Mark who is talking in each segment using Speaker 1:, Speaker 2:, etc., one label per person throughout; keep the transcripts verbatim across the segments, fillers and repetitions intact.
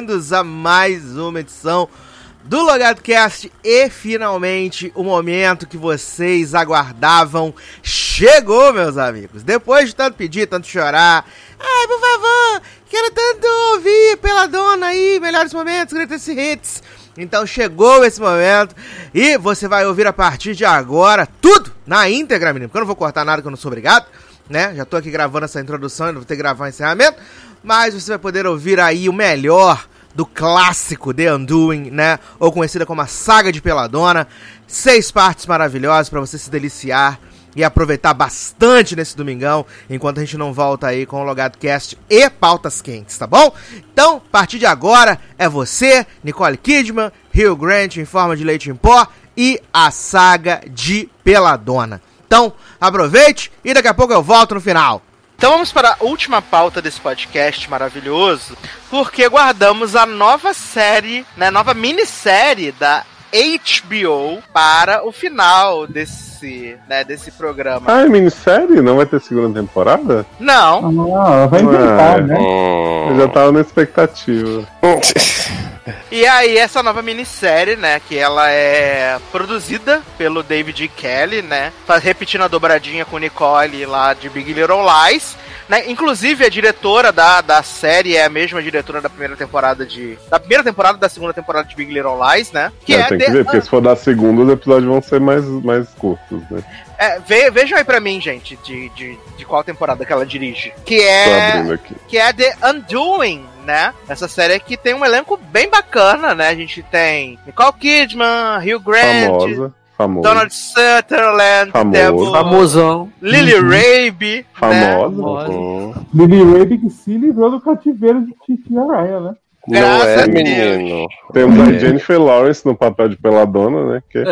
Speaker 1: bem-vindos a mais uma edição do LogadoCast e finalmente o momento que vocês aguardavam chegou, meus amigos. Depois de tanto pedir, tanto chorar, ai, por favor, quero tanto ouvir Peladona aí, melhores momentos, greatest hits. Então chegou esse momento e você vai ouvir a partir de agora tudo na íntegra, menino, porque eu não vou cortar nada que eu não sou obrigado, né? Já tô aqui gravando essa introdução, ainda vou ter que gravar o encerramento, mas você vai poder ouvir aí o melhor do clássico The Undoing, né? Ou conhecida como a Saga de Peladona. Seis partes maravilhosas pra você se deliciar e aproveitar bastante nesse domingão, enquanto a gente não volta aí com o LogadoCast e pautas quentes, tá bom? Então, a partir de agora, é você, Nicole Kidman, Hugh Grant em forma de leite em pó e a Saga de Peladona. Então, aproveite e daqui a pouco eu volto no final.
Speaker 2: Então vamos para a última pauta desse podcast maravilhoso, porque guardamos a nova série, né, nova minissérie da H B O para o final desse, né, desse programa.
Speaker 3: Ah, é minissérie? Não vai ter segunda temporada?
Speaker 2: Não.
Speaker 4: Ah, vai inventar,
Speaker 3: é,
Speaker 4: né?
Speaker 3: Eu já tava na expectativa.
Speaker 2: E aí, essa nova minissérie, né, que ela é produzida pelo David E. Kelley, né, repetindo a dobradinha com Nicole lá de Big Little Lies, né, inclusive a diretora da, da série é a mesma diretora da primeira temporada de... da primeira temporada e da segunda temporada de Big Little Lies, né, que
Speaker 3: é,
Speaker 2: é...
Speaker 3: tem
Speaker 2: de...
Speaker 3: que ver, porque se for da segunda, os episódios vão ser mais, mais curtos, né.
Speaker 2: É, ve, vejam aí pra mim, gente, de, de, de qual temporada que ela dirige. Que é... que é The Undoing, né? Essa série aqui tem um elenco bem bacana, né? A gente tem Nicole Kidman, Hugh Grant,
Speaker 3: famosa, famosa.
Speaker 2: Donald Sutherland,
Speaker 3: famoso.
Speaker 5: famosão,
Speaker 2: Lily uhum. Rabe,
Speaker 3: famosa,
Speaker 4: né? Uhum. Lily Rabe que se livrou do cativeiro de Titia Ryan, né?
Speaker 3: Não Graças é, menino. Temos a Jennifer Lawrence no papel de Peladona, né? Que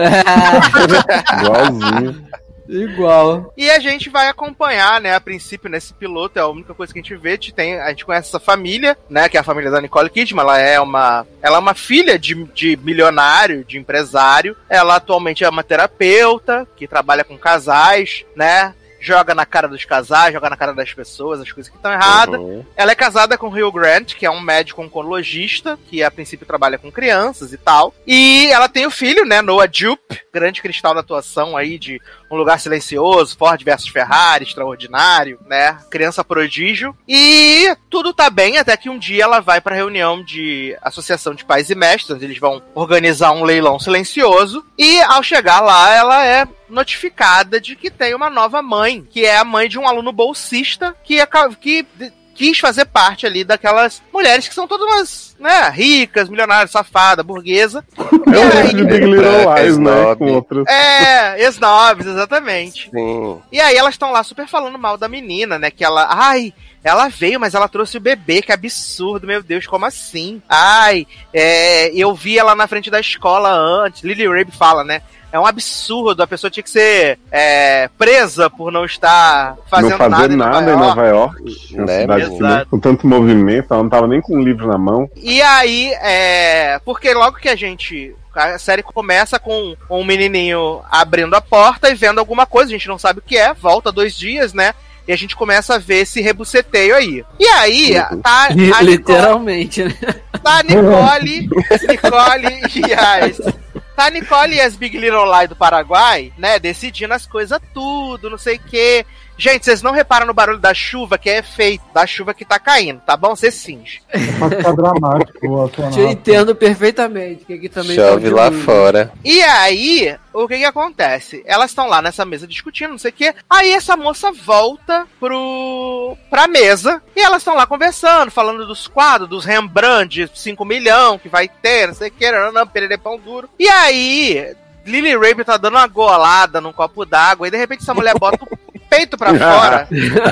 Speaker 3: é igualzinho.
Speaker 5: Igual.
Speaker 2: E a gente vai acompanhar, né, a princípio nesse piloto, é a única coisa que a gente vê, a gente, tem, a gente conhece essa família, né, que é a família da Nicole Kidman, ela é uma, ela é uma filha de, de milionário, de empresário, ela atualmente é uma terapeuta, que trabalha com casais, né, joga na cara dos casais, joga na cara das pessoas, as coisas que estão erradas. Uhum. Ela é casada com o Hugh Grant, que é um médico oncologista, que a princípio trabalha com crianças e tal. E ela tem o filho, né, Noah Jupe, grande cristal da atuação aí de Um Lugar Silencioso, Ford versus Ferrari, extraordinário, né, criança prodígio. E tudo tá bem até que um dia ela vai pra reunião de associação de pais e mestres, onde eles vão organizar um leilão silencioso. E ao chegar lá, ela é notificada de que tem uma nova mãe, que é a mãe de um aluno bolsista que, é, que quis fazer parte ali daquelas mulheres que são todas umas, né, ricas, milionárias, safada, burguesa.
Speaker 3: É o de Big Little Lies, né? Com outras...
Speaker 2: É, ex-nobres, exatamente.
Speaker 3: Sim.
Speaker 2: E aí elas estão lá super falando mal da menina, né, que ela, ai... ela veio, mas ela trouxe o bebê, que absurdo, meu Deus, como assim? Ai, é, eu vi ela na frente da escola antes. Lily Rabe fala, né? É um absurdo, a pessoa tinha que ser é, presa por não estar fazendo
Speaker 3: não fazer
Speaker 2: nada,
Speaker 3: nada em Nova York, em Nova York, né? Cidade, com tanto movimento, ela não tava nem com o livro na mão.
Speaker 2: E aí, é, porque logo que a gente... a série começa com um menininho abrindo a porta e vendo alguma coisa, a gente não sabe o que é, volta dois dias, né? E a gente começa a ver esse rebuceteio aí. E aí,
Speaker 5: uhum.
Speaker 2: tá... A
Speaker 5: literalmente,
Speaker 2: Nicole,
Speaker 5: né?
Speaker 2: Tá a Nicole, Nicole e as... Tá a Nicole e as Big Little Lies do Paraguai, né, decidindo as coisas tudo, não sei o quê. Gente, vocês não reparam no barulho da chuva, que é efeito da chuva que tá caindo, tá bom? Vocês fingem.
Speaker 4: Pode ficar dramático.
Speaker 5: Eu entendo perfeitamente. Que aqui também
Speaker 6: chove lá fora.
Speaker 2: E aí, o que que acontece? Elas estão lá nessa mesa discutindo, não sei o quê. Aí essa moça volta pro... pra mesa e elas estão lá conversando, falando dos quadros, dos Rembrandt de cinco milhões que vai ter, não sei o quê, não, não, perere pão duro. E aí, Lily Rabe tá dando uma golada num copo d'água e de repente essa mulher bota o peito pra fora.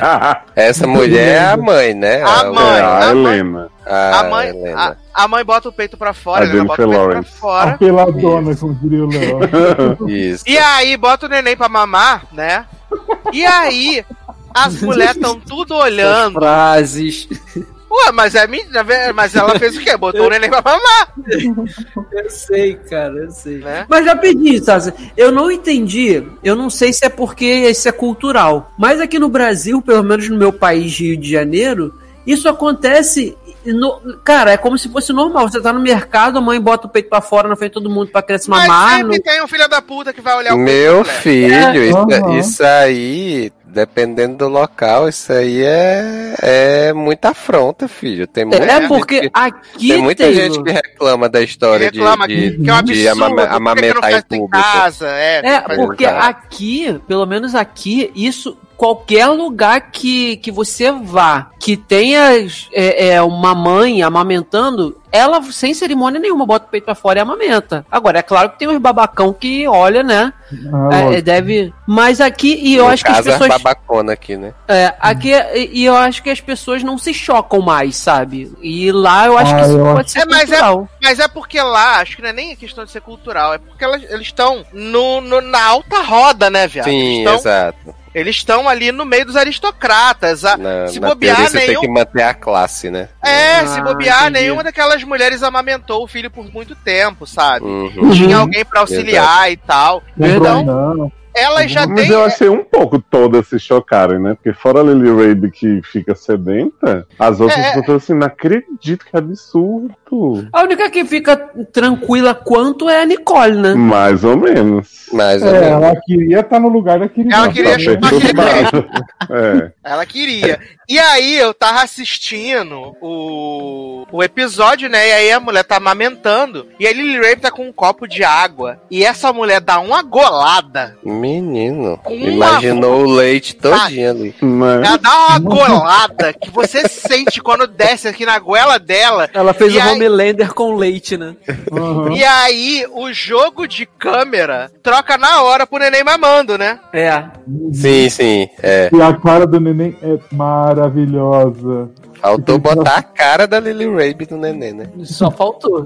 Speaker 6: Essa mulher é a mãe, né?
Speaker 2: A mãe,
Speaker 3: a,
Speaker 2: a
Speaker 3: Helena.
Speaker 6: A,
Speaker 2: a mãe,
Speaker 6: Helena.
Speaker 2: A, a mãe bota o peito pra fora,
Speaker 3: a
Speaker 2: ela bota o peito
Speaker 3: Lawrence.
Speaker 2: pra fora.
Speaker 4: A peladona, como diria o Léo.
Speaker 6: Isso.
Speaker 2: E aí bota o neném pra mamar, né? E aí as mulheres estão tudo olhando.
Speaker 5: Frases.
Speaker 2: Ué, mas, é, mas ela fez o quê? Botou o neném pra mamar.
Speaker 5: Eu sei, cara, eu sei. Né? Mas já pedi, Sassi. Eu não entendi. Eu não sei se é porque isso é cultural. Mas aqui no Brasil, pelo menos no meu país, Rio de Janeiro, isso acontece no, cara, é como se fosse normal. Você tá no mercado, a mãe bota o peito pra fora na frente de todo mundo pra criança
Speaker 2: Mas
Speaker 5: mamar.
Speaker 2: sempre
Speaker 5: no...
Speaker 2: tem um filho da puta que vai olhar o
Speaker 6: Meu
Speaker 2: peito,
Speaker 6: filho,
Speaker 5: É.
Speaker 6: isso,
Speaker 4: Uhum.
Speaker 6: isso aí, dependendo do local, isso aí é, é muita afronta, filho. Tem muita
Speaker 5: É
Speaker 6: gente
Speaker 5: porque
Speaker 6: que,
Speaker 5: aqui
Speaker 6: tem muita
Speaker 5: Taylor,
Speaker 6: gente que reclama da história de,
Speaker 2: reclama
Speaker 6: de,
Speaker 2: que é um absurdo,
Speaker 6: de amame-
Speaker 2: por que que não
Speaker 6: amamentar
Speaker 2: faz
Speaker 6: em
Speaker 2: isso em
Speaker 6: público.
Speaker 2: casa, é, tem
Speaker 5: É,
Speaker 2: que fazer
Speaker 5: porque
Speaker 2: em casa.
Speaker 5: aqui, pelo menos aqui, isso, qualquer lugar que, que você vá, que tenha é, é, uma mãe amamentando, ela, sem cerimônia nenhuma, bota o peito pra fora e amamenta. Agora, é claro que tem uns babacão que olha, né,
Speaker 4: Ah,
Speaker 5: é,
Speaker 4: lógico.
Speaker 5: deve... Mas aqui, e eu
Speaker 6: No
Speaker 5: acho que as
Speaker 6: caso,
Speaker 5: pessoas...
Speaker 6: é babacona aqui, né?
Speaker 5: É, aqui, e e eu acho que as pessoas não se chocam mais, sabe? E lá eu acho
Speaker 4: Ah,
Speaker 5: que isso
Speaker 4: eu
Speaker 5: pode
Speaker 4: acho-
Speaker 5: ser
Speaker 2: É, mas é-
Speaker 5: cultural.
Speaker 2: Mas é porque lá, acho que não é nem a questão de ser cultural, é porque elas, eles estão no, no- na alta roda, né, viado?
Speaker 6: Sim,
Speaker 2: eles estão,
Speaker 6: exato.
Speaker 2: eles estão ali no meio dos aristocratas. A-
Speaker 6: Na,
Speaker 2: se
Speaker 6: na
Speaker 2: bobear,
Speaker 6: teoria, você tem
Speaker 2: nenhum.
Speaker 6: que manter a classe, né?
Speaker 2: É,
Speaker 5: Ah,
Speaker 2: se bobear,
Speaker 5: entendi.
Speaker 2: nenhuma daquelas mulheres amamentou o filho por muito tempo, sabe?
Speaker 6: Uhum.
Speaker 2: Tinha alguém pra auxiliar e tal.
Speaker 4: Comprou
Speaker 2: Então,
Speaker 4: não.
Speaker 2: elas já
Speaker 3: Mas
Speaker 2: têm.
Speaker 3: eu achei um pouco todas se chocarem, né? Porque fora a Lily Rabe que fica sedenta, as outras
Speaker 2: É.
Speaker 3: pessoas assim, não acredito, que absurdo.
Speaker 5: A única que fica tranquila quanto é a Nicole, né?
Speaker 3: Mais ou menos.
Speaker 6: Mais ou
Speaker 4: É,
Speaker 6: menos.
Speaker 4: ela queria estar no lugar da querida.
Speaker 2: Ela queria
Speaker 3: Tá
Speaker 2: chupar aquele
Speaker 3: perturbada. É.
Speaker 2: Ela queria. E aí eu tava assistindo o, o episódio, né? E aí a mulher tá amamentando. E a Lily Rabe tá com um copo de água. E essa mulher dá uma golada.
Speaker 6: Menino,
Speaker 2: Uma
Speaker 6: imaginou o leite todinho ali.
Speaker 3: Mas,
Speaker 2: Ela dá uma golada que você sente quando desce aqui na goela dela.
Speaker 5: Ela fez
Speaker 2: E
Speaker 5: o
Speaker 2: aí-
Speaker 5: Homelander com leite, né?
Speaker 4: Uhum.
Speaker 2: E aí o jogo de câmera troca na hora pro neném mamando, né?
Speaker 5: É.
Speaker 6: Sim, sim. É.
Speaker 4: E a cara do neném é maravilhosa.
Speaker 6: Faltou botar a cara da Lily Rabe no neném, né?
Speaker 5: Só faltou.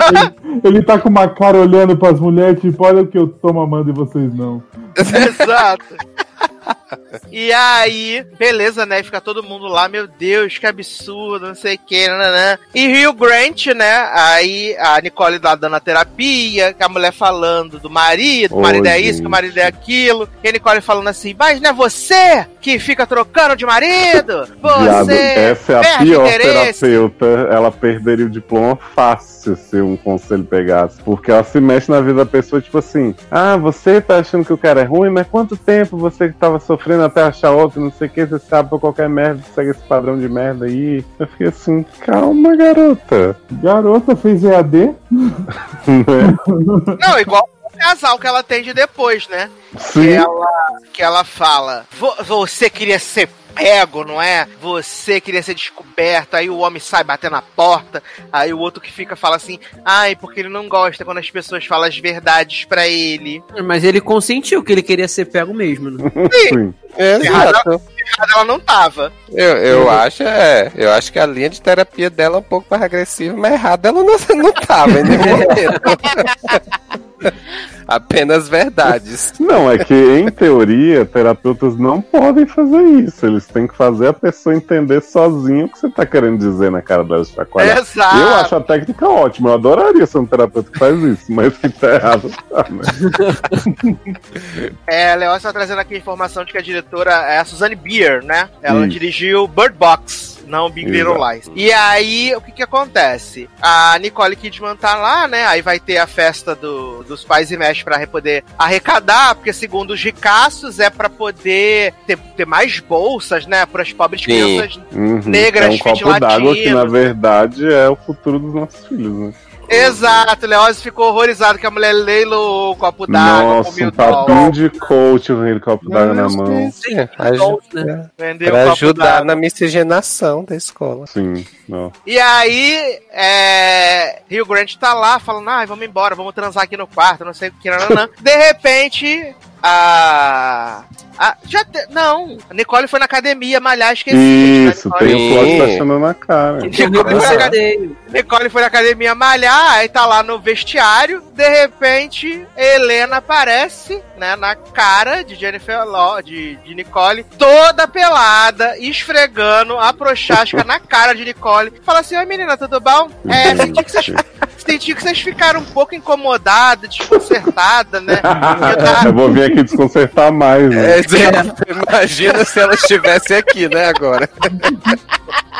Speaker 4: Ele tá com uma cara olhando pras mulheres, tipo, olha o que eu tô mamando e vocês não.
Speaker 2: Exato. E aí, beleza, né? Fica todo mundo lá, meu Deus, que absurdo, não sei o que, nananã. E Rio Grant, né? Aí a Nicole lá dando a terapia, que a mulher falando do marido, o
Speaker 3: Ô,
Speaker 2: marido é isso,
Speaker 3: gente.
Speaker 2: que o marido é aquilo. E a Nicole falando assim, mas não é você que fica trocando de marido?
Speaker 3: viado,
Speaker 2: Você
Speaker 3: essa é a
Speaker 2: perde
Speaker 3: pior
Speaker 2: interesse.
Speaker 3: terapeuta. Ela perderia o diploma fácil se um conselho pegasse. Porque ela se mexe na vida da pessoa, tipo assim: ah, você tá achando que o cara é ruim, mas quanto tempo você que tava sofrendo até achar outro, não sei o que, você sabe pra qualquer merda, segue esse padrão de merda aí. Eu fiquei assim, calma, garota.
Speaker 4: Garota fez E A D?
Speaker 3: Né?
Speaker 2: Não, igual o casal que ela atende depois, né? Que
Speaker 3: Sim.
Speaker 2: ela, que ela fala, "Vo- você queria ser pego, não é? Você queria ser descoberto", aí o homem sai bater na porta, aí o outro que fica fala assim, ai, porque ele não gosta quando as pessoas falam as verdades pra ele.
Speaker 5: Mas ele consentiu que ele queria ser pego mesmo, né?
Speaker 3: Sim.
Speaker 6: Exato.
Speaker 2: Mas ela não tava.
Speaker 6: Eu, eu acho, é. Eu acho que a linha de terapia dela é um pouco mais agressiva, mas errada ela não, não tava em nenhum momento. Apenas verdades.
Speaker 3: Não, é que em teoria, terapeutas não podem fazer isso. Eles têm que fazer a pessoa entender sozinho o que você tá querendo dizer na cara dela de chacoalhar.
Speaker 2: Exato.
Speaker 3: Eu acho a técnica ótima, eu adoraria ser um terapeuta que faz isso, mas se tá errado, tá, né?
Speaker 2: É, Leócio tá trazendo aqui a informação de que a diretora é a Suzanne Bier, né? Ela
Speaker 3: Isso.
Speaker 2: dirigiu Bird Box, não Big Little
Speaker 3: Exato.
Speaker 2: Lies. E aí, o que que acontece? A Nicole Kidman tá lá, né? Aí vai ter a festa do, dos pais e mestres pra poder arrecadar, porque segundo os ricaços é pra poder ter, ter mais bolsas, né? Para as pobres
Speaker 6: Sim.
Speaker 2: crianças.
Speaker 3: Uhum.
Speaker 2: Negras,
Speaker 3: é um copo
Speaker 2: filhos
Speaker 3: d'água que, na
Speaker 2: latinos.
Speaker 3: verdade, é o futuro dos nossos filhos, né?
Speaker 2: Exato, Leócio ficou horrorizado que a mulher leilou o copo d'água
Speaker 3: Nossa,
Speaker 2: com mil
Speaker 3: um papinho
Speaker 2: dólares.
Speaker 3: de coach com aquele copo d'água na mão.
Speaker 6: Sim, aju-
Speaker 5: né?
Speaker 2: Vendeu
Speaker 6: pra
Speaker 2: o copo
Speaker 6: ajudar
Speaker 2: d'água.
Speaker 6: na miscigenação da escola.
Speaker 3: Sim, não.
Speaker 2: E aí, é... Rio Grande tá lá falando, ah, vamos embora, vamos transar aqui no quarto, não sei o que, não, não. De repente, a... a... Já te... Não, a Nicole foi na academia malhar, esqueci.
Speaker 3: Isso,
Speaker 2: né?
Speaker 3: tem o plot
Speaker 6: Sim.
Speaker 3: baixando na cara.
Speaker 2: Nicole foi, na academia, Nicole foi na academia malhar, aí tá lá no vestiário, de repente, Helena aparece, né, na cara de Jennifer Law, de, de Nicole, toda pelada, esfregando a prochasca na cara de Nicole. Fala assim, oi menina, tudo bom? É, senti que vocês, senti que vocês ficaram um pouco incomodadas, desconcertadas, né? Eu tava-
Speaker 3: Eu vou vir aqui desconcertar mais, né?
Speaker 6: É, imagina se ela estivesse aqui, né, agora.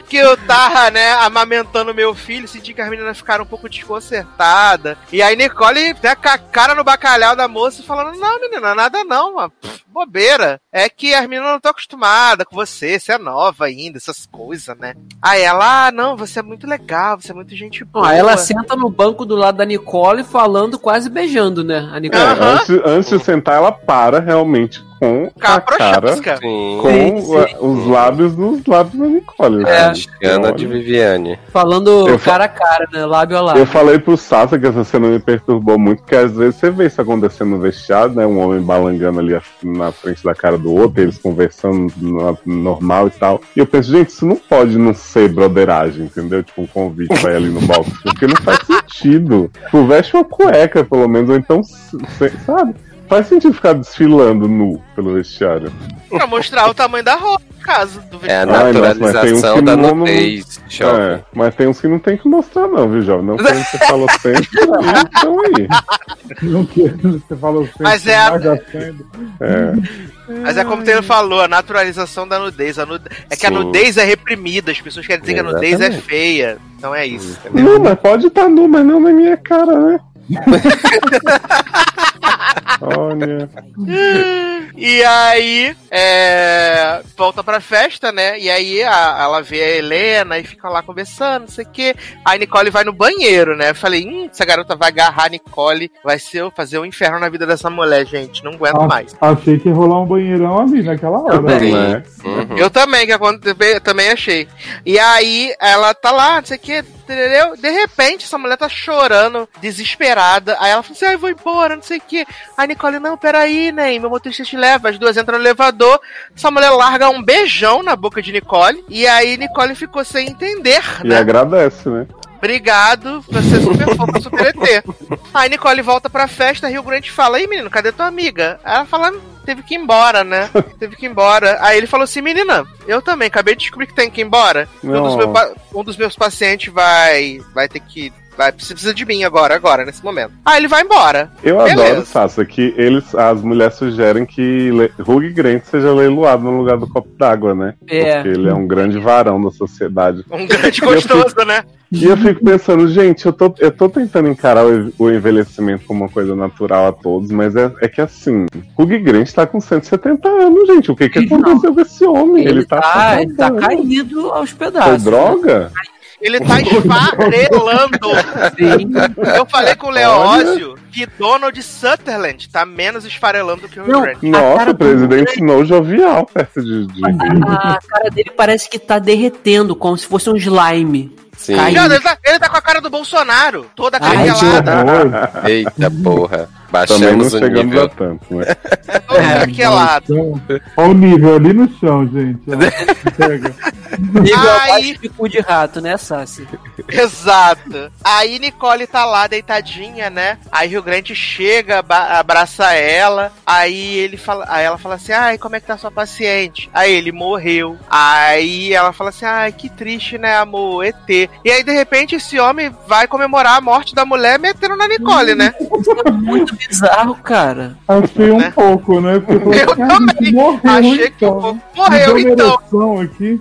Speaker 2: que eu tava, né, amamentando meu filho, senti que as meninas ficaram um pouco desconcertadas. E aí Nicole até com a cara no bacalhau da moça falando, não, menina, nada não, mano. Pff, bobeira. É que as meninas não estão acostumadas com você, você é nova ainda, essas coisas, né? Aí ela, ah, não, você é muito legal, você é muito gente boa.
Speaker 5: Ah, ela senta no banco do lado da Nicole falando, quase beijando, né? A Nicole.
Speaker 3: É, antes, antes de sentar, ela para realmente com a cara,
Speaker 6: Sim.
Speaker 3: com
Speaker 5: Sim, sim.
Speaker 3: os lábios nos lábios da Nicole.
Speaker 5: É.
Speaker 6: Ana de Viviane.
Speaker 5: Falando
Speaker 3: Eu fa-
Speaker 5: cara a cara, né? Lábio a lábio.
Speaker 3: Eu falei pro Sassa que essa cena me perturbou muito, porque às vezes você vê isso acontecendo no vestiário, né? Um homem balangando ali na frente da cara do outro, eles conversando no- normal e tal. E eu penso, gente, isso não pode não ser broderagem, entendeu? Tipo, um convite pra ir ali no balcão, porque não faz sentido. Tipo, veste uma cueca, pelo menos, ou então, c- sabe? Faz sentido ficar desfilando nu pelo vestiário.
Speaker 2: Pra mostrar o tamanho da roupa, no caso do
Speaker 6: É a
Speaker 2: vestido.
Speaker 3: Ai, nossa, mas tem uns
Speaker 6: naturalização
Speaker 3: que
Speaker 6: da
Speaker 3: não-
Speaker 6: nudez, jovem.
Speaker 3: É, mas tem uns que não tem que mostrar, não, viu, jovem? Não como você falou sempre, então aí.
Speaker 4: Não quero, você falou sempre.
Speaker 2: Mas é a-
Speaker 4: agachando.
Speaker 3: É.
Speaker 2: Mas é como o Taylor falou, a naturalização da nudez. A nude... É que a
Speaker 6: Sim.
Speaker 2: nudez é reprimida, as pessoas querem dizer que a nudez é
Speaker 6: Exatamente.
Speaker 2: feia. Então é isso, entendeu?
Speaker 3: Não, mas pode estar nu, mas não na minha cara, né? Olha.
Speaker 2: E aí, é, volta pra festa, né? E aí a- ela vê a Helena e fica lá conversando, não sei o quê. Aí a Nicole vai no banheiro, né? Eu falei, hum, essa garota vai agarrar a Nicole, vai ser fazer um inferno na vida dessa mulher, gente. Não aguento
Speaker 4: Ah,
Speaker 2: mais.
Speaker 4: Achei que ia rolar um banheirão ali naquela hora.
Speaker 5: Também.
Speaker 3: Né?
Speaker 6: Uhum.
Speaker 2: Eu também, que aconte- eu também achei. E aí ela tá lá, não sei o que, entendeu? De repente, essa mulher tá chorando, desesperada. Aí ela fala assim, ai, vou embora, não sei o que. Aí Nicole, não, peraí, né? Meu motorista te leva. As duas entram no elevador. Essa mulher larga um beijão na boca de Nicole. E aí Nicole ficou sem entender,
Speaker 3: E
Speaker 2: né?
Speaker 3: agradece, né?
Speaker 2: Obrigado, você é super fofo, super E T. Aí Nicole volta pra festa, Rio Grande fala, ei menino, cadê tua amiga? Aí ela fala, teve que ir embora, né? Teve que ir embora. Aí ele falou assim, menina, eu também, acabei de descobrir que tem que ir embora. Um dos,
Speaker 3: Não.
Speaker 2: meus pa- um dos meus pacientes vai, vai ter que... Vai, precisa de mim agora, agora, nesse momento. Aí ele vai embora.
Speaker 3: Eu
Speaker 2: Beleza.
Speaker 3: adoro, Sassa, que eles, as mulheres sugerem que Le- Hugh Grant seja leiloado no lugar do copo d'água, né?
Speaker 5: É.
Speaker 3: Porque ele é um grande varão da sociedade.
Speaker 2: Um grande gostoso, né?
Speaker 3: E eu fico pensando, gente, eu tô, eu tô tentando encarar o, o envelhecimento como uma coisa natural a todos, mas é, é que assim, Hugh Grant tá com cento e setenta anos, gente. O que que
Speaker 5: Não.
Speaker 3: aconteceu com esse homem?
Speaker 5: Ele, tá, ele tá
Speaker 3: anos.
Speaker 5: caído aos
Speaker 3: Foi
Speaker 5: pedaços.
Speaker 3: droga?
Speaker 2: Ele tá esfarelando.
Speaker 5: Sim.
Speaker 2: Eu falei com o
Speaker 3: Olha.
Speaker 2: Leózio que Donald Sutherland tá menos esfarelando do que o Hugh
Speaker 5: Não.
Speaker 2: Grant.
Speaker 3: Nossa,
Speaker 5: cara
Speaker 3: o presidente Snow jovial perto de, de
Speaker 5: A cara dele parece que tá derretendo, como se fosse um slime.
Speaker 6: Sim.
Speaker 5: Caiu.
Speaker 2: Não, ele, tá, ele tá com a cara do Bolsonaro, toda
Speaker 5: Ai,
Speaker 2: aquelada.
Speaker 4: Horror.
Speaker 6: Eita porra.
Speaker 3: Também não
Speaker 6: Baixamos o
Speaker 3: chegamos
Speaker 6: nível.
Speaker 3: a tanto, né?
Speaker 2: Toda
Speaker 5: É,
Speaker 2: aquelada.
Speaker 4: Então, olha o nível ali no chão, gente. Ó. Pega.
Speaker 5: Nível
Speaker 2: Aí-
Speaker 5: abaixo de cu de rato, né, Sassi?
Speaker 2: Exato. Aí Nicole tá lá deitadinha, né? Aí Rio Grande chega, aba- abraça ela. Aí ele fala, aí ela fala assim: "Ai, como é que tá sua paciente?" Aí ele morreu. Aí ela fala assim: "Ai, que triste, né, amor? E T" E aí de repente esse homem vai comemorar a morte da mulher metendo na Nicole, né?
Speaker 5: É muito bizarro, cara.
Speaker 4: Achei um
Speaker 2: Né?
Speaker 4: pouco, né? Porque falei,
Speaker 2: Eu
Speaker 4: "Cara,
Speaker 2: também
Speaker 4: morreu,
Speaker 2: achei que
Speaker 4: então.
Speaker 2: o-
Speaker 4: Me
Speaker 2: morreu
Speaker 4: deu uma
Speaker 2: então.
Speaker 4: ereção aqui.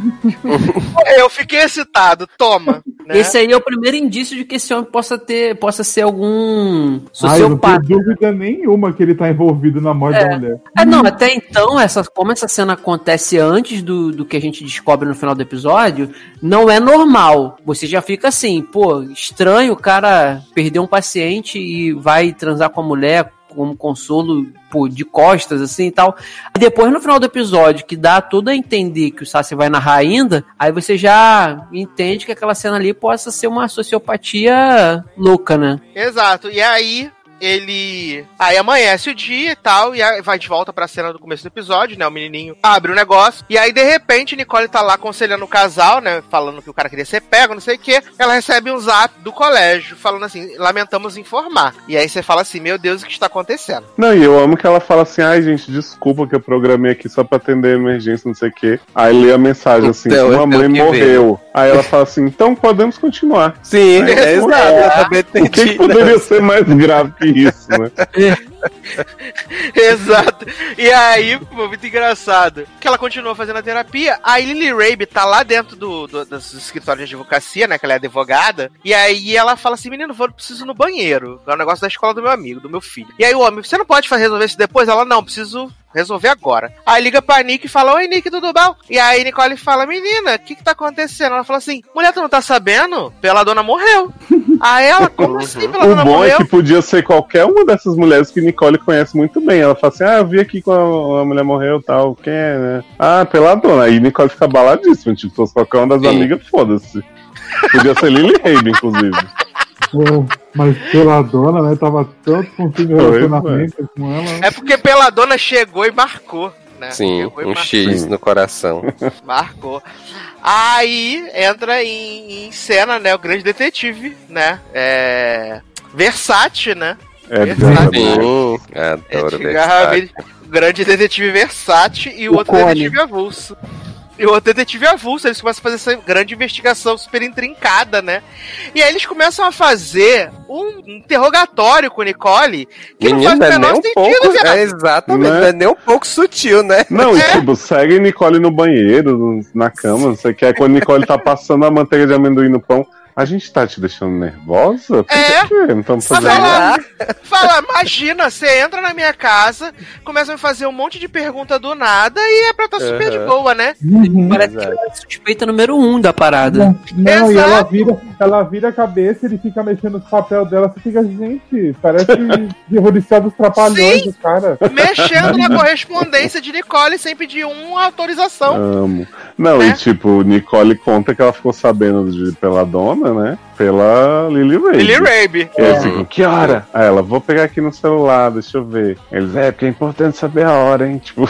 Speaker 2: Eu fiquei excitado. Toma. Né?
Speaker 5: Esse aí é o primeiro indício de que esse homem possa ter, possa ser algum
Speaker 4: Ai, eu não
Speaker 5: sociopata.
Speaker 4: tenho dúvida nenhuma que ele tá envolvido na morte da mulher.
Speaker 5: É, não, até então, essa, como essa cena acontece antes do, do que a gente descobre no final do episódio, não é normal. Você já fica assim, pô, estranho o cara perder um paciente e vai transar com a mulher como consolo, pô, de costas, assim e tal. E depois, no final do episódio, que dá tudo a entender que o Sassi vai narrar ainda, aí você já entende que aquela cena ali possa ser uma sociopatia louca, né?
Speaker 2: Exato. E aí ele... Aí amanhece o dia e tal, e aí vai de volta pra cena do começo do episódio, né? O menininho abre o negócio, e aí de repente Nicole tá lá aconselhando o casal, né? Falando que o cara queria ser pego, não sei o quê. Ela recebe um zap do colégio, falando assim, lamentamos informar. E aí você fala assim, meu Deus, o que está acontecendo?
Speaker 3: Não, e eu amo que ela fala assim, ai gente, desculpa que eu programei aqui só pra atender a emergência, não sei o quê. Aí lê a mensagem assim,
Speaker 6: Então,
Speaker 3: sua
Speaker 6: eu
Speaker 3: mãe
Speaker 6: tenho que
Speaker 3: morreu. Aí ela fala assim, então podemos continuar.
Speaker 6: Sim,
Speaker 3: É,
Speaker 6: é exato. Eu também
Speaker 3: O que, que
Speaker 6: entendi, né?
Speaker 3: poderia ser mais grave que isso, né?
Speaker 2: Exato. E aí, pô, muito engraçado. Que ela continua fazendo a terapia. A Lily Rabe tá lá dentro do, do, dos escritórios de advocacia, né? Que ela é advogada. E aí ela fala assim: menino, vou, preciso ir no banheiro. É um negócio da escola do meu amigo, do meu filho. E aí o homem, você não pode fazer, resolver isso depois? Ela, não, preciso resolver agora. Aí liga pra Nick e fala: oi, Nick, tudo bom? E aí Nicole fala: menina, o que que tá acontecendo? Ela fala assim: mulher, tu não tá sabendo? Peladona morreu. Aí ela, como assim, Peladona
Speaker 3: morreu? O bom
Speaker 2: morreu?
Speaker 3: é que podia ser qualquer uma dessas mulheres que Nicole conhece muito bem. Ela fala assim: ah, eu vi aqui quando a mulher morreu e tal. Quem é, né? Ah, Peladona. Aí Nicole fica baladíssima. Tipo, se fosse qualquer uma das Sim. amigas, foda-se. Podia ser Lily Rabe, inclusive.
Speaker 4: É, mas Peladona, né? Tava tanto com o relacionamento com ela.
Speaker 2: É porque Peladona chegou e marcou, né?
Speaker 6: Sim,
Speaker 2: chegou
Speaker 6: um
Speaker 2: marcou.
Speaker 6: X no coração.
Speaker 2: Marcou. Aí entra em, em cena, né? O grande detetive, né? É... Versace, né?
Speaker 3: É,
Speaker 2: Versace.
Speaker 6: Sim, adoro Versace.
Speaker 2: O grande detetive Versace e o, o outro Cone. Detetive avulso. E o outro detetive avulso, eles começam a fazer essa grande investigação super intrincada, né? E aí eles começam a fazer um interrogatório com Nicole que
Speaker 6: Menino,
Speaker 2: não faz o menor
Speaker 6: é um
Speaker 2: sentido,
Speaker 6: pouco,
Speaker 2: viado.
Speaker 6: É exatamente,
Speaker 3: né?
Speaker 6: Não é nem um pouco sutil, né?
Speaker 3: Não,
Speaker 2: É.
Speaker 3: e tipo, segue Nicole no banheiro, na cama, não sei o que. Aí quando Nicole tá passando a manteiga de amendoim no pão, a gente tá te deixando nervosa? Por
Speaker 2: É.
Speaker 3: quê? Não estamos fazendo
Speaker 2: Fala, fala, imagina, você entra na minha casa, começa a me fazer um monte de pergunta do nada e é pra estar tá super
Speaker 6: Uhum.
Speaker 2: de boa, né?
Speaker 4: Uhum.
Speaker 5: Parece que ela é suspeita número um da parada.
Speaker 4: Não, não, e ela
Speaker 2: Exato.
Speaker 4: vira, ela vira a cabeça, ele fica mexendo nos papéis dela, você fica, gente, parece de Rodicial dos Trapalhões,
Speaker 2: Sim.
Speaker 4: o cara.
Speaker 2: Mexendo na correspondência de Nicole sem pedir uma autorização.
Speaker 3: Amo. Não,
Speaker 2: Né?
Speaker 3: e tipo, Nicole conta que ela ficou sabendo de Peladona, né? Pela Lily Rabe.
Speaker 2: Lily Rabe.
Speaker 3: E aí ficam, que hora? Aí ela, vou pegar aqui no celular, deixa eu ver. Eles, é, porque é importante saber a hora, hein? Tipo.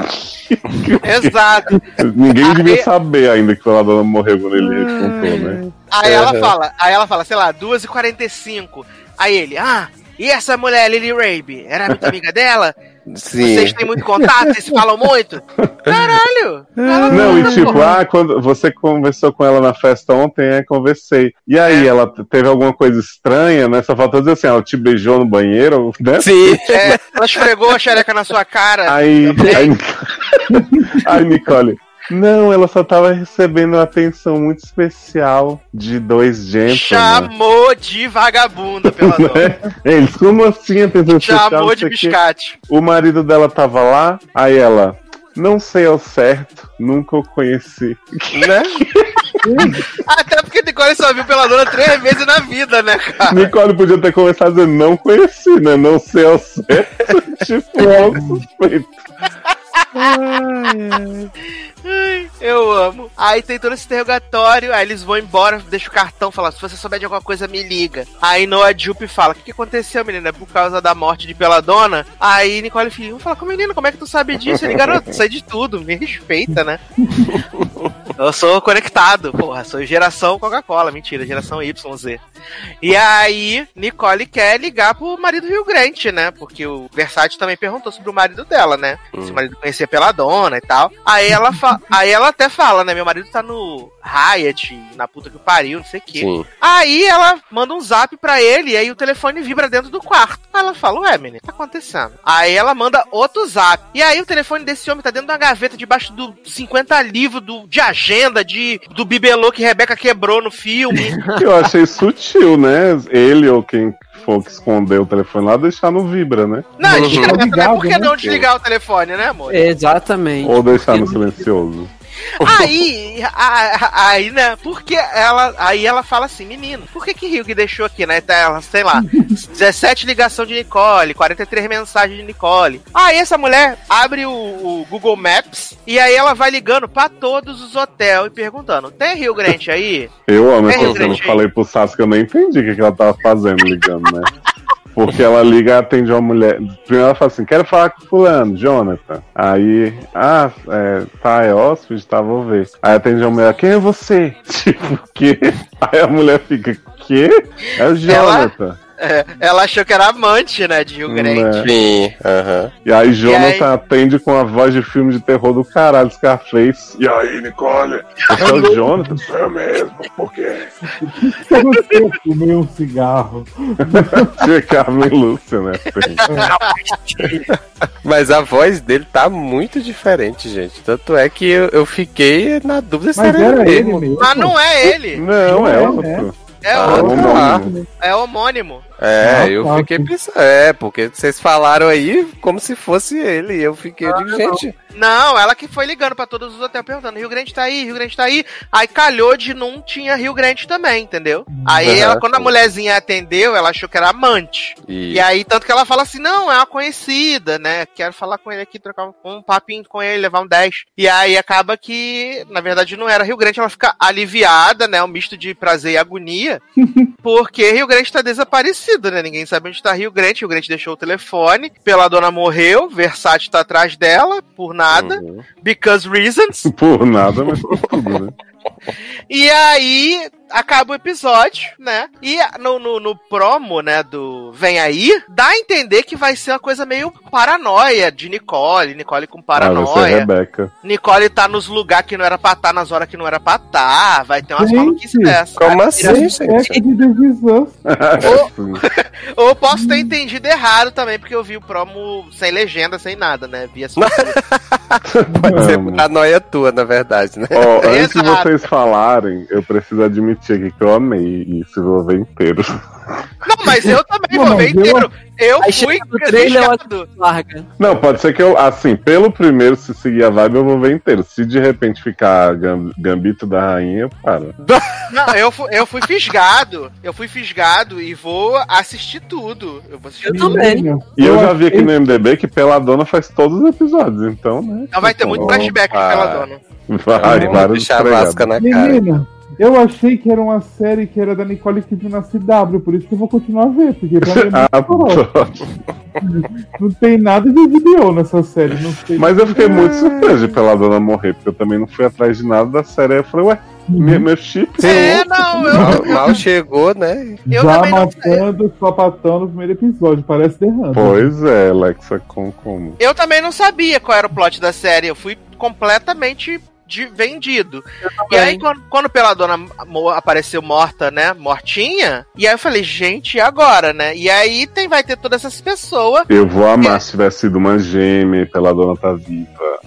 Speaker 2: Exato.
Speaker 3: Ninguém devia
Speaker 2: Aí-
Speaker 3: saber ainda que Peladona morreu quando ele contou, né?
Speaker 2: Aí ela
Speaker 6: Uhum.
Speaker 2: fala, aí ela fala, sei lá, duas e quarenta e cinco. Aí ele, ah, e essa mulher, Lily Rabe, era muito amiga dela?
Speaker 6: Sim.
Speaker 2: Vocês têm muito contato? Vocês se falam muito? Caralho! Ela
Speaker 3: Não, e
Speaker 2: tá,
Speaker 3: tipo,
Speaker 2: porra.
Speaker 3: ah, quando você conversou com ela na festa ontem, é, conversei. E aí,
Speaker 2: É.
Speaker 3: ela teve alguma coisa estranha, né? Só faltou dizer assim, ela te beijou no banheiro, né?
Speaker 6: Sim.
Speaker 2: É, ela esfregou a xereca na sua cara.
Speaker 3: Aí,
Speaker 2: também.
Speaker 3: aí, aí, Nicole, não, ela só tava recebendo uma atenção muito especial de dois gentlemen.
Speaker 2: Chamou de vagabunda, pela dona.
Speaker 3: Né? Eles, como assim atenção especial?
Speaker 2: Chamou
Speaker 3: Não
Speaker 2: de
Speaker 3: sei o quê.
Speaker 2: biscate.
Speaker 3: O marido dela tava lá, aí ela, não sei ao certo, nunca o conheci.
Speaker 6: Né?
Speaker 2: Até porque Nicole só viu pela dona três vezes na vida, né, cara?
Speaker 3: Nicole podia ter começado dizendo, não conheci, né? Não sei ao certo. Tipo, algo suspeito.
Speaker 2: Ai, eu amo. Aí tem todo esse interrogatório, aí eles vão embora, deixa o cartão, fala, se você souber de alguma coisa, me liga. Aí Noah Jupe fala, o que, que aconteceu, menina? É por causa da morte de Peladona? Aí Nicole fica, vamos falar com o menino, como é que tu sabe disso? Ele, garoto, sei de tudo, me respeita, né? Eu sou conectado, porra, sou geração Coca-Cola, mentira, geração Y Z. E aí, Nicole quer ligar pro marido Rio Grande, né? Porque o Versace também perguntou sobre o marido dela, né?
Speaker 6: Hum.
Speaker 2: Se o marido conhecia Peladona e tal. Aí ela, fa- aí ela até fala, né? Meu marido tá no Riot, na puta que pariu, não sei o quê.
Speaker 6: Sim.
Speaker 2: Aí ela manda um zap pra ele e aí o telefone vibra dentro do quarto. Aí ela fala, ué, menina, o que tá acontecendo? Aí ela manda outro zap. E aí o telefone desse homem tá dentro de uma gaveta debaixo do cinquenta livros do, de agenda de, do bibelô que Rebeca quebrou no filme.
Speaker 3: Eu achei sutil, né? Ele ou quem for que esconder o telefone lá, deixar no vibra, né?
Speaker 2: Não, é
Speaker 6: Uhum.
Speaker 2: discreto, né?
Speaker 4: Ligado,
Speaker 2: Por que
Speaker 4: né?
Speaker 2: não desligar o telefone, né, amor?
Speaker 5: Exatamente.
Speaker 3: Ou deixar no silencioso.
Speaker 2: Aí, a- a- aí, né, porque ela, aí ela fala assim, menino, por que que Hugh deixou aqui, né, tá, ela, sei lá, dezessete ligação de Nicole, quarenta e três mensagens de Nicole. Aí essa mulher abre o, o Google Maps e aí ela vai ligando pra todos os hotéis e perguntando, tem Rio Grande aí?
Speaker 3: Eu amo
Speaker 2: É,
Speaker 3: essa cena.
Speaker 2: gente.
Speaker 3: Falei pro Sassi que eu nem entendi o que, que ela tava fazendo ligando, né? Porque ela liga e atende uma mulher. Primeiro ela fala assim, quero falar com fulano, Jonathan. Aí, ah, é, tá, é hóspede, tá, vou ver. Aí atende uma mulher, quem é você? Tipo, o quê? Aí a mulher fica, quê? É o Jonathan.
Speaker 2: É, ela achou que era amante, né, de Rio Grande.
Speaker 3: Né?
Speaker 6: Sim, aham.
Speaker 3: E aí Jonathan
Speaker 2: E aí-
Speaker 3: atende com a voz de filme de terror do caralho, Scarface. E aí, Nicole? Você é o Jonathan? Sou eu mesmo, por quê?
Speaker 4: Eu não sei, eu fumei um cigarro.
Speaker 3: Tia Carmen Lúcia, né?
Speaker 6: Mas a voz dele tá muito diferente, gente. Tanto é que eu, eu fiquei na dúvida se
Speaker 4: Mas
Speaker 6: era
Speaker 4: era ele
Speaker 6: mesmo.
Speaker 4: mesmo.
Speaker 2: Mas não é ele,
Speaker 3: Não, é
Speaker 4: É,
Speaker 3: outro.
Speaker 2: é
Speaker 6: Ah,
Speaker 2: outro,
Speaker 3: homônimo.
Speaker 2: é homônimo.
Speaker 6: É,
Speaker 4: Ah,
Speaker 6: eu
Speaker 4: tá,
Speaker 6: fiquei
Speaker 4: sim.
Speaker 6: pensando. É, porque vocês falaram aí como se fosse ele. E eu fiquei, eu digo, gente.
Speaker 2: Não, ela que foi ligando pra todos os hotéis perguntando, Rio Grande tá aí, Rio Grande tá aí. Aí calhou de não tinha Rio Grande também, entendeu? Aí
Speaker 6: Uhum.
Speaker 2: ela, quando a mulherzinha atendeu, ela achou que era amante.
Speaker 6: E,
Speaker 2: E aí, tanto que ela fala assim, não, é uma conhecida, né? Quero falar com ele aqui, trocar um papinho com ele, levar um dez. E aí acaba que, na verdade, não era Rio Grande, ela fica aliviada, né? Um misto de prazer e agonia. Porque Rio Grande tá desaparecido, né? Ninguém sabe onde tá Rio Grande. Rio Grande deixou o telefone. Peladona morreu, Versace tá atrás dela, por nada.
Speaker 6: Uhum.
Speaker 2: Because reasons.
Speaker 3: Por nada, mas por tudo, né?
Speaker 2: E aí acaba o episódio, né? E no, no, no promo, né, do Vem Aí, dá a entender que vai ser uma coisa meio paranoia de Nicole. Nicole com
Speaker 3: Ah, vai ser
Speaker 2: paranoia.
Speaker 3: Rebeca.
Speaker 2: Nicole tá nos lugares que não era pra estar, nas horas que não era pra estar. Vai ter umas
Speaker 4: Gente.
Speaker 2: maluquices dessa.
Speaker 6: Como assim,
Speaker 4: É
Speaker 6: gente?
Speaker 4: de decisão.
Speaker 2: Ou eu posso ter entendido errado também, porque eu vi o promo sem legenda, sem nada, né? Vi assim.
Speaker 6: Pode ser
Speaker 3: Vamos.
Speaker 6: paranoia tua, na verdade, né?
Speaker 3: Ó, antes de
Speaker 2: Exato.
Speaker 3: vocês falarem, eu preciso admitir aqui que eu amei isso, vou ver inteiro.
Speaker 2: Não, mas eu também
Speaker 4: Não,
Speaker 2: vou ver
Speaker 4: mas eu-
Speaker 2: inteiro. Eu
Speaker 5: Aí
Speaker 2: fui
Speaker 5: chega no trailer,
Speaker 2: fisgado.
Speaker 5: Larga.
Speaker 3: Não, pode ser que eu, assim, pelo primeiro, se seguir a vibe, eu vou ver inteiro. Se de repente ficar gam- Gambito da Rainha, eu paro.
Speaker 2: Não, eu fui, eu fui fisgado. Eu fui fisgado e vou assistir tudo. Eu vou assistir
Speaker 5: Eu
Speaker 2: tudo.
Speaker 5: também.
Speaker 4: Menina,
Speaker 3: E eu já vi aqui
Speaker 4: achei-
Speaker 3: no M D B que Peladona faz todos os episódios, então, né?
Speaker 2: Então vai ter muito
Speaker 3: Opa.
Speaker 2: flashback de Peladona.
Speaker 3: Vai,
Speaker 4: Não,
Speaker 3: vários
Speaker 6: Deixar a Vasca
Speaker 3: esfregados.
Speaker 6: na cara.
Speaker 4: Menina, eu achei que era uma série que era da Nicole Kidman na C W, por isso que eu vou continuar a ver, porque pra mim é
Speaker 3: Ah,
Speaker 4: muito legal.
Speaker 3: pô.
Speaker 4: Não tem nada de vídeo nessa série. Não sei.
Speaker 3: Mas eu fiquei muito surpreso de Peladona morrer, porque eu também não fui atrás de nada da série. Aí eu falei, ué, meu, meu chip?
Speaker 2: É, não, eu,
Speaker 6: Mal, mal chegou, né?
Speaker 2: eu
Speaker 4: Já
Speaker 2: também não
Speaker 4: matando o sapatão no primeiro episódio, parece The Hunter.
Speaker 3: Pois é, Alexa, com como?
Speaker 2: Eu também não sabia qual era o plot da série. Eu fui completamente de- vendido. E aí, quando, quando Peladona mo- apareceu morta, né? Mortinha. E aí eu falei, gente, e agora, né? E aí tem, vai ter todas essas pessoas.
Speaker 3: Eu vou amar se tivesse sido uma gêmea e Peladona tá viva.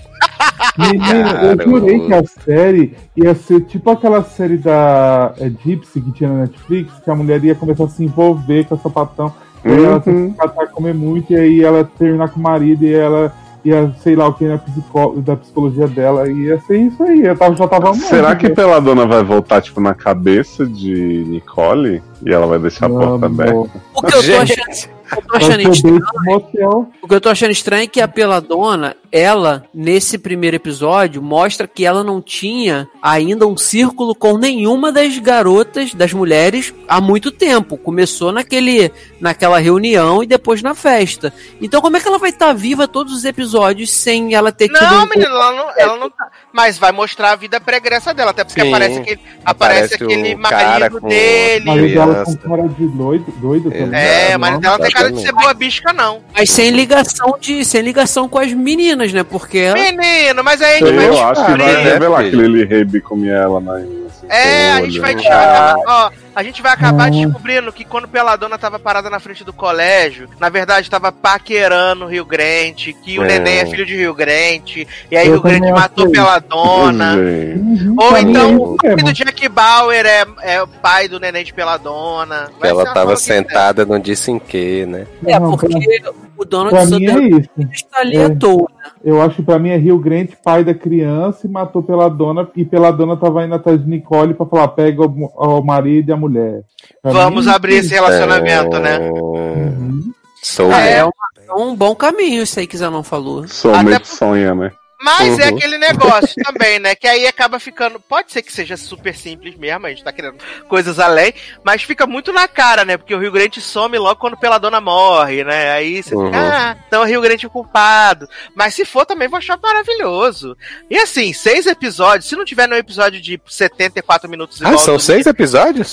Speaker 4: Menina,
Speaker 6: Cara,
Speaker 4: eu jurei
Speaker 6: o-
Speaker 4: que a série ia ser tipo aquela série da é, Gypsy que tinha na Netflix, que a mulher ia começar a se envolver com a sapatão, e aí ela
Speaker 3: Uhum.
Speaker 4: se catar comer muito, e aí ela terminar com o marido, e ela ia, sei lá o que, na psicó da psicologia dela, e ia ser isso aí. Eu tava, já tava amando,
Speaker 3: Será que
Speaker 4: né?
Speaker 3: Peladona vai voltar, tipo, na cabeça de Nicole? E ela vai deixar a porta
Speaker 4: Vamos.
Speaker 3: aberta?
Speaker 5: O que eu tô
Speaker 6: Gente.
Speaker 5: achando, eu tô
Speaker 4: Vai
Speaker 5: achando
Speaker 4: ser
Speaker 5: estranho,
Speaker 4: desse motel.
Speaker 5: o que eu tô achando estranho é que a Peladona, ela, nesse primeiro episódio, mostra que ela não tinha ainda um círculo com nenhuma das garotas, das mulheres, há muito tempo. Começou naquele, naquela reunião e depois na festa. Então como é que ela vai estar viva todos os episódios sem ela ter tido
Speaker 2: Não,
Speaker 5: um-
Speaker 2: menina, ela não, ela não tá. Mas vai mostrar a vida pregressa dela, até porque
Speaker 6: Sim.
Speaker 2: aparece aquele, aparece
Speaker 6: Aparece
Speaker 2: aquele
Speaker 6: o cara
Speaker 2: marido
Speaker 6: com-
Speaker 2: dele.
Speaker 4: Mas ela com
Speaker 6: Criança.
Speaker 4: cara de doido, doido também.
Speaker 2: É,
Speaker 6: Exato.
Speaker 2: mas ela não tem cara de ser boa bicha, não.
Speaker 5: Mas sem ligação de, sem ligação com as meninas, né? Porque ela-
Speaker 2: Menino, mas aí a gente
Speaker 3: Eu
Speaker 2: vai
Speaker 3: acho que vai
Speaker 2: descobrir.
Speaker 6: né,
Speaker 3: revelar
Speaker 6: filho?
Speaker 3: que Lily Rabe comia ela na assim,
Speaker 2: É, a
Speaker 3: olha.
Speaker 2: gente vai descobrir. Ó, a gente vai acabar descobrindo que quando Peladona tava parada na frente do colégio, na verdade tava paquerando Rio Grande, que o
Speaker 6: É.
Speaker 2: neném é filho de Rio Grande, e aí
Speaker 4: Eu
Speaker 2: Rio Grande
Speaker 4: também
Speaker 2: matou
Speaker 4: achei.
Speaker 2: Peladona.
Speaker 3: Gente.
Speaker 4: Uhum,
Speaker 2: Ou
Speaker 4: pra mim é
Speaker 2: então
Speaker 4: isso
Speaker 2: o filho
Speaker 4: mesmo.
Speaker 2: do Jack Bauer é, é o pai do neném de Peladona. Vai ser
Speaker 6: Ela
Speaker 2: uma
Speaker 6: tava
Speaker 2: maluquice
Speaker 6: sentada, não disse em que, né?
Speaker 5: é
Speaker 4: Não,
Speaker 5: porque o dono
Speaker 4: Pra
Speaker 5: do
Speaker 4: mim é
Speaker 5: Sandro
Speaker 4: isso.
Speaker 5: está ali
Speaker 4: É.
Speaker 5: à toa.
Speaker 4: Eu acho que pra mim é Rio Grande, pai da criança, e matou Peladona, e Peladona tava indo atrás de Nicole pra falar, pega o, o marido e a mulher. Pra
Speaker 2: Vamos
Speaker 4: mim,
Speaker 2: abrir esse relacionamento, né?
Speaker 4: Uhum.
Speaker 6: Sou
Speaker 2: Ah,
Speaker 5: É,
Speaker 6: eu.
Speaker 5: um, é um bom caminho, isso aí que Zé não falou.
Speaker 3: Somente
Speaker 2: Até-
Speaker 3: sonha, né?
Speaker 2: Mas é
Speaker 6: Uhum.
Speaker 2: aquele negócio também, né? Que aí acaba ficando. Pode ser que seja super simples mesmo, a gente tá querendo coisas além, mas fica muito na cara, né? Porque o Rio Grande some logo quando Peladona morre, né? Aí você
Speaker 6: Uhum.
Speaker 2: fica, ah, então o Rio Grande é culpado. Mas se for também vou achar maravilhoso. E assim, seis episódios, se não tiver no episódio de setenta e quatro minutos
Speaker 6: Ah,
Speaker 2: igual
Speaker 6: são
Speaker 2: do-
Speaker 6: seis episódios só?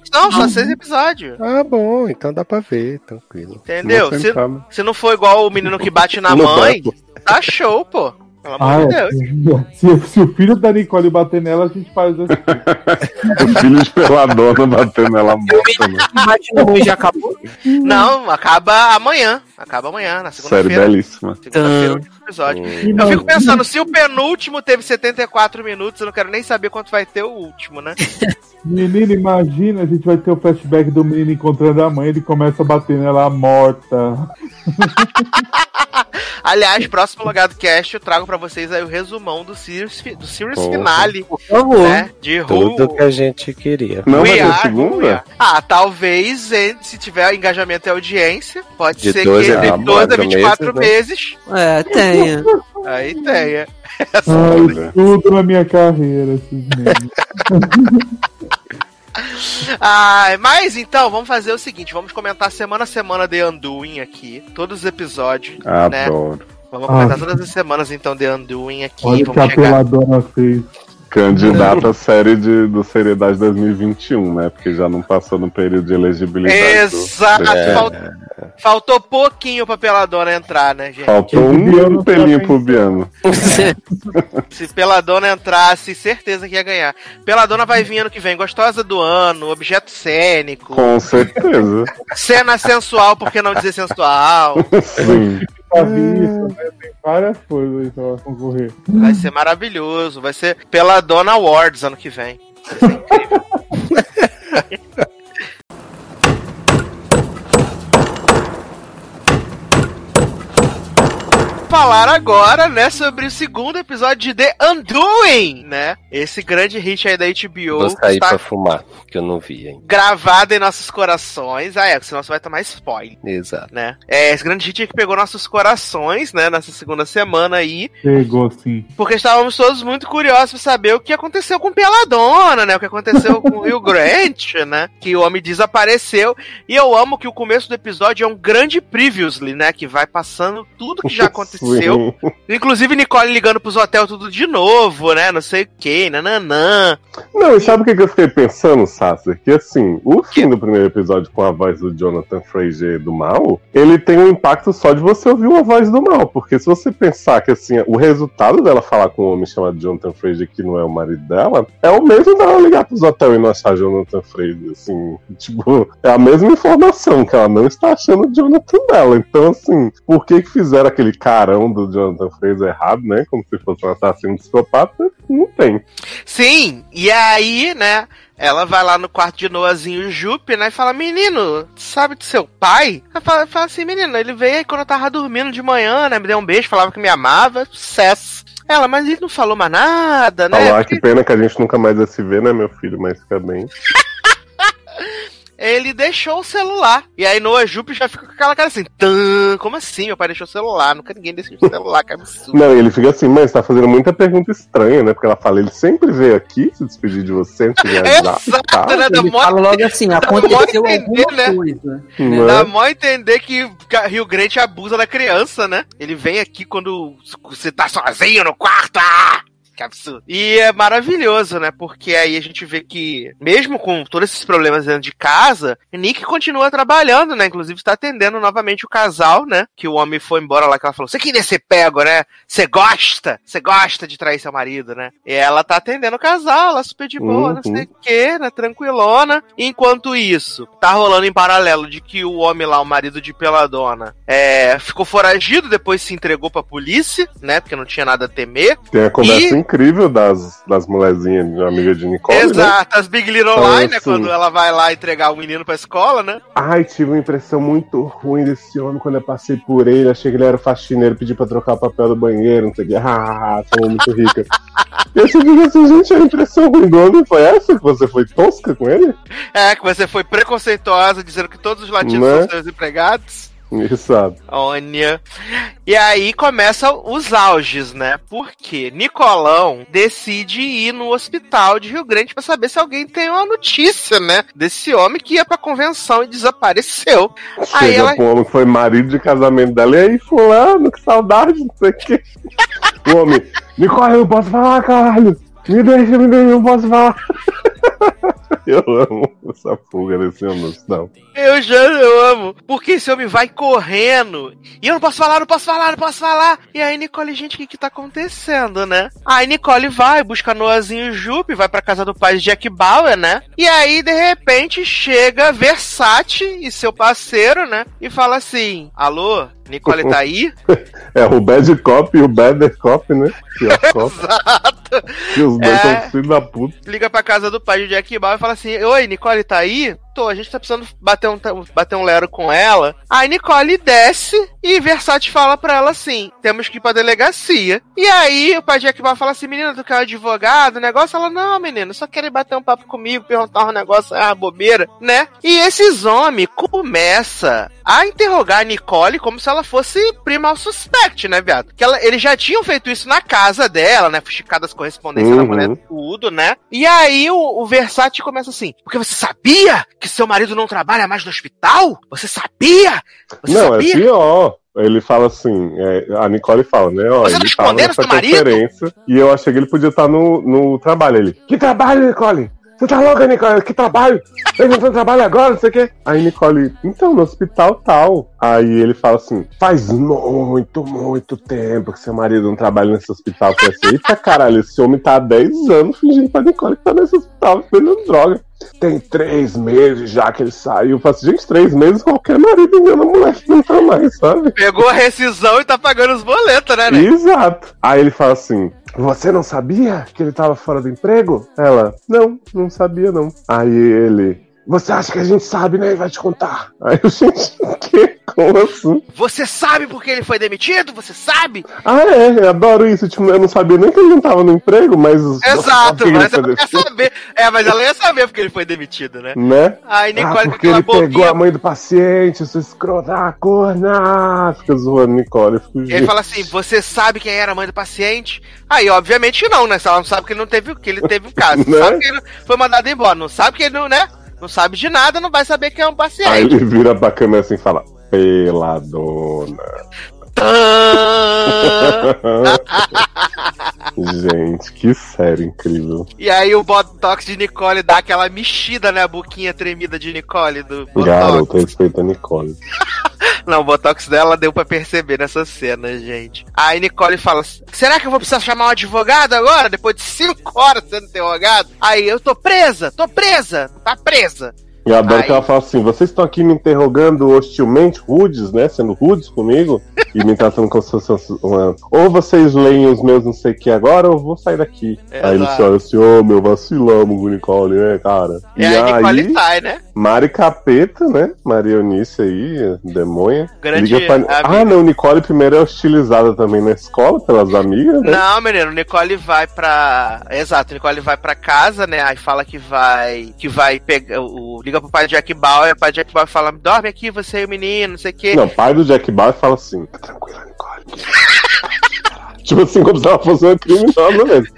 Speaker 2: Não, só seis episódios.
Speaker 6: Ah, bom, então dá pra ver, tranquilo.
Speaker 2: Entendeu?
Speaker 3: Não
Speaker 2: Se,
Speaker 3: sabe.
Speaker 2: se não for igual o menino que bate na
Speaker 6: No
Speaker 2: mãe,
Speaker 6: banco.
Speaker 2: tá show, pô. Pelo amor
Speaker 4: Ah,
Speaker 2: de
Speaker 4: é.
Speaker 2: Deus.
Speaker 4: Se, se o filho da Nicole bater nela, a gente faz assim.
Speaker 3: O filho de peladona batendo nela morta, né?
Speaker 5: Bate no Rui já acabou.
Speaker 2: Não, acaba amanhã. Acaba amanhã, na
Speaker 3: Série
Speaker 2: segunda-feira.
Speaker 3: belíssima.
Speaker 2: Segunda-feira, o último episódio.
Speaker 6: Hum.
Speaker 2: Eu fico pensando, se o penúltimo teve setenta e quatro minutos, eu não quero nem saber quanto vai ter o último, né?
Speaker 4: Menino, imagina, a gente vai ter o flashback do menino encontrando a mãe, ele começa a bater nela morta.
Speaker 2: Aliás, próximo Logado Cast eu trago pra vocês aí o resumão do series, fi- do series
Speaker 6: Porra.
Speaker 2: finale,
Speaker 5: Por favor.
Speaker 2: né? De
Speaker 6: Tudo
Speaker 2: Who
Speaker 6: que a gente queria.
Speaker 3: Não
Speaker 2: We
Speaker 3: vai ter
Speaker 2: Are Who We
Speaker 3: segunda?
Speaker 2: Are. Ah, talvez, eh, se tiver engajamento e audiência, pode
Speaker 6: De
Speaker 2: ser
Speaker 6: doze
Speaker 2: que
Speaker 6: a
Speaker 2: de
Speaker 6: vinte e
Speaker 2: doze a
Speaker 6: quatro
Speaker 2: vinte e quatro
Speaker 6: meses,
Speaker 2: meses,
Speaker 5: É, tenha.
Speaker 2: aí tenha.
Speaker 4: Ai, tudo na minha carreira, esses memes.
Speaker 2: Ah, mas então, vamos fazer o seguinte, vamos comentar semana a semana The Undoing aqui, todos os episódios, né?
Speaker 3: Adoro.
Speaker 2: Vamos comentar
Speaker 4: Ah.
Speaker 2: todas as semanas, então, The Undoing aqui,
Speaker 4: Olha o que
Speaker 2: vamos
Speaker 4: a
Speaker 2: chegar...
Speaker 4: peladona fez.
Speaker 3: Candidato à série de, do Seriedade dois mil e vinte e um, né? Porque já não passou no período de elegibilidade. do-
Speaker 2: Exato,
Speaker 3: É.
Speaker 2: fal- faltou pouquinho pra Peladona entrar, né, gente?
Speaker 3: Faltou
Speaker 4: O Biano
Speaker 3: um pelinho
Speaker 4: tá
Speaker 3: pro Biano.
Speaker 2: Se Peladona entrasse, certeza que ia ganhar. Peladona vai vir ano que vem, gostosa do ano, objeto cênico,
Speaker 3: Com certeza.
Speaker 2: cena sensual, por que não dizer sensual?
Speaker 3: Sim.
Speaker 4: Tá visto, né? Tem várias coisas aí pra concorrer.
Speaker 2: Vai ser maravilhoso, vai ser Peladona Awards ano que vem. Vai ser incrível. Falar agora, né, sobre o segundo episódio de The Undoing, né? Esse grande hit aí da H B O
Speaker 6: Vou
Speaker 2: que
Speaker 6: sair
Speaker 2: está
Speaker 6: pra fumar, que eu não vi, hein?
Speaker 2: gravado em nossos corações. Ah, é, senão você vai tomar spoiler,
Speaker 6: Exato.
Speaker 2: né? É, esse grande hit que pegou nossos corações, né, nessa segunda semana aí,
Speaker 4: Pegou sim.
Speaker 2: porque estávamos todos muito curiosos pra saber o que aconteceu com Peladona, né? O que aconteceu com o Hugh Grant, né? Que o homem desapareceu. E eu amo que o começo do episódio é um grande previously, né? Que vai passando tudo que já aconteceu.
Speaker 3: Sim.
Speaker 2: Inclusive Nicole ligando pros hotéis tudo de novo, né? Não sei o que, nananã.
Speaker 3: Não, e sabe o que que eu fiquei pensando, Sasser? Que assim, o fim do primeiro episódio com a voz do Jonathan Fraser do mal, ele tem um impacto só de você ouvir uma voz do mal. Porque se você pensar que assim, o resultado dela falar com um homem chamado Jonathan Fraser, que não é o marido dela, é o mesmo dela ligar pros hotéis e não achar Jonathan Fraser, assim. Tipo, é a mesma informação, que ela não está achando o Jonathan dela. Então, assim, por que que fizeram aquele carão do Jonathan Fraser errado, né? Como se fosse um assassino psicopata? Não tem.
Speaker 2: Sim, e aí, né? Ela vai lá no quarto de Noahzinho Jupe, né? E fala, menino, sabe do seu pai? Ela fala, fala assim, menino, ele veio aí quando eu tava dormindo de manhã, né? Me deu um beijo, falava que me amava, sucesso. Ela, mas ele não falou mais nada, né?
Speaker 3: Falou, ah, que pena que a gente nunca mais vai se ver, né, meu filho? Mas fica bem.
Speaker 2: Ele deixou o celular. E aí Noah Jupe já fica com aquela cara assim, Tã, como assim? Meu pai deixou o celular, nunca ninguém deixou o celular, que absurdo.
Speaker 3: Não, ele fica assim, mas tá fazendo muita pergunta estranha, né? Porque ela fala, ele sempre veio aqui se despedir de você antes de avisar.
Speaker 2: Exato, né? Dá
Speaker 5: Ele
Speaker 2: mó,
Speaker 5: fala logo assim, aconteceu
Speaker 2: entender,
Speaker 5: alguma
Speaker 2: né?
Speaker 5: coisa.
Speaker 3: Não
Speaker 2: dá
Speaker 3: é?
Speaker 2: mó entender que Rio Grande abusa da criança, né? Ele vem aqui quando você tá sozinho no quarto, ah! Que absurdo. E é maravilhoso, né? Porque aí a gente vê que, mesmo com todos esses problemas dentro de casa, Nick continua trabalhando, né? Inclusive está atendendo novamente o casal, né? Que o homem foi embora lá, que ela falou, você queria ser pego, né? Você gosta? Você gosta de trair seu marido, né? E ela tá atendendo o casal, ela super de boa,
Speaker 3: Uhum.
Speaker 2: não sei o que, né? Tranquilona. Enquanto isso, tá rolando em paralelo de que o homem lá, o marido de Peladona, é, ficou foragido, depois se entregou pra polícia, né? Porque não tinha nada a temer.
Speaker 3: Tem a conversa
Speaker 2: E-
Speaker 3: incrível das, das mulherzinhas, de amiga de Nicole, né?
Speaker 2: Exato, as Big Little
Speaker 3: Então,
Speaker 2: Lie, né?
Speaker 3: assim-
Speaker 2: Quando ela vai lá entregar o menino pra escola, né?
Speaker 3: Ai, tive uma impressão muito ruim desse homem quando eu passei por ele. Achei que ele era o faxineiro, pedi pra trocar o papel do banheiro, não sei o que. Ah, sou muito rica. E eu fiquei assim, gente, a impressão ruim do homem foi essa? Que você foi tosca com ele?
Speaker 2: É, que você foi preconceituosa, dizendo que todos os latinos
Speaker 3: Né?
Speaker 2: são seus empregados.
Speaker 3: Exato.
Speaker 2: Olha. E aí começam os auges, né? Porque Nicolão decide ir no hospital de Rio Grande pra saber se alguém tem uma notícia, né? Desse homem que ia pra convenção e desapareceu. Aí
Speaker 3: Chega
Speaker 2: ela...
Speaker 3: pro homem que foi marido de casamento dela. E aí, fulano, que saudade, não sei o que. O homem, Nicole, eu não posso falar, caralho. Me deixa, me deixa, eu não posso falar. Eu amo essa fuga desse homem, não.
Speaker 2: Eu já eu amo. Porque esse homem vai correndo. E eu não posso falar, não posso falar, não posso falar. E aí, Nicole, gente, o que que tá acontecendo, né? Aí, Nicole vai, busca Noahzinho Jupe, vai pra casa do pai de Jack Bauer, né? E aí, de repente, chega Versace e seu parceiro, né? E fala assim, alô? Nicole tá aí?
Speaker 3: É o Bad Cop e o Better Cop, né?
Speaker 2: Exato.
Speaker 3: E os dois
Speaker 2: É.
Speaker 3: são filhos da puta.
Speaker 2: Liga pra casa do pai de Jack Bauer e fala assim, oi, Nicole tá aí? Tô, a gente tá precisando bater um, bater um lero com ela. Aí Nicole desce e Versace fala pra ela assim, temos que ir pra delegacia. E aí o pai de Jack Bauer fala assim, menina, tu quer um advogado, o negócio? Ela, não, menino, só querem bater um papo comigo, perguntar um negócio, ah, bobeira, né? E esses homens começam a interrogar a Nicole como se ela fosse primal suspect, né, viado? Que ela, eles já tinham feito isso na casa dela, né? Fuxicado as correspondências
Speaker 3: Uhum.
Speaker 2: da mulher, tudo, né? E aí o, o Versace começa assim, porque você sabia que seu marido não trabalha mais no hospital? Você sabia? Você
Speaker 3: Não,
Speaker 2: sabia?
Speaker 3: é pior. Ele fala assim, é, a Nicole fala, né? Ó,
Speaker 2: Você tá
Speaker 3: ele tava
Speaker 2: escondendo
Speaker 3: nessa
Speaker 2: seu marido?
Speaker 3: conferência e eu achei que ele podia estar no, no trabalho. Ele, que trabalho, Nicole? Você tá louca, Nicole? Que trabalho? Ele não trabalha agora, não sei o quê. Aí Nicole, então, no hospital tal. Aí ele fala assim, faz muito, muito tempo que seu marido não trabalha nesse hospital. Eu falei assim, eita caralho, esse homem tá há dez anos fingindo pra Nicole que tá nesse hospital vendendo droga. Tem três meses já que ele saiu. Eu falo assim, gente, três meses qualquer marido engana a mulher que não tá mais, sabe?
Speaker 2: Pegou a rescisão e tá pagando os boletos, né, né?
Speaker 3: Exato. Aí ele fala assim, você não sabia que ele tava fora do emprego? Ela, não, não sabia não. Aí ele, você acha que a gente sabe, né? Ele vai te contar. Aí eu, gente, o quê? Como assim?
Speaker 2: Você sabe por que ele foi demitido? Você sabe?
Speaker 3: Ah, é, eu adoro isso. Tipo, eu não sabia nem que ele não tava no emprego, mas...
Speaker 2: Exato,
Speaker 3: Ele
Speaker 2: mas
Speaker 3: foi
Speaker 2: ela ia
Speaker 3: demitido,
Speaker 2: saber. É, mas ela ia saber porque ele foi demitido, né?
Speaker 3: né?
Speaker 2: Aí Nicole
Speaker 3: Ah,
Speaker 2: com
Speaker 3: porque
Speaker 2: aquela
Speaker 3: ele pegou
Speaker 2: bobinha.
Speaker 3: a mãe do paciente, sua escrota, ah, corna. Fica zoando Nicole. Eu fico,
Speaker 2: Ele
Speaker 3: gente.
Speaker 2: fala assim, você sabe quem era a mãe do paciente? Aí, obviamente não, né? Se ela não sabe que ele não teve, que ele teve um caso. Não
Speaker 3: Né?
Speaker 2: sabe que ele foi mandado embora. Não sabe que ele não, né? Não sabe de nada, não vai saber quem é um
Speaker 3: Aí
Speaker 2: paciente.
Speaker 3: ele vira pra câmera assim e fala, peladona. Gente, que série incrível.
Speaker 2: E aí o Botox de Nicole dá aquela mexida, né? A boquinha tremida de Nicole do Botox.
Speaker 3: Garoto, respeita a Nicole.
Speaker 2: Não, o Botox dela deu pra perceber nessa cena, gente. Aí Nicole fala, será que eu vou precisar chamar um advogado agora? Depois de cinco horas sendo interrogado? Aí, eu tô presa, tô presa, tá presa.
Speaker 3: Eu adoro
Speaker 2: Aí-
Speaker 3: que ela fala assim, vocês estão aqui me interrogando hostilmente, rudes, né? Sendo rudes comigo e me tratando como se fosse uma... Ou vocês leem os meus não sei o que agora, ou eu vou sair daqui.
Speaker 2: Exato.
Speaker 3: Aí ele se olha assim, ô meu, vacilamos, Nicole, né, cara?
Speaker 2: E aí Nicole sai, né?
Speaker 3: Mari Capeta, né? Maria Eunice aí, demônia.
Speaker 2: Grande
Speaker 3: liga pra...
Speaker 2: amiga.
Speaker 3: Ah, não, Nicole primeiro é hostilizada também na escola pelas amigas, né?
Speaker 2: Não, menino, Nicole vai pra... Exato, Nicole vai pra casa, né? Aí fala que vai... Que vai pegar... O... Liga pro pai de Jack Bauer, o pai de Jack Bauer fala, dorme aqui, você e o menino, não sei o quê.
Speaker 3: Não, o pai do Jack Bauer fala assim, tá tranquila, Nicole. Tipo assim, como se ela fosse uma criminosa mesmo.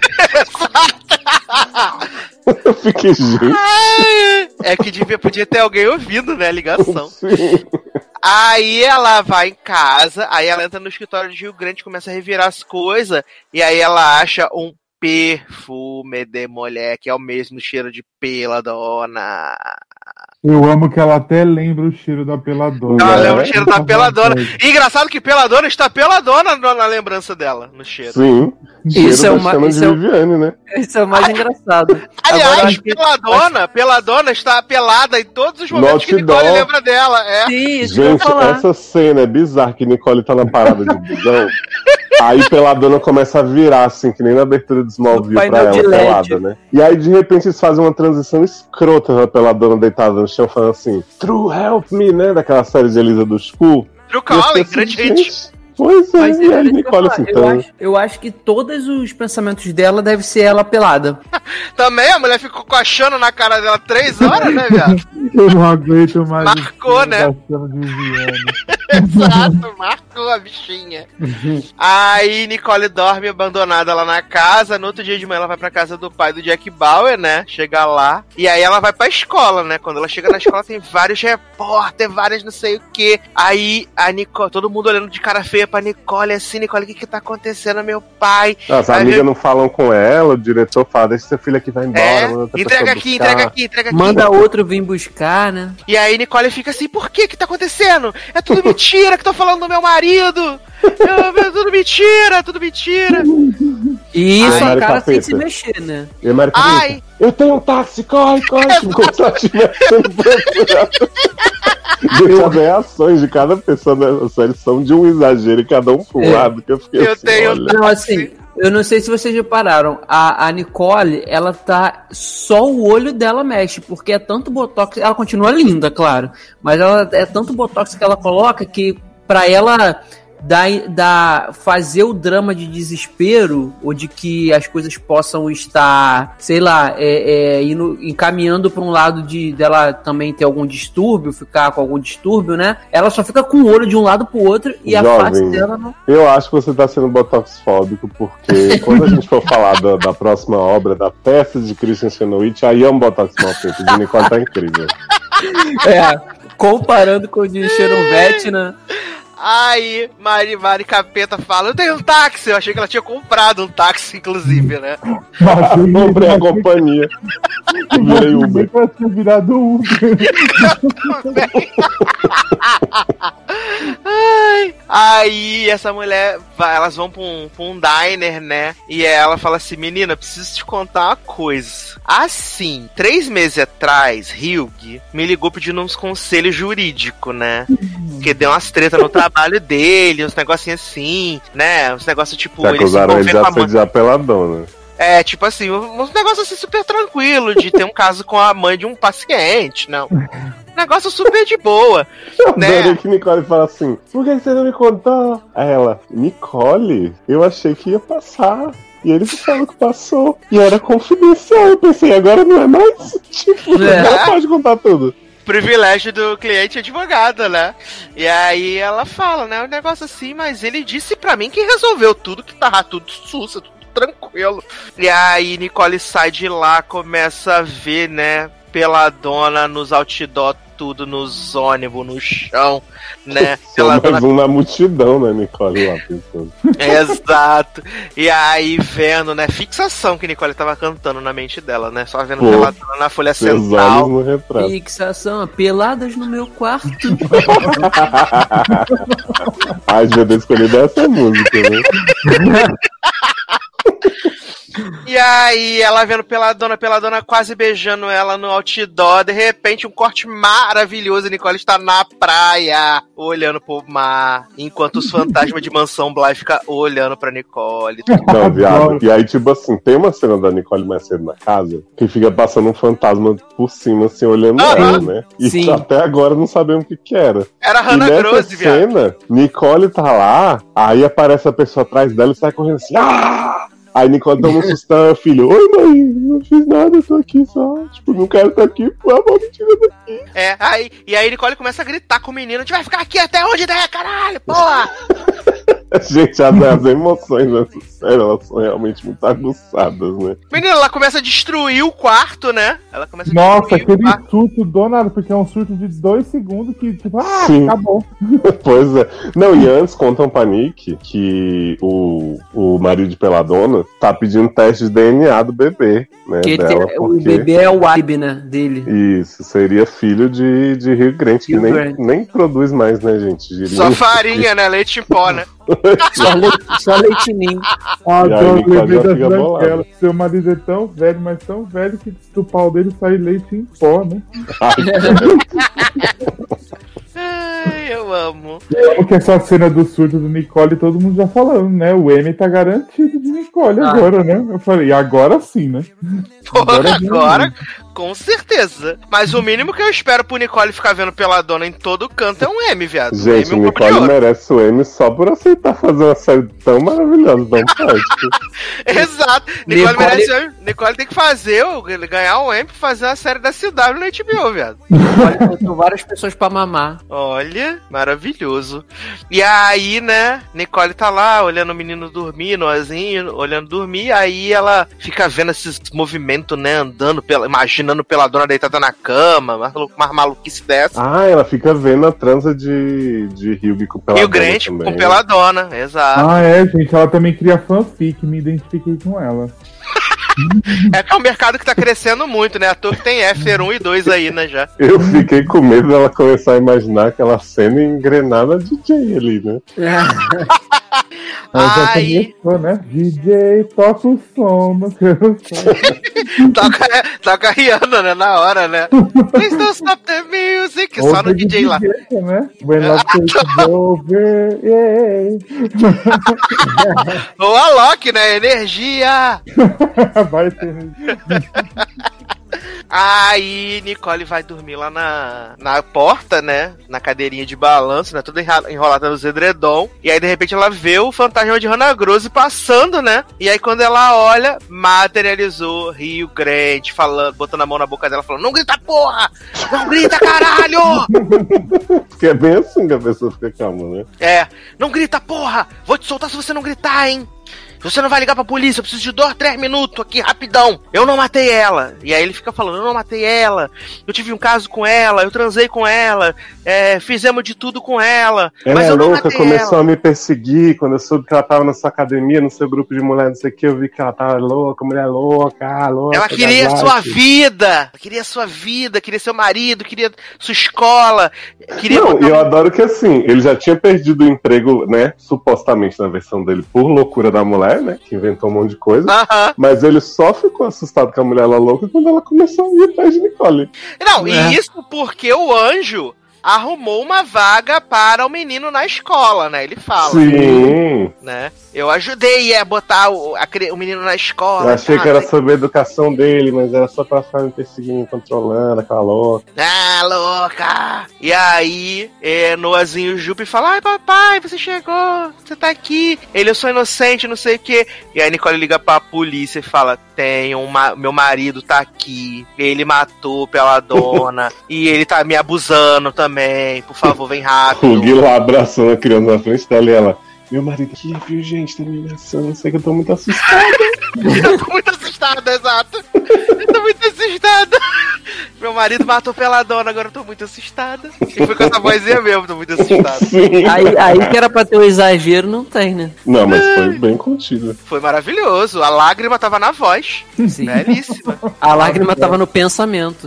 Speaker 3: Eu fiquei, gente.
Speaker 2: É que devia, podia ter alguém ouvindo, né, a ligação.
Speaker 3: Sim.
Speaker 2: Aí ela vai em casa, aí ela entra no escritório de Rio Grande, começa a revirar as coisas, e aí ela acha um perfume de mulher, que é o mesmo cheiro de peladona.
Speaker 4: Eu amo que ela até lembra o cheiro da peladona.
Speaker 2: Ela
Speaker 3: É.
Speaker 2: lembra o cheiro da peladona. E engraçado que peladona está peladona na na lembrança dela, no cheiro.
Speaker 3: Sim.
Speaker 5: Isso
Speaker 3: Cheiro
Speaker 5: é
Speaker 3: da
Speaker 5: uma-
Speaker 3: chama
Speaker 5: isso
Speaker 3: de
Speaker 5: é um-
Speaker 3: Viviane, né?
Speaker 5: Isso é o mais engraçado.
Speaker 2: Aliás,
Speaker 5: Agora,
Speaker 2: peladona, peladona está pelada em todos os momentos que
Speaker 3: Outdoor.
Speaker 2: Nicole lembra dela. É.
Speaker 5: sim, isso que eu ia
Speaker 3: Gente,
Speaker 5: falar.
Speaker 3: essa cena é bizarra, que Nicole tá na parada de busão. Aí Peladona começa a virar, assim, que nem na abertura do Smallville
Speaker 5: No
Speaker 3: pra
Speaker 5: painel
Speaker 3: ela,
Speaker 5: de L E D.
Speaker 3: pelada, né? E aí, de repente, eles fazem uma transição escrota da Peladona deitada no chão, falando assim, True Help Me, né? Daquela série de Elisa do School.
Speaker 2: Drew
Speaker 3: E eu fiquei
Speaker 2: Collin,
Speaker 3: assim,
Speaker 2: grande
Speaker 3: gente,
Speaker 2: hit.
Speaker 3: Pois é,
Speaker 5: Mas,
Speaker 3: e aí
Speaker 5: deixa eu
Speaker 3: Nicole
Speaker 5: falar,
Speaker 3: assim,
Speaker 5: eu,
Speaker 3: tá...
Speaker 5: acho, eu acho que todos os pensamentos dela devem ser ela pelada.
Speaker 2: Também a mulher ficou coachando na cara dela três horas, né, viado?
Speaker 4: Eu não aguento mais.
Speaker 2: Marcou,
Speaker 4: o cheiro
Speaker 2: né?
Speaker 4: da chama de Viviane.
Speaker 2: Exato, marcou a bichinha. Aí Nicole dorme abandonada lá na casa. No outro dia de manhã ela vai pra casa do pai do Jack Bauer, né? Chega lá. E aí ela vai pra escola, né? Quando ela chega na escola tem vários repórteres, vários não sei o que. Aí a Nicole, todo mundo olhando de cara feia pra Nicole, assim, Nicole, o que que tá acontecendo, meu pai?
Speaker 3: As
Speaker 2: Aí
Speaker 3: amigas
Speaker 2: eu-
Speaker 3: não falam com ela, o diretor fala, deixa você filho aqui vai embora.
Speaker 2: É,
Speaker 3: manda outra
Speaker 2: entrega
Speaker 3: pessoa
Speaker 2: aqui,
Speaker 3: buscar.
Speaker 2: entrega aqui, entrega aqui.
Speaker 5: Manda outro vir buscar, né?
Speaker 2: E aí Nicole fica assim, por que que tá acontecendo? É tudo mentira que tô falando do meu marido. É tudo mentira, tudo mentira.
Speaker 5: E isso
Speaker 3: Ai,
Speaker 5: a cara sem
Speaker 3: capeta.
Speaker 5: se mexer, né?
Speaker 3: E a Mari
Speaker 2: Ai.
Speaker 3: fica, eu tenho um táxi, corre, corre. Ficou só te metendo processo. Gente, as reações de cada pessoa nessa série são de um exagero e cada um pro
Speaker 5: É.
Speaker 3: lado. Que eu fiquei
Speaker 2: Eu
Speaker 3: assim,
Speaker 2: tenho-
Speaker 3: olha.
Speaker 5: Não, assim, eu não sei se vocês repararam, a, a Nicole, ela tá. Só o olho dela mexe, porque é tanto botox. Ela continua linda, claro, mas ela é tanto botox que ela coloca que pra ela dar, dar, fazer o drama de desespero, ou de que as coisas possam estar, sei lá, é, é, indo, encaminhando pra um lado de dela também ter algum distúrbio, ficar com algum distúrbio, né? Ela só fica com o olho de um lado pro outro e a
Speaker 3: Jovem.
Speaker 5: face dela não.
Speaker 3: Eu acho que você tá sendo botoxfóbico, porque quando a gente for falar da, da próxima obra, da peça de Christian Chenoweth, aí é um botox mal feito. O de Nicole tá incrível.
Speaker 5: É, comparando com o de Cherovete, né?
Speaker 2: Aí Mari, Mari Capeta fala, eu tenho um táxi. Eu achei que ela tinha comprado um táxi, inclusive, né?
Speaker 3: Comprei a companhia. Virei Uber.
Speaker 4: Pra ter virado Uber.
Speaker 2: Ai, aí essa mulher, vai, elas vão pra um, pra um diner, né? E ela fala assim, menina, preciso te contar uma coisa. Assim, três meses atrás, Hugh me ligou pedindo uns conselhos jurídicos, né? Porque deu umas tretas no trabalho dele, uns negocinhos assim, né? Uns negócios tipo...
Speaker 3: Já
Speaker 2: ele se
Speaker 3: acusaram ele de
Speaker 2: envolvendo com a mãe.
Speaker 3: assediar pela dona.
Speaker 2: É, tipo assim, uns negócios assim super tranquilo, de ter um caso com a mãe de um paciente, não. Negócio super de boa,
Speaker 3: Eu
Speaker 2: né?
Speaker 3: adorei que Nicole fala assim, por que você não me contou? Aí ela, Nicole, eu achei que ia passar. E ele falou que passou. E era confidencial. Eu pensei, agora não é mais? Tipo,
Speaker 5: É.
Speaker 3: não pode contar tudo.
Speaker 2: Privilégio do cliente advogado, né? E aí ela fala, né? Um negócio assim, mas ele disse pra mim que resolveu tudo, que tava tudo sussa, tudo tranquilo. E aí Nicole sai de lá, começa a ver, né? Peladona nos outdoor, tudo nos ônibus, no chão, né?
Speaker 3: Só
Speaker 2: Peladona.
Speaker 3: mais um na multidão, né, Nicole, lá pensando.
Speaker 2: Exato. E aí vendo, né? Fixação que Nicole tava cantando na mente dela, né? Só vendo
Speaker 3: Pô,
Speaker 2: Peladona na folha
Speaker 3: Seus
Speaker 2: central.
Speaker 3: olhos no retrato.
Speaker 5: Fixação, peladas no meu quarto.
Speaker 3: Ai, devia ter escolhido essa música, né?
Speaker 2: E aí, ela vendo Peladona, Peladona quase beijando ela no outdoor. De repente, um corte maravilhoso. Nicole está na praia, olhando pro mar. Enquanto os fantasmas de Mansão Bly ficam olhando pra Nicole.
Speaker 3: Não, viado. E aí, tipo assim, tem uma cena da Nicole mais cedo na casa que fica passando um fantasma por cima, assim, olhando
Speaker 2: Aham.
Speaker 3: ela, né? E
Speaker 5: Sim.
Speaker 3: até agora não sabemos o que que era.
Speaker 2: Era
Speaker 3: E
Speaker 2: Hannah
Speaker 3: nessa
Speaker 2: Grosse, viado.
Speaker 3: cena, Nicole tá lá, aí aparece a pessoa atrás dela e sai correndo assim, ah! Aí Nicole toma um sustão, filho, oi mãe, não fiz nada, eu tô aqui só, tipo, não quero estar aqui, por favor, me tira daqui.
Speaker 2: É, aí, e aí Nicole começa a gritar com o menino: a gente vai ficar aqui até onde der, caralho, porra!
Speaker 3: Gente, as, as emoções dessa série, elas são realmente muito aguçadas, né?
Speaker 2: Menina, ela começa a destruir o quarto, né? Ela começa a
Speaker 4: Nossa,
Speaker 2: destruir
Speaker 4: aquele
Speaker 2: o quarto.
Speaker 4: surto do nada, porque é um surto de dois segundos que, tipo, ah,
Speaker 3: Sim.
Speaker 4: acabou.
Speaker 3: Pois é. Não, e antes contam pra Nick que o, o marido de Peladona tá pedindo teste de D N A do bebê, né?
Speaker 5: Que ele
Speaker 3: dela,
Speaker 5: tem- O
Speaker 3: porque...
Speaker 5: bebê é o Ibe, né? Dele.
Speaker 3: Isso, seria filho de, de Rio Grande, que
Speaker 5: Hugh
Speaker 3: nem,
Speaker 5: Grant.
Speaker 3: nem produz mais, né, gente? Girinho.
Speaker 2: Só farinha, né? Leite em pó, né?
Speaker 5: Só, leite, só leitinho.
Speaker 4: Ah,
Speaker 3: E aí,
Speaker 4: então, eu
Speaker 3: Nicole
Speaker 4: lembrei
Speaker 3: já
Speaker 4: das
Speaker 3: fica bolada.
Speaker 4: branquelas. Seu marido é tão velho, mas tão velho que do pau dele sai leite em pó, né?
Speaker 2: Ai, eu amo.
Speaker 4: Porque essa cena do surto do Nicole, todo mundo já falando, né? O M tá garantido de Nicole
Speaker 5: Ah.
Speaker 4: agora, né? Eu falei, agora sim, né?
Speaker 2: Porra,
Speaker 4: Agora vem
Speaker 2: agora, com certeza. Mas o mínimo que eu espero pro Nicole ficar vendo Peladona em todo canto é um M, viado. Um
Speaker 3: Gente,
Speaker 2: M, um copo de
Speaker 3: Nicole
Speaker 2: ouro.
Speaker 3: merece o M só por aceitar fazer uma série tão maravilhosa, tão forte.
Speaker 2: Exato. Nicole,
Speaker 5: Nicole-
Speaker 2: merece um M. Nicole tem que fazer, o- ganhar um M pra fazer uma série da C W no H B O, viado.
Speaker 5: Olha, botou várias pessoas pra mamar.
Speaker 2: Olha, maravilhoso. E aí, né, Nicole tá lá olhando o menino dormir, nozinho, olhando dormir, aí ela fica vendo esses movimentos, né, andando, pela, imaginando Peladona deitada na cama, mais, malu- mais maluquice dessa.
Speaker 3: Ah, ela fica vendo a transa de, de Hugh com Peladona
Speaker 2: E o Grant
Speaker 3: também.
Speaker 2: com Peladona, exato.
Speaker 4: Ah, é, gente, ela também cria fanfic, me identifiquei com ela.
Speaker 2: É que é um mercado que tá crescendo muito, né? À toa que tem After um e dois aí, né, já.
Speaker 3: Eu fiquei com medo dela começar a imaginar aquela cena engrenada D J ali, né?
Speaker 4: Ela já
Speaker 2: Aí,
Speaker 4: começou, né? D J, toca o som, não quero
Speaker 2: toca, toca a Rihanna, né, na hora, né? Please don't stop the music, só no D J lá.
Speaker 4: Né? When love takes over, yeah.
Speaker 2: Ou a Loki, né? Energia!
Speaker 4: Vai ter.
Speaker 2: Aí Nicole vai dormir lá na, na porta, né? Na cadeirinha de balanço, né? Toda enra- enrolada nos edredom. E aí, de repente, ela vê o fantasma de Hannah Grosse passando, né? E aí, quando ela olha, materializou Rio Grande, falando, botando a mão na boca dela, falando: não grita, porra! Não grita, caralho!
Speaker 3: Que é bem assim que a pessoa fica calma, né?
Speaker 2: É, não grita, porra! Vou te soltar se você não gritar, hein? Você não vai ligar pra polícia, eu preciso de dois, três minutos aqui, rapidão. Eu não matei ela. E aí ele fica falando, eu não matei ela. Eu tive um caso com ela, eu transei com ela, é, fizemos de tudo com ela.
Speaker 3: Ela
Speaker 2: mas
Speaker 3: é
Speaker 2: eu não
Speaker 3: louca,
Speaker 2: matei
Speaker 3: começou
Speaker 2: ela.
Speaker 3: a me perseguir. Quando eu soube que ela tava na sua academia, no seu grupo de mulher, não sei o que, eu vi que ela tava louca, mulher louca, louca.
Speaker 2: Ela queria
Speaker 3: da
Speaker 2: sua
Speaker 3: Jaque.
Speaker 2: vida, ela queria sua vida, queria seu marido, queria sua escola. Queria
Speaker 3: Não,
Speaker 2: botar
Speaker 3: e eu
Speaker 2: um-
Speaker 3: adoro que assim, ele já tinha perdido o emprego, né? Supostamente na versão dele, por loucura da mulher, né? Que inventou um monte de coisa.
Speaker 2: Aham.
Speaker 3: Mas ele só ficou assustado com a mulher lá louca quando ela começou a ir atrás de Nicole.
Speaker 2: Não,
Speaker 5: É.
Speaker 2: e isso porque o anjo arrumou uma vaga para o menino na escola, né? Ele fala,
Speaker 3: Sim.
Speaker 2: né? Eu ajudei a botar o, a cri- o menino na escola.
Speaker 3: Eu achei
Speaker 2: tá?
Speaker 3: que era sobre a educação dele, mas era só pra ficar me perseguindo, controlando, aquela louca.
Speaker 2: Ah, louca! E aí, é, Noazinho Jupe fala: ai, papai, você chegou, você tá aqui. Ele, eu sou inocente, não sei o quê. E aí, Nicole liga pra polícia e fala: tem uma, meu marido tá aqui, ele matou pela dona, e ele tá me abusando também. Por favor, vem
Speaker 3: O
Speaker 2: rápido.
Speaker 3: Gui lá abraçando a criança na frente dela e ela. Meu marido aqui, viu, gente? Tá me ameaçando, não sei que eu tô muito assustada.
Speaker 2: Eu tô muito assustada, exato. Eu tô muito assustada. Meu marido matou pela dona, agora eu tô muito assustada. E foi com essa vozinha mesmo, tô muito assustada.
Speaker 3: Sim.
Speaker 5: Aí, aí que era pra ter um exagero, não tem, né?
Speaker 3: Não, mas foi bem contido.
Speaker 2: Foi maravilhoso. A lágrima tava na voz.
Speaker 5: Sim.
Speaker 2: Belíssima.
Speaker 5: A lágrima tava no pensamento.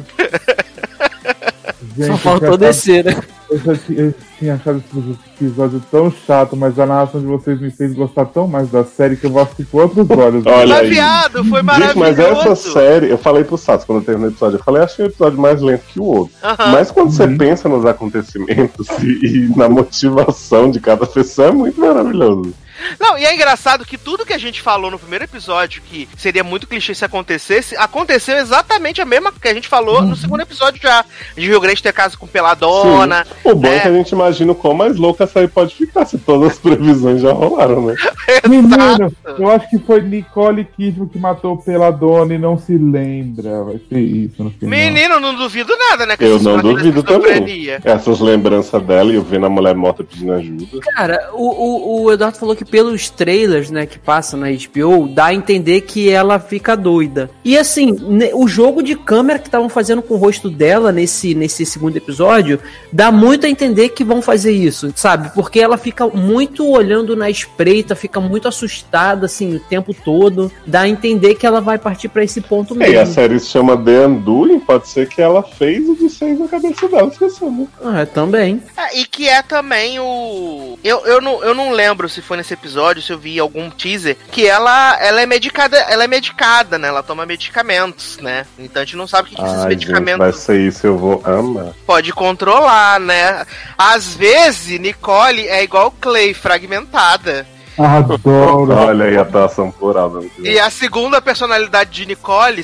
Speaker 4: Gente,
Speaker 5: Só
Speaker 4: eu
Speaker 5: faltou
Speaker 4: já-
Speaker 5: descer, né?
Speaker 4: Eu já tinha, eu tinha achado esse episódio tão chato, mas a narração de vocês me fez gostar tão mais da série que eu vou assistir com outros olhos.
Speaker 3: Olha
Speaker 2: Mas,
Speaker 3: aí.
Speaker 2: viado, foi
Speaker 3: Gente,
Speaker 2: maravilhoso.
Speaker 3: mas essa série, eu falei pro Sato quando eu terminei o episódio, eu falei, achei o episódio mais lento que o outro.
Speaker 2: Aham.
Speaker 3: Mas quando você
Speaker 4: Uhum.
Speaker 3: pensa nos acontecimentos e, e na motivação de cada pessoa, é muito maravilhoso.
Speaker 2: Não, e é engraçado que tudo que a gente falou no primeiro episódio, que seria muito clichê se acontecesse, aconteceu exatamente a mesma que a gente falou no segundo episódio já. De Rio Grande ter caso com Peladona.
Speaker 3: Sim. O bom é
Speaker 2: né?
Speaker 3: que a gente imagina o quão mais louca essa aí pode ficar, se todas as previsões já rolaram, né?
Speaker 4: Menino, eu acho que foi Nicole Kidman que matou o Peladona e não se lembra. Vai ser isso no final.
Speaker 2: Menino, não duvido nada, né? que
Speaker 3: Eu
Speaker 2: essas
Speaker 3: não
Speaker 2: coisas de
Speaker 3: duvido também.
Speaker 2: esquizofrenia.
Speaker 3: Essas lembranças dela e eu vendo a mulher morta pedindo ajuda.
Speaker 5: Cara, o, o, o Eduardo falou que pelos trailers, né, que passam na H B O, dá a entender que ela fica doida. E assim, ne- o jogo de câmera que estavam fazendo com o rosto dela nesse, nesse segundo episódio, dá muito a entender que vão fazer isso, sabe? Porque ela fica muito olhando na espreita, fica muito assustada, assim, o tempo todo. Dá a entender que ela vai partir pra esse ponto
Speaker 3: É, e a
Speaker 5: mesmo.
Speaker 3: série se chama The Undoing, pode ser que ela fez o de seis na cabeça dela, esqueceu, né?
Speaker 5: Ah, também.
Speaker 2: É, e que é também o. Eu, eu, não, eu não lembro se foi nesse episódio, se eu vi algum teaser, que ela, ela é medicada, ela é medicada, né? Ela toma medicamentos, né? Então a gente não sabe o que, que esses
Speaker 3: Ai, gente,
Speaker 2: medicamentos
Speaker 3: vai ser isso, eu vou amar.
Speaker 2: pode controlar, né? Às vezes, Nicole é igual Clay, fragmentada.
Speaker 4: Adoro.
Speaker 3: Olha aí a atuação plural. Né?
Speaker 2: E a segunda personalidade de Nicole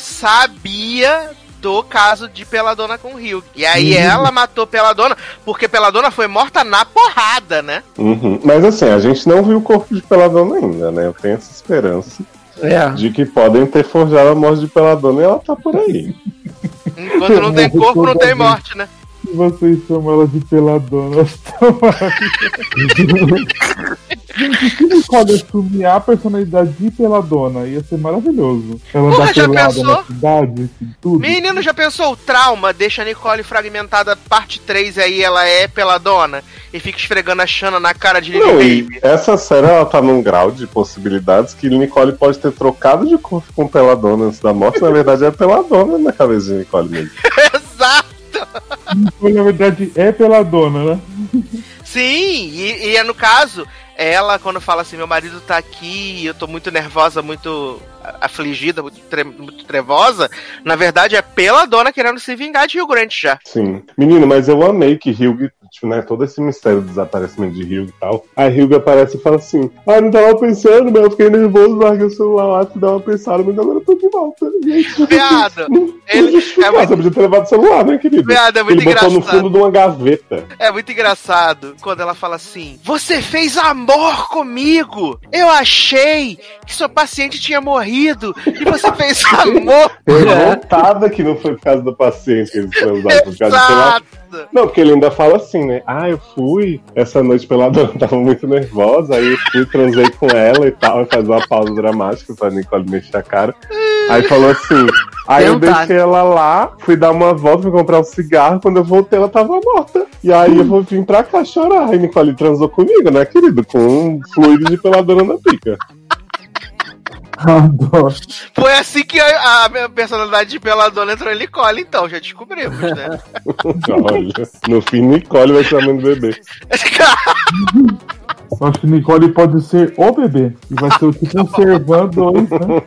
Speaker 2: sabia do caso de Peladona com o Rio. E aí
Speaker 4: Uhum.
Speaker 2: ela matou Peladona, porque Peladona foi morta na porrada, né?
Speaker 3: Uhum. Mas assim, a gente não viu o corpo de Peladona ainda, né? Eu tenho essa esperança
Speaker 5: É.
Speaker 3: de que podem ter forjado a morte de Peladona e ela tá por aí.
Speaker 2: Enquanto não tem corpo, não tem morte, né?
Speaker 4: Vocês chamam ela de Peladona. Gente, se Nicole assumir a personalidade de peladona, ia ser maravilhoso. Ela
Speaker 2: Porra,
Speaker 4: dá
Speaker 2: já
Speaker 4: pelada
Speaker 2: pensou?
Speaker 4: na cidade, assim, tudo.
Speaker 2: Menino, já pensou o trauma? Deixa a Nicole fragmentada parte três e aí ela é peladona e fica esfregando a Shanna na cara de Lily
Speaker 3: Não, e
Speaker 2: Baby.
Speaker 3: essa série ela tá num grau de possibilidades que Nicole pode ter trocado de corpo com peladona antes da morte. Na verdade, é peladona na cabeça de Nicole mesmo.
Speaker 2: Exato!
Speaker 4: Nicole, na verdade, é peladona, né?
Speaker 2: Sim, e, e é no caso, ela quando fala assim, meu marido tá aqui, eu tô muito nervosa, muito afligida, muito, tre muito trevosa, na verdade é peladona querendo se vingar de Hugh Grant já.
Speaker 3: Sim. Menino, mas eu amei que Hugh, tipo, né, todo esse mistério do desaparecimento de Hugh e tal. Aí Hugh aparece e fala assim, ah, não tava pensando, mas eu fiquei nervoso, larguei o celular lá, te dar uma pensada, mas agora eu tô de volta.
Speaker 2: Viado,
Speaker 3: Não,
Speaker 2: ele-
Speaker 3: não justificar,
Speaker 2: é muito-
Speaker 3: você podia ter levado o celular, né, querido?
Speaker 2: Viado, é muito
Speaker 3: Ele botou no
Speaker 2: engraçado.
Speaker 3: fundo de uma gaveta.
Speaker 2: É muito engraçado quando ela fala assim: você fez amor comigo! Eu achei que seu paciente tinha morrido e você fez amor!
Speaker 3: Revoltada que não foi por causa do paciente que eles transaram, por causa do celular.
Speaker 2: Exato!
Speaker 3: Não, porque ele ainda fala assim, né? Ah, eu fui essa noite peladona, tava muito nervosa, aí eu fui, transei com ela e tal, e faz uma pausa dramática pra Nicole mexer a cara. Aí falou assim, aí eu
Speaker 5: Tentar.
Speaker 3: deixei ela lá, fui dar uma volta, fui comprar um cigarro, quando eu voltei ela tava morta. E aí eu vou vir pra cá chorar. Aí Nicole transou comigo, né, querido? Com um fluido de peladona na pica.
Speaker 4: Adoro.
Speaker 2: Foi assim que a, a minha personalidade de peladona entrou em Nicole, então, já descobrimos, né?
Speaker 3: Olha, no fim Nicole vai ser a mãe do bebê.
Speaker 4: Eu acho que Nicole pode ser o bebê. E vai ser o tipo um servão dois,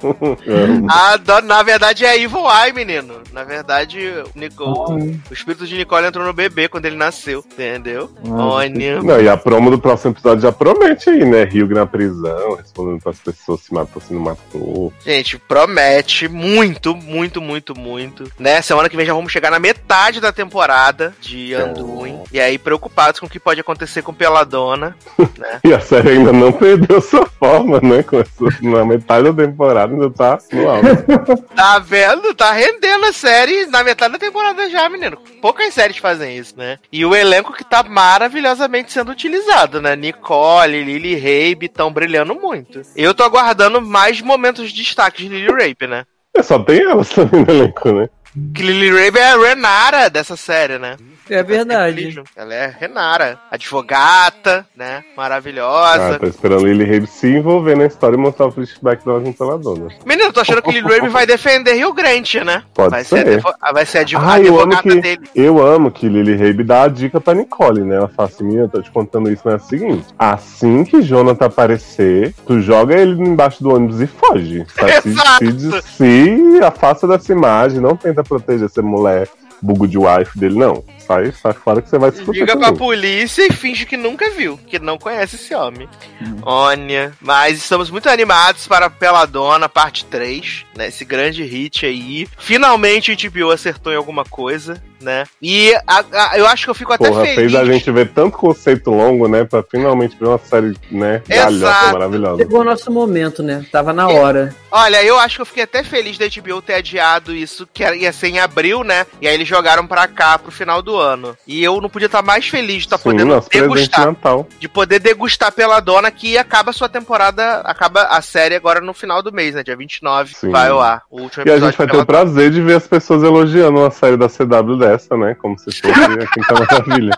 Speaker 4: né?
Speaker 2: A do- na verdade é a Evil Eye, menino. Na verdade, o, Nicole, o espírito de Nicole entrou no bebê quando ele nasceu, entendeu?
Speaker 4: Ah,
Speaker 2: Olha.
Speaker 3: Não, e a promo do próximo episódio já promete aí, né? Hugh na prisão, respondendo pras pessoas se matou, se não matou.
Speaker 2: Gente, promete muito, muito, muito, muito. Né? Semana que vem já vamos chegar na metade da temporada de Anduin. E aí, preocupados com o que pode acontecer com Peladona, né?
Speaker 3: E a série ainda não perdeu sua forma, né? Começou na metade da temporada, ainda tá no alto.
Speaker 2: Tá vendo? Tá rendendo a série na metade da temporada já, menino. Poucas séries fazem isso, né? E o elenco que tá maravilhosamente sendo utilizado, né? Nicole, Lily Rabe estão brilhando muito. Eu tô aguardando mais momentos de destaque de Lily Rabe, né?
Speaker 3: É, só tem elas também no elenco, né?
Speaker 2: Que Lily Rabe é a Renara dessa série, né?
Speaker 5: É verdade.
Speaker 2: Ela é Renara, advogata, né? Maravilhosa.
Speaker 3: Ah, tô esperando Lily Rabe se envolver na história e mostrar o flashback dela com peladona.
Speaker 2: Menino, tô achando que Lily Rabe vai defender Hugh Grant, né?
Speaker 3: Pode
Speaker 2: vai
Speaker 3: ser.
Speaker 2: Ser advo- vai ser advo-
Speaker 3: Ah, eu amo,
Speaker 2: advogada
Speaker 3: que,
Speaker 2: dele.
Speaker 3: eu amo que Lily Rabe dá a dica pra Nicole, né? Ela fala assim, menina, eu tô te contando isso, mas é o seguinte. Assim que Jonathan aparecer, tu joga ele embaixo do ônibus e foge. Sabe? Se,
Speaker 2: Exato.
Speaker 3: se, se afasta dessa imagem, não tenta proteger essa mulher bugo de wife dele, não. Sai, sai fora que você vai se fuder
Speaker 2: Liga pra
Speaker 3: também.
Speaker 2: polícia e finge que nunca viu, que não conhece esse homem. Olha, mas estamos muito animados para Peladona, parte três, né? Esse grande hit aí. Finalmente a H B O acertou em alguma coisa, né? E a- a- eu acho que eu fico até
Speaker 3: Porra,
Speaker 2: feliz.
Speaker 3: fez a gente ver tanto conceito longo, né? Pra finalmente ver uma série, né? Galhofa
Speaker 2: Exato.
Speaker 3: maravilhosa.
Speaker 5: Chegou o nosso momento, né? Tava na hora.
Speaker 2: Olha, eu acho que eu fiquei até feliz da H B O ter adiado isso, que ia ser em abril, né? E aí eles jogaram pra cá, pro final do ano. E eu não podia estar mais feliz de estar
Speaker 3: Sim,
Speaker 2: podendo
Speaker 3: nosso presente de
Speaker 2: degustar.
Speaker 3: Natal.
Speaker 2: De poder degustar Peladona, que acaba a sua temporada, acaba a série agora no final do mês, né? Dia vinte e nove,
Speaker 3: Sim.
Speaker 2: vai ao ar. O último
Speaker 3: E a
Speaker 2: episódio
Speaker 3: gente vai
Speaker 2: de
Speaker 3: ter o
Speaker 2: Peladona.
Speaker 3: prazer de ver as pessoas elogiando uma série da C W dessa, né? Como se fosse a Quinta Maravilha.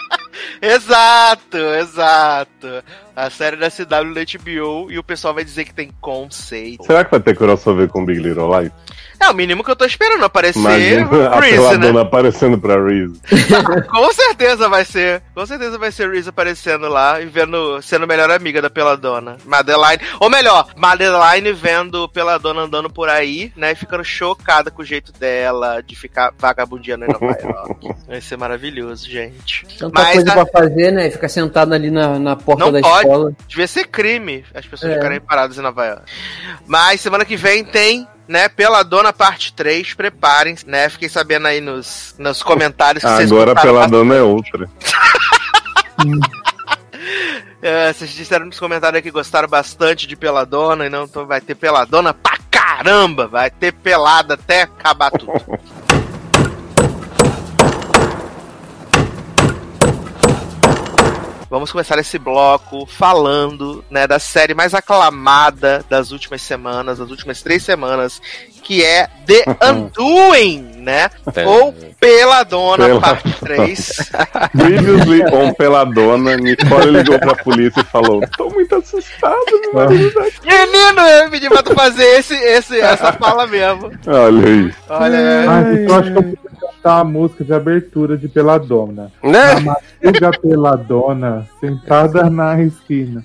Speaker 2: Exato, exato. A série da C W da H B O e o pessoal vai dizer que tem conceito.
Speaker 3: Será que vai ter crossover com Big Little Lies?
Speaker 2: É o mínimo que eu tô esperando, aparecer
Speaker 3: Imagina a
Speaker 2: Reese, né?
Speaker 3: peladona aparecendo pra Reese.
Speaker 2: Com certeza vai ser. Com certeza vai ser Reese aparecendo lá e vendo, sendo melhor amiga da Peladona. Madeline. Ou melhor, Madeline vendo Peladona andando por aí, né? E ficando chocada com o jeito dela de ficar vagabundeando em Nova York. Vai ser maravilhoso, gente.
Speaker 5: Tanta
Speaker 2: Mas
Speaker 5: coisa
Speaker 2: a-
Speaker 5: pra fazer, né? Ficar sentado ali na, na porta
Speaker 2: Não
Speaker 5: da
Speaker 2: pode.
Speaker 5: escola.
Speaker 2: Devia ser crime as pessoas
Speaker 5: É.
Speaker 2: ficarem paradas em Nova York. Mas semana que vem tem, né, Peladona parte três. Preparem-se, né? Fiquei sabendo aí nos, nos comentários que vocês
Speaker 3: Agora a
Speaker 2: gostaram
Speaker 3: peladona é outra.
Speaker 2: É, vocês disseram nos comentários que gostaram bastante de Peladona e não então vai ter Peladona pra caramba, vai ter pelada até acabar tudo. vamos começar esse bloco falando, né, da série mais aclamada das últimas semanas, das últimas três semanas, que é The Undoing, né? Ou Peladona,
Speaker 3: Pela...
Speaker 2: parte três.
Speaker 3: Previously on Peladona, Nicole ligou pra polícia e falou: tô muito assustado, meu marido.
Speaker 2: Menino, eu pedi pra tu fazer esse, esse, essa fala mesmo.
Speaker 3: Olha aí.
Speaker 2: Olha.
Speaker 4: Ai, eu acho que eu podia cantar a música de abertura de Peladona.
Speaker 6: Né?
Speaker 4: A madruga Peladona, sentada na esquina.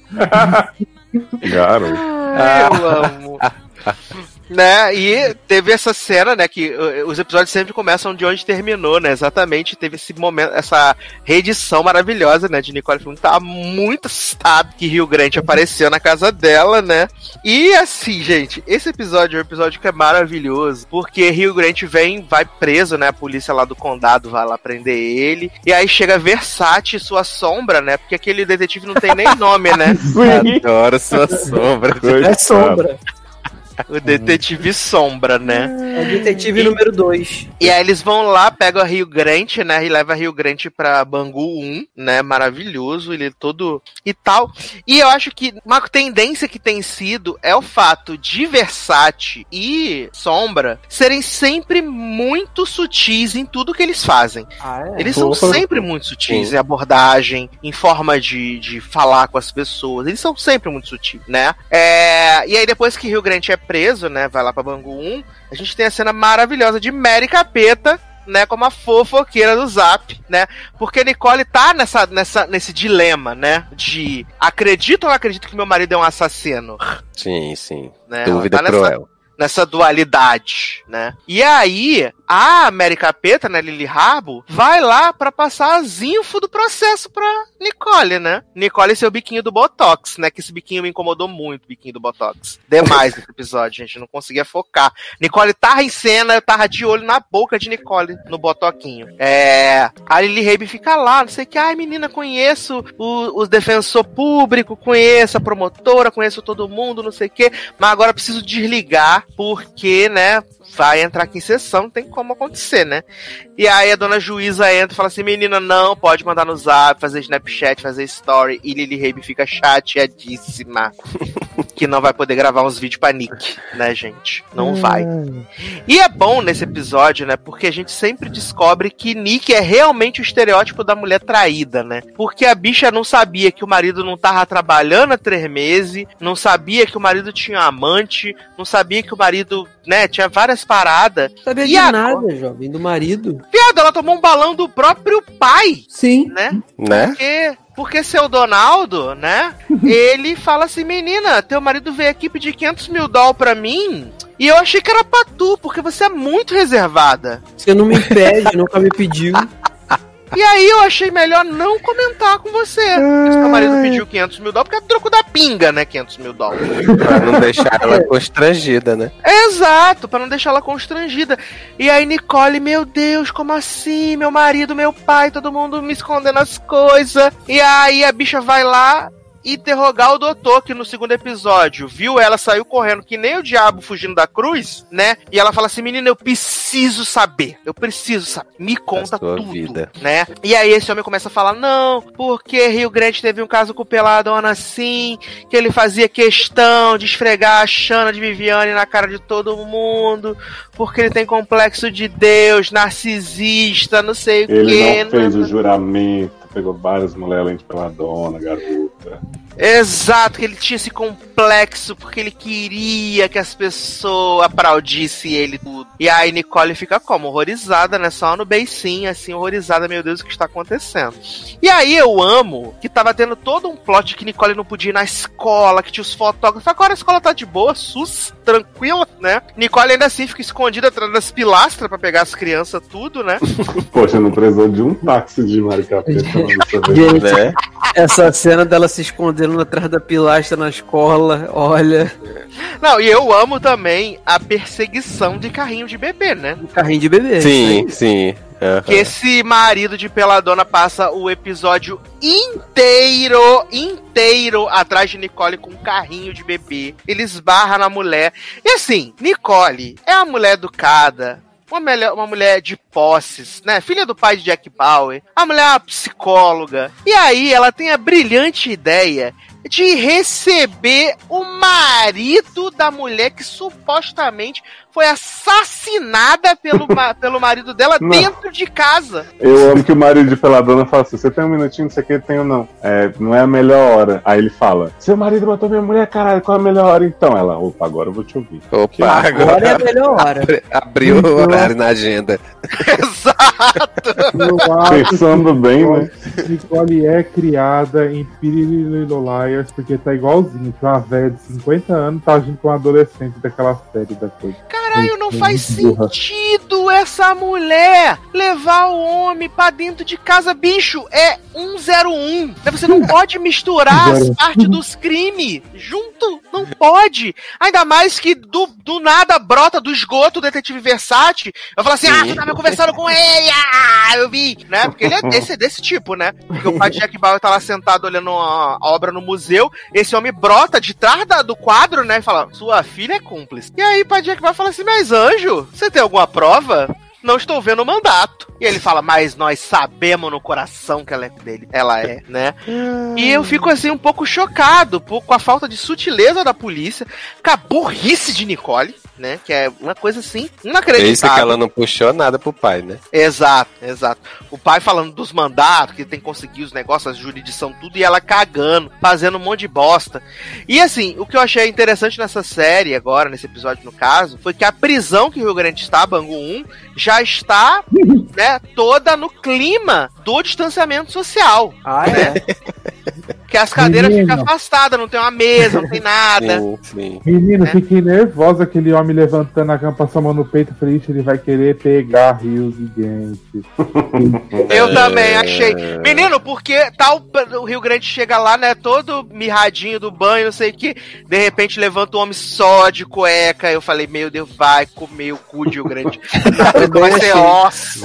Speaker 3: Garoto.
Speaker 2: Ai, eu amo. Né, e teve essa cena, né, que uh, os episódios sempre começam de onde terminou, né, exatamente, teve esse momento, essa reedição maravilhosa, né, de Nicole Flynn, que tava muito assustado que Rio Grande apareceu na casa dela, né, e assim, gente, esse episódio é um episódio que é maravilhoso, porque Rio Grande vem, vai preso, né, a polícia lá do condado vai lá prender ele, e aí chega Versace e sua sombra, né, porque aquele detetive não tem nem nome, né.
Speaker 6: Adoro sua sombra.
Speaker 5: É sombra.
Speaker 2: O detetive sombra, né?
Speaker 5: É o detetive número dois.
Speaker 2: E aí eles vão lá, pegam a Rio Grande, né? E leva a Rio Grande pra Bangu um, né? Maravilhoso, ele é todo e tal. E eu acho que uma tendência que tem sido é o fato de Versace e Sombra serem sempre muito sutis em tudo que eles fazem.
Speaker 5: Ah, é?
Speaker 2: Eles são
Speaker 3: Opa.
Speaker 2: sempre muito sutis
Speaker 6: Sim.
Speaker 2: em abordagem, em forma de, de falar com as pessoas. Eles são sempre muito sutis, né? É, e aí depois que Rio Grande é preso, né, vai lá pra Bangu um, a gente tem a cena maravilhosa de Mary Capeta, né, como a fofoqueira do Zap, né, porque Nicole tá nessa, nessa, nesse dilema, né, de acredito ou não acredito que meu marido é um assassino,
Speaker 6: Sim, sim.
Speaker 2: né,
Speaker 6: Dúvida
Speaker 2: ela tá nessa,
Speaker 6: cruel.
Speaker 2: nessa dualidade, né, e aí a Mary Capeta, né, Lily Harbo, vai lá pra passar a zinfo do processo pra Nicole, né? Nicole e seu biquinho do Botox, né? Que esse biquinho me incomodou muito, o biquinho do Botox. Demais nesse episódio, gente, não conseguia focar. Nicole tava em cena, eu tava de olho na boca de Nicole, no botoquinho. É... A Lily Harbo fica lá, não sei o que, ai menina, conheço o, o defensor público, conheço a promotora, conheço todo mundo, não sei o que, mas agora preciso desligar, porque, né, vai entrar aqui em sessão, não tem como acontecer, né? E aí a dona juíza entra e fala assim, menina, não, pode mandar no Zap, fazer Snapchat, fazer Story, e Lily Rabe fica chateadíssima que não vai poder gravar uns vídeos pra Nick, né, gente? Não vai. E é bom nesse episódio, né, porque a gente sempre descobre que Nick é realmente o estereótipo da mulher traída, né? Porque a bicha não sabia que o marido não tava trabalhando há três meses, não sabia que o marido tinha amante, não sabia que o marido, né, tinha várias paradas.
Speaker 5: Sabia
Speaker 2: E
Speaker 5: de
Speaker 2: agora-
Speaker 5: nada, jovem, do marido.
Speaker 2: Viado, ela tomou um balão do próprio pai,
Speaker 5: Sim.
Speaker 2: né?
Speaker 6: Né?
Speaker 2: Porque, porque seu Donaldo, né? Ele fala assim, menina, teu marido veio aqui pedir quinhentos mil dólares pra mim e eu achei que era pra tu, porque você é muito reservada.
Speaker 5: Você não me impede, nunca me pediu.
Speaker 2: E aí eu achei melhor não comentar com você. Porque seu marido pediu quinhentos mil dólares, porque é troco da pinga, né? quinhentos mil dólares.
Speaker 6: Pra não deixar ela constrangida, né?
Speaker 2: Exato, pra não deixar ela constrangida. E aí Nicole, meu Deus, como assim? Meu marido, meu pai, todo mundo me escondendo as coisas. E aí a bicha vai lá interrogar o doutor, que no segundo episódio viu ela, saiu correndo que nem o diabo fugindo da cruz, né? E ela fala assim, menina, eu preciso saber, eu preciso saber, me conta
Speaker 6: sua
Speaker 2: tudo,
Speaker 6: vida.
Speaker 2: né? E aí esse homem começa a falar, não, porque Rio Grande teve um caso com o Peladona assim, que ele fazia questão de esfregar a Xana de Viviane na cara de todo mundo, porque ele tem complexo de Deus, narcisista, não sei o
Speaker 3: Ele
Speaker 2: quê.
Speaker 3: não fez o juramento, pegou várias mulheres além de Peladona, garota.
Speaker 2: Exato, que ele tinha esse complexo porque ele queria que as pessoas aplaudissem ele tudo. E aí Nicole fica como? Horrorizada, né? Só no beicinho, assim, horrorizada, meu Deus, o que está acontecendo? E aí eu amo que tava tendo todo um plot que Nicole não podia ir na escola, que tinha os fotógrafos. Agora a escola tá de boa, sus, tranquila, né? Nicole ainda assim fica escondida atrás das pilastras pra pegar as crianças tudo, né?
Speaker 3: Poxa, não precisou de um táxi de Maricapeta pra você ver.
Speaker 5: Gente,
Speaker 6: Né?
Speaker 5: essa cena dela se escondendo atrás da pilastra na escola, olha,
Speaker 2: Não, e eu amo também a perseguição de carrinho de bebê, né?
Speaker 5: um carrinho de bebê.
Speaker 6: Sim, sim. Aham.
Speaker 2: Que esse marido de Peladona passa o episódio inteiro, inteiro atrás de Nicole com um carrinho de bebê. Ele esbarra na mulher. E assim, Nicole é uma mulher educada, uma, melhor, uma mulher de posses, né? Filha do pai de Jack Bauer. A mulher é uma psicóloga. E aí ela tem a brilhante ideia de receber o marido da mulher que supostamente foi assassinada pelo, ma- pelo marido dela
Speaker 3: Não.
Speaker 2: dentro de casa.
Speaker 3: Eu amo que o marido de Peladona fala assim: você tem um minutinho, não sei o que, tenho não. É, não é a melhor hora. Aí ele fala: seu marido matou minha mulher, caralho, qual é a melhor hora então? Ela, opa, agora eu vou te ouvir.
Speaker 6: Opa,
Speaker 5: Agora
Speaker 6: agora
Speaker 5: é a melhor hora.
Speaker 6: abri- abriu o horário na agenda.
Speaker 2: Exato.
Speaker 4: Eu acho
Speaker 3: Pensando bem, né?
Speaker 4: que Nicole é criada em Pretty Little Liars porque tá igualzinho. Que uma velha de cinquenta anos tá agindo com um adolescente daquela série da coisa.
Speaker 2: Caralho, não faz
Speaker 4: Burra.
Speaker 2: sentido essa mulher levar o homem pra dentro de casa. Bicho, é um zero um. Você não pode misturar as partes dos crimes junto. Não pode. Ainda mais que do, do nada brota do esgoto o detetive Versace. Eu falo assim, ah, você tava conversando com ele. Ah, eu vi. Né? Porque ele é desse, desse tipo, né? Porque o pai de Jack Bauer tá lá sentado olhando a, a obra no museu. Esse homem brota de trás da, do quadro, né? E fala, sua filha é cúmplice. E aí o pai de Jack Bauer fala assim, mas anjo, você tem alguma prova? Não estou vendo o mandato. E ele fala, mas nós sabemos no coração que ela é dele. Ela é, né? E eu fico assim um pouco chocado por, com a falta de sutileza da polícia, com a burrice de Nicole, né? Que é uma coisa assim, inacreditável.
Speaker 6: Isso que ela não puxou nada pro pai, né?
Speaker 2: Exato, exato. O pai falando dos mandatos, que tem que conseguir os negócios, a jurisdição, tudo, e ela cagando, fazendo um monte de bosta. E assim, o que eu achei interessante nessa série, agora, nesse episódio no caso, foi que a prisão que o Rio Grande está, Bangu um, já está, né, toda no clima do distanciamento social.
Speaker 5: Ah, é?
Speaker 2: Que as cadeiras
Speaker 4: Menino.
Speaker 2: ficam afastadas, não tem uma mesa, não tem nada.
Speaker 6: Sim, sim.
Speaker 4: Menino,
Speaker 2: É.
Speaker 4: fiquei nervosa aquele homem levantando a cama, passando a mão no peito. Falei, "Ixi, ele vai querer pegar rios e gente."
Speaker 2: Eu
Speaker 6: É.
Speaker 2: também achei. Menino, porque tal o Rio Grande chega lá, né, todo mirradinho do banho, não sei o que, de repente levanta um homem só de cueca. Eu falei, meu Deus, vai comer o cu de Rio Grande. Vai ser osso.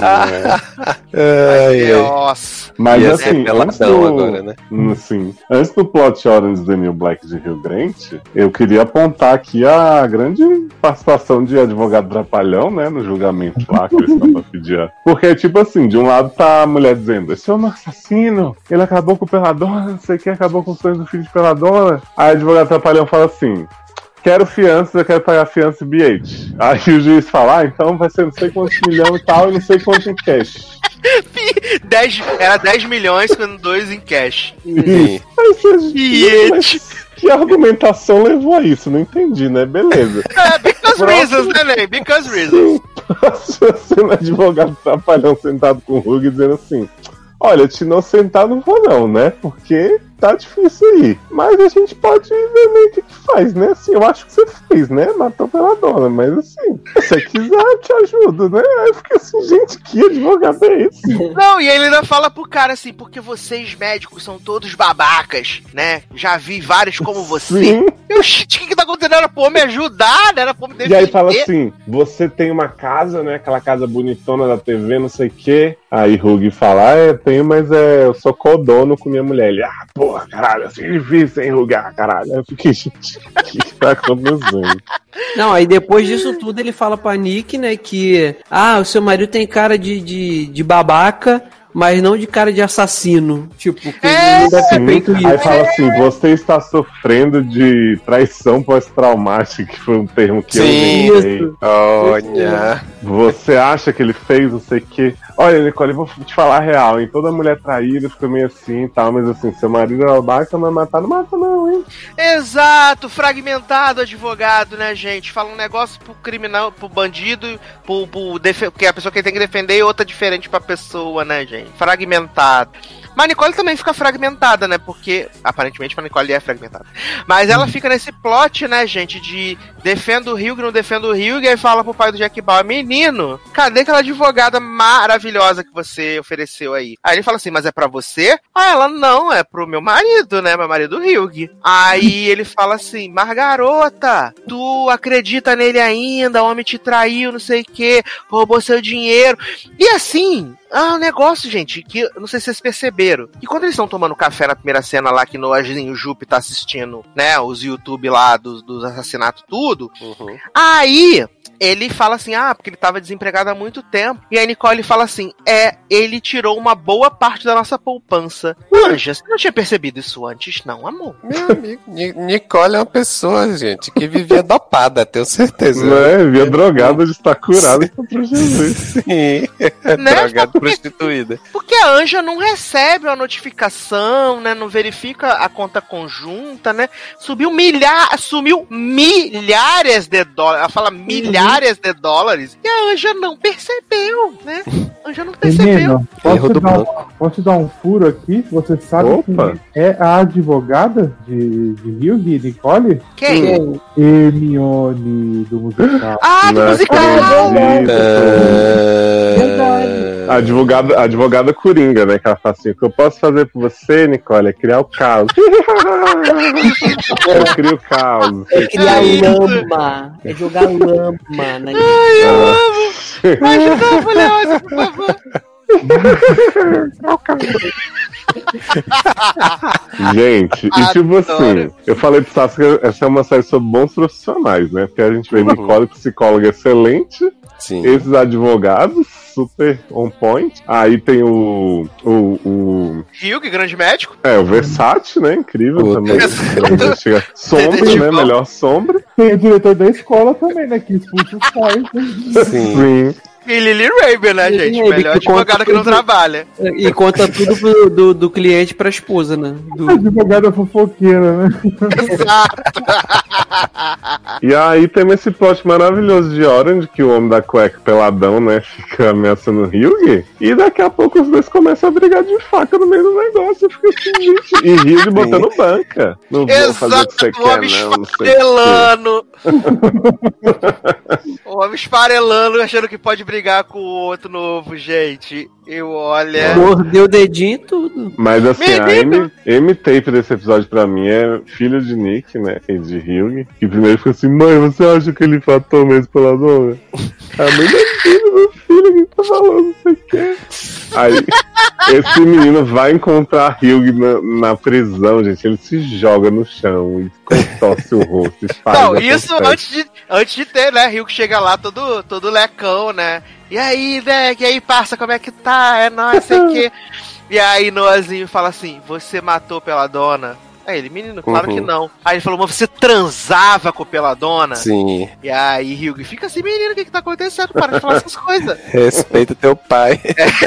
Speaker 2: Vai ser osso.
Speaker 3: Mas
Speaker 6: Ia
Speaker 3: assim,
Speaker 6: ser
Speaker 3: antes
Speaker 6: peladão
Speaker 3: do,
Speaker 6: agora, né?
Speaker 3: Hum, sim. Antes do plot Orange is the New Black de Rio Grande, eu queria apontar aqui a grande participação de advogado trapalhão, né, no julgamento lá que eles estão pra pedir. a- Porque, tipo assim, de um lado tá a mulher dizendo, esse homem é um assassino, ele acabou com o Peladona, não sei o que, acabou com os sonhos do filho de Peladona. Aí o advogado trapalhão fala assim, quero fiança, eu quero pagar fiança e B H. Aí o juiz fala, ah, então vai ser não sei quantos milhões e tal, e não sei quanto em cash.
Speaker 2: dez, era dez milhões com dois em cash.
Speaker 6: Sim.
Speaker 3: Aí você,
Speaker 2: Fiat.
Speaker 3: mas que argumentação levou a isso? Não entendi, né? Beleza.
Speaker 2: É, because
Speaker 3: Próximo.
Speaker 2: reasons, né, Ney? Because reasons.
Speaker 3: Sendo advogado trapalhão sentado com o Hug dizendo assim, olha, te inocentar não vou não, né? Porque tá difícil aí. Mas a gente pode ver meio o que que faz, né? Assim, eu acho que você fez, né? Matou pela dona, mas assim, se você quiser, eu te ajudo, né? Aí eu fiquei assim, gente, que advogado é esse?
Speaker 2: Não, e ele ainda fala pro cara assim, porque vocês médicos são todos babacas, né? Já vi vários como você.
Speaker 3: Sim.
Speaker 2: Eu, shit, o que que tá acontecendo? Era pra me ajudar, né? Era pra me defender.
Speaker 3: E aí fala assim, você tem uma casa, né? Aquela casa bonitona da T V, não sei o quê. Aí Hug fala, ah, é, tenho, mas é, eu sou codono com minha mulher. Ele, ah, porra, caralho, assim é difícil, hein, Hug? Ah, caralho. Aí eu fiquei, gente, o que que tá acontecendo?
Speaker 5: Não, aí depois disso tudo ele fala pra Nick, né, que ah, o seu marido tem cara de, de, de babaca, mas não de cara de assassino. Tipo, que
Speaker 2: É,
Speaker 5: ele não deve ter
Speaker 3: Sim.
Speaker 5: feito
Speaker 3: Aí
Speaker 5: isso.
Speaker 3: fala assim, você está sofrendo de traição pós-traumática, que foi um termo que
Speaker 6: Sim.
Speaker 3: eu inventei.
Speaker 5: Isso.
Speaker 6: Olha.
Speaker 3: Você acha que ele fez, não sei o quê. Olha, Nicole, eu vou te falar a real, hein? Toda mulher traída fica meio assim e tal, mas assim, seu marido é babaca, mas matar não mata não, hein?
Speaker 2: Exato, fragmentado advogado, né, gente? Fala um negócio pro criminal, pro bandido, pro, pro defe- porque a pessoa que tem que defender e outra diferente pra pessoa, né, gente? Fragmentado. Mas a Nicole também fica fragmentada, né? Porque, aparentemente, a Nicole é fragmentada. Mas ela fica nesse plot, né, gente? De defenda o Hugh, não defenda o Hugh, e aí fala pro pai do Jack Bauer, menino, cadê aquela advogada maravilhosa que você ofereceu aí? Aí ele fala assim, mas é pra você? Ah, ela, não, é pro meu marido, né? Meu marido Hugh. Aí ele fala assim, mas garota, tu acredita nele ainda, o homem te traiu, não sei o que, roubou seu dinheiro. E assim... Ah, um negócio, gente, que eu não sei se vocês perceberam. Que quando eles estão tomando café na primeira cena lá, que no Aginho Jupe tá assistindo, né, os YouTube lá dos, dos assassinatos, tudo.
Speaker 6: Uhum.
Speaker 2: Aí, ele fala assim, ah, porque ele tava desempregado há muito tempo. E a Nicole fala assim, é, ele tirou uma boa parte da nossa poupança. Anja, você não tinha percebido isso antes, não, amor?
Speaker 6: Meu amigo, Ni- Nicole é uma pessoa, gente, que vivia dopada, tenho certeza.
Speaker 3: Não é? Via drogada de estar curada contra Jesus.
Speaker 6: Sim,
Speaker 2: Né?
Speaker 6: drogada
Speaker 2: Porque-
Speaker 6: prostituída.
Speaker 2: Porque a Anja não recebe uma notificação, né? Não verifica a conta conjunta, né? Subiu milhar, sumiu milhares de dólares. Ela fala milhares de dólares. E a Anja não percebeu, né? A Anja não percebeu.
Speaker 4: Menino, posso
Speaker 6: Erro
Speaker 4: te,
Speaker 6: do
Speaker 4: dar um,
Speaker 6: banco.
Speaker 4: posso te dar um furo aqui? Você sabe
Speaker 3: Opa.
Speaker 4: quem é a advogada de, de Hugh e Nicole?
Speaker 2: Quem?
Speaker 4: Hermione, do musical.
Speaker 2: Ah, do
Speaker 3: Não
Speaker 2: musical!
Speaker 3: acredito.
Speaker 6: É...
Speaker 3: A advogada, a advogada Coringa, né? Que ela fala assim: o que eu posso fazer por você, Nicole, é criar o caos. Eu crio o caos.
Speaker 5: É criar
Speaker 2: É isso.
Speaker 5: lama. É jogar lama. Né?
Speaker 2: Ajuda a mulher hoje, por favor.
Speaker 3: Gente, e tipo assim,
Speaker 2: Adoro.
Speaker 3: eu falei pro Sassi que essa é uma série sobre bons profissionais, né? Porque a gente vê Nicole, psicóloga excelente,
Speaker 6: Sim.
Speaker 3: esses advogados, super on point. Aí tem o. o, o
Speaker 2: Hugh, grande médico.
Speaker 3: é, o Versace, né? Incrível
Speaker 6: O
Speaker 3: também.
Speaker 2: Exato.
Speaker 3: Chega- Sombra,
Speaker 2: Detetive.
Speaker 3: né? Melhor sombra.
Speaker 4: Tem o diretor da escola também, né? Que expulsa os pais.
Speaker 6: Sim.
Speaker 3: Sim.
Speaker 2: E Lily Rabe, né,
Speaker 5: Lily
Speaker 2: gente?
Speaker 5: Rabe,
Speaker 2: Melhor
Speaker 5: que conta
Speaker 2: advogada que não
Speaker 5: tudo.
Speaker 2: trabalha.
Speaker 5: E conta tudo pro- do, do cliente pra esposa, né? Do-
Speaker 4: Advogada fofoqueira, né?
Speaker 2: Exato.
Speaker 3: E aí tem esse plot maravilhoso de Orange, que o homem da cueca peladão, né, fica ameaçando o Hugh. E daqui a pouco os dois começam a brigar de faca no meio do negócio. Eu fico assim, gente. E Hugh botando banca. Não vou fazer o que você
Speaker 2: Exato, o homem
Speaker 3: quer, não. Não sei o quê.
Speaker 2: esfarelando. O homem esfarelando, achando que pode brigar com o outro novo, gente. Eu, olha...
Speaker 5: Mordeu o dedinho e tudo.
Speaker 3: Mas assim, a
Speaker 2: Menino.
Speaker 3: M, M-tape desse episódio pra mim é filho de Nick, né? E de Hugh. Que primeiro fica assim, mãe, você acha que ele fatou mesmo pela dona? A mãe é filho, meu filho, que tá falando, não sei o quê. Aí, esse menino vai encontrar Hugh na, na prisão, gente. Ele se joga no chão e contorce o rosto. E faz
Speaker 2: Não,
Speaker 3: a
Speaker 2: isso
Speaker 3: confete.
Speaker 2: antes de, antes de ter, né? Hugh chega lá todo, todo lecão, né? E aí, né? E aí, parça, como é que tá? É nóis, sei o quê. E aí, Noazinho fala assim: você matou pela dona? Aí ele, menino, claro
Speaker 6: Uhum.
Speaker 2: que não. Aí ele falou, mas você transava com pela dona?
Speaker 6: Sim.
Speaker 2: E aí, Hugh, fica assim, menino, o que que tá acontecendo? Para de falar essas coisas.
Speaker 6: Respeita teu pai.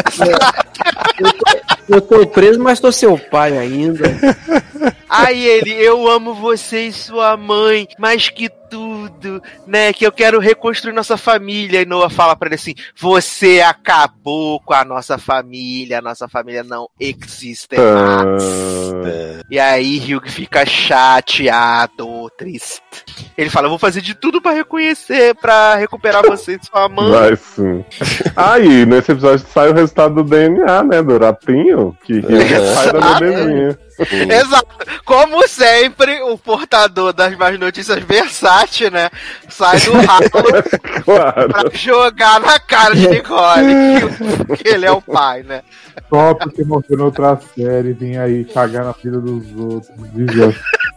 Speaker 5: Eu tô preso, mas tô seu pai ainda.
Speaker 2: Aí ele, eu amo você e sua mãe, mais que tudo, né? Que eu quero reconstruir nossa família. E Noah fala pra ele assim: você acabou com a nossa família, a nossa família não existe mais.
Speaker 3: Ah,
Speaker 2: E aí Hugh fica chateado, triste. Ele fala: eu vou fazer de tudo pra reconhecer, pra recuperar você e sua mãe.
Speaker 3: vai sim. Aí, nesse episódio sai o resultado do D N A, né? Do ratinho, que Hugh é pai da bebezinha.
Speaker 2: Exato. Como sempre, o portador das más notícias Versace, né? Sai do ralo
Speaker 3: Claro.
Speaker 2: pra jogar na cara de Nicole que, que ele é o pai, né?
Speaker 4: Só porque mostrou outra série, vem aí cagar na vida dos outros. Viu?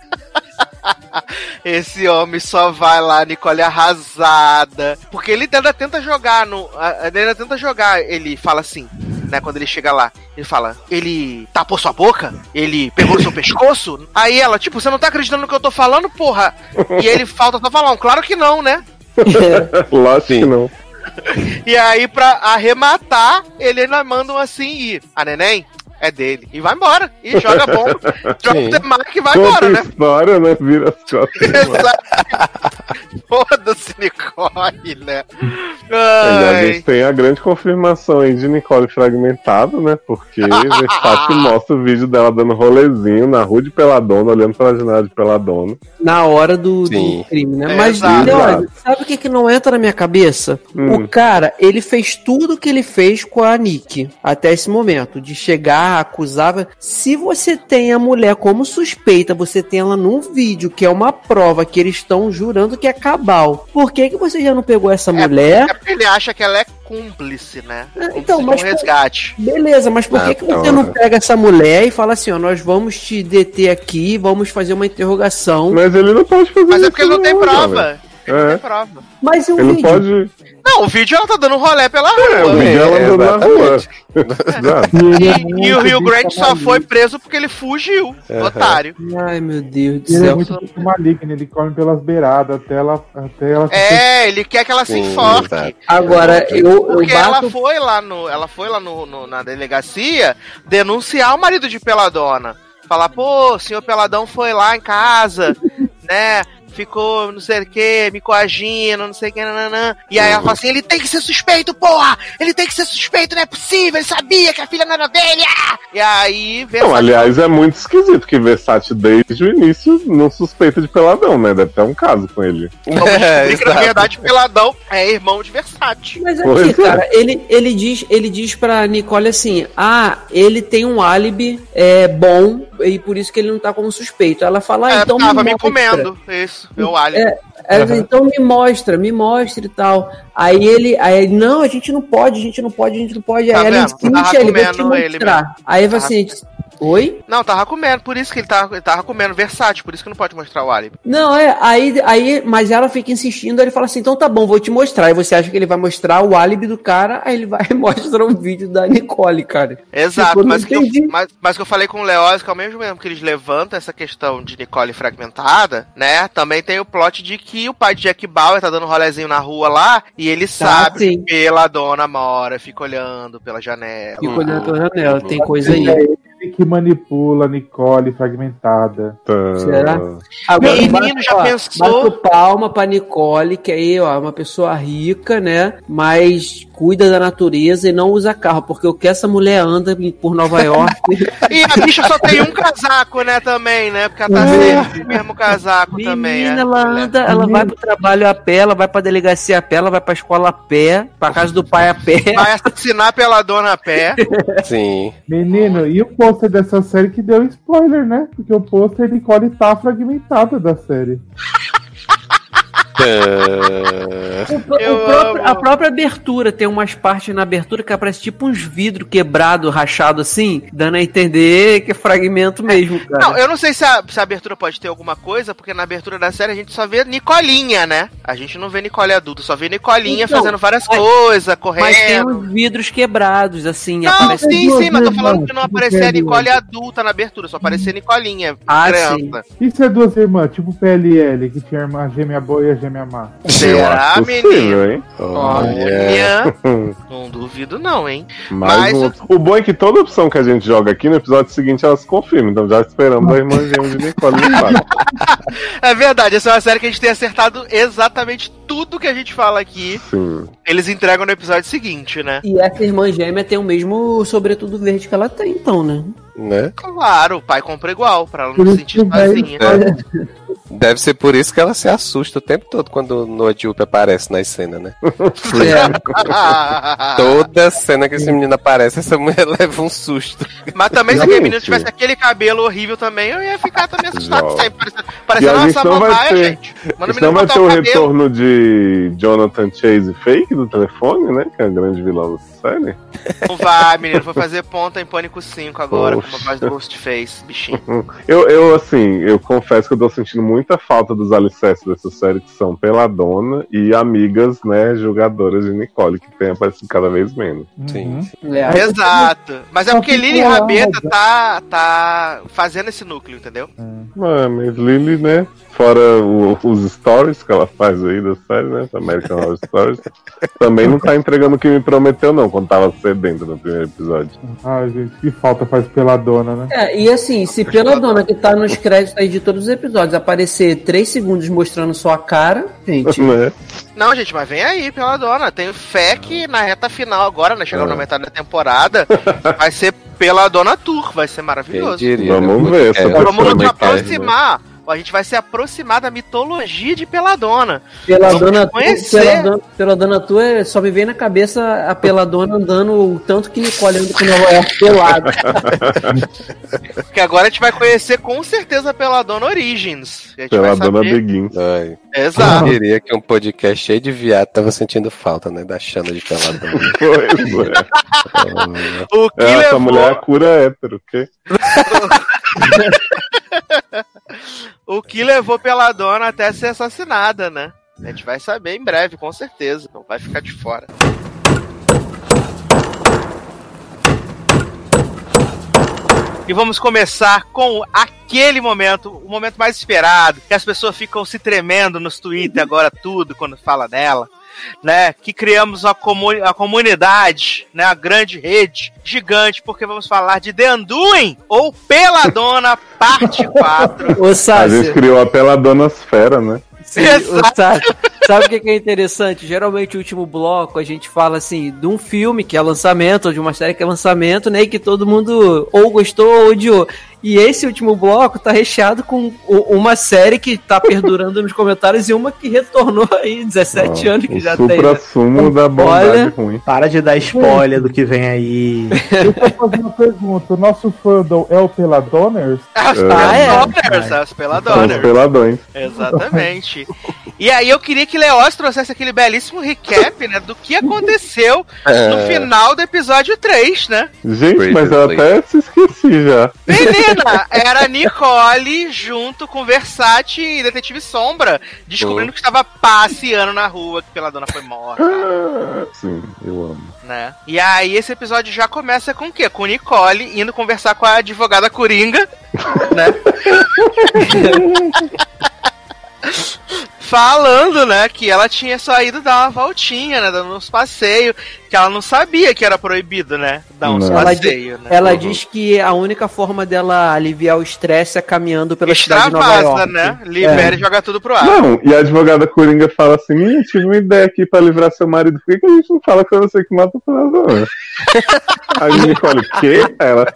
Speaker 2: Esse homem só vai lá, Nicole arrasada. Porque ele ainda tenta jogar no. Ele ainda tenta jogar. Ele fala assim, né? Quando ele chega lá, ele fala: ele tapou sua boca? Ele pegou seu pescoço? Aí ela, tipo, você não tá acreditando no que eu tô falando, porra? E ele falta só falar: claro que não, né?
Speaker 3: Lógico
Speaker 6: Sim.
Speaker 3: que não.
Speaker 2: E aí, pra arrematar, ele ainda manda um assim e a neném é dele. E vai embora. E joga bomba. Drop the mic e vai
Speaker 3: Conta
Speaker 2: embora,
Speaker 3: a
Speaker 2: né?
Speaker 3: história, né? Vira as costas.
Speaker 2: Foda-se, Nicole, né?
Speaker 3: E a
Speaker 2: Ai.
Speaker 3: gente tem a grande confirmação aí de Nicole fragmentado, né? Porque Versace mostra o vídeo dela dando rolezinho na rua de Peladona, olhando pra janela de Peladona.
Speaker 5: Na hora do,
Speaker 6: Sim.
Speaker 5: do crime, né?
Speaker 2: É,
Speaker 5: Mas,
Speaker 2: exato.
Speaker 5: olha, sabe o que, que não entra na minha cabeça?
Speaker 3: Hum.
Speaker 5: O cara, ele fez tudo que ele fez com a Nick até esse momento, de chegar, acusar. Se você tem a mulher como suspeita, você tem ela num vídeo, que é uma prova que eles estão jurando que é cabal. Por que, que você já não pegou essa mulher?
Speaker 2: É porque ele acha que ela é cúmplice, né?
Speaker 5: É, então,
Speaker 2: Cúmplice
Speaker 5: mas
Speaker 2: com resgate.
Speaker 5: Beleza, mas por
Speaker 6: Ah,
Speaker 5: que, que
Speaker 6: tá.
Speaker 5: você não pega essa mulher e fala assim, ó, nós vamos te deter aqui, vamos fazer uma interrogação.
Speaker 3: Mas ele não pode fazer
Speaker 2: Mas é
Speaker 3: isso
Speaker 2: porque ele não tem
Speaker 3: jovem.
Speaker 2: prova. Ele não
Speaker 3: É.
Speaker 2: tem prova.
Speaker 5: Mas e o
Speaker 3: Ele
Speaker 5: vídeo?
Speaker 3: pode.
Speaker 2: Não, o vídeo ela tá dando um rolê pela
Speaker 3: É, o
Speaker 2: rua.
Speaker 3: vídeo ela andando na rua. Exato.
Speaker 2: E, e o Rio Grande só foi preso porque ele fugiu, otário.
Speaker 5: Ai, meu Deus do
Speaker 4: Ele é
Speaker 5: céu.
Speaker 4: muito tipo maligno, ele come pelas beiradas até ela. Até ela
Speaker 2: É, ele quer que ela se
Speaker 6: Sim,
Speaker 2: enforque.
Speaker 6: exato.
Speaker 5: Agora, eu, eu
Speaker 2: Porque ela
Speaker 5: bato...
Speaker 2: foi lá, no, ela foi lá no, no- na delegacia denunciar o marido de Peladona. Falar, pô, o senhor Peladão foi lá em casa, né? Ficou não sei o que, me coagindo, não sei o que, nananã. E aí ela fala assim, ele tem que ser suspeito, porra! Ele tem que ser suspeito, não é possível, ele sabia que a filha não era dele! Ah! E aí...
Speaker 3: Não,
Speaker 2: Versace-
Speaker 3: aliás, é muito esquisito que Versace desde o início não suspeita de Peladão, né? Deve ter um caso com ele.
Speaker 2: Vamos
Speaker 6: É,
Speaker 2: descobrir que, na
Speaker 6: exato.
Speaker 2: verdade, Peladão é irmão de Versace.
Speaker 5: Mas
Speaker 3: Pois
Speaker 5: aqui,
Speaker 3: é.
Speaker 5: cara, ele, ele, diz, ele diz pra Nicole assim, ah, ele tem um álibi é, bom e por isso que ele não tá como suspeito. Ela fala, ah,
Speaker 2: É,
Speaker 5: então
Speaker 2: tava me
Speaker 5: mostra.
Speaker 2: comendo, isso, meu alho.
Speaker 5: É, ela diz, então me mostra, me mostra e tal. Aí ele, aí ele, não, a gente não pode, a gente não pode, a gente não pode.
Speaker 2: Tá
Speaker 5: Aí ela
Speaker 2: vendo?
Speaker 5: insiste,
Speaker 2: Tava
Speaker 5: ele vai te
Speaker 2: comendo ele
Speaker 5: mostrar. Aí vai
Speaker 2: Tava-
Speaker 5: assim, oi?
Speaker 2: Não, tava comendo, por isso que ele tava, ele tava comendo Versace, por isso que não pode mostrar o álibi.
Speaker 5: Não, é, aí, aí, mas ela fica insistindo, aí ele fala assim, então tá bom, vou te mostrar. Aí você acha que ele vai mostrar o álibi do cara, aí ele vai e mostra um vídeo da Nicole, cara.
Speaker 2: Exato,
Speaker 5: Tipo, eu não
Speaker 2: mas, que eu,
Speaker 5: entendi.
Speaker 2: mas, mas que eu falei com o Leoz, que ao mesmo tempo que eles levantam essa questão de Nicole fragmentada, né, também tem o plot de que o pai de Jack Bauer tá dando um rolezinho na rua lá, e ele sabe
Speaker 5: sim.
Speaker 2: que pela dona mora, fica olhando pela janela.
Speaker 5: Fica olhando pela janela, tem coisa aí.
Speaker 4: É ele que manipula a Nicole fragmentada.
Speaker 3: Tá.
Speaker 5: Será? Agora,
Speaker 2: Menino,
Speaker 5: bato-
Speaker 2: já
Speaker 5: ó,
Speaker 2: pensou?
Speaker 5: bato palma pra Nicole, que aí, ó, é uma pessoa rica, né? Mas cuida da natureza e não usa carro, porque o que essa mulher anda por Nova York.
Speaker 2: E a bicha só tem um casaco, né, também, né, porque ela tá sempre com o mesmo casaco também,
Speaker 5: Menina,
Speaker 2: né?
Speaker 5: ela anda, ela vai pro trabalho a pé, ela vai pra delegacia a pé, ela vai pra escola a pé, pra casa do pai a pé.
Speaker 2: Vai assassinar pela dona a pé.
Speaker 6: Sim.
Speaker 4: Menino, e o pôster dessa série que deu spoiler, né? Porque o pôster Nicole tá fragmentada da série.
Speaker 6: Ah,
Speaker 5: O, o
Speaker 2: Eu
Speaker 5: próprio-
Speaker 2: amo.
Speaker 5: a própria abertura tem umas partes na abertura que aparece tipo uns vidros quebrados, rachados assim, dando a entender que é fragmento mesmo, cara.
Speaker 2: Não, eu não sei se a, se a abertura pode ter alguma coisa, porque na abertura da série a gente só vê Nicolinha, né? A gente não vê Nicole adulta, só vê Nicolinha
Speaker 5: Então,
Speaker 2: fazendo várias
Speaker 5: mas-
Speaker 2: coisas,
Speaker 5: Mas tem
Speaker 2: correndo.
Speaker 5: uns vidros quebrados, assim,
Speaker 2: Não,
Speaker 5: aparece...
Speaker 2: sim,
Speaker 4: duas
Speaker 2: sim, mas tô
Speaker 4: irmãs,
Speaker 2: falando de não
Speaker 4: tipo
Speaker 2: aparecer a
Speaker 4: Kelly
Speaker 2: Nicole
Speaker 4: Ward.
Speaker 2: adulta na abertura, só aparecer Nicolinha,
Speaker 5: Ah,
Speaker 2: criança.
Speaker 4: Isso é duas irmãs, tipo P L L, que tinha a irmã gêmea boa e a gêmea má.
Speaker 3: Eu
Speaker 2: Será,
Speaker 3: acho
Speaker 2: menino?
Speaker 3: possível, hein?
Speaker 2: Olha, não duvido não, hein?
Speaker 3: Mais
Speaker 2: Mas
Speaker 3: um... O bom é que toda opção que a gente joga aqui no episódio seguinte elas confirmam. Então já esperamos a irmã gêmea de Nicole no quarto.
Speaker 2: é verdade, essa é uma série que a gente tem acertado exatamente tudo que a gente fala aqui.
Speaker 3: Sim.
Speaker 2: Eles entregam no episódio seguinte, né?
Speaker 5: E essa irmã gêmea tem o mesmo sobretudo verde que ela tem, então, né?
Speaker 6: né?
Speaker 2: Claro, o pai compra igual, pra ela não
Speaker 4: Por
Speaker 2: se
Speaker 4: isso
Speaker 2: sentir
Speaker 4: que vai-
Speaker 2: sozinha.
Speaker 6: É. Deve ser por isso que ela se assusta o tempo todo quando o Noah Jupe aparece na cena, né? Toda cena que esse menino aparece, essa mulher leva um susto.
Speaker 2: Mas também se aquele
Speaker 3: Gente.
Speaker 2: menino tivesse aquele cabelo horrível também, eu ia ficar também assustado.
Speaker 3: Jovem.
Speaker 2: Sai parecendo,
Speaker 3: E
Speaker 2: parecendo
Speaker 3: a
Speaker 2: uma
Speaker 3: gente não vai
Speaker 2: samambaia,
Speaker 3: ter-
Speaker 2: gente. Manda o
Speaker 3: Isso não
Speaker 2: menino
Speaker 3: vai
Speaker 2: botar
Speaker 3: ter
Speaker 2: o
Speaker 3: o
Speaker 2: cabelo.
Speaker 3: retorno de Jonathan Chase fake do telefone, né? Que é o grande vilão da série.
Speaker 2: Não vai, menino. Foi fazer ponta em Pânico cinco agora,
Speaker 3: Poxa.
Speaker 2: com uma voz do Ghostface, bichinho.
Speaker 3: Eu, eu, assim, eu confesso que eu tô sentindo muita falta dos alicerces dessa série, que são Peladona e amigas, né, jogadoras de Nicole, que tem aparecido cada vez menos.
Speaker 6: Sim.
Speaker 5: É.
Speaker 2: Exato. Mas é
Speaker 4: Só
Speaker 2: porque
Speaker 4: fica
Speaker 2: Lili
Speaker 4: lá,
Speaker 2: Rabeta
Speaker 4: né?
Speaker 2: tá, tá fazendo esse núcleo, entendeu?
Speaker 3: Ah, mas Lily, né, fora o- os stories que ela faz aí da série, né, American Horror Stories, também não tá entregando o que me prometeu, não, quando tava sedento no primeiro episódio.
Speaker 4: Ai, gente, que falta faz Peladona, né?
Speaker 5: É, e assim, se pela dona que tá nos créditos aí de todos os episódios aparecer três segundos mostrando só a cara, gente,
Speaker 3: Né?
Speaker 2: Não, gente, mas vem aí, pela dona. Tenho fé que na reta final agora, né? Chegando
Speaker 3: Ah.
Speaker 2: na metade da temporada, vai ser pela dona Tour, vai ser
Speaker 6: Quem
Speaker 2: maravilhoso.
Speaker 6: diria,
Speaker 3: Vamos
Speaker 6: né?
Speaker 3: ver,
Speaker 6: É,
Speaker 3: essa
Speaker 2: Vamos nos
Speaker 3: Como é que é,
Speaker 2: aproximar. A gente vai se aproximar da mitologia de Peladona.
Speaker 5: pela
Speaker 2: Vamos
Speaker 5: dona,
Speaker 2: conhecer.
Speaker 5: pela dona, pela dona tua, só me vem na cabeça a peladona andando o tanto que Nicole anda com Nova York pelado.
Speaker 2: Que agora a gente vai conhecer com certeza a Peladona Origins. A gente vai
Speaker 3: Peladona
Speaker 2: saber.
Speaker 3: Begins.
Speaker 6: Ai,
Speaker 2: Exato.
Speaker 6: eu diria que um podcast cheio de viado tava sentindo falta, né? Da Xana de Peladona.
Speaker 3: Pois é.
Speaker 2: O que
Speaker 3: Essa
Speaker 2: levou...
Speaker 3: mulher é cura hétero, o quê?
Speaker 2: O que levou Peladona até ser assassinada, né? A gente vai saber em breve, com certeza. Não vai ficar de fora. E vamos começar com aquele momento, o momento mais esperado, que as pessoas ficam se tremendo nos Twitter agora tudo, quando fala dela, né? Que criamos a, comu- a comunidade, né? A grande rede gigante, porque vamos falar de The Undoing, ou Peladona, parte quatro.
Speaker 5: Ô,
Speaker 3: A
Speaker 5: Sácio,
Speaker 3: gente criou a Peladonosfera, né?
Speaker 5: sim, ô, Sácio, sabe o que que é interessante? Geralmente, o último bloco, a gente fala assim, de um filme que é lançamento, ou de uma série que é lançamento, né? E que todo mundo ou gostou ou odiou. E esse último bloco tá recheado com o- uma série que tá perdurando nos comentários e uma que retornou aí dezessete anos que
Speaker 3: o
Speaker 5: já tem. né?
Speaker 3: supra-sumo da bondade
Speaker 5: Olha.
Speaker 3: ruim.
Speaker 7: Para de dar spoiler do que vem aí.
Speaker 4: Deixa eu fazer uma pergunta. O nosso fandom é o Peladoners?
Speaker 2: As
Speaker 5: Ah, é?
Speaker 2: Peladoners, as
Speaker 3: São os
Speaker 2: Peladoners.
Speaker 3: peladões.
Speaker 2: Exatamente. E aí eu queria que Leoz trouxesse aquele belíssimo recap, né, do que aconteceu no final do episódio três, né?
Speaker 3: Gente, mas eu até se esqueci já.
Speaker 2: Menina, era Nicole junto com Versace e Detetive Sombra, descobrindo que estava passeando na rua, que Peladona foi morta,
Speaker 3: Ah, sim, eu amo.
Speaker 2: né? E aí esse episódio já começa com o quê? Com Nicole indo conversar com a advogada Coringa, né? Falando, né, que ela tinha só ido dar uma voltinha, né, dando uns passeios, que ela não sabia que era proibido, né, dar uns
Speaker 3: Não.
Speaker 5: Ela,
Speaker 2: passeios, né.
Speaker 5: ela
Speaker 3: Uhum.
Speaker 5: diz que a única forma dela aliviar o estresse é caminhando pela cidade de Nova
Speaker 2: Extravasa,
Speaker 5: York.
Speaker 2: né, libera e joga tudo pro ar.
Speaker 3: Não, e a advogada Coringa fala assim: Minha, tive uma ideia aqui pra livrar seu marido. Por que, que a gente não fala que foi você que matou o Peladona? Aí a Nicole, o quê? Ela.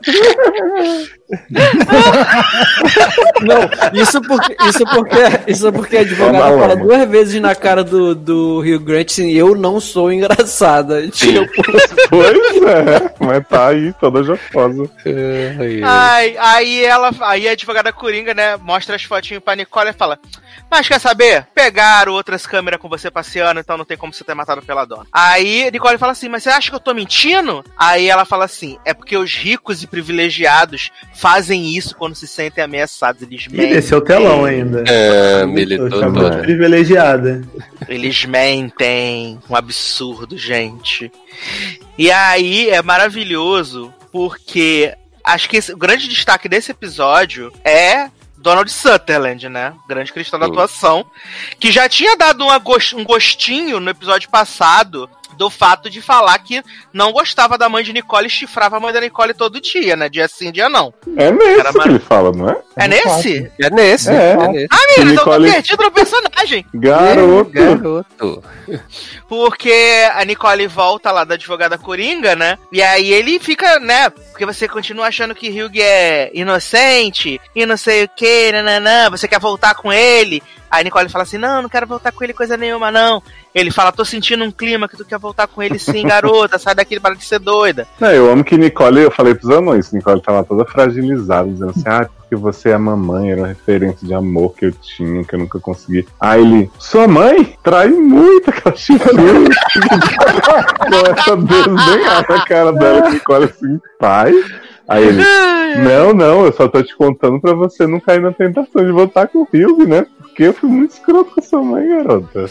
Speaker 5: Não, isso porque, isso porque, isso porque a advogada
Speaker 3: Toma
Speaker 5: fala
Speaker 3: lama.
Speaker 5: duas vezes na cara do, do Hugh Grant assim, eu não sou engraçada. Tipo,
Speaker 3: Pois é, mas tá aí toda jocosa.
Speaker 2: Ai, aí ela, aí a advogada Coringa, né, mostra as fotinhas pra Nicole e fala: mas quer saber? Pegaram outras câmeras com você passeando, então não tem como você ter matado pela dona. Aí Nicole fala assim: mas você acha que eu tô mentindo? Aí ela fala assim: é porque os ricos e privilegiados fazem isso quando se sentem ameaçados. Eles
Speaker 7: E
Speaker 2: mentem.
Speaker 7: desceu o telão ainda.
Speaker 6: É,
Speaker 7: Tô
Speaker 6: militou
Speaker 7: chamando
Speaker 6: todo.
Speaker 7: de privilegiada.
Speaker 2: Eles mentem. Um absurdo, gente. E aí é maravilhoso porque acho que esse- o grande destaque desse episódio é Donald Sutherland, né? Grande cristão da
Speaker 6: Sim.
Speaker 2: atuação. Que já tinha dado uma gos- um gostinho no episódio passado do fato de falar que não gostava da mãe de Nicole e chifrava a mãe da Nicole todo dia, né? Dia sim, dia não.
Speaker 3: É nesse
Speaker 2: Era
Speaker 3: que
Speaker 2: mar-
Speaker 3: ele fala, não é?
Speaker 2: É nesse?
Speaker 6: É nesse.
Speaker 3: É.
Speaker 6: É nesse.
Speaker 2: Ah, menina, então eu tô
Speaker 3: Nicole-
Speaker 2: perdido no personagem.
Speaker 3: Garoto.
Speaker 6: Garoto.
Speaker 2: Porque a Nicole volta lá da advogada Coringa, né? E aí ele fica, né? Porque você continua achando que Hugh é inocente e não sei o que, nananã. Você quer voltar com ele? Aí Nicole fala assim: não, não quero voltar com ele coisa nenhuma, não. Ele fala: tô sentindo um clima que tu quer voltar com ele sim, garota. Sai daqui para de ser doida.
Speaker 3: Não, eu amo que Nicole, eu falei pros anões, Nicole tava toda fragilizada, dizendo assim, ah, porque você é a mamãe, era uma referência de amor que eu tinha, que eu nunca consegui. Aí ele, sua mãe trai muito aquela chifrinha. Começa a desdenhar a cara dela, Nicole assim, pai. Aí ele, não, não, eu só tô te contando pra você não cair na tentação de voltar com o Hugh, né? Porque eu fui muito escroto com a sua mãe, garota.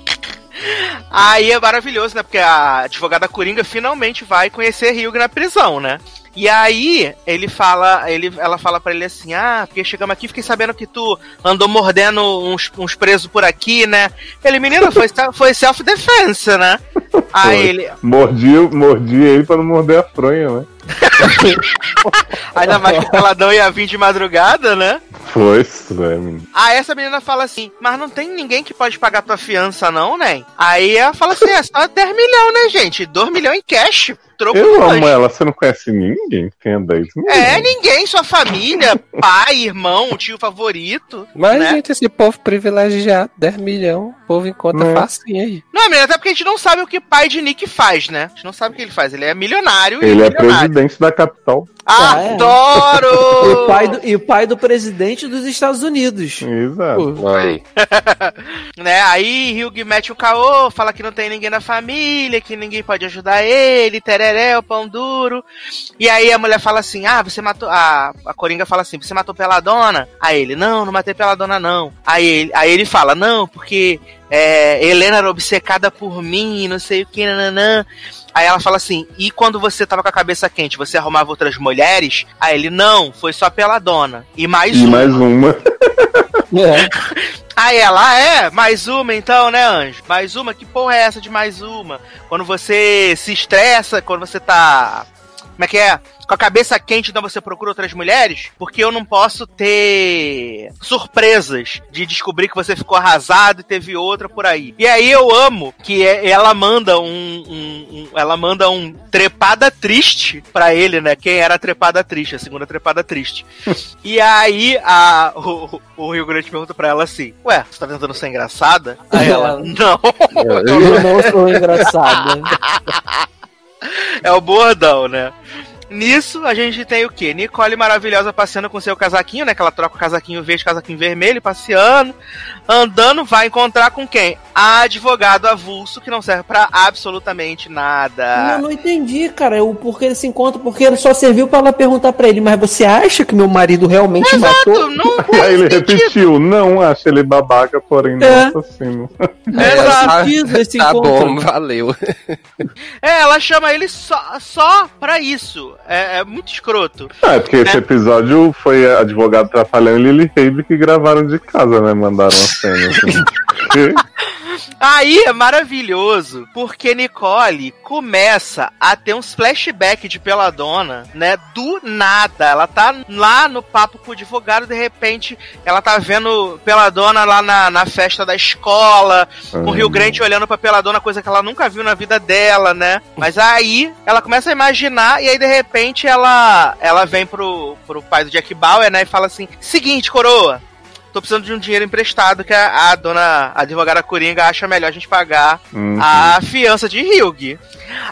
Speaker 2: Aí é maravilhoso, né? Porque a advogada Coringa finalmente vai conhecer Hugh na prisão, né? E aí ele fala, ele, ela fala pra ele assim: ah, porque chegamos aqui, fiquei sabendo que tu andou mordendo uns, uns presos por aqui, né? Ele, menino, foi, foi self-defense, né? Aí
Speaker 3: Foi.
Speaker 2: ele,
Speaker 3: Mordi, mordi ele pra não morder a fronha, né?
Speaker 2: ainda mais que o peladão ia vir de madrugada, né?
Speaker 3: Foi isso, é, menino.
Speaker 2: Aí essa menina fala assim: mas não tem ninguém que pode pagar tua fiança, não, né? Aí ela fala assim: é só dez milhões, né, gente? dois milhões em cash. Troco
Speaker 3: Eu
Speaker 2: do
Speaker 3: amo
Speaker 2: lanche.
Speaker 3: ela, você não conhece ninguém que tenha dez milhões.
Speaker 2: É, ninguém, sua família, pai, irmão, tio favorito.
Speaker 6: Mas,
Speaker 2: né?
Speaker 6: gente, esse povo privilegiado, dez milhões, o povo encontra
Speaker 3: Né?
Speaker 6: facinho aí.
Speaker 2: Não, menina, até porque a gente não sabe o que pai de Nick faz, né? A gente não sabe o que ele faz. Ele é milionário
Speaker 3: Ele
Speaker 2: e
Speaker 3: é
Speaker 2: milionário.
Speaker 3: presidente da capital.
Speaker 5: Ah, é.
Speaker 2: Adoro!
Speaker 5: E o pai do, e o pai do presidente dos Estados Unidos.
Speaker 3: Exato.
Speaker 5: Pô,
Speaker 6: Aí.
Speaker 2: Né? Aí Hugh mete o caô, fala que não tem ninguém na família, que ninguém pode ajudar ele, tereré, o pão duro. E aí a mulher fala assim: ah, você matou. A, a Coringa fala assim: você matou Peladona? Aí ele: não, não matei Peladona, não. Aí ele, aí ele fala: não, porque é, Helena era obcecada por mim, não sei o que, nananã. Aí ela fala assim, e quando você tava com a cabeça quente, você arrumava outras mulheres? Aí ele, não, foi só pela dona. E mais
Speaker 3: E
Speaker 2: uma.
Speaker 3: mais uma.
Speaker 5: É.
Speaker 2: Aí ela, ah, é, mais uma então, né, Anjo? Mais uma? Que porra é essa de mais uma? Quando você se estressa, quando você tá... Como é que é? Com a cabeça quente, então você procura outras mulheres? Porque eu não posso ter surpresas de descobrir que você ficou arrasado e teve outra por aí. E aí eu amo que ela manda um, um, um ela manda um trepada triste pra ele, né? Quem era a trepada triste, a segunda trepada triste. E aí a, o, o Rio Grande pergunta pra ela assim, ué, você tá tentando ser engraçada? Aí ela, não.
Speaker 5: Eu não sou engraçada.
Speaker 2: É o bordão, né? Nisso, a gente tem o quê? Nicole maravilhosa passeando com seu casaquinho, né? Que ela troca o casaquinho verde, casaquinho vermelho, passeando, andando, vai encontrar com quem? A advogado avulso, que não serve pra absolutamente nada.
Speaker 5: Eu não entendi, cara, o porquê ele se encontra, porque ele só serviu pra ela perguntar pra ele, mas você acha que meu marido realmente
Speaker 2: Exato,
Speaker 5: matou?
Speaker 2: não
Speaker 3: Aí ele
Speaker 2: sentido.
Speaker 3: repetiu, não, acho ele babaca, porém
Speaker 5: É.
Speaker 3: não assassino.
Speaker 2: Exato.
Speaker 5: Esse
Speaker 6: Tá
Speaker 5: encontro.
Speaker 6: bom, valeu.
Speaker 2: É, ela chama ele só, só pra isso. É, é muito escroto.
Speaker 3: Ah, é porque esse
Speaker 2: Né?
Speaker 3: episódio foi advogado trapalhão e Lily Rabe que gravaram de casa, né? Mandaram a cena. Assim.
Speaker 2: Aí é maravilhoso, porque Nicole começa a ter uns flashbacks de Peladona, né? Do nada. Ela tá lá no papo com o advogado, de repente ela tá vendo Peladona lá na, na festa da escola, com o Rio Grande olhando pra Peladona, coisa que ela nunca viu na vida dela, né? Mas aí ela começa a imaginar, e aí de repente ela, ela vem pro, pro pai do Jack Bauer, né? E fala assim: seguinte, coroa. Tô precisando de um dinheiro emprestado que a, a dona a advogada Coringa acha melhor a gente pagar
Speaker 3: Uhum.
Speaker 2: a fiança de Hugh.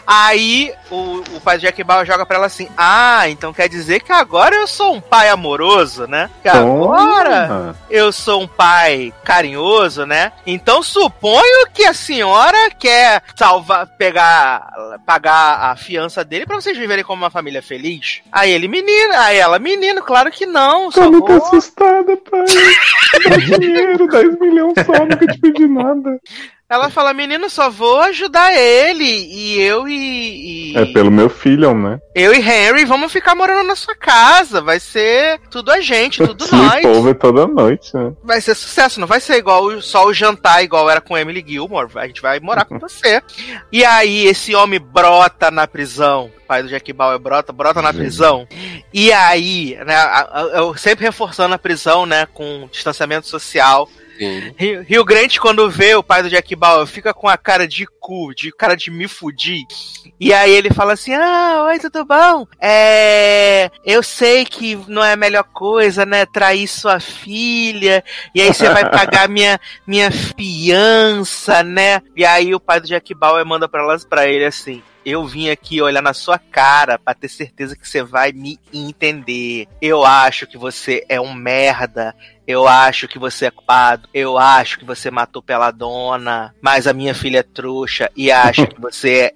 Speaker 2: Aí o, o pai do Jack Bauer joga pra ela assim: ah, então quer dizer que agora eu sou um pai amoroso, né? Que agora
Speaker 3: Toma.
Speaker 2: eu sou um pai carinhoso, né? Então suponho que a senhora quer salvar, pegar, pagar a fiança dele pra vocês viverem como uma família feliz. Aí ele, menino, aí ela, menino, claro que não, só
Speaker 3: Tô muito
Speaker 2: vou...
Speaker 3: assustada, pai. Dá dinheiro, dez milhões só, nunca te pedi nada.
Speaker 2: Ela fala, menino, só vou ajudar ele. E eu e, e...
Speaker 3: É pelo meu filho, né?
Speaker 2: eu e Henry vamos ficar morando na sua casa. Vai ser tudo a gente, tudo nós.
Speaker 3: Sleepover toda noite, né?
Speaker 2: Vai ser sucesso, não vai ser igual o- só o jantar, igual era com Emily Gilmore. A gente vai morar com você. E aí, esse homem brota na prisão. O pai do Jack Bauer brota, brota na prisão. E aí, né, a- a- eu sempre reforçando a prisão, né, com distanciamento social.
Speaker 6: Sim.
Speaker 2: Rio, Rio Grande, quando vê o pai do Jack Bauer, fica com a cara de cu, de cara de me fudir. E aí ele fala assim, ah, oi, tudo bom? É... Eu sei que não é a melhor coisa, né, trair sua filha, e aí você vai pagar minha, minha fiança, né? E aí o pai do Jack Bauer manda pra, elas, pra ele assim, eu vim aqui olhar na sua cara pra ter certeza que você vai me entender. Eu acho que você é um merda. Eu acho que você é culpado. Eu acho que você matou Peladona. Mas a minha filha é trouxa e acha que você é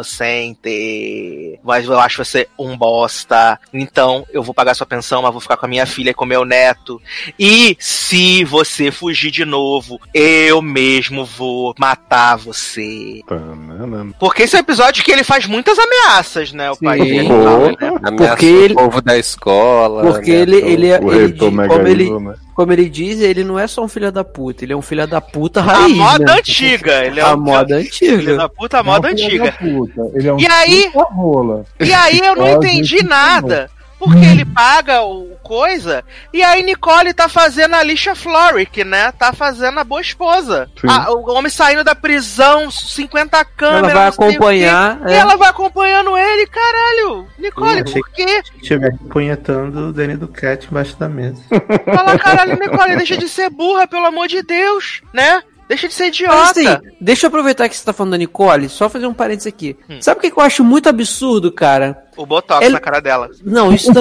Speaker 2: inocente. Mas eu acho você um bosta. Então eu vou pagar sua pensão, mas vou ficar com a minha filha e com o meu neto. E se você fugir de novo, eu mesmo vou matar você.
Speaker 3: Tanana.
Speaker 2: Porque esse é um episódio que ele faz muitas ameaças, né? O pai
Speaker 5: Sim.
Speaker 2: dele.
Speaker 3: Porra.
Speaker 2: Né?
Speaker 6: Ameaçou
Speaker 5: Porque ele-
Speaker 6: o povo da escola.
Speaker 5: Porque ele,
Speaker 6: ameaçou-
Speaker 5: ele,
Speaker 3: O
Speaker 5: ele,
Speaker 3: reitor
Speaker 5: diz-
Speaker 3: Mega
Speaker 5: como, ele,
Speaker 3: Evil, né?
Speaker 5: como ele diz, ele não é só um filho da puta, ele é um filho da puta
Speaker 2: A
Speaker 5: raiz.
Speaker 2: moda
Speaker 5: né?
Speaker 2: antiga. Ele é
Speaker 5: A
Speaker 2: um
Speaker 5: moda
Speaker 2: filho
Speaker 5: antiga.
Speaker 2: da puta, a moda
Speaker 4: Não, filho
Speaker 2: antiga.
Speaker 4: da puta. Ele é um
Speaker 2: E aí-
Speaker 4: puta rola.
Speaker 2: E aí eu não
Speaker 4: Ó,
Speaker 2: entendi
Speaker 4: gente,
Speaker 2: nada. Porque ele paga o coisa. E aí Nicole tá fazendo a Alicia Florrick, né? Tá fazendo a boa esposa.
Speaker 3: Sim.
Speaker 2: A- o homem saindo da prisão, cinquenta câmeras.
Speaker 5: Ela vai
Speaker 2: não sei o quê.
Speaker 5: acompanhar.
Speaker 2: E
Speaker 5: é.
Speaker 2: ela vai acompanhando ele, caralho. Nicole,
Speaker 7: Eu achei
Speaker 2: por quê?
Speaker 7: Estiver punhetando o Danny Duquette embaixo da mesa.
Speaker 2: Fala, caralho, Nicole, deixa de ser burra, pelo amor de Deus, né? Deixa de ser
Speaker 5: Mas
Speaker 2: idiota.
Speaker 5: assim, deixa eu aproveitar que você tá falando da Nicole, só fazer um parênteses aqui.
Speaker 2: Hum.
Speaker 5: Sabe o que que eu acho muito absurdo, cara?
Speaker 2: O botox
Speaker 5: Ele-
Speaker 2: na cara dela.
Speaker 5: Não, isso também.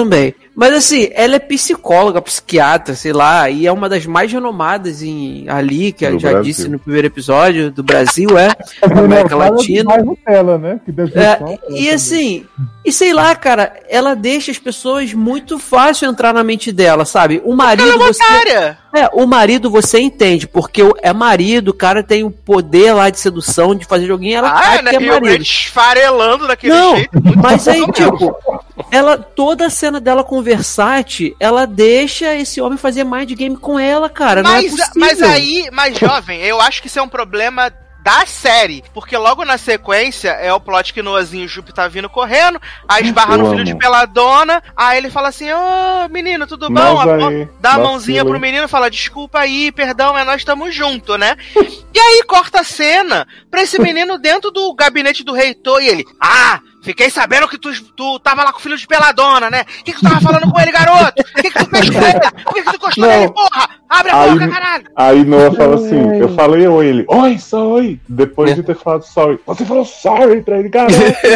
Speaker 5: Mas assim, ela é psicóloga, psiquiatra, sei lá, e é uma das mais renomadas em, ali, que eu já
Speaker 3: Brasil.
Speaker 5: disse no primeiro episódio, do Brasil, é, da América Latina.
Speaker 4: Ela, né? Que deve
Speaker 5: É,
Speaker 4: ser
Speaker 5: e assim, e sei lá, cara, ela deixa as pessoas muito fácil entrar na mente dela, sabe? O marido,
Speaker 2: Ela é
Speaker 5: você...
Speaker 2: otária.
Speaker 5: É, o marido você entende, porque o- é marido, o cara tem o poder lá de sedução, de fazer joguinho, ela
Speaker 2: Ah,
Speaker 5: cai
Speaker 2: né?
Speaker 5: que é
Speaker 2: E o
Speaker 5: marido.
Speaker 2: Grant esfarelando daquele
Speaker 5: Não,
Speaker 2: jeito. muito
Speaker 5: mas aí,
Speaker 2: bom.
Speaker 5: tipo, ela, toda a cena dela com o Versace, ela deixa esse homem fazer mind game com ela, cara. Não é
Speaker 2: Mas,
Speaker 5: possível.
Speaker 2: mas aí, mas jovem, eu acho que isso é um problema da série, porque logo na sequência é o plot que Noahzinho e o Jupe tá vindo correndo, aí esbarra
Speaker 3: Eu
Speaker 2: no filho
Speaker 3: amo.
Speaker 2: de Peladona, aí ele fala assim, ô menino, tudo bom?
Speaker 3: Mas
Speaker 2: A-
Speaker 3: aí,
Speaker 2: Dá a
Speaker 3: vacilo,
Speaker 2: mãozinha pro
Speaker 3: hein?
Speaker 2: menino e fala, desculpa aí, perdão, é nós estamos juntos, né? E aí corta a cena pra esse menino dentro do gabinete do reitor e ele, ah, fiquei sabendo que tu, tu tava lá com o filho de Peladona, né? O que, que tu tava falando com ele, garoto? O que, que tu fez com ele? Por que, que tu gostou
Speaker 3: Não.
Speaker 2: dele, porra? Abre a
Speaker 3: Aí-
Speaker 2: boca, caralho!
Speaker 3: Aí Noah fala assim, eu falei oi, ele, oi, sorry. Depois de ter falado sorry, você falou sorry pra ele, garoto.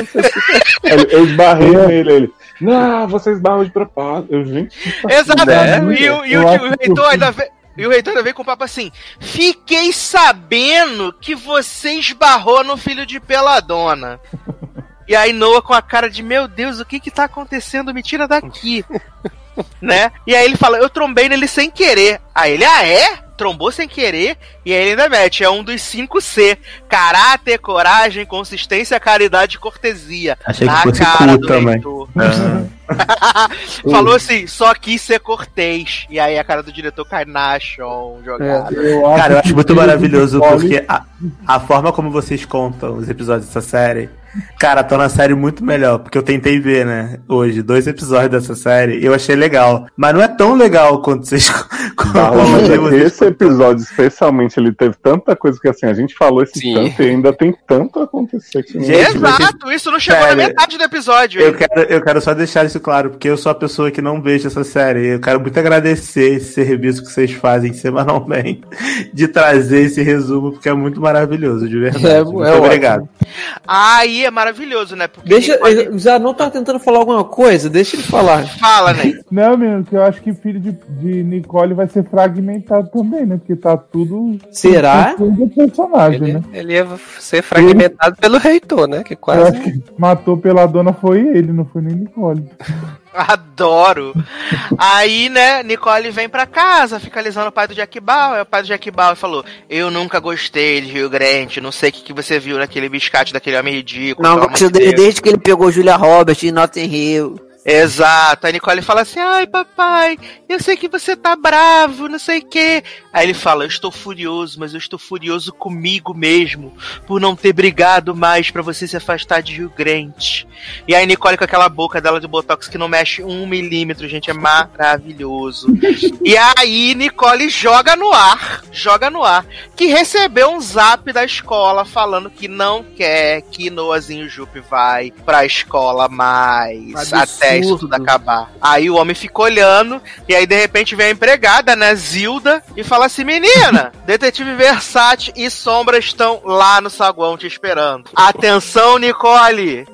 Speaker 3: Ele- eu esbarrei nele, ele, não, você esbarrou de propósito. Eu, gente,
Speaker 2: Exato.
Speaker 3: né?
Speaker 2: E, o- e
Speaker 4: Eu
Speaker 2: o,
Speaker 4: acho
Speaker 2: o
Speaker 4: que
Speaker 2: reitor
Speaker 4: eu-
Speaker 2: ainda veio. E o reitor ainda veio com o papo assim: fiquei sabendo que você esbarrou no filho de Peladona. E aí Noah com a cara de, meu Deus, o que que tá acontecendo? Me tira daqui. Né? E aí ele fala, eu trombei nele sem querer. Aí ele, ah é? Trombou sem querer? E aí ele ainda mete, é um dos cinco C. Caráter, coragem, consistência, caridade e cortesia.
Speaker 7: Achei que
Speaker 2: Na
Speaker 7: fosse
Speaker 2: cara
Speaker 7: cu
Speaker 2: do
Speaker 7: também.
Speaker 2: reitor.
Speaker 7: Ah,
Speaker 2: Falou assim, só quis ser cortês. E aí a cara do diretor cai na chão, jogada.
Speaker 4: Eu acho
Speaker 7: cara, eu acho
Speaker 4: que
Speaker 7: muito
Speaker 4: ele
Speaker 7: maravilhoso
Speaker 4: escolhe-
Speaker 7: porque a, a forma como vocês contam os episódios dessa série, cara, tô na série muito melhor, porque eu tentei ver, né, hoje, dois episódios dessa série, e eu achei legal. Mas não é tão legal quanto vocês.
Speaker 3: Darla,
Speaker 7: como
Speaker 3: mas
Speaker 7: vocês-
Speaker 3: esse episódio, especialmente, ele teve tanta coisa que assim, a gente falou esse
Speaker 6: Sim.
Speaker 3: tanto e ainda tem tanto a acontecer que não
Speaker 7: Gente, mas-
Speaker 2: Exato, isso não chegou
Speaker 7: Sério,
Speaker 2: na metade do episódio.
Speaker 7: Eu
Speaker 2: hein?
Speaker 7: quero, eu quero só deixar isso claro, porque eu sou a pessoa que não vejo essa série. Eu quero muito agradecer esse serviço que vocês fazem semanalmente de trazer esse resumo, porque é muito maravilhoso, de verdade.
Speaker 5: É, é
Speaker 7: muito
Speaker 5: ótimo.
Speaker 7: obrigado.
Speaker 2: Aí é maravilhoso, né? Porque
Speaker 5: Deixa,
Speaker 2: Nicole-
Speaker 5: eu- já não tá tentando falar alguma coisa? Deixa ele falar.
Speaker 2: Fala, né?
Speaker 4: Não, menino, que eu acho que filho de, de Nicole vai ser fragmentado também, né? Porque tá tudo.
Speaker 5: Será?
Speaker 4: tudo do personagem,
Speaker 6: Ele,
Speaker 4: né?
Speaker 6: ele ia ser fragmentado pelo reitor, né? Que
Speaker 4: Eu
Speaker 6: quase.
Speaker 4: acho que matou pela dona foi ele, não foi nem Nicole.
Speaker 2: Adoro. Aí, né, Nicole vem pra casa, fica alisando o pai do Jack Bauer. Aí o pai do Jack Bauer falou: eu nunca gostei de Rio Grande, não sei o que, que você viu naquele biscate daquele homem ridículo.
Speaker 5: Não,
Speaker 2: pelo amor
Speaker 5: gosto
Speaker 2: de
Speaker 5: dele
Speaker 2: Deus."
Speaker 5: desde que ele pegou Julia Roberts em Notting Hill.
Speaker 2: Exato. Aí Nicole fala assim: ai, papai, eu sei que você tá bravo, não sei o quê. Aí ele fala: eu estou furioso, mas eu estou furioso comigo mesmo, por não ter brigado mais pra você se afastar de Rio Grande. E aí Nicole com aquela boca dela de botox que não mexe um milímetro, gente, é maravilhoso. E aí Nicole joga no ar, joga no ar, que recebeu um zap da escola falando que não quer que Noahzinho Jupe vai pra escola mais,
Speaker 5: Absurdo.
Speaker 2: até isso tudo acabar. Aí o homem fica olhando, e aí de repente vem a empregada, né, Zilda, e fala assim: menina, detetive Versace e Sombra estão lá no saguão te esperando. Atenção, Nicole!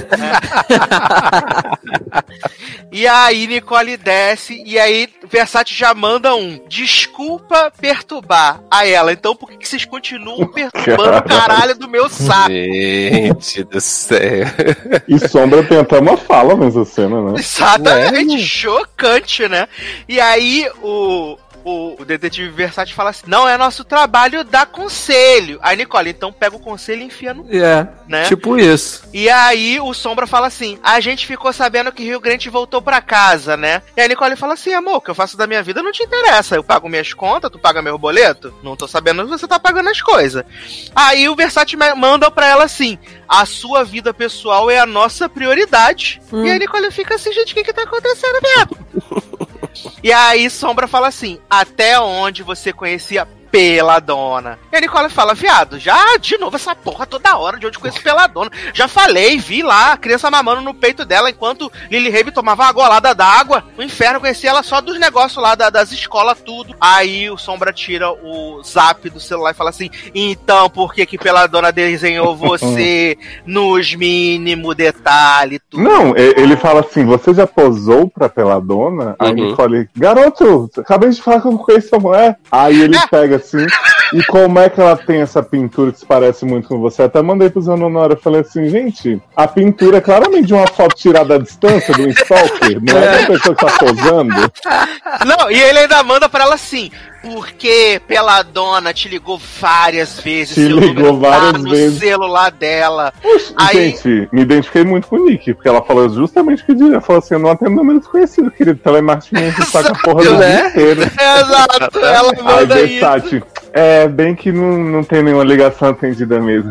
Speaker 2: E aí Nicole desce, e aí Versace já manda um: desculpa perturbar. A ela, então por que que vocês continuam perturbando o caralho do meu saco?
Speaker 6: Gente do céu.
Speaker 3: E Sombra tem até uma fala nessa cena, né?
Speaker 2: Exatamente,
Speaker 6: Né?
Speaker 2: chocante, né? E aí o, o, o detetive Versace fala assim: não é nosso trabalho dar conselho. Aí Nicole, então pega o conselho e enfia no...
Speaker 5: É,
Speaker 2: né?
Speaker 5: tipo isso.
Speaker 2: E aí o Sombra fala assim: a gente ficou sabendo que Rio Grande voltou pra casa, né? E a Nicole fala assim: amor, o que eu faço da minha vida não te interessa. Eu pago minhas contas, tu paga meu boleto? Não tô sabendo que você tá pagando as coisas. Aí o Versace ma- manda pra ela assim: a sua vida pessoal é a nossa prioridade.
Speaker 5: Hum.
Speaker 2: E a Nicole fica assim: gente, o que que tá acontecendo mesmo? E aí Sombra fala assim: até onde você conhecia Peladona. E a Nicole fala, viado, já de novo essa porra toda hora, de onde eu conheço Peladona. Já falei, vi lá a criança mamando no peito dela enquanto Lily Rabe tomava uma golada d'água. O inferno, conhecia ela só dos negócios lá da, das escolas, tudo. Aí o Sombra tira o zap do celular e fala assim, então por que que Peladona desenhou você nos mínimos detalhes, tudo?
Speaker 3: Não, ele fala assim, você já posou pra Peladona? Aí
Speaker 6: Uhum.
Speaker 3: Nicole, garoto, acabei de falar que eu conheço a mulher. Aí ele pega assim, e como é que ela tem essa pintura que se parece muito com você? Até mandei pro Zanon na hora, eu falei assim, gente, a pintura é claramente de uma foto tirada à distância, do stalker, não é da pessoa que tá posando.
Speaker 2: Não, e ele ainda manda pra ela assim, porque Peladona te ligou várias vezes,
Speaker 3: Te
Speaker 2: seu
Speaker 3: ligou
Speaker 2: número tá
Speaker 3: várias
Speaker 2: no
Speaker 3: vezes.
Speaker 2: celular dela.
Speaker 3: Oxe,
Speaker 2: Aí-
Speaker 3: gente, me identifiquei muito com o Nick, porque ela falou justamente o que eu diria. Ela falou assim, eu não atendo número desconhecido, querido. Telemarketing não saca a porra do
Speaker 6: Né?
Speaker 3: dia inteiro.
Speaker 2: Exato, ela
Speaker 3: Aí
Speaker 2: manda isso.
Speaker 3: Versace, é, bem que não, não tem nenhuma ligação atendida mesmo.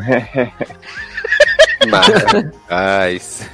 Speaker 6: Mas...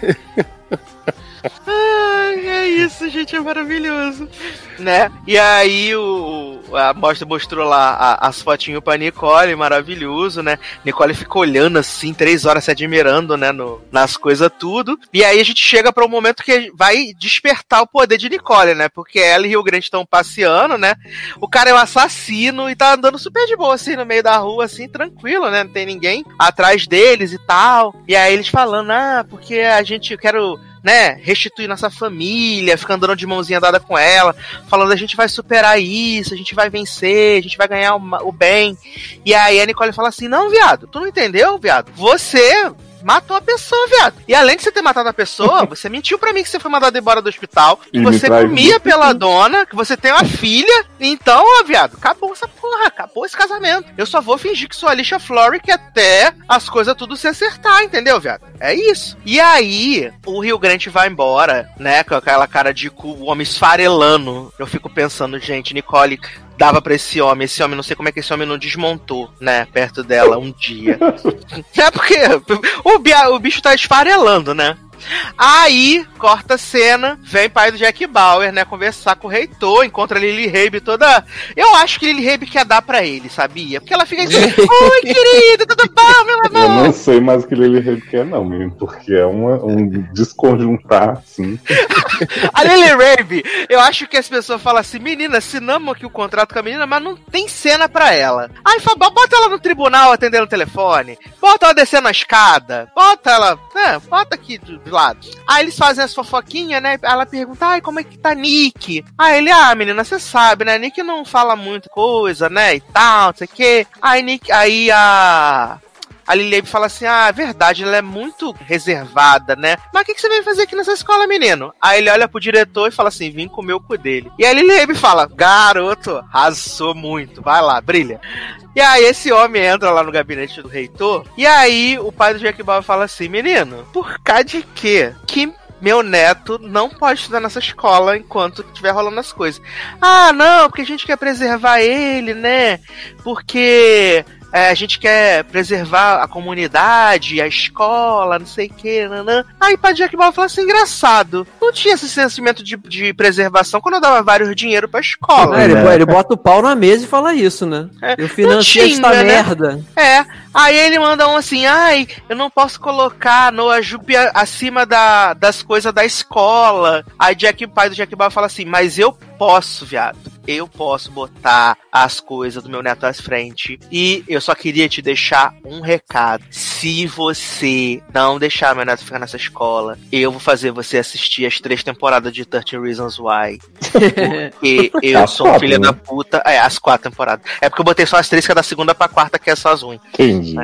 Speaker 2: Ai, é isso, gente, é maravilhoso. Né? E aí o a mostra mostrou lá a, as fotinhas pra Nicole, maravilhoso, né? Nicole fica olhando assim, três horas se admirando, né? No, nas coisas tudo. E aí a gente chega para um momento que vai despertar o poder de Nicole, né? Porque ela e Rio Grande estão passeando, né? O cara é um assassino e tá andando super de boa, assim, no meio da rua, assim, tranquilo, né? Não tem ninguém atrás deles e tal. E aí eles falando, ah, porque a gente, eu quero... né, restituir nossa família, fica andando de mãozinha dada com ela, falando a gente vai superar isso, a gente vai vencer, a gente vai ganhar o, o bem. E aí a Nicole fala assim, não, viado, tu não entendeu, viado? Você matou a pessoa, viado. E além de você ter matado a pessoa, você mentiu pra mim que você foi mandado embora do hospital, que
Speaker 3: E me
Speaker 2: você
Speaker 3: traiu.
Speaker 2: comia pela dona, que você tem uma filha. Então, ó, viado, acabou essa porra, acabou esse casamento. Eu só vou fingir que sou a Alicia Florrick até as coisas tudo se acertar, entendeu, viado? É isso. E aí, o Rio Grande vai embora, né, com aquela cara de cu, o homem esfarelando. Eu fico pensando, gente, Nicole dava pra esse homem, esse homem, não sei como é que esse homem não desmontou, né, perto dela um dia. É porque o, bia, o bicho tá esfarelando, né? Aí, corta a cena, vem pai do Jack Bauer, né, conversar com o reitor, encontra a Lily Rabe toda... Eu acho que Lily Rabe quer dar pra ele, sabia? Porque ela fica assim, oi, querido, tudo bom, meu
Speaker 3: Eu
Speaker 2: amor?
Speaker 3: não sei mais o que Lily Rabe quer não, mesmo, porque é uma, um desconjuntar, assim.
Speaker 2: A Lily Rabe, eu acho que as pessoas falam assim, menina, assinamos aqui o contrato com a menina, mas não tem cena pra ela. Aí fala, bota ela no tribunal atendendo o telefone, bota ela descendo a escada, bota ela, né, bota aqui do lado. Aí eles fazem as fofoquinhas, né, ela pergunta, ai, como é que tá Nick? Aí ele, ah, menina, você sabe, né, Nick não fala muita coisa, né, e tal, não sei o quê. Aí Nick, aí a... A Lily Rabe fala assim, ah, é verdade, ela é muito reservada, né? Mas o que, que você veio fazer aqui nessa escola, menino? Aí ele olha pro diretor e fala assim, vim comer o cu dele. E a Lily Rabe fala, garoto, arrasou muito, vai lá, brilha. E aí esse homem entra lá no gabinete do reitor, e aí o pai do Jack Bauer fala assim, menino, por cá de quê? Que meu neto não pode estudar nessa escola enquanto estiver rolando as coisas. Ah, não, porque a gente quer preservar ele, né? Porque... É, a gente quer preservar a comunidade, a escola, não sei o que, nanã. Aí o Jack Bauer falou assim, engraçado, não tinha esse sentimento de, de preservação quando eu dava vários dinheiro pra escola.
Speaker 5: É, ele,
Speaker 3: né?
Speaker 5: ele bota o pau na mesa e fala isso, né?
Speaker 2: É,
Speaker 5: Eu financiei
Speaker 2: não tinha,
Speaker 5: esta
Speaker 2: né?
Speaker 5: merda.
Speaker 2: É, aí ele manda um assim, ai, eu não posso colocar Noah Jupe acima da, das coisas da escola. Aí Jack, o pai do Jack Bauer fala assim, mas eu posso, viado. Eu posso botar as coisas do meu neto à frente. E eu só queria te deixar um recado. Se você não deixar meu neto ficar nessa escola, eu vou fazer você assistir as três temporadas de thirteen Reasons Why. Porque eu
Speaker 3: As
Speaker 2: sou um
Speaker 3: quatro,
Speaker 2: filho
Speaker 3: né?
Speaker 2: da puta. É, as quatro temporadas. É porque eu botei só as três, que é da segunda pra quarta, que é só as ruins.
Speaker 3: Entendi.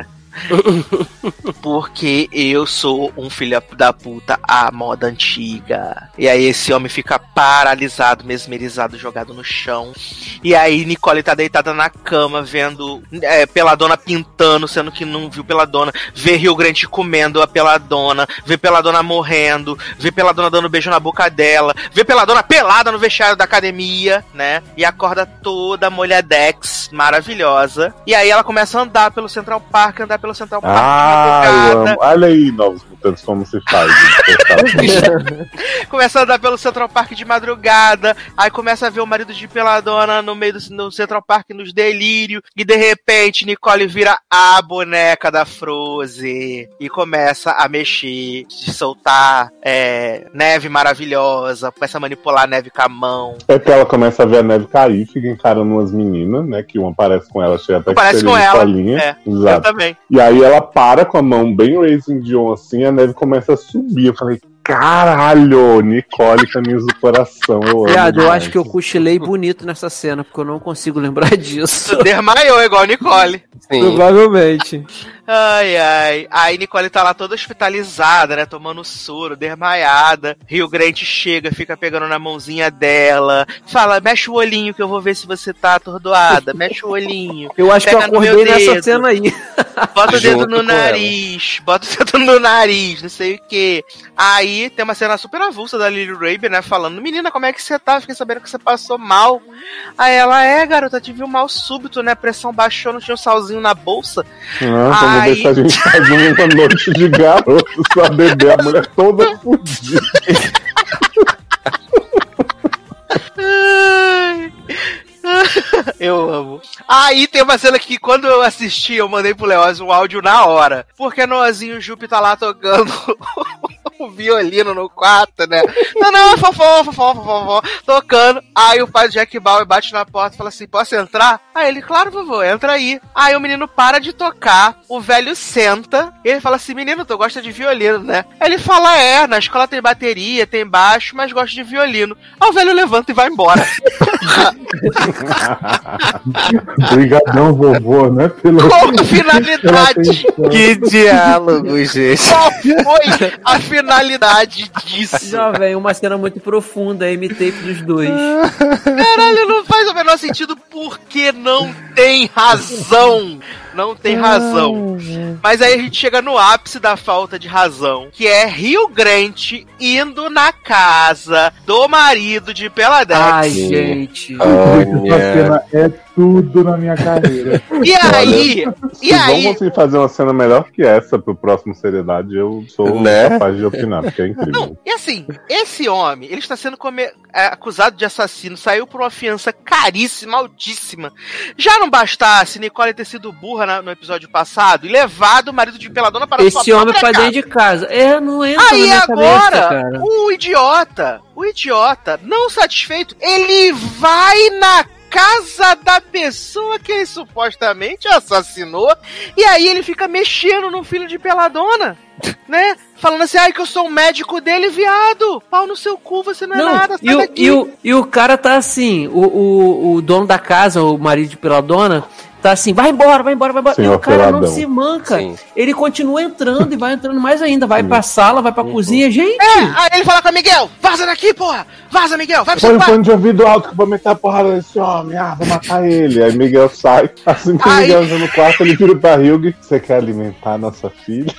Speaker 2: Porque eu sou um filho da puta à moda antiga. E aí esse homem fica paralisado, mesmerizado, jogado no chão. E aí Nicole tá deitada na cama, vendo é, Peladona pintando, sendo que não viu Peladona. Vê Rio Grande comendo a Peladona. Vê Peladona morrendo. Vê Peladona dando beijo na boca dela. Vê Peladona pelada no vestiário da academia, né? E acorda toda molhadex, maravilhosa. E aí ela começa a andar pelo Central Park, andar pelo Central Park.
Speaker 3: Ah, eu
Speaker 2: madrugada.
Speaker 3: amo. Olha aí, novos adultas, como se faz.
Speaker 2: Começa a andar pelo Central Park de madrugada, aí começa a ver o marido de Peladona no meio do no Central Park nos delírios, e de repente Nicole vira a boneca da Frozen e começa a mexer, de soltar é, neve maravilhosa, começa a manipular a neve com a mão.
Speaker 3: É que ela começa a ver a neve cair, fica encarando umas meninas, né, que uma parece com ela, chega até que
Speaker 2: parece com ela,
Speaker 3: é,
Speaker 2: eu também.
Speaker 3: E aí ela para com a mão bem Raising John assim, a neve começa a subir. Eu falei, caralho, Nicole, caminhos do coração. Eu amo.
Speaker 5: Viado, eu acho que eu cochilei bonito nessa cena, porque eu não consigo lembrar disso.
Speaker 2: Tu desmaiou igual a Nicole.
Speaker 5: Sim. Provavelmente.
Speaker 2: Ai, ai. Aí Nicole tá lá toda hospitalizada, né? Tomando soro, desmaiada. Rio Grande chega, fica pegando na mãozinha dela. Fala, mexe o olhinho que eu vou ver se você tá atordoada. Mexe o olhinho.
Speaker 5: Eu acho
Speaker 2: Pega
Speaker 5: que eu acordei nessa cena aí.
Speaker 2: Bota o dedo no nariz. Ela. Bota o dedo no nariz, não sei o que. Aí tem uma cena super avulsa da Lily Rabe, né? Falando, menina, como é que você tá? Fiquei sabendo que você passou mal. Aí ela, é, garota, tive um mal súbito, né? Pressão baixou, não tinha um salzinho na bolsa.
Speaker 3: Ah, vamos ver se a gente faz uma noite de garoto, só beber a mulher toda fodida.
Speaker 2: Eu amo. Aí tem uma cena que quando eu assisti, eu mandei pro Leoz um áudio na hora. Porque Noazinho Jupe tá lá tocando o violino no quarto, né? Não, não, fofó, fofó, fofó, tocando. Aí o pai do Jack Bauer bate na porta e fala assim, posso entrar? Aí ele, claro, vovô, entra aí. Aí o menino para de tocar, o velho senta, e ele fala assim, menino, tu gosta de violino, né? Aí ele fala, é, na escola tem bateria, tem baixo, mas gosto de violino. Aí o velho levanta e vai embora.
Speaker 4: Obrigadão, vovô, né? Pelo,
Speaker 2: Qual a finalidade?
Speaker 6: Que diálogo, gente.
Speaker 2: Qual foi a finalidade disso?
Speaker 5: Jovem, uma cena muito profunda, M-tape dos dois.
Speaker 2: Caralho, não faz o menor sentido porque não tem razão. Não tem razão. Mas aí a gente chega no ápice da falta de razão, que é Rio Grande indo na casa do marido de Peladex.
Speaker 5: Ai, gente.
Speaker 4: Essa cena é tudo na minha carreira.
Speaker 2: E aí?
Speaker 3: Olha,
Speaker 2: e
Speaker 3: se
Speaker 2: aí?
Speaker 3: vão conseguir fazer uma cena melhor que essa pro próximo Seriedade, eu sou
Speaker 6: Né?
Speaker 3: capaz de opinar, porque é incrível.
Speaker 2: Não, e assim, esse homem, ele está sendo come- é, acusado de assassino, saiu por uma fiança caríssima, altíssima. Já não bastasse Nicole ter sido burra na- no episódio passado e levado o marido de Peladona para
Speaker 5: Esse
Speaker 2: sua
Speaker 5: homem
Speaker 2: própria
Speaker 5: pra
Speaker 2: casa.
Speaker 5: dentro de casa. É, não entra na
Speaker 2: Aí
Speaker 5: minha
Speaker 2: agora,
Speaker 5: cabeça, cara.
Speaker 2: o idiota, o idiota, não satisfeito, ele vai na casa da pessoa que ele supostamente assassinou, e aí ele fica mexendo no filho de Peladona, né? Falando assim, ai que eu sou o médico dele, viado. Pau no seu cu, você não é
Speaker 5: Não,
Speaker 2: nada, sai
Speaker 5: e, o,
Speaker 2: daqui.
Speaker 5: e, o, e o cara tá assim, o, o, o dono da casa, o marido de Peladona, tá assim, vai embora, vai embora, vai embora.
Speaker 3: Senhor
Speaker 5: e o cara
Speaker 3: Peladão.
Speaker 5: não se manca.
Speaker 6: Sim.
Speaker 5: Ele continua entrando e vai entrando mais ainda. Vai pra sala, vai pra
Speaker 3: Uhum.
Speaker 5: cozinha. Gente,
Speaker 2: É, aí ele fala com a Miguel, vaza daqui, porra. Vaza, Miguel, vai pro
Speaker 3: Põe
Speaker 2: seu
Speaker 3: um
Speaker 2: quarto.
Speaker 3: fone de ouvido alto que eu vou meter a porrada nesse homem. Ah, vou matar ele. Aí Miguel sai. Assim que o
Speaker 2: Aí-
Speaker 3: Miguel entra no quarto, ele vira pra Hugh. Você quer alimentar nossa filha?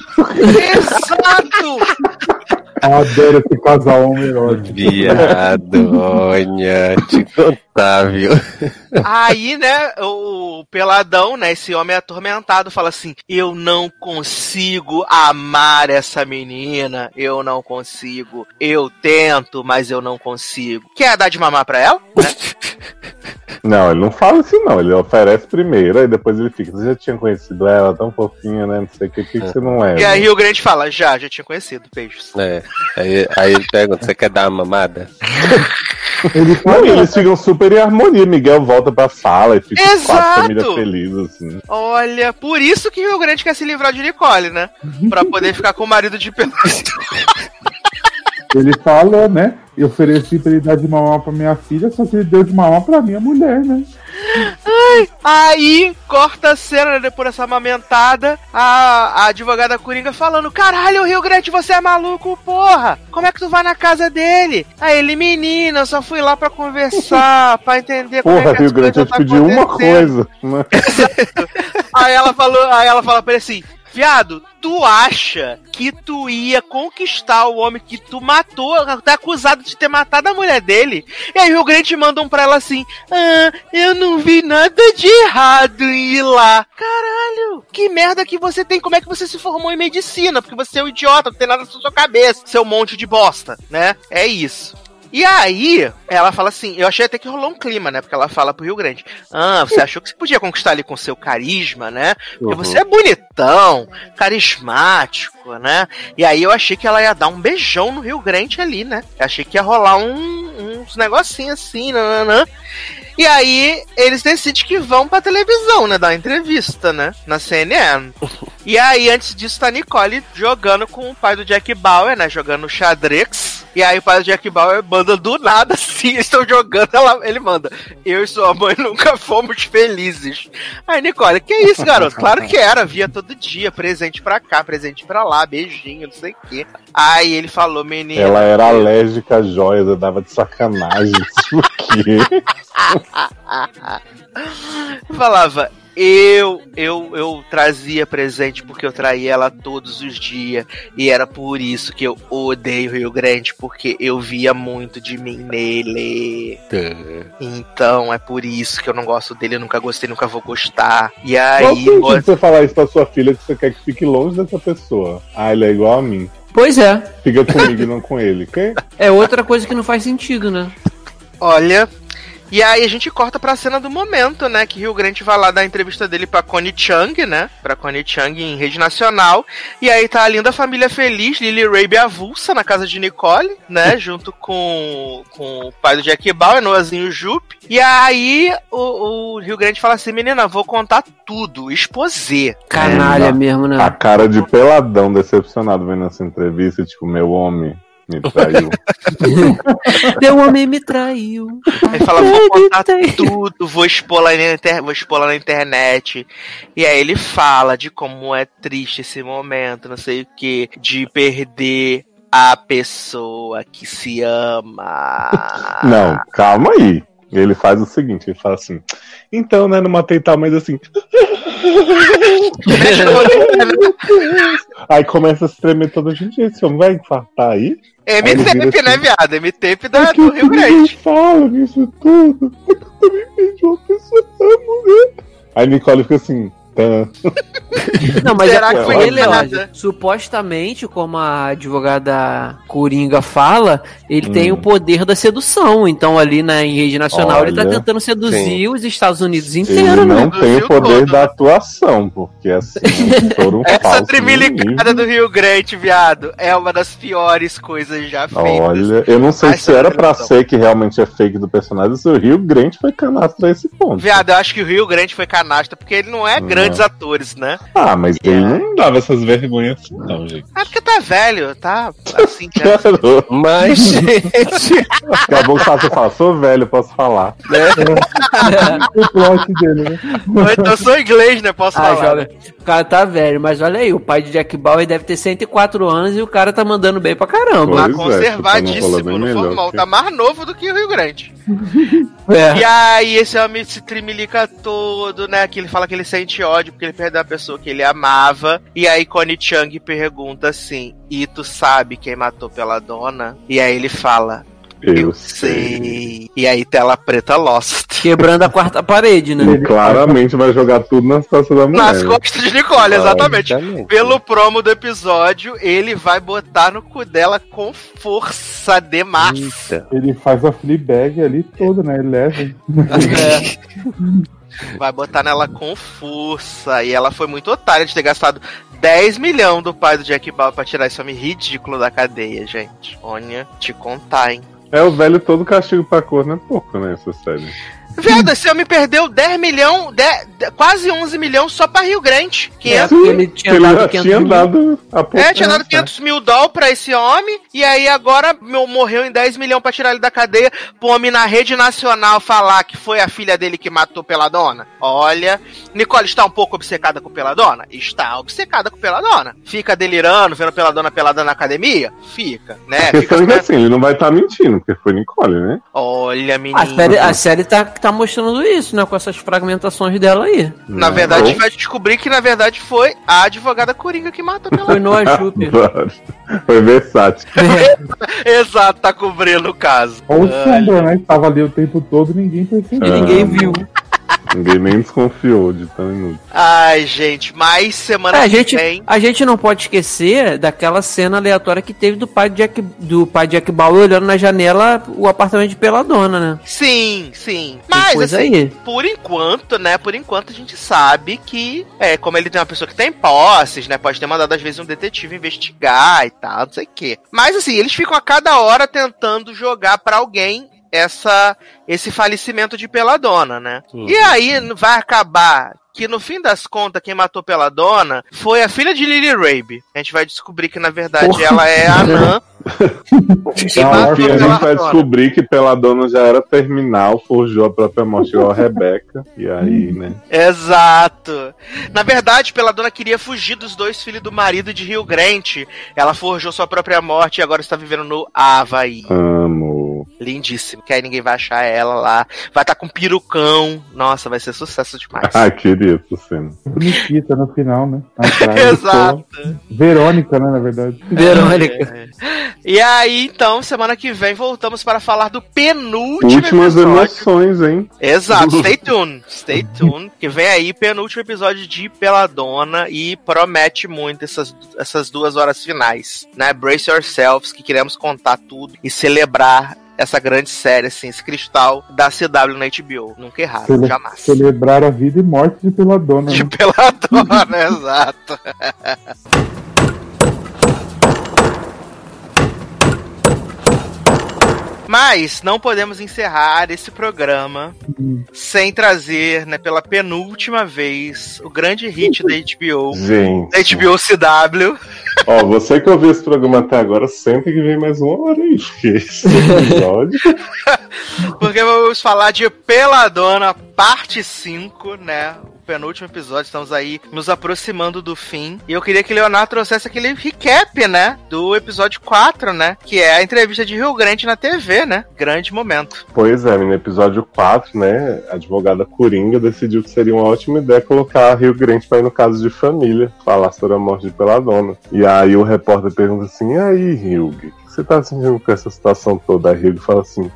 Speaker 2: Exato.
Speaker 4: Adoro esse casal homem erótico.
Speaker 6: Viadonha, te contar, viu?
Speaker 2: Aí, né, o Peladão, né, esse homem atormentado, fala assim, eu não consigo amar essa menina, eu não consigo, eu tento, mas eu não consigo. Quer dar de mamar pra ela? Né?
Speaker 3: Não, ele não fala isso não. Ele oferece primeiro, aí depois ele fica. Você já tinha conhecido ela, tão fofinha, né? Não sei o que, que, que você não é.
Speaker 2: E aí o Grande fala, já, já tinha conhecido, beijos.
Speaker 6: É. Aí, aí ele pergunta, você quer dar uma mamada?
Speaker 4: Ele
Speaker 3: Não, e eles ficam super em harmonia. Miguel volta pra sala e fica
Speaker 2: Exato!
Speaker 3: quatro famílias felizes, assim.
Speaker 2: Olha, por isso que o Rio Grande quer se livrar de Nicole, né? Pra poder ficar com o marido de Peladão.
Speaker 4: Ele fala, né? Eu ofereci pra ele dar de mamar pra minha filha, só que ele deu de mamar pra minha mulher, né?
Speaker 2: Aí, corta a cena, né, depois dessa amamentada, a, a advogada Coringa falando, caralho, Rio Grande, você é maluco, porra! Como é que tu vai na casa dele? Aí ele, menina, eu só fui lá pra conversar, pra entender como
Speaker 3: Porra,
Speaker 2: é que
Speaker 3: Rio
Speaker 2: as
Speaker 3: Grande, eu
Speaker 2: coisas
Speaker 3: te
Speaker 2: tá
Speaker 3: pedi uma
Speaker 2: acontecendo.
Speaker 3: coisa. Né?
Speaker 2: Aí ela falou, aí ela fala pra ele assim, viado, tu acha que tu ia conquistar o homem que tu matou, tá acusado de ter matado a mulher dele? E aí o Rio Grande manda um pra ela assim, ah, eu não vi nada de errado em ir lá. Caralho, que merda que você tem, como é que você se formou em medicina? Porque você é um idiota, não tem nada na sua cabeça, seu monte de bosta, né? É isso. E aí, ela fala assim, eu achei até que rolou um clima, né? Porque ela fala pro Rio Grande, ah, você achou que você podia conquistar ali com seu carisma, né? Porque uhum. você é bonitão, carismático, né? E aí eu achei que ela ia dar um beijão no Rio Grande ali, né? Eu achei que ia rolar um, uns negocinhos assim, nananã. E aí, eles decidem que vão pra televisão, né? Dar uma entrevista, né? Na C N N. E aí, antes disso, tá a Nicole jogando com o pai do Jack Bauer, né? Jogando xadrez. E aí, o pai do Jack Bauer manda do nada, assim. Eles estão jogando, ela, ele manda. Eu e sua mãe nunca fomos felizes. Aí, Nicole, que isso, garoto? Claro que era. Via todo dia. Presente pra cá, presente pra lá. Beijinho, não sei o quê. Aí, ele falou, menina...
Speaker 3: Ela era alérgica a joias, eu dava de sacanagem. Por quê?
Speaker 2: Falava, eu, eu, eu trazia presente porque eu traía ela todos os dias. E era por isso que eu odeio o Rio Grande, porque eu via muito de mim nele. Então é por isso que eu não gosto dele, eu nunca gostei, nunca vou gostar. E aí.
Speaker 3: Qual gosto... você falar isso pra sua filha que você quer que fique longe dessa pessoa? Ah, ele é igual a mim.
Speaker 5: Pois é.
Speaker 3: Fica comigo e não com ele, ok?
Speaker 5: É outra coisa que não faz sentido, né?
Speaker 2: Olha. E aí a gente corta pra cena do momento, né? Que Rio Grande vai lá dar a entrevista dele pra Connie Chung, né? Pra Connie Chung em rede nacional. E aí tá a linda família feliz, Lily Rabe avulsa na casa de Nicole, né? Junto com, com o pai do Jack Bauer, Noazinho Jupe. E aí o, o Rio Grande fala assim, menina, vou contar tudo, exposé.
Speaker 5: Canalha é, mesmo, né?
Speaker 3: A cara de peladão decepcionado vendo essa entrevista, tipo, meu homem... me traiu.
Speaker 5: Meu homem me traiu.
Speaker 2: Aí fala, vou contar tudo, vou expor, lá na inter... vou expor lá na internet. E aí ele fala de como é triste esse momento, não sei o que, de perder a pessoa que se ama.
Speaker 3: Não, calma aí. Ele faz o seguinte, ele fala assim, então, né, não matei tal, mas assim... Aí começa a se tremer toda a gente, esse homem vai infartar aí?
Speaker 2: M-Tape, né, viado? M-Tape da, do Rio Grande.
Speaker 3: Eu falo nisso tudo, é que eu também vejo uma pessoa da mulher. Aí Nicole fica assim...
Speaker 5: Não, mas
Speaker 2: será
Speaker 5: é
Speaker 2: que foi
Speaker 5: ele, ó, supostamente, como a advogada Coringa fala, ele hum. tem o poder da sedução. Então, ali na em rede nacional, olha, ele tá tentando seduzir sim. os Estados Unidos inteiros.
Speaker 3: Ele não
Speaker 5: né?
Speaker 3: tem o poder todo. da atuação, porque assim, um
Speaker 2: essa trimilicada do Rio Grande, viado, é uma das piores coisas já feitas.
Speaker 3: Olha, eu não sei se era pra ser que realmente é fake do personagem, se o Rio Grande foi canastra a esse ponto.
Speaker 2: Viado, eu acho que o Rio Grande foi canastra, porque ele não é grande grandes atores, né?
Speaker 3: Ah, mas ele yeah. não dava essas vergonhas assim, não, gente.
Speaker 2: Ah, porque tá velho, tá assim, já.
Speaker 6: Mas, gente...
Speaker 3: Acabou que você fala, sou velho, posso falar.
Speaker 4: O plot dele, né?
Speaker 2: Então eu sou inglês, né? Posso ah, falar. Joga.
Speaker 5: O cara tá velho, mas olha aí, o pai de Jack Bauer deve ter cento e quatro anos e o cara tá mandando bem pra caramba.
Speaker 2: Tá conservadíssimo, no formal. Que... Tá mais novo do que o Rio Grande. É. E aí esse homem se trimilica todo, né? Que ele fala que ele sente ódio porque ele perdeu a pessoa que ele amava. E aí Connie Chung pergunta assim, e tu sabe quem matou pela dona? E aí ele fala... Eu, eu sei. sei. E aí, tela preta Lost.
Speaker 5: Quebrando a quarta parede, né?
Speaker 3: Ele claramente vai jogar tudo nas costas da mulher.
Speaker 2: Nas costas de Nicole, exatamente. Ah, pelo promo do episódio, ele vai botar no cu dela com força de massa.
Speaker 4: Ele faz a Fleabag ali toda, né? Ele leva.
Speaker 2: É. Vai botar nela com força. E ela foi muito otária de ter gastado dez milhões do pai do Jack Bauer pra tirar esse homem ridículo da cadeia, gente. Olha, te contar, hein?
Speaker 3: É o velho todo castigo pra cor, não é pouco, né, essa série.
Speaker 2: Viado, esse homem perdeu dez milhões, dez, quase onze milhões só pra Rio Grande.
Speaker 5: É, ele tinha
Speaker 3: ele
Speaker 5: dado
Speaker 3: quinhentos tinha dado
Speaker 2: a pouco. É, tinha dado quinhentos mil dólares pra esse homem, e aí agora meu, morreu em dez milhões pra tirar ele da cadeia, pro homem na rede nacional falar que foi a filha dele que matou Peladona. Olha, Nicole está um pouco obcecada com Peladona? Está obcecada com Peladona. Fica delirando, vendo Peladona pelada na academia? Fica, né?
Speaker 3: A questão
Speaker 2: Fica...
Speaker 3: é que assim, ele não vai estar tá mentindo, porque foi Nicole, né?
Speaker 2: Olha, menina.
Speaker 5: A série, a série tá, tá mostrando isso, né? Com essas fragmentações dela aí.
Speaker 2: Na verdade, a gente vai descobrir que, na verdade, foi a advogada Coringa que matou pela...
Speaker 5: Foi no Ajupe.
Speaker 3: Foi versátil.
Speaker 2: É. Exato, tá cobrindo o caso.
Speaker 4: Ou o Sombra, né? Que tava ali o tempo todo e ninguém percebeu.
Speaker 5: E ninguém viu.
Speaker 3: Ninguém nem desconfiou de tão inútil.
Speaker 2: Ai, gente, mais semana
Speaker 5: É, a,
Speaker 2: que
Speaker 5: gente,
Speaker 2: vem.
Speaker 5: a gente não pode esquecer daquela cena aleatória que teve do pai de Jack, do pai de Jack Bauer olhando na janela o apartamento de Peladona, né?
Speaker 2: Sim, sim. Mas,
Speaker 5: coisa
Speaker 2: assim,
Speaker 5: aí.
Speaker 2: por enquanto, né, por enquanto a gente sabe que, é, como ele tem uma pessoa que tem posses, né, pode ter mandado às vezes um detetive investigar e tal, não sei o quê. Mas, assim, eles ficam a cada hora tentando jogar pra alguém essa, esse falecimento de Peladona, né?
Speaker 3: Uhum.
Speaker 2: E aí vai acabar que no fim das contas quem matou Peladona foi a filha de Lily Rabe. A gente vai descobrir que na verdade
Speaker 5: Porra.
Speaker 2: ela é a Anã.
Speaker 3: E
Speaker 2: matou
Speaker 3: a gente vai
Speaker 2: Peladona.
Speaker 3: descobrir que Peladona já era terminal, forjou a própria morte igual a Rebeca. E aí, né?
Speaker 2: Exato. Na verdade, Peladona queria fugir dos dois filhos do marido de Rio Grande. Ela forjou sua própria morte e agora está vivendo no Havaí.
Speaker 3: Amo.
Speaker 2: Lindíssimo. Que aí ninguém vai achar ela lá. Vai estar com perucão. Nossa, vai ser sucesso demais.
Speaker 3: Ah, queria essa cena.
Speaker 4: Nikita no final, né? Atrás,
Speaker 2: Exato.
Speaker 4: pô. Verônica, né, na verdade.
Speaker 5: Verônica.
Speaker 2: É. E aí, então, semana que vem voltamos para falar do penúltimo
Speaker 3: Últimas
Speaker 2: episódio.
Speaker 3: emoções, hein?
Speaker 2: Exato, stay tuned, stay tuned, que vem aí penúltimo episódio de Peladona e promete muito essas, essas duas horas finais, né? Brace yourselves, que queremos contar tudo e celebrar essa grande série, assim, esse cristal da C W na H B O. Nunca errado,
Speaker 4: Cele-
Speaker 2: jamais.
Speaker 4: Celebrar a vida e morte de Peladona.
Speaker 2: De
Speaker 4: Né?
Speaker 2: Peladona, exato. Mas não podemos encerrar esse programa
Speaker 4: Hum.
Speaker 2: sem trazer, né, pela penúltima vez, o grande hit da H B O,
Speaker 3: Gente.
Speaker 2: da H B O C W.
Speaker 3: Ó, você que ouviu esse programa até agora, sempre que vem mais uma hora aí, porque esse episódio.
Speaker 2: Porque vamos falar de Peladona, parte cinco, né? O penúltimo episódio, estamos aí nos aproximando do fim. E eu queria que Leonardo trouxesse aquele recap, né? Do episódio quatro, né? Que é a entrevista de Rio Grande na T V, né? Grande momento.
Speaker 3: Pois é, no episódio quatro, né, a advogada Coringa decidiu que seria uma ótima ideia colocar a Rio Grande pra ir no caso de família, falar sobre a morte de Peladona. E aí o repórter pergunta assim, e aí, Rio, o que você tá sentindo com essa situação toda? A Rio fala assim,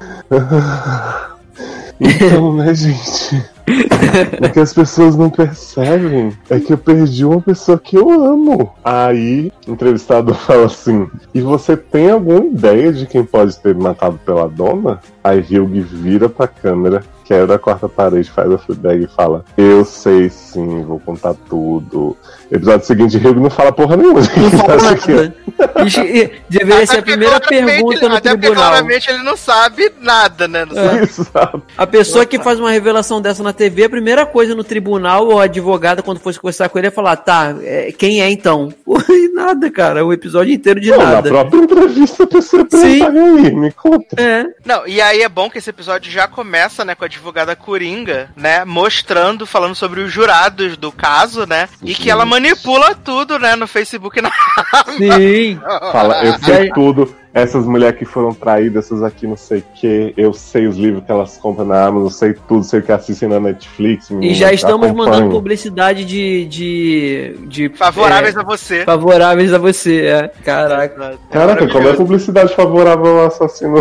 Speaker 3: então, né, gente... O que as pessoas não percebem é que eu perdi uma pessoa que eu amo. Aí, o entrevistado fala assim, e você tem alguma ideia de quem pode ter matado Peladona? Aí Hugh vira pra câmera, quebra a quarta parede, faz a feedback e fala, eu sei sim, vou contar tudo. Episódio seguinte, Hugh não fala porra nenhuma.
Speaker 5: Não fala nada. E deveria ser a primeira pergunta
Speaker 2: ele,
Speaker 5: no
Speaker 2: até porque
Speaker 5: tribunal.
Speaker 2: claramente ele não sabe nada, né? Não sabe.
Speaker 3: Exato.
Speaker 5: A pessoa que faz uma revelação dessa na T V, a primeira coisa no tribunal, ou a advogada, quando fosse conversar com ele, ia falar, tá, é, quem é então? E nada, cara, o episódio inteiro de
Speaker 3: Não, na
Speaker 5: nada.
Speaker 3: própria entrevista a pessoa
Speaker 5: Sim.
Speaker 3: pergunta, e aí, me conta.
Speaker 5: É.
Speaker 2: Não, e aí é bom que esse episódio já começa, né, com a advogada Coringa, né, mostrando, falando sobre os jurados do caso, né, e que ela manipula tudo, né, no Facebook e na...
Speaker 5: Sim.
Speaker 3: Fala, eu sei
Speaker 5: Aí-
Speaker 3: tudo. Essas mulheres que foram traídas, essas aqui não sei o que. Eu sei os livros que elas compram na Amazon, eu sei tudo, sei o que assistem na Netflix.
Speaker 5: E
Speaker 3: menina,
Speaker 5: já estamos
Speaker 3: acompanho.
Speaker 5: mandando publicidade de. de, de
Speaker 2: Favoráveis
Speaker 5: é,
Speaker 2: a você.
Speaker 5: favoráveis a você, é. Caraca.
Speaker 3: Caraca, como é publicidade favorável ao assassino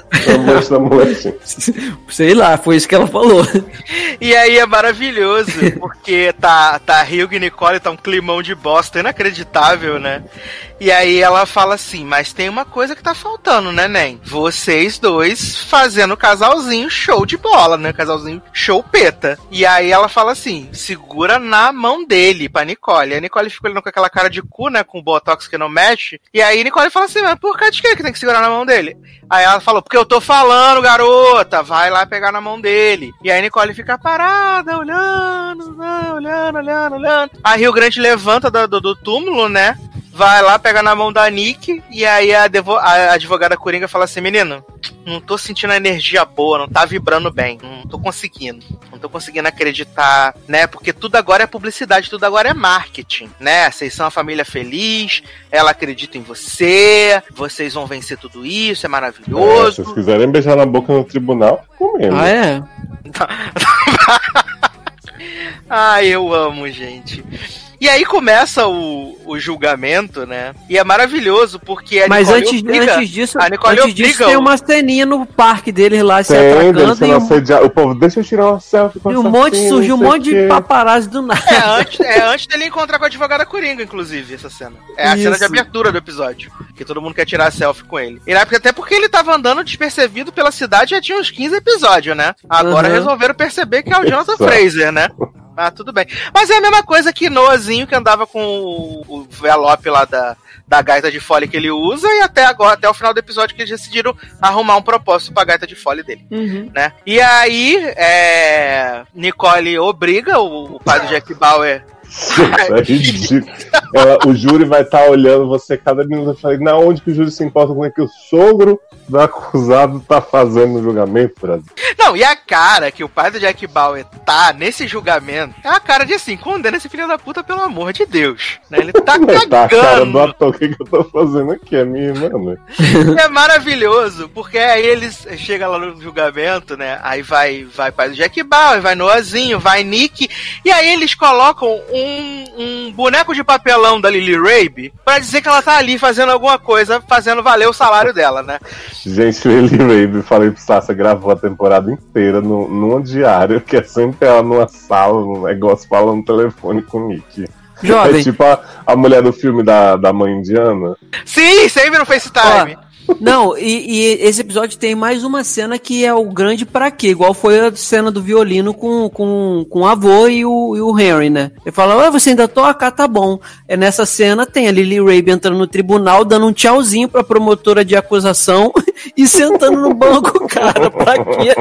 Speaker 3: da mulher?
Speaker 5: Sei lá, foi isso que ela falou.
Speaker 2: E aí é maravilhoso, porque tá, tá Hugh e Nicole, tá um climão de bosta inacreditável, né? E aí ela fala assim, mas tem uma coisa que tá faltando, né, Nen? Vocês dois fazendo casalzinho show de bola, né? Casalzinho show peta. E aí ela fala assim, segura na mão dele, pra Nicole. E a Nicole fica olhando com aquela cara de cu, né? Com o botox que não mexe. E aí Nicole fala assim, mas por causa de que que tem que segurar na mão dele? Aí ela falou, porque eu tô falando, garota, vai lá pegar na mão dele. E aí Nicole fica parada, olhando, né, olhando, olhando, olhando. A Rio Grande levanta do, do, do túmulo, né? Vai lá, pega na mão da Nick, e aí a, devo- a advogada Coringa fala assim, menino, não tô sentindo a energia boa, não tá vibrando bem, não tô conseguindo, não tô conseguindo acreditar, né, porque tudo agora é publicidade, tudo agora é marketing, né, vocês são uma família feliz, ela acredita em você, vocês vão vencer tudo isso, é
Speaker 3: É, se
Speaker 2: maravilhoso.
Speaker 3: vocês quiserem beijar na boca no tribunal, comendo.
Speaker 5: Ah, é?
Speaker 2: Ai, eu amo, gente. E aí começa o, o julgamento, né? E é maravilhoso, porque a
Speaker 5: Mas
Speaker 2: Nicole
Speaker 5: antes,
Speaker 2: obriga,
Speaker 5: antes disso,
Speaker 2: a Nicole
Speaker 5: antes disso
Speaker 2: obriga
Speaker 5: tem
Speaker 2: o-
Speaker 5: uma ceninha no parque deles lá se
Speaker 3: Tem, eles
Speaker 5: atracando
Speaker 3: sendo
Speaker 5: e um,
Speaker 3: assediados. O povo, deixa eu tirar uma selfie com
Speaker 5: e um
Speaker 3: essa
Speaker 5: monte,
Speaker 3: cena,
Speaker 5: surgiu um
Speaker 3: não sei
Speaker 5: monte
Speaker 3: o
Speaker 5: de
Speaker 3: quê.
Speaker 5: paparazzi do nada.
Speaker 2: É antes, é antes dele encontrar com a advogada Coringa, inclusive, essa cena. É a cena de
Speaker 5: Isso.
Speaker 2: abertura do episódio. Que todo mundo quer tirar a selfie com ele. E na época, até porque ele tava andando despercebido pela cidade já tinha uns quinze episódios, né? Agora
Speaker 5: Uhum.
Speaker 2: resolveram perceber que é o Jonathan
Speaker 3: Exato.
Speaker 2: Fraser, né? Ah, tudo bem. Mas é a mesma coisa que Noahzinho, que andava com o, o envelope lá da, da gaita de fole que ele usa, e até agora, até o final do episódio, que eles decidiram arrumar um propósito pra gaita de fole dele.
Speaker 5: Uhum.
Speaker 2: Né? E aí, é... Nicole obriga o, o pai do Jack Bauer.
Speaker 3: Isso é ridículo. Ela- o júri vai estar olhando você cada minuto e falar, na onde que o júri se importa com o que o sogro do acusado tá fazendo no julgamento, Brasil?
Speaker 2: Não, e a cara que o pai do Jack Bauer tá nesse julgamento é a cara de assim, condena esse filho da puta pelo amor de Deus. Né? Ele tá
Speaker 3: Mas tá a cara do
Speaker 2: cagando.
Speaker 3: ator, o que, que eu tô fazendo aqui? É minha irmã, né?
Speaker 2: É maravilhoso, porque aí eles chegam lá no julgamento, né? Aí vai, vai pai do Jack Bauer, vai Noahzinho, vai Nick, e aí eles colocam um, um boneco de papelão da Lily Rabe pra dizer que ela tá ali fazendo alguma coisa, fazendo valer o salário dela, né?
Speaker 3: Gente, o Eli Rabe, falei pro Sassa, gravou a temporada inteira no, numa diária, que é sempre ela numa sala, num negócio, falando no telefone com o Nick.
Speaker 5: Jovem.
Speaker 3: É tipo a, a mulher do filme da, da mãe indiana.
Speaker 2: Sim, sempre no FaceTime.
Speaker 5: Não, e, e esse episódio tem mais uma cena que é o grande pra quê? Igual foi a cena do violino com, com, com o avô e o, e o Henry, né? Ele fala, ah, você ainda toca? Ah, tá bom. É, nessa cena tem a Lily Rabe entrando no tribunal, dando um tchauzinho pra promotora de acusação e sentando no banco, cara, pra quê?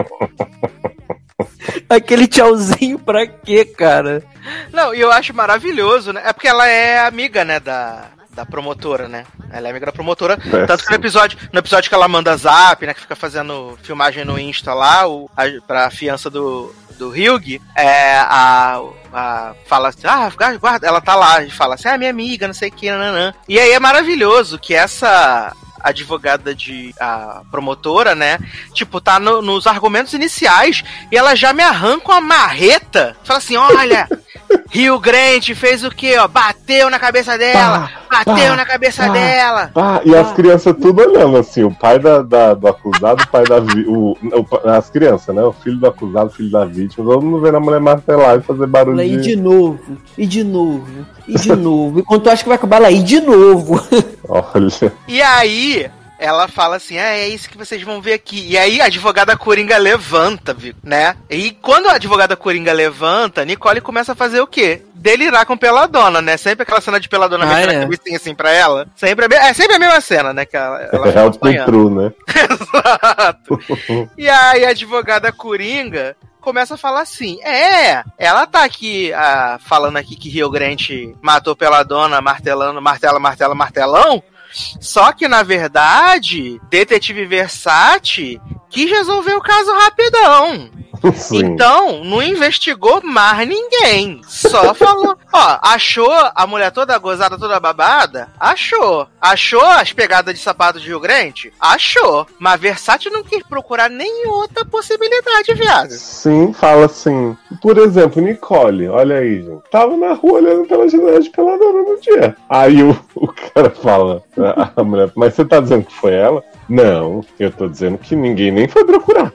Speaker 5: Aquele tchauzinho pra quê, cara?
Speaker 2: Não, e eu acho maravilhoso, né? É porque ela é amiga, né, da, da promotora, né? Ela é amiga da promotora.
Speaker 3: É,
Speaker 2: Tanto que no
Speaker 3: sim.
Speaker 2: episódio, no episódio que ela manda zap, né? Que fica fazendo filmagem no Insta lá, o, a, pra fiança do, do Hugh, é, a, a, fala assim, ah, guarda, ela tá lá e fala assim, ah, minha amiga, não sei o que, nananã. E aí é maravilhoso que essa advogada de a promotora, né? Tipo, tá no, nos argumentos iniciais e ela já me arranca uma marreta. Fala assim, olha, Rio Grande fez o quê, ó? Bateu na cabeça dela,
Speaker 3: Pá,
Speaker 2: bateu
Speaker 3: pá,
Speaker 2: na cabeça
Speaker 3: pá.
Speaker 2: dela.
Speaker 3: Ah, e as crianças tudo olhando assim, o pai da, da- do acusado, o pai da vítima, as crianças, né? O filho do acusado, o filho da vítima, todo mundo vendo a mulher martelar e fazer barulho
Speaker 5: E
Speaker 3: de...
Speaker 5: de novo, e de novo, e de novo. E quando tu acha que vai acabar lá, e de novo.
Speaker 3: Olha,
Speaker 2: E aí, ela fala assim, ah, é isso que vocês vão ver aqui. E aí a advogada Coringa levanta, viu, né? E quando a advogada Coringa levanta, Nicole começa a fazer o quê? Delirar com Peladona, né? Sempre aquela cena de Peladona
Speaker 5: Ah,
Speaker 2: mexendo
Speaker 5: é.
Speaker 2: a cabecinha assim pra ela. Sempre a me- é sempre a mesma cena, né? Que ela, ela
Speaker 3: é
Speaker 2: fica
Speaker 3: o
Speaker 2: apanhando.
Speaker 3: true, né?
Speaker 2: Exato. E aí a advogada Coringa começa a falar assim, é, ela tá aqui ah, falando aqui que Rio Grande matou Peladona, martelando, martela, martela, martelão, só que na verdade, Detetive Versace quis resolver o caso rapidão.
Speaker 3: Sim.
Speaker 2: Então, não investigou mais ninguém. Só falou. Ó, achou a mulher toda gozada, toda babada? Achou. Achou as pegadas de sapato de Rio Grande? Achou. Mas Versace não quis procurar nem outra possibilidade, viado.
Speaker 3: Sim, fala assim. Por exemplo, Nicole, olha aí, gente. Tava na rua olhando pela janela de Peladona no dia. Aí o, o cara fala, a, a mulher, mas você tá dizendo que foi ela? Não, eu tô dizendo que ninguém nem foi procurar.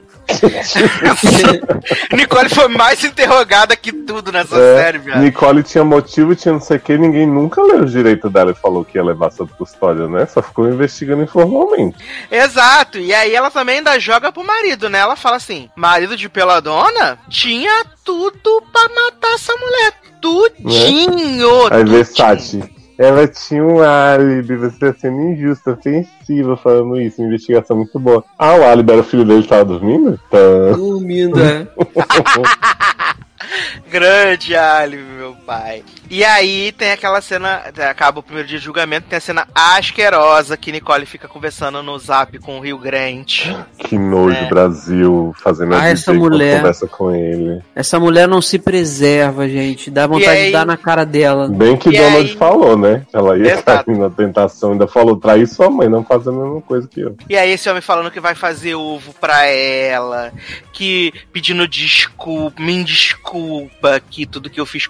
Speaker 2: Nicole foi mais interrogada que tudo nessa
Speaker 3: É,
Speaker 2: série, viado.
Speaker 3: Nicole tinha motivo, tinha não sei o que, ninguém nunca leu os direitos dela e falou que ia levar sob custódia, né? Só ficou investigando informalmente.
Speaker 2: Exato, e aí ela também ainda joga pro marido, né? Ela fala assim: marido de Peladona tinha tudo pra matar essa mulher. Tudinho!
Speaker 3: Aí
Speaker 2: tudinho.
Speaker 3: Versace, ela tinha um álibi, você tá sendo injusta, ofensiva falando isso, investigação muito boa. Ah, o álibi era o filho dele que tava dormindo? Tá.
Speaker 5: Dormindo, é.
Speaker 2: Grande álibi, meu pai. E aí tem aquela cena, acaba o primeiro dia de julgamento, tem a cena asquerosa que Nicole fica conversando no zap com o Rio Grande.
Speaker 3: Que nojo,
Speaker 2: É.
Speaker 3: Brasil, fazendo
Speaker 5: Ah,
Speaker 3: a
Speaker 5: essa
Speaker 3: D J quando
Speaker 5: mulher.
Speaker 3: conversa com ele.
Speaker 5: Essa mulher não se preserva, gente. Dá vontade
Speaker 2: aí-
Speaker 5: de dar na cara dela.
Speaker 3: Bem que
Speaker 2: E
Speaker 3: Donald
Speaker 2: aí-
Speaker 3: falou, né? Ela ia
Speaker 2: Exato.
Speaker 3: cair na tentação, ainda falou, trair sua mãe, não faz a mesma coisa que eu.
Speaker 2: E aí esse homem falando que vai fazer ovo pra ela, que pedindo desculpa, me desculpa que tudo que eu fiz com você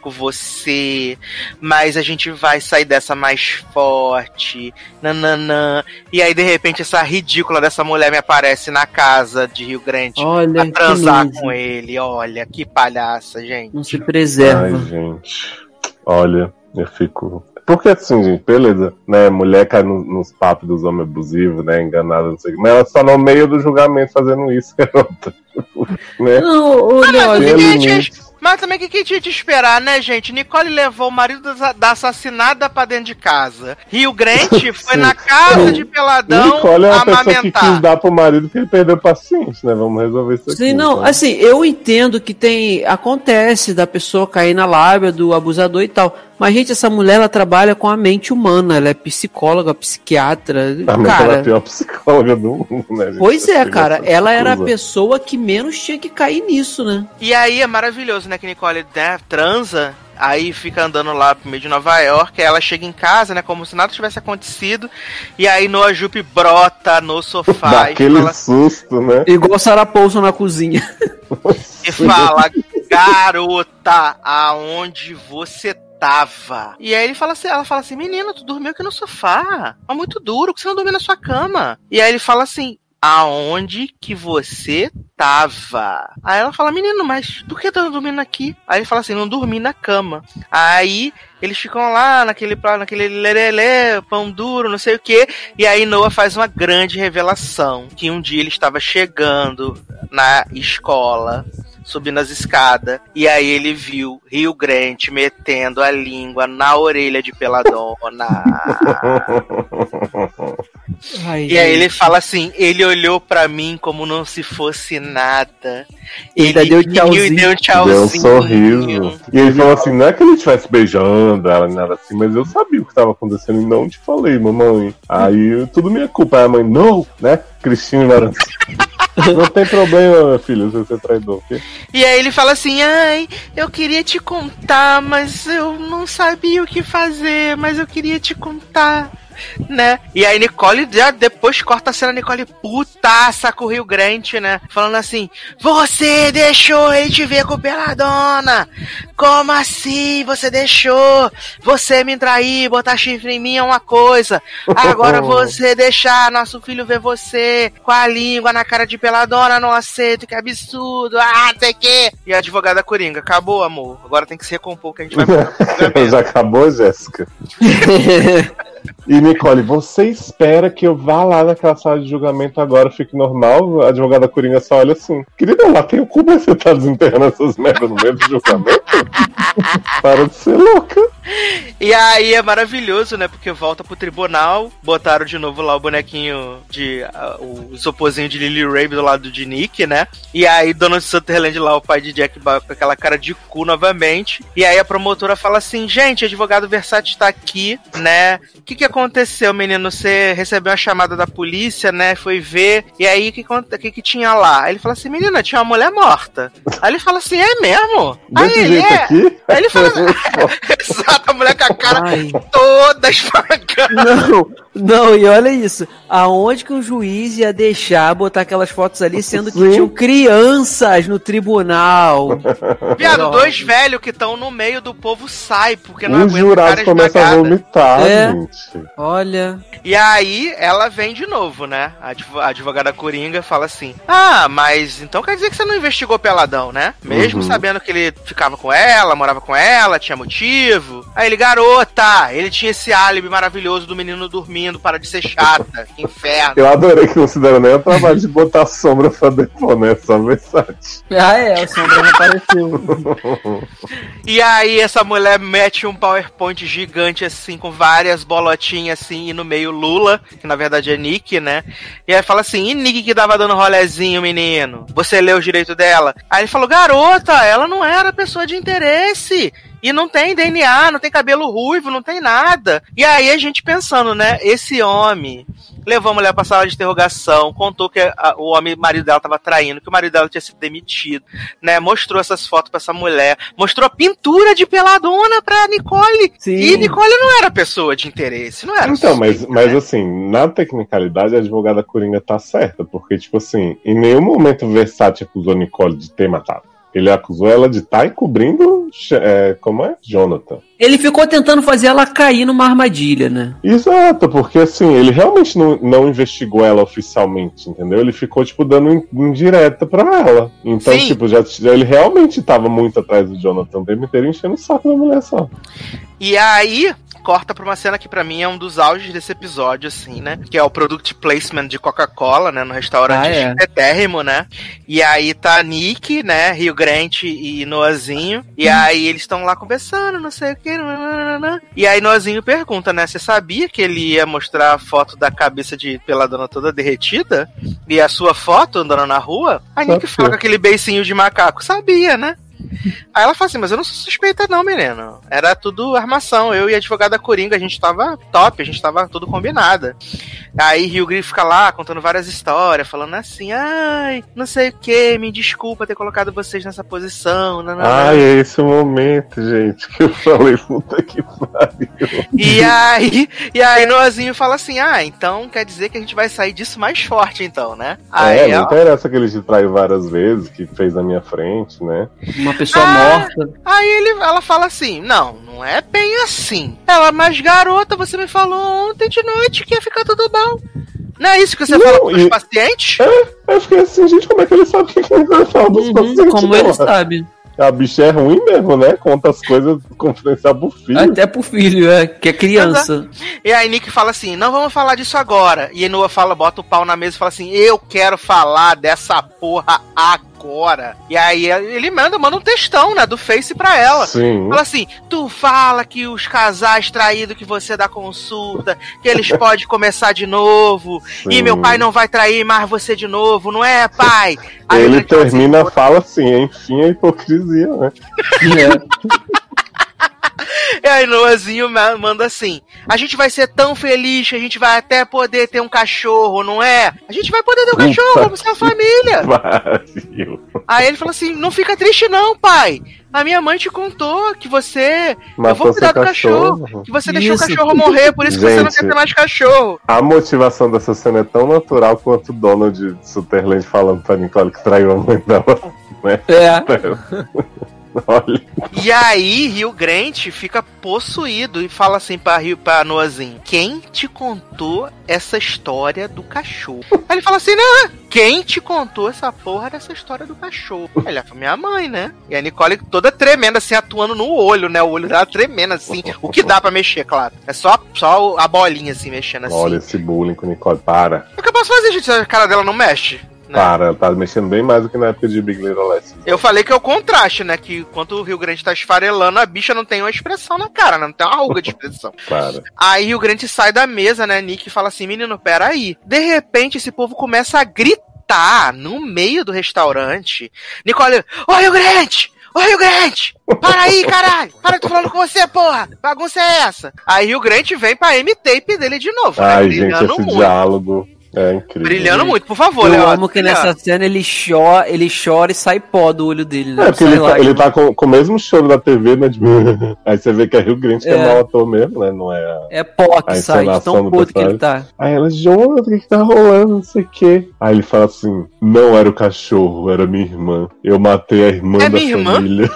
Speaker 2: você, mas a gente vai sair dessa mais forte, nananã. E aí, de repente, essa ridícula dessa mulher me aparece na casa de Rio Grande
Speaker 5: Olha,
Speaker 2: pra transar
Speaker 5: que
Speaker 2: com ele. Olha, que palhaça, gente.
Speaker 5: Não se preserva.
Speaker 3: Ai, gente. Olha, eu fico... Porque assim, gente, beleza, né? Mulher cai no, nos papos dos homens abusivos, né? Enganada, não sei o que. Mas ela só no meio do julgamento fazendo isso, garota. Né?
Speaker 5: Não, ô,
Speaker 2: Ah, mas
Speaker 5: Leózio,
Speaker 2: o que
Speaker 3: Tem
Speaker 2: que tinha-
Speaker 3: limite.
Speaker 2: mas também o que, que tinha de esperar, né, gente? Nicole levou o marido da, da assassinada pra dentro de casa. Rio Grande foi
Speaker 3: Sim.
Speaker 2: na casa de Peladão
Speaker 3: Nicole é uma pessoa que
Speaker 2: amamentar.
Speaker 3: quis dar pro marido porque ele perdeu o paciente, né? Vamos resolver isso aqui.
Speaker 5: Sim, não,
Speaker 3: então.
Speaker 5: assim, eu entendo que tem. Acontece da pessoa cair na lábia do abusador e tal. Mas, gente, essa mulher, ela trabalha com a mente humana. Ela é psicóloga, psiquiatra.
Speaker 3: Ah, mas ela é a
Speaker 5: Cara,
Speaker 3: pior psicóloga do mundo, né, gente?
Speaker 5: pois é,
Speaker 3: Chega
Speaker 5: cara.
Speaker 3: essa
Speaker 5: Ela era a
Speaker 3: coisa.
Speaker 5: pessoa que menos tinha que cair nisso, né?
Speaker 2: E aí é maravilhoso, né, que Nicole, né, transa, aí fica andando lá pro meio de Nova York, aí ela chega em casa, né, como se nada tivesse acontecido, e aí Noah Jupe brota no sofá
Speaker 3: Dá
Speaker 2: e
Speaker 3: aquele
Speaker 2: fala,
Speaker 3: susto, né?
Speaker 5: Igual Sarah Paulson na cozinha.
Speaker 2: e fala, garota, aonde você tava? E aí ele fala assim, ela fala assim, menina, tu dormiu aqui no sofá, é muito duro, por que você não dormiu na sua cama? E aí ele fala assim, aonde que você tava? Aí ela fala, menino, mas por que tá dormindo aqui? Aí ele fala assim, não dormi na cama. Aí eles ficam lá naquele, naquele lerelê, pão duro, não sei o que. E aí Noah faz uma grande revelação, que um dia ele estava chegando na escola, subindo as escadas, e aí ele viu Rio Grande metendo a língua na orelha de Peladona.
Speaker 5: Ai,
Speaker 2: E aí ele
Speaker 5: gente.
Speaker 2: fala assim, ele olhou pra mim como não se fosse nada.
Speaker 5: Ainda
Speaker 2: Ele
Speaker 5: deu
Speaker 2: riu
Speaker 5: tchauzinho.
Speaker 2: e deu um
Speaker 3: Deu um
Speaker 2: tchauzinho.
Speaker 3: sorriso. E ele falou assim, não é que ele estivesse beijando ela, nada assim, mas eu sabia o que estava acontecendo e não te falei, mamãe. Aí tudo minha culpa. Aí a mãe, não, né? Cristina Varança. Não tem problema, meu filho, se você é traidor, ok?
Speaker 2: E aí ele fala assim, ai, eu queria te contar, mas eu não sabia o que fazer, mas eu queria te contar. Né? E aí Nicole já depois corta a cena, Nicole putaça com o Rio Grande, né? Falando assim, você deixou ele te ver com Peladona. Como assim você deixou? Você me trair, botar chifre em mim é uma coisa. Agora você deixar nosso filho ver você com a língua na cara de Peladona, não aceito, que absurdo. Ah, não sei o quê. E a advogada Coringa, acabou, amor. Agora tem que se recompor que a gente vai pro
Speaker 3: Já acabou, Jéssica? E Nicole, você espera que eu vá lá naquela sala de julgamento agora, fique normal? A advogada Coringa só olha assim, querida, lá tem o cu, mas você tá desenterrando essas merdas no meio do julgamento? Para de ser louca.
Speaker 2: E aí é maravilhoso, né? Porque volta pro tribunal, botaram de novo lá o bonequinho de... Uh, o isoporzinho de Lily Rabe do lado de Nick, né? E aí Donald Sutherland lá, o pai de Jack, com aquela cara de cu novamente. E aí a promotora fala assim, gente, advogado Versace tá aqui, né? O que que aconteceu, menino? Você recebeu uma chamada da polícia, né? Foi ver. E aí, o que, que que tinha lá? Aí ele fala assim, menina, tinha uma mulher morta. Aí ele fala assim, é mesmo? Aí
Speaker 3: Desse
Speaker 2: ele
Speaker 3: jeito
Speaker 2: é...
Speaker 3: aqui?
Speaker 2: Aí ele fala exato, a mulher com a cara
Speaker 5: Ai.
Speaker 2: toda esfagada.
Speaker 5: Não, não, e olha isso. Aonde que um juiz ia deixar botar aquelas fotos ali, sendo que
Speaker 3: Sim.
Speaker 5: tinham crianças no tribunal?
Speaker 2: Viado,
Speaker 5: Não.
Speaker 2: dois velhos que estão no meio do povo sai, porque não
Speaker 3: Os
Speaker 2: aguenta o
Speaker 3: jurados
Speaker 2: cara
Speaker 3: começam a
Speaker 2: esmagada.
Speaker 3: vomitar,
Speaker 5: É.
Speaker 3: gente.
Speaker 5: Olha.
Speaker 2: E aí ela vem de novo, né? A advo- a advogada Coringa fala assim, ah, mas então quer dizer que você não investigou Peladão, né? Mesmo
Speaker 3: Uhum.
Speaker 2: sabendo que ele ficava com ela, morava com ela, tinha motivo. Aí ele, garota, ele tinha esse álibi maravilhoso do menino dormindo, para de ser chata, que inferno.
Speaker 3: Eu adorei que considera nem o trabalho de botar sombra pra depois, né? Só Versace.
Speaker 5: Ah, é, o Sombra não apareceu.
Speaker 2: E aí essa mulher mete um PowerPoint gigante assim, com várias bolotinhas assim, e no meio Lula, que na verdade é Nick, né? E aí fala assim, e Nick que tava dando rolezinho, menino? Você leu o direito dela? Aí ele falou, garota, ela não era pessoa de interesse. E não tem D N A, não tem cabelo ruivo, não tem nada. E aí a gente pensando, né? Esse homem levou a mulher pra sala de interrogação, contou que a, o homem, o marido dela tava traindo, que o marido dela tinha sido demitido, né? Mostrou essas fotos pra essa mulher, mostrou a pintura de Peladona pra Nicole.
Speaker 5: Sim.
Speaker 2: E Nicole não era pessoa de interesse, não era.
Speaker 3: Então, mas,
Speaker 2: suspeita,
Speaker 3: mas
Speaker 2: né?
Speaker 3: assim, na tecnicalidade a advogada Coringa tá certa, porque, tipo assim, em nenhum momento o Versace acusou Nicole de ter matado. Ele acusou ela de estar encobrindo, é, como é? Jonathan.
Speaker 5: Ele ficou tentando fazer ela cair numa armadilha, né?
Speaker 3: Exato, porque assim, ele realmente não, não investigou ela oficialmente, entendeu? Ele ficou, tipo, dando indireta pra ela. Então,
Speaker 2: Sim.
Speaker 3: tipo, já, já ele realmente tava muito atrás do Jonathan o tempo inteiro, enchendo o saco da mulher só.
Speaker 2: E aí, corta pra uma cena que pra mim é um dos auges desse episódio, assim, né? Que é o product placement de Coca-Cola, né? No restaurante
Speaker 5: Ah, é.
Speaker 2: etérrimo, né? E aí tá Nick, né? Rio Grande e Noazinho. E aí eles estão lá conversando, não sei o que. Nananana. E aí Noazinho pergunta, né? Você sabia que ele ia mostrar a foto da cabeça de peladona toda derretida? E a sua foto andando na rua? A Nick fala com aquele beicinho de macaco. Sabia, né? Aí ela fala assim, mas eu não sou suspeita não, menino. Era tudo armação. Eu e a advogada Coringa, a gente tava top, a gente tava tudo combinada. Aí Rio Grande fica lá contando várias histórias, falando assim, ai, não sei o que, me desculpa ter colocado vocês nessa posição. Não, não,
Speaker 3: Ai,
Speaker 2: não.
Speaker 3: é esse o momento, gente, que eu falei, puta que pariu.
Speaker 2: E aí, e aí Noazinho fala assim, ah, então quer dizer que a gente vai sair disso mais forte, então, né? Aí
Speaker 3: É, não
Speaker 2: ela-
Speaker 3: interessa que ele te traiu várias vezes, que fez na minha frente, né?
Speaker 5: Uma pessoa
Speaker 2: Ah,
Speaker 5: morta.
Speaker 2: Aí ele, ela fala assim, não, não é bem assim. Ela, mas garota, você me falou ontem de noite que ia ficar tudo bom. Não é isso que você
Speaker 3: Não,
Speaker 2: fala com os
Speaker 3: e-
Speaker 2: pacientes?
Speaker 3: Eu fiquei assim, gente, como é que ele sabe o que ele vai falar dos
Speaker 5: Uhum,
Speaker 3: pacientes
Speaker 5: como ele
Speaker 3: dela?
Speaker 5: sabe.
Speaker 3: A bicha é ruim mesmo, né? Conta as coisas confidencial pro filho.
Speaker 5: Até pro filho, é, que é criança.
Speaker 2: E aí Nick fala assim, não vamos falar disso agora. E Noah fala, bota o pau na mesa e fala assim, eu quero falar dessa porra agora. E aí ele manda, manda um textão, né, do Face pra ela.
Speaker 3: Sim.
Speaker 2: Fala assim, tu fala que os casais traídos que você dá consulta, que eles podem começar de novo, e
Speaker 3: Sim.
Speaker 2: meu pai não vai trair mais você de novo, não é, pai? Aí
Speaker 3: Ele
Speaker 2: ele fala assim,
Speaker 3: termina, fala assim, enfim, a hipocrisia, né?
Speaker 2: E aí Noazinho ma- manda assim, a gente vai ser tão feliz que a gente vai até poder ter um cachorro, não é? A gente vai poder ter um
Speaker 3: Puta
Speaker 2: cachorro, vamos ser uma família.
Speaker 3: Pariu.
Speaker 2: Aí ele fala assim, não fica triste não, pai. A minha mãe te contou que você... eu
Speaker 3: Matou
Speaker 2: vou cuidar
Speaker 3: seu
Speaker 2: do cachorro.
Speaker 3: cachorro.
Speaker 2: Que você deixou o
Speaker 5: Isso.
Speaker 2: cachorro morrer, por isso que você não
Speaker 3: Gente.
Speaker 2: quer ter mais cachorro.
Speaker 3: A motivação dessa cena é tão natural quanto o Donald Sutherland falando pra Nicole que traiu a mãe dela, né?
Speaker 5: É.
Speaker 3: Olha.
Speaker 2: E aí, Rio Grande fica possuído e fala assim pra, Rio, pra Noazinho, quem te contou essa história do cachorro? Aí ele fala assim, não, quem te contou essa porra dessa história do cachorro? Aí ele fala, minha mãe, né? E a Nicole toda tremenda, assim, atuando no olho, né? O olho dela tremendo, assim, o que dá pra mexer, claro. É só, só a bolinha, assim, mexendo assim.
Speaker 3: Olha esse bullying com Nicole, para.
Speaker 2: O que eu posso fazer, gente, se a cara dela não mexe? Né?
Speaker 3: Para, ela tá mexendo bem mais do que na época de Big Little Lies.
Speaker 2: Eu falei que é o contraste, né? Que enquanto o Rio Grande tá esfarelando, a bicha não tem uma expressão na cara, né? Não tem uma ruga de expressão.
Speaker 3: Para.
Speaker 2: Aí Rio Grande sai da mesa, né? Nick fala assim, menino, peraí. De repente, esse povo começa a gritar no meio do restaurante. Nicole, ô Rio Grande! Ô Rio Grande! Para aí, caralho! Para, tô falando com você, porra! Bagunça é essa? Aí Rio Grande vem pra M-tape dele de novo, né?
Speaker 3: Ai, gente,
Speaker 2: Brilhando
Speaker 3: esse
Speaker 2: muito.
Speaker 3: diálogo é incrível.
Speaker 2: Brilhando muito, por favor,
Speaker 5: Eu
Speaker 2: Léo.
Speaker 5: amo que nessa cena ele chora, ele chora e sai pó do olho dele, né?
Speaker 3: É, porque
Speaker 5: Sai
Speaker 3: ele tá,
Speaker 5: lágrima.
Speaker 3: ele tá com, com o mesmo choro da T V, né? De... Aí você vê que é Rio Grande que é,
Speaker 5: É.
Speaker 3: mau ator mesmo, né? Não é a...
Speaker 5: É pó que
Speaker 3: a
Speaker 5: sai, de
Speaker 3: encenação
Speaker 5: tão
Speaker 3: do
Speaker 5: puto que ele tá.
Speaker 3: Aí ela, Jonathan, o que que tá rolando? Não sei o quê. Aí ele fala assim, não era o cachorro, era minha irmã. Eu matei a irmã
Speaker 2: É
Speaker 3: da
Speaker 2: minha irmã?
Speaker 3: família.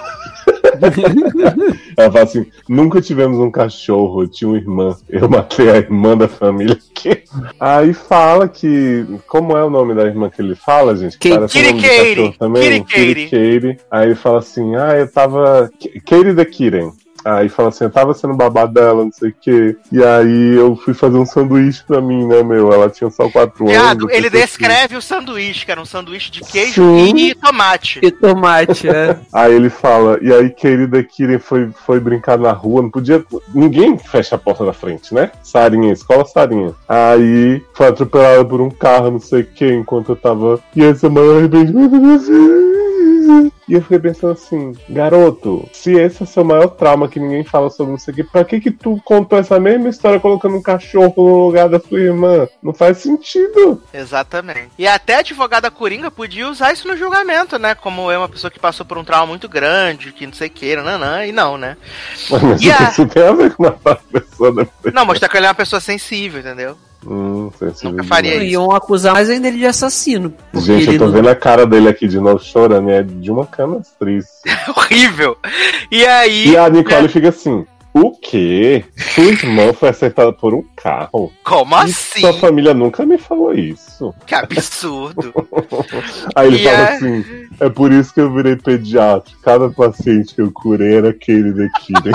Speaker 3: Ela fala assim, nunca tivemos um cachorro, eu tinha uma irmã. Eu matei a irmã da família. Que? Aí fala que... Como é o nome da irmã que ele fala, gente? Que
Speaker 5: Kate-
Speaker 3: parece o nome do
Speaker 2: Kiri
Speaker 3: cachorro também.
Speaker 2: Kiri
Speaker 3: Kiri Kiri. Aí ele fala assim, ah, eu tava... Katie the Kitten. Aí fala assim, eu tava sendo babado dela, não sei o quê. E aí eu fui fazer um sanduíche pra mim, né, meu? Ela tinha só quatro
Speaker 2: Viado,
Speaker 3: anos.
Speaker 2: ele
Speaker 3: não sei o quê.
Speaker 2: descreve o sanduíche, que era um sanduíche de queijo
Speaker 3: Sim.
Speaker 2: e tomate.
Speaker 5: E tomate, é.
Speaker 3: Aí ele fala, e aí querida Kiren foi, foi brincar na rua, não podia. Ninguém fecha a porta da frente, né? Sarinha, escola Sarinha. Aí foi atropelada por um carro, não sei o que, enquanto eu tava. E essa maior arrependimento da minha vida. E eu fiquei pensando assim, garoto, se esse é seu maior trauma que ninguém fala sobre isso aqui, pra que que tu contou essa mesma história colocando um cachorro no lugar da sua irmã? Não faz sentido.
Speaker 2: Exatamente. E até a advogada Coringa podia usar isso no julgamento, né? Como é uma pessoa que passou por um trauma muito grande, que não sei o que, nanã, e não, né?
Speaker 3: Mas
Speaker 2: E a-
Speaker 3: isso tem a ver com uma pessoa da
Speaker 2: Não, mostrar que ele é uma pessoa sensível, entendeu?
Speaker 3: Hum,
Speaker 2: Nunca faria
Speaker 5: Não,
Speaker 2: isso.
Speaker 5: iam acusar mais ainda ele de assassino.
Speaker 3: Gente,
Speaker 5: ele
Speaker 3: eu tô
Speaker 5: não-
Speaker 3: vendo a cara dele aqui de novo chorando, é de uma canastrice.
Speaker 2: Horrível. E aí.
Speaker 3: E a Nicole
Speaker 2: né,
Speaker 3: fica assim: o quê? Sua irmã foi acertada por um carro?
Speaker 2: Como
Speaker 3: E
Speaker 2: assim?
Speaker 3: Sua família nunca me falou isso.
Speaker 2: Que absurdo.
Speaker 3: Aí ele
Speaker 2: E
Speaker 3: fala
Speaker 2: é-
Speaker 3: assim: é por isso que eu virei pediatra. Cada paciente que eu curei era aquele daqui, né?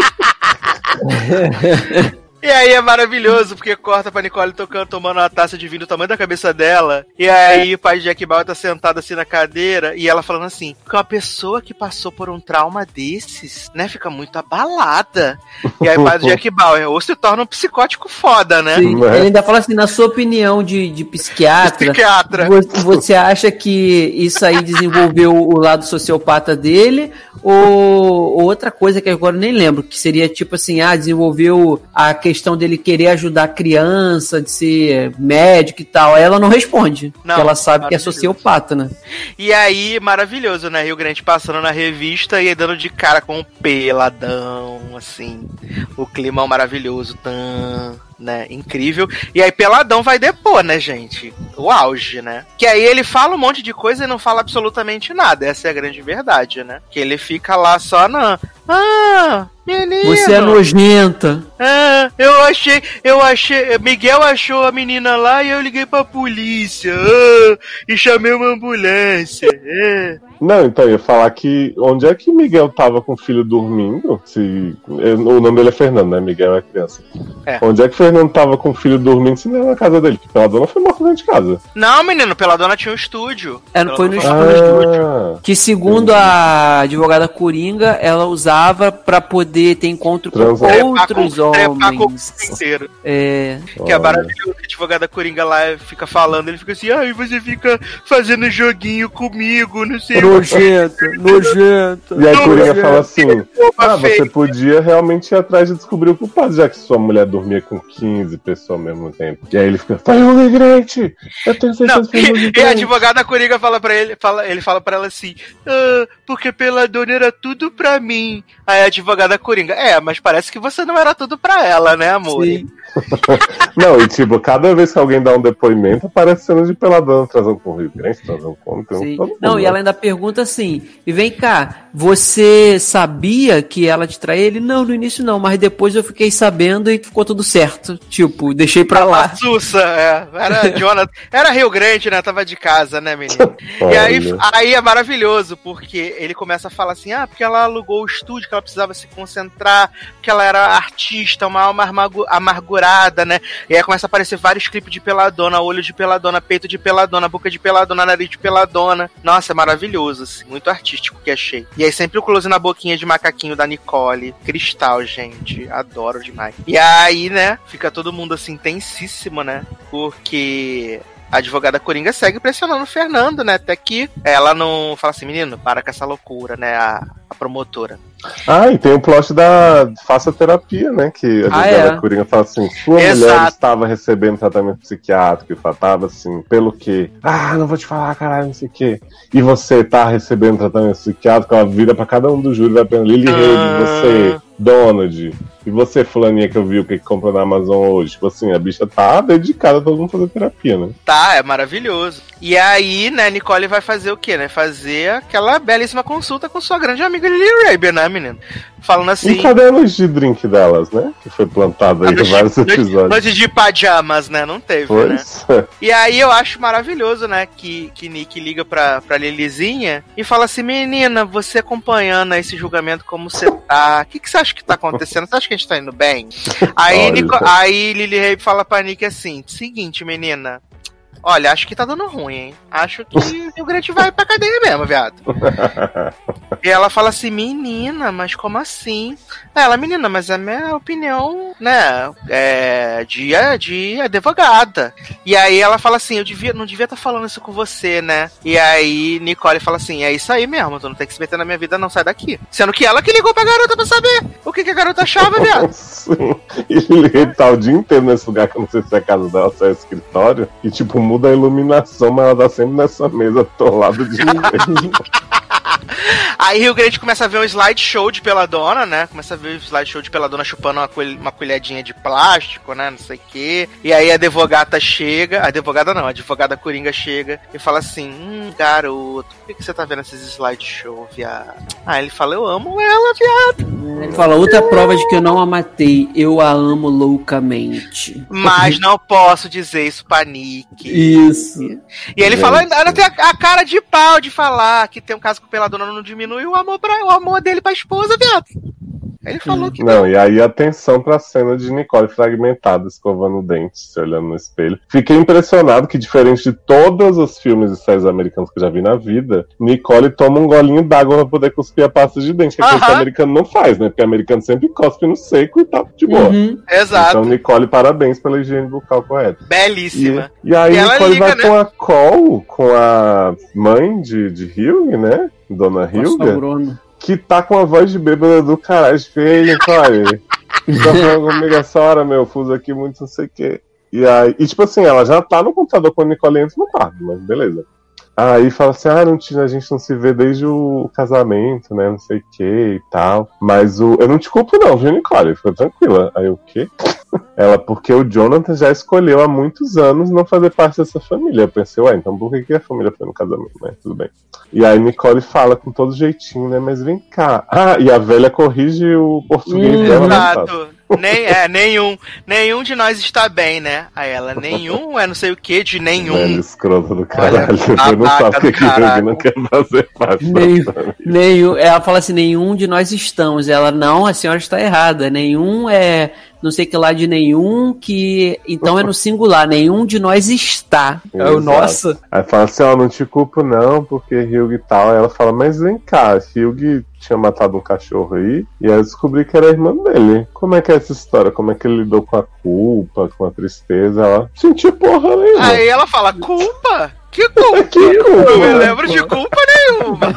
Speaker 2: E aí é maravilhoso, porque corta pra Nicole tocando, tomando uma taça de vinho do tamanho da cabeça dela. E aí o pai de Jack Bauer tá sentado assim na cadeira e ela falando assim: que uma pessoa que passou por um trauma desses, né, fica muito abalada. E aí o pai do Jack Bauer, ou se torna um psicótico foda, né?
Speaker 5: Sim,
Speaker 3: Não é?
Speaker 5: ele ainda fala assim, na sua opinião de, de psiquiatra,
Speaker 2: Psiquiatra.
Speaker 5: vo- você acha que isso aí desenvolveu o lado sociopata dele? Ou, ou outra coisa que agora eu nem lembro, que seria tipo assim, ah, desenvolveu a questão dele querer ajudar a criança, de ser médico e tal. Aí ela não responde,
Speaker 2: Não,
Speaker 5: porque ela sabe que é
Speaker 2: maravilhoso.
Speaker 5: sociopata, né?
Speaker 2: E aí, maravilhoso, né? Rio Grande passando na revista e aí dando de cara com um peladão, assim. O climão maravilhoso, tan, né? Incrível. E aí, peladão vai depor, né, gente? O auge, né? Que aí ele fala um monte de coisa e não fala absolutamente nada. Essa é a grande verdade, né? Que ele fica lá só na. Ah, menino!
Speaker 5: Você é nojenta.
Speaker 2: Ah, eu achei, eu achei, Miguel achou a menina lá e eu liguei pra polícia, ah, e chamei uma ambulância, é.
Speaker 3: Não, então, eu ia falar que onde é que Miguel tava com o filho dormindo? Se, eu- o nome dele é Fernando, né? Miguel é criança.
Speaker 2: É.
Speaker 3: Onde é que Fernando tava com o filho dormindo se não era na casa dele? Porque pela dona foi morta dentro de casa.
Speaker 2: Não, menino, pela dona tinha um estúdio.
Speaker 5: É, foi no
Speaker 2: Peladona
Speaker 5: estúdio.
Speaker 3: Ah,
Speaker 5: Que segundo a advogada Coringa, ela usava pra poder ter encontro com
Speaker 3: Transar.
Speaker 2: Trepar
Speaker 5: outros
Speaker 2: com- trepar com o
Speaker 5: homens.
Speaker 2: mundo inteiro.
Speaker 5: É,
Speaker 2: Que é
Speaker 3: olha.
Speaker 2: maravilhoso, que a advogada Coringa lá fica falando, ele fica assim, ai, você fica fazendo joguinho comigo, não sei o que.
Speaker 5: nojenta, nojenta.
Speaker 3: E aí a
Speaker 2: Não,
Speaker 3: Coringa
Speaker 5: gente.
Speaker 3: fala assim: ah, você
Speaker 2: feio.
Speaker 3: podia realmente ir atrás de descobrir o culpado, já que sua mulher dormia com quinze pessoas ao mesmo tempo. E aí ele fica, foi um migrante! Eu tenho certeza
Speaker 2: Não,
Speaker 3: que foi um
Speaker 2: e, e a
Speaker 3: migrante.
Speaker 2: advogada Coringa fala pra ele, fala, ele fala pra ela assim, ah, porque pela dona era tudo pra mim. Aí a advogada Coringa, é, mas parece que você não era tudo pra ela, né, amor?
Speaker 5: Sim.
Speaker 3: Não, e tipo, cada vez que alguém dá um depoimento, aparece cena de peladão transando com o Rio Grande, transando com então,
Speaker 5: Sim.
Speaker 3: todo mundo,
Speaker 5: Não, e
Speaker 3: né?
Speaker 5: ela ainda pergunta assim: e vem cá, você sabia que ela te traiu? Ele, não, no início não, mas depois eu fiquei sabendo e ficou tudo certo. Tipo, deixei pra lá.
Speaker 2: A Sussa, é. Era Jonathan. Era Rio Grande, né? Tava de casa, né, menino? E aí,
Speaker 3: Olha.
Speaker 2: aí é maravilhoso, porque ele começa a falar assim, ah, porque ela alugou o estúdio, que ela precisava se concentrar, porque ela era artista, uma alma amargu- amargurada, né? E aí começa a aparecer vários clipes de peladona, olho de peladona, peito de peladona, boca de peladona, nariz de peladona. Nossa, é maravilhoso, assim, muito artístico que achei. E aí sempre o close na boquinha de macaquinho da Nicole. Cristal, gente. Adoro demais. E aí, né, fica todo mundo assim, tensíssimo, né? Porque a advogada Coringa segue pressionando o Fernando, né? Até que ela não fala assim, menino, para com essa loucura, né? A, a promotora.
Speaker 3: Ah, e tem o plot da faça terapia, né? Que a
Speaker 5: Ah,
Speaker 3: advogada
Speaker 5: é?
Speaker 3: Coringa fala assim: sua
Speaker 2: Exato.
Speaker 3: mulher estava recebendo tratamento psiquiátrico e faltava assim, pelo quê? Ah, não vou te falar, caralho, não sei o quê. E você tá recebendo tratamento psiquiátrico, ela vira pra cada um do júri, vai pra Lily
Speaker 2: Ah.
Speaker 3: Reid, você, Donald, e você, fulaninha que eu vi o que que comprou na Amazon hoje. Tipo assim, a bicha tá dedicada a todo mundo fazer terapia, né?
Speaker 2: Tá, é maravilhoso. E aí, né, Nicole vai fazer o quê, né? Fazer aquela belíssima consulta com sua grande amiga Lily Rabe, né, menino? Falando assim...
Speaker 3: E cadê a noite de drink delas, né? Que foi plantada aí em vários episódios.
Speaker 2: Noite de pajamas, né? Não teve, né?
Speaker 3: Pois.
Speaker 2: E aí eu acho maravilhoso, né, que, que Nick liga pra, pra Lilizinha e fala assim, menina, você acompanhando esse julgamento, como você tá? O que, que você acha que tá acontecendo? Você acha que a gente tá indo bem? Aí,
Speaker 3: Olha.
Speaker 2: Nico, aí Lily Rabe fala pra Nick assim, seguinte, menina, olha, acho que tá dando ruim, hein? Acho que o Rio Grande vai pra cadeia mesmo, viado. E ela fala assim, menina, mas como assim? Ela, menina, mas é a minha opinião, né, é de, de advogada. E aí ela fala assim, eu devia, não devia estar falando isso com você, né? E aí Nicole fala assim, é isso aí mesmo, tu não tem que se meter na minha vida, não, sai daqui. Sendo que ela que ligou pra garota pra saber o que, que a garota achava, viado.
Speaker 3: Sim. E ele tá o dia inteiro nesse lugar, que eu não sei se é a casa dela ou se é o escritório, e tipo, muda a iluminação, mas ela tá sempre nessa mesa atolada de ninguém.
Speaker 2: Aí Rio Grande começa a ver um slideshow de Peladona, né? Começa a ver um slideshow de Peladona chupando uma, colher, uma colhedinha de plástico, né? Não sei o quê. E aí a advogada chega... A advogada não, a advogada Coringa chega e fala assim, hum, garoto, por que, que você tá vendo esses slideshow, viado? Ah, ele fala, eu amo ela, viado.
Speaker 5: Ele fala, outra prova de que eu não a matei, eu a amo loucamente.
Speaker 2: Mas não posso dizer isso pra Nick.
Speaker 5: Isso.
Speaker 2: E ele fala, ainda tem a, a cara de pau de falar que tem um caso com Peladona não diminui o amor, pra, o amor dele pra esposa, viado. Ele falou que
Speaker 3: não. Não, e aí atenção pra cena de Nicole fragmentada, escovando o dente, se olhando no espelho. Fiquei impressionado que, diferente de todos os filmes e séries americanos que eu já vi na vida, Nicole toma um golinho d'água pra poder cuspir a pasta de dente, que é coisa que o americano não faz, né? Porque o americano sempre cospe no seco e tá de boa.
Speaker 5: Uhum.
Speaker 2: Exato.
Speaker 3: Então, Nicole, parabéns pela higiene bucal correta.
Speaker 2: Belíssima.
Speaker 3: E, e aí,
Speaker 2: E ela
Speaker 3: Nicole
Speaker 2: liga,
Speaker 3: vai
Speaker 2: né?
Speaker 3: com a call, com a mãe de, de Hugh, né? Dona Hilga. Que tá com a voz de bêbada do caralho. Feio, Nicole. Tá falando comigo essa hora, meu. Fuso aqui muito não sei o quê. E aí, e tipo assim, ela já tá no computador quando a Nicole entra no quarto, mas beleza. Aí fala assim, ah, não, a gente não se vê desde o casamento, né, não sei o que e tal. Mas o, eu não te culpo não, viu, Nicole? Fica tranquila. Aí o quê? Ela, porque o Jonathan já escolheu há muitos anos não fazer parte dessa família. Eu pensei, ué, então por que, que a família foi no casamento, né? Tudo bem. E aí Nicole fala com todo jeitinho, né, mas vem cá. Ah, e a velha corrige o português
Speaker 2: Hum,
Speaker 3: dela.
Speaker 2: exato. Nem, é, nenhum, nenhum de nós está bem, né? Aí ela, nenhum é não sei o que de nenhum.
Speaker 3: Velho escroto do caralho.
Speaker 2: Olha,
Speaker 3: Eu não sabe o que que
Speaker 2: caralho.
Speaker 3: não quer fazer parte.
Speaker 5: Nenhum, nenhum, ela fala assim, nenhum de nós estamos. Ela, não, a senhora está errada. Nenhum é não sei que lá de nenhum, que então é no singular. Nenhum de nós está. Eu, nossa.
Speaker 3: Aí fala assim, ó, oh, não te culpo não, porque Hugh e tal. Aí ela fala, mas vem cá, Hugh tinha matado um cachorro aí, e aí eu descobri que era a irmã dele. Como é que é essa história? Como é que ele lidou com a culpa, com a tristeza? Ela sentiu porra nenhuma.
Speaker 2: Aí ela fala, culpa? Que culpa?
Speaker 3: Que culpa?
Speaker 2: Não me lembro de culpa nenhuma.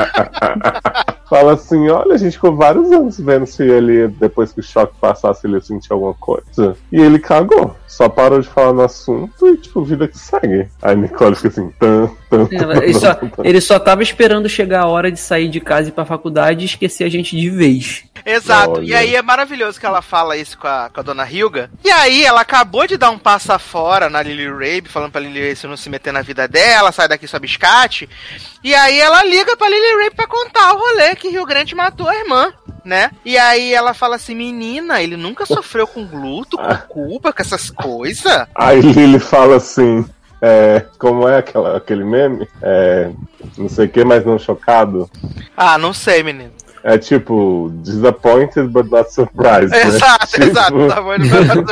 Speaker 3: Fala assim, olha, a gente ficou vários anos vendo se ele, depois que o choque passasse, ele ia sentir alguma coisa. E ele cagou. Só parou de falar no assunto e, tipo, vida que segue. Aí Nicole fica assim, tan, tan,
Speaker 5: Ela,
Speaker 3: tan,
Speaker 5: ele, só,
Speaker 3: tan, tan.
Speaker 5: ele só tava esperando chegar a hora de sair de casa e ir pra faculdade e esquecer a gente de vez.
Speaker 2: Exato,
Speaker 3: Olha.
Speaker 2: E aí é maravilhoso que ela fala isso com a, com a dona Hilga. E aí ela acabou de dar um passo fora na Lily Rabe, falando pra Lily Rabe não se meter na vida dela, sai daqui sua biscate. E aí ela liga pra Lily Rabe pra contar o rolê que Rio Grande matou a irmã, né? E aí ela fala assim, menina, ele nunca sofreu com luto, com culpa, com essas coisas.
Speaker 3: Aí Lily fala assim, é, como é aquela, aquele meme? É, não sei o que, mas não chocado.
Speaker 2: Ah, não sei, menino.
Speaker 3: É tipo, disappointed but not surprised, né?
Speaker 2: Exato,
Speaker 3: Tipo...
Speaker 2: exato. Tá bom,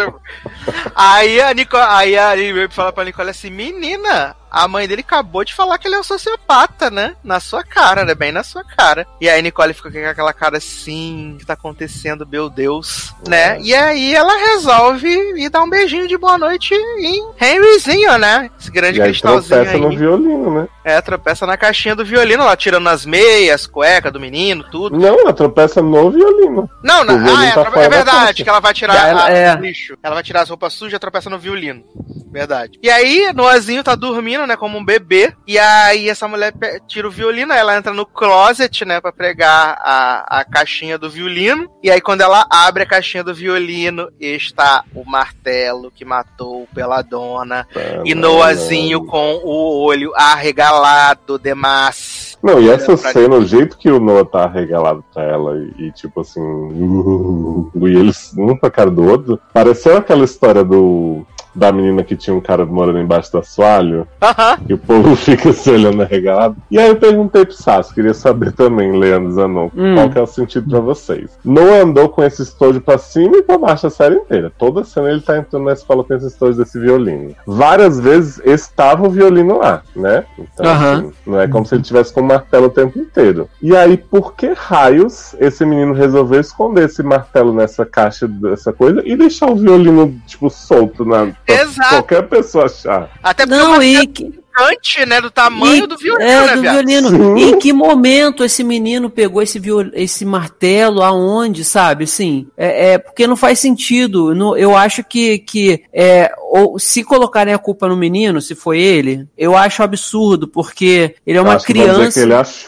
Speaker 2: aí a Nicole, aí a Lily Rabe fala pra Nicole assim, menina, a mãe dele acabou de falar que ele é um sociopata, né? Na sua cara, né? Bem na sua cara. E aí Nicole fica com aquela cara assim, o que tá acontecendo, meu Deus, né?
Speaker 3: É.
Speaker 2: E aí ela resolve ir dar um beijinho de boa noite em Henryzinho, né? Esse grande
Speaker 3: E aí
Speaker 2: cristalzinho
Speaker 3: tropeça
Speaker 2: aí.
Speaker 3: no violino, né?
Speaker 2: É, tropeça na caixinha do violino, ela tirando as meias, cueca do menino, tudo.
Speaker 3: Não, ela tropeça no violino.
Speaker 2: Não, não,
Speaker 3: O violino
Speaker 2: ah, é,
Speaker 3: tá
Speaker 2: trope-
Speaker 3: fora
Speaker 2: é
Speaker 3: da
Speaker 2: verdade,
Speaker 3: caixa.
Speaker 2: que ela vai tirar
Speaker 5: Ela-
Speaker 2: a,
Speaker 5: é.
Speaker 2: o lixo. Ela vai tirar as roupas sujas e tropeça no violino. Verdade. E aí, Noazinho tá dormindo, né, como um bebê. E aí, essa mulher pe- tira o violino, ela entra no closet, né, pra pregar a, a caixinha do violino. E aí, quando ela abre a caixinha do violino, está o martelo que matou Peladona.
Speaker 3: Ah,
Speaker 2: E
Speaker 3: não,
Speaker 2: Noazinho
Speaker 3: não.
Speaker 2: com o olho arregalado demais.
Speaker 3: Não, e essa
Speaker 2: pra
Speaker 3: cena, o jeito que o Noah tá arregalado pra ela e, e, tipo assim, uh, e eles um pra cara do outro, pareceu aquela história do da menina que tinha um cara morando embaixo do assoalho,
Speaker 2: Aham.
Speaker 3: e o povo fica se olhando arregalado. E aí eu perguntei pro Sasso, queria saber também, Leandro Zanon,
Speaker 5: Hum.
Speaker 3: qual que é o sentido pra vocês. Noah andou com esse estojo pra cima e pra baixo a série inteira. Toda cena ele tá entrando na escola com esse estojo desse violino. Várias vezes estava o violino lá, né? Então,
Speaker 5: Aham.
Speaker 3: assim, não é como se ele tivesse com o martelo o tempo inteiro. E aí, por que raios esse menino resolveu esconder esse martelo nessa caixa, dessa coisa, e deixar o violino, tipo, solto na... pra
Speaker 2: Exato.
Speaker 3: qualquer pessoa achar?
Speaker 2: Até porque
Speaker 5: Não,
Speaker 2: é uma
Speaker 5: e que,
Speaker 2: gigante, né, do tamanho
Speaker 5: e-
Speaker 2: do violino,
Speaker 5: é,
Speaker 2: né,
Speaker 5: do
Speaker 2: viado?
Speaker 5: violino.
Speaker 3: Sim.
Speaker 5: Em que momento esse menino pegou esse, viol... esse martelo, aonde, sabe? Assim, é, é porque não faz sentido. No- eu acho que, que é, ou, se colocarem a culpa no menino, se foi ele, eu acho absurdo, porque ele é uma
Speaker 3: Acho que vão dizer
Speaker 5: criança.
Speaker 3: que ele achou,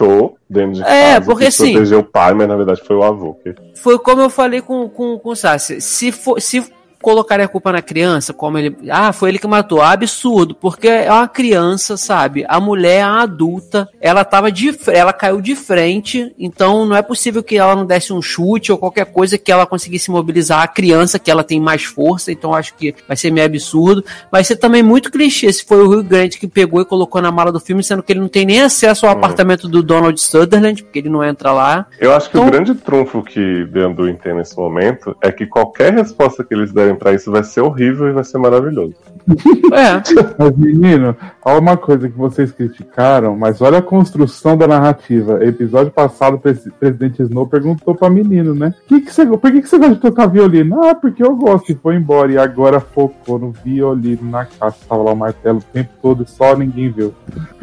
Speaker 3: dentro de
Speaker 5: É,
Speaker 3: casa,
Speaker 5: porque
Speaker 3: que
Speaker 5: assim-
Speaker 3: protegeu o pai, mas na verdade foi o avô. Que...
Speaker 5: Foi como eu falei com, com, com o Sassi. Se for, se colocarem a culpa na criança, como ele... Ah, foi ele que matou. Absurdo, porque é uma criança, sabe? A mulher, a adulta, ela tava de... Ela caiu de frente, então não é possível que ela não desse um chute ou qualquer coisa que ela conseguisse mobilizar a criança, que ela tem mais força, então acho que vai ser meio absurdo. Vai ser também muito clichê se foi o Hugh Grant que pegou e colocou na mala do filme, sendo que ele não tem nem acesso ao
Speaker 3: Hum.
Speaker 5: apartamento do Donald Sutherland, porque ele não entra lá.
Speaker 3: Eu acho que
Speaker 5: Então-
Speaker 3: o grande trunfo que The Undoing tem nesse momento é que qualquer resposta que eles derem pra isso vai ser horrível e vai ser maravilhoso.
Speaker 5: É.
Speaker 4: Mas, menino, olha uma coisa que vocês criticaram, mas olha a construção da narrativa. Episódio passado, o pres- presidente Snow perguntou pra menino, né? Que que você, por que, que você gosta de tocar violino? Ah, porque eu gosto, e foi embora. E agora focou no violino na caixa. Tava lá o martelo o tempo todo e só ninguém viu.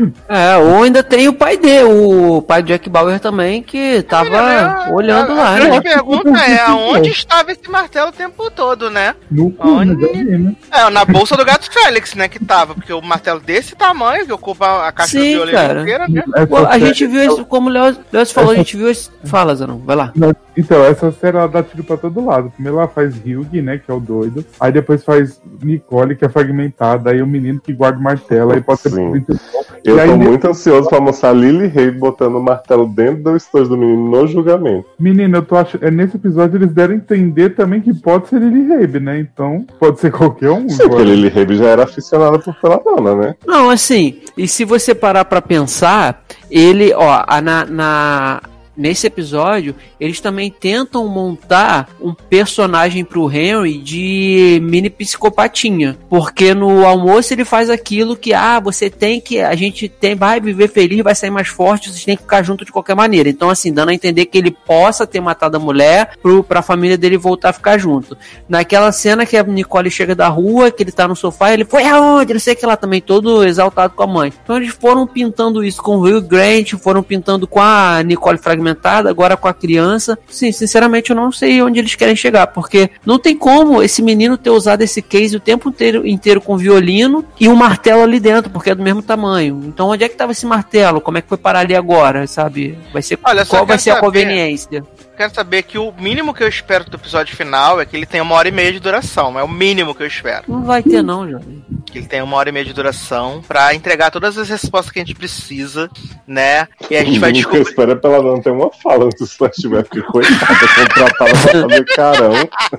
Speaker 5: É, ou ainda tem o pai dele, o pai do Jack Bauer também, que tava
Speaker 2: É,
Speaker 5: olhando
Speaker 2: a,
Speaker 5: lá,
Speaker 2: A grande
Speaker 5: né?
Speaker 2: pergunta é aonde estava esse martelo o tempo todo, né?
Speaker 4: No cu,
Speaker 2: Onde?
Speaker 4: mas é menino.
Speaker 2: É, na bolsa do gato Félix, né, que tava, porque o martelo desse tamanho, que ocupa a caixa
Speaker 5: Sim,
Speaker 2: do violino
Speaker 5: cara.
Speaker 2: inteira, né?
Speaker 4: Essa
Speaker 5: Pô, a
Speaker 4: série-
Speaker 5: gente viu isso, como o Léo Léo falou, a gente viu isso. Fala, Zanon, vai lá.
Speaker 4: Então, essa série ela dá tiro pra todo lado. Primeiro ela faz Hugh, né, que é o doido. Aí depois faz Nicole, que é fragmentada. Aí o menino que guarda o martelo. Aí pode ser
Speaker 3: Sim.
Speaker 4: por intenção.
Speaker 3: Eu
Speaker 4: E aí,
Speaker 3: tô
Speaker 4: ne-
Speaker 3: muito ansioso pra mostrar a Lily Hay botando o martelo dentro do estojo do menino no julgamento.
Speaker 4: Menino, eu tô achando. É, nesse episódio eles deram a entender também que pode ser Lily Rabe, né? Então, pode ser qualquer um.
Speaker 3: Sim, porque a Lily Hay já era aficionada por Peladona, né?
Speaker 5: Não, assim, e se você parar pra pensar, ele, ó, a- na, na- nesse episódio, eles também tentam montar um personagem pro Henry de mini psicopatinha, porque no almoço ele faz aquilo que, ah, você tem que, a gente tem, vai viver feliz, vai sair mais forte, vocês têm que ficar junto de qualquer maneira. Então, assim, dando a entender que ele possa ter matado a mulher pro, pra família dele voltar a ficar junto. Naquela cena que a Nicole chega da rua, que ele tá no sofá, ele foi aonde? Não sei o que lá, também todo exaltado com a mãe. Então eles foram pintando isso com o Hugh Grant, foram pintando com a Nicole fragmentada, agora com a criança. Sim, sinceramente eu não sei onde eles querem chegar, porque não tem como esse menino ter usado esse case o tempo inteiro, inteiro com violino e um martelo ali dentro, porque é do mesmo tamanho. Então onde é que tava esse martelo? Como é que foi parar ali agora, sabe? Vai ser,
Speaker 2: Olha, só
Speaker 5: qual vai
Speaker 2: quero
Speaker 5: ser a
Speaker 2: saber-
Speaker 5: conveniência?
Speaker 2: Quero saber que o mínimo que eu espero do episódio final é que ele tenha uma hora e meia de duração. É o mínimo que eu espero.
Speaker 5: Não vai ter não, jovem.
Speaker 2: Que ele tenha uma hora e meia de duração pra entregar todas as respostas que a gente precisa, né? E a gente vai
Speaker 3: O que eu
Speaker 2: descobrir.
Speaker 3: espero é Peladona ter uma fala antes do flashback, porque coitada, contratada pra fazer carão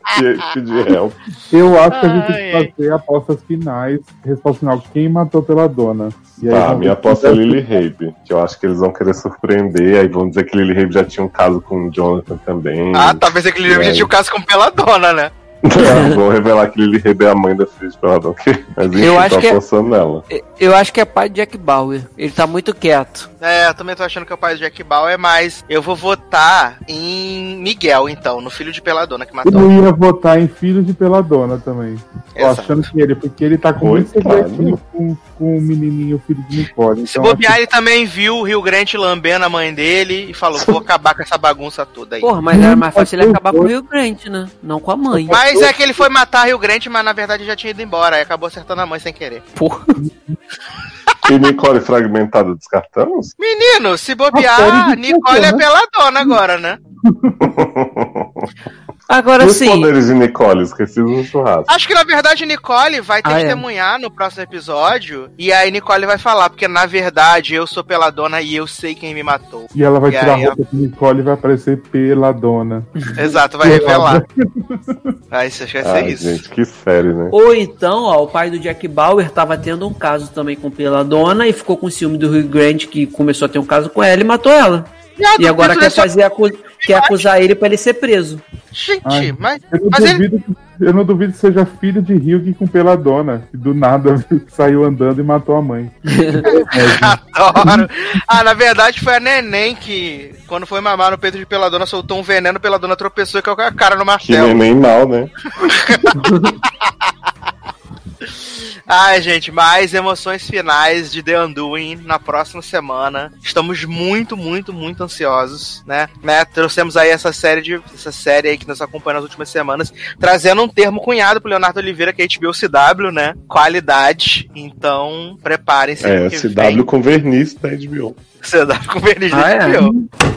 Speaker 3: e pedir help.
Speaker 4: Eu acho que a gente
Speaker 2: Ai,
Speaker 4: tem que fazer apostas finais. Resposta final: quem matou pela dona? E aí
Speaker 3: Tá,
Speaker 4: vamos-
Speaker 3: minha aposta é Lily Rabe, que eu acho que eles vão querer surpreender, aí vão dizer que Lily Rabe já tinha um caso com o Jonathan também.
Speaker 2: Ah, talvez aquele
Speaker 3: E
Speaker 2: livro já
Speaker 3: aí?
Speaker 2: tinha o caso com Peladona, né?
Speaker 3: Vão revelar que Lily Rabe é a mãe da filha de Peladona. Mas enfim,
Speaker 5: Eu acho
Speaker 3: tô
Speaker 5: que é-
Speaker 3: apostando nela.
Speaker 5: Eu acho que é pai de Jack Bauer. Ele tá muito quieto.
Speaker 2: É, eu também tô achando que é o pai do Jack Bauer, mas eu vou votar em Miguel, então, no filho de Peladona que matou.
Speaker 4: Eu ia votar em Filho de Peladona também. Tô
Speaker 2: Exato.
Speaker 4: achando que ele, porque ele tá com muito
Speaker 3: Coitado.
Speaker 4: segredinho com, com o menininho, filho de Nicole.
Speaker 2: Se
Speaker 4: Então,
Speaker 2: bobear, ele também viu o Rio Grande lambendo a mãe dele e falou: vou acabar com essa bagunça toda aí.
Speaker 5: Porra, mas era mais fácil ele acabar com o Rio Grande, né? Não com a mãe.
Speaker 2: Mas é que ele foi matar Rio Grande, mas na verdade já tinha ido embora, aí acabou acertando a mãe sem querer.
Speaker 5: Porra.
Speaker 3: E Nicole fragmentada descartamos?
Speaker 2: Menino, se
Speaker 4: A
Speaker 2: bobear,
Speaker 4: série de
Speaker 2: Nicole é
Speaker 4: né?
Speaker 2: Peladona agora, né?
Speaker 5: Agora
Speaker 3: E os
Speaker 5: sim.
Speaker 3: poderes de Nicole, esquecidos no churrasco.
Speaker 2: Acho que na verdade Nicole vai
Speaker 5: Ah, é.
Speaker 2: testemunhar no próximo episódio. E aí Nicole vai falar, porque na verdade eu sou Peladona e eu sei quem me matou.
Speaker 4: E ela vai
Speaker 2: E
Speaker 4: tirar
Speaker 2: aí,
Speaker 4: a roupa de Nicole e vai aparecer Peladona.
Speaker 2: Exato, vai revelar. Aí isso, acho que vai ser
Speaker 3: Ai,
Speaker 2: isso.
Speaker 3: gente, que série, né?
Speaker 5: Ou então, ó, o pai do Jack Bauer tava tendo um caso também com Peladona e ficou com ciúme do Rio Grande, que começou a ter um caso com ela e matou ela. E agora quer fazer acu- quer acusar ele pra ele ser preso.
Speaker 2: Gente,
Speaker 4: Ai,
Speaker 2: mas,
Speaker 4: Eu não,
Speaker 2: mas ele.
Speaker 4: duvido, que- eu não duvido que seja filho de Hugh com Peladona, que do nada saiu andando e matou a mãe.
Speaker 2: Adoro. Ah, na verdade foi a neném que, quando foi mamar no peito de Peladona, soltou um veneno, Peladona tropeçou e caiu com a cara no
Speaker 3: Que
Speaker 2: martelo.
Speaker 3: neném mal, né?
Speaker 2: Ai, gente, mais emoções finais de The Undoing na próxima semana. Estamos muito, muito, muito ansiosos, né? né? Trouxemos aí essa série, de, essa série aí que nos acompanha nas últimas semanas, trazendo um termo cunhado pro Leonardo Oliveira, que é H B O C W, né? Qualidade. Então, preparem-se.
Speaker 3: É, C W vem. Com verniz da H B O.
Speaker 2: C W com verniz da
Speaker 5: ah,
Speaker 2: H B O.
Speaker 5: É.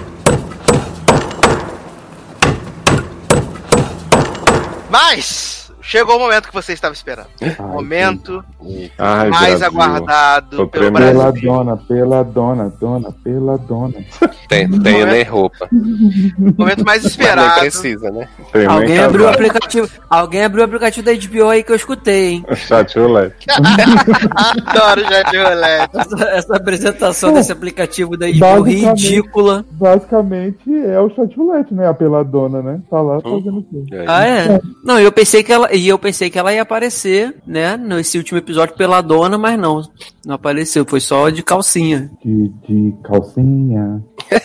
Speaker 2: Mas chegou o momento que você estava esperando. O momento
Speaker 3: Ai,
Speaker 2: mais
Speaker 3: Brasil.
Speaker 2: aguardado
Speaker 3: Tô
Speaker 2: pelo
Speaker 3: tremendo.
Speaker 2: Brasil.
Speaker 4: Pela dona, pela dona, dona, pela dona.
Speaker 6: Tem, tem nem roupa.
Speaker 2: O momento mais
Speaker 6: Mas nem
Speaker 2: esperado.
Speaker 6: precisa, né?
Speaker 3: Tem nem
Speaker 5: Alguém abriu o
Speaker 3: casal.
Speaker 5: aplicativo. Alguém abriu o aplicativo da H B O aí que eu escutei, hein?
Speaker 3: Chat roulette.
Speaker 2: Adoro já de rolete.
Speaker 5: Essa, essa apresentação desse aplicativo da H B O
Speaker 4: Basicamente-
Speaker 5: ridícula.
Speaker 4: Basicamente é o chat roulette, né? A peladona, né? Tá lá fazendo o quê?
Speaker 6: E aí?
Speaker 5: Ah, é? Não, eu pensei que ela. E eu pensei que ela ia aparecer, né? Nesse último episódio pela dona, mas não. Não apareceu, foi só de calcinha.
Speaker 4: De, de calcinha.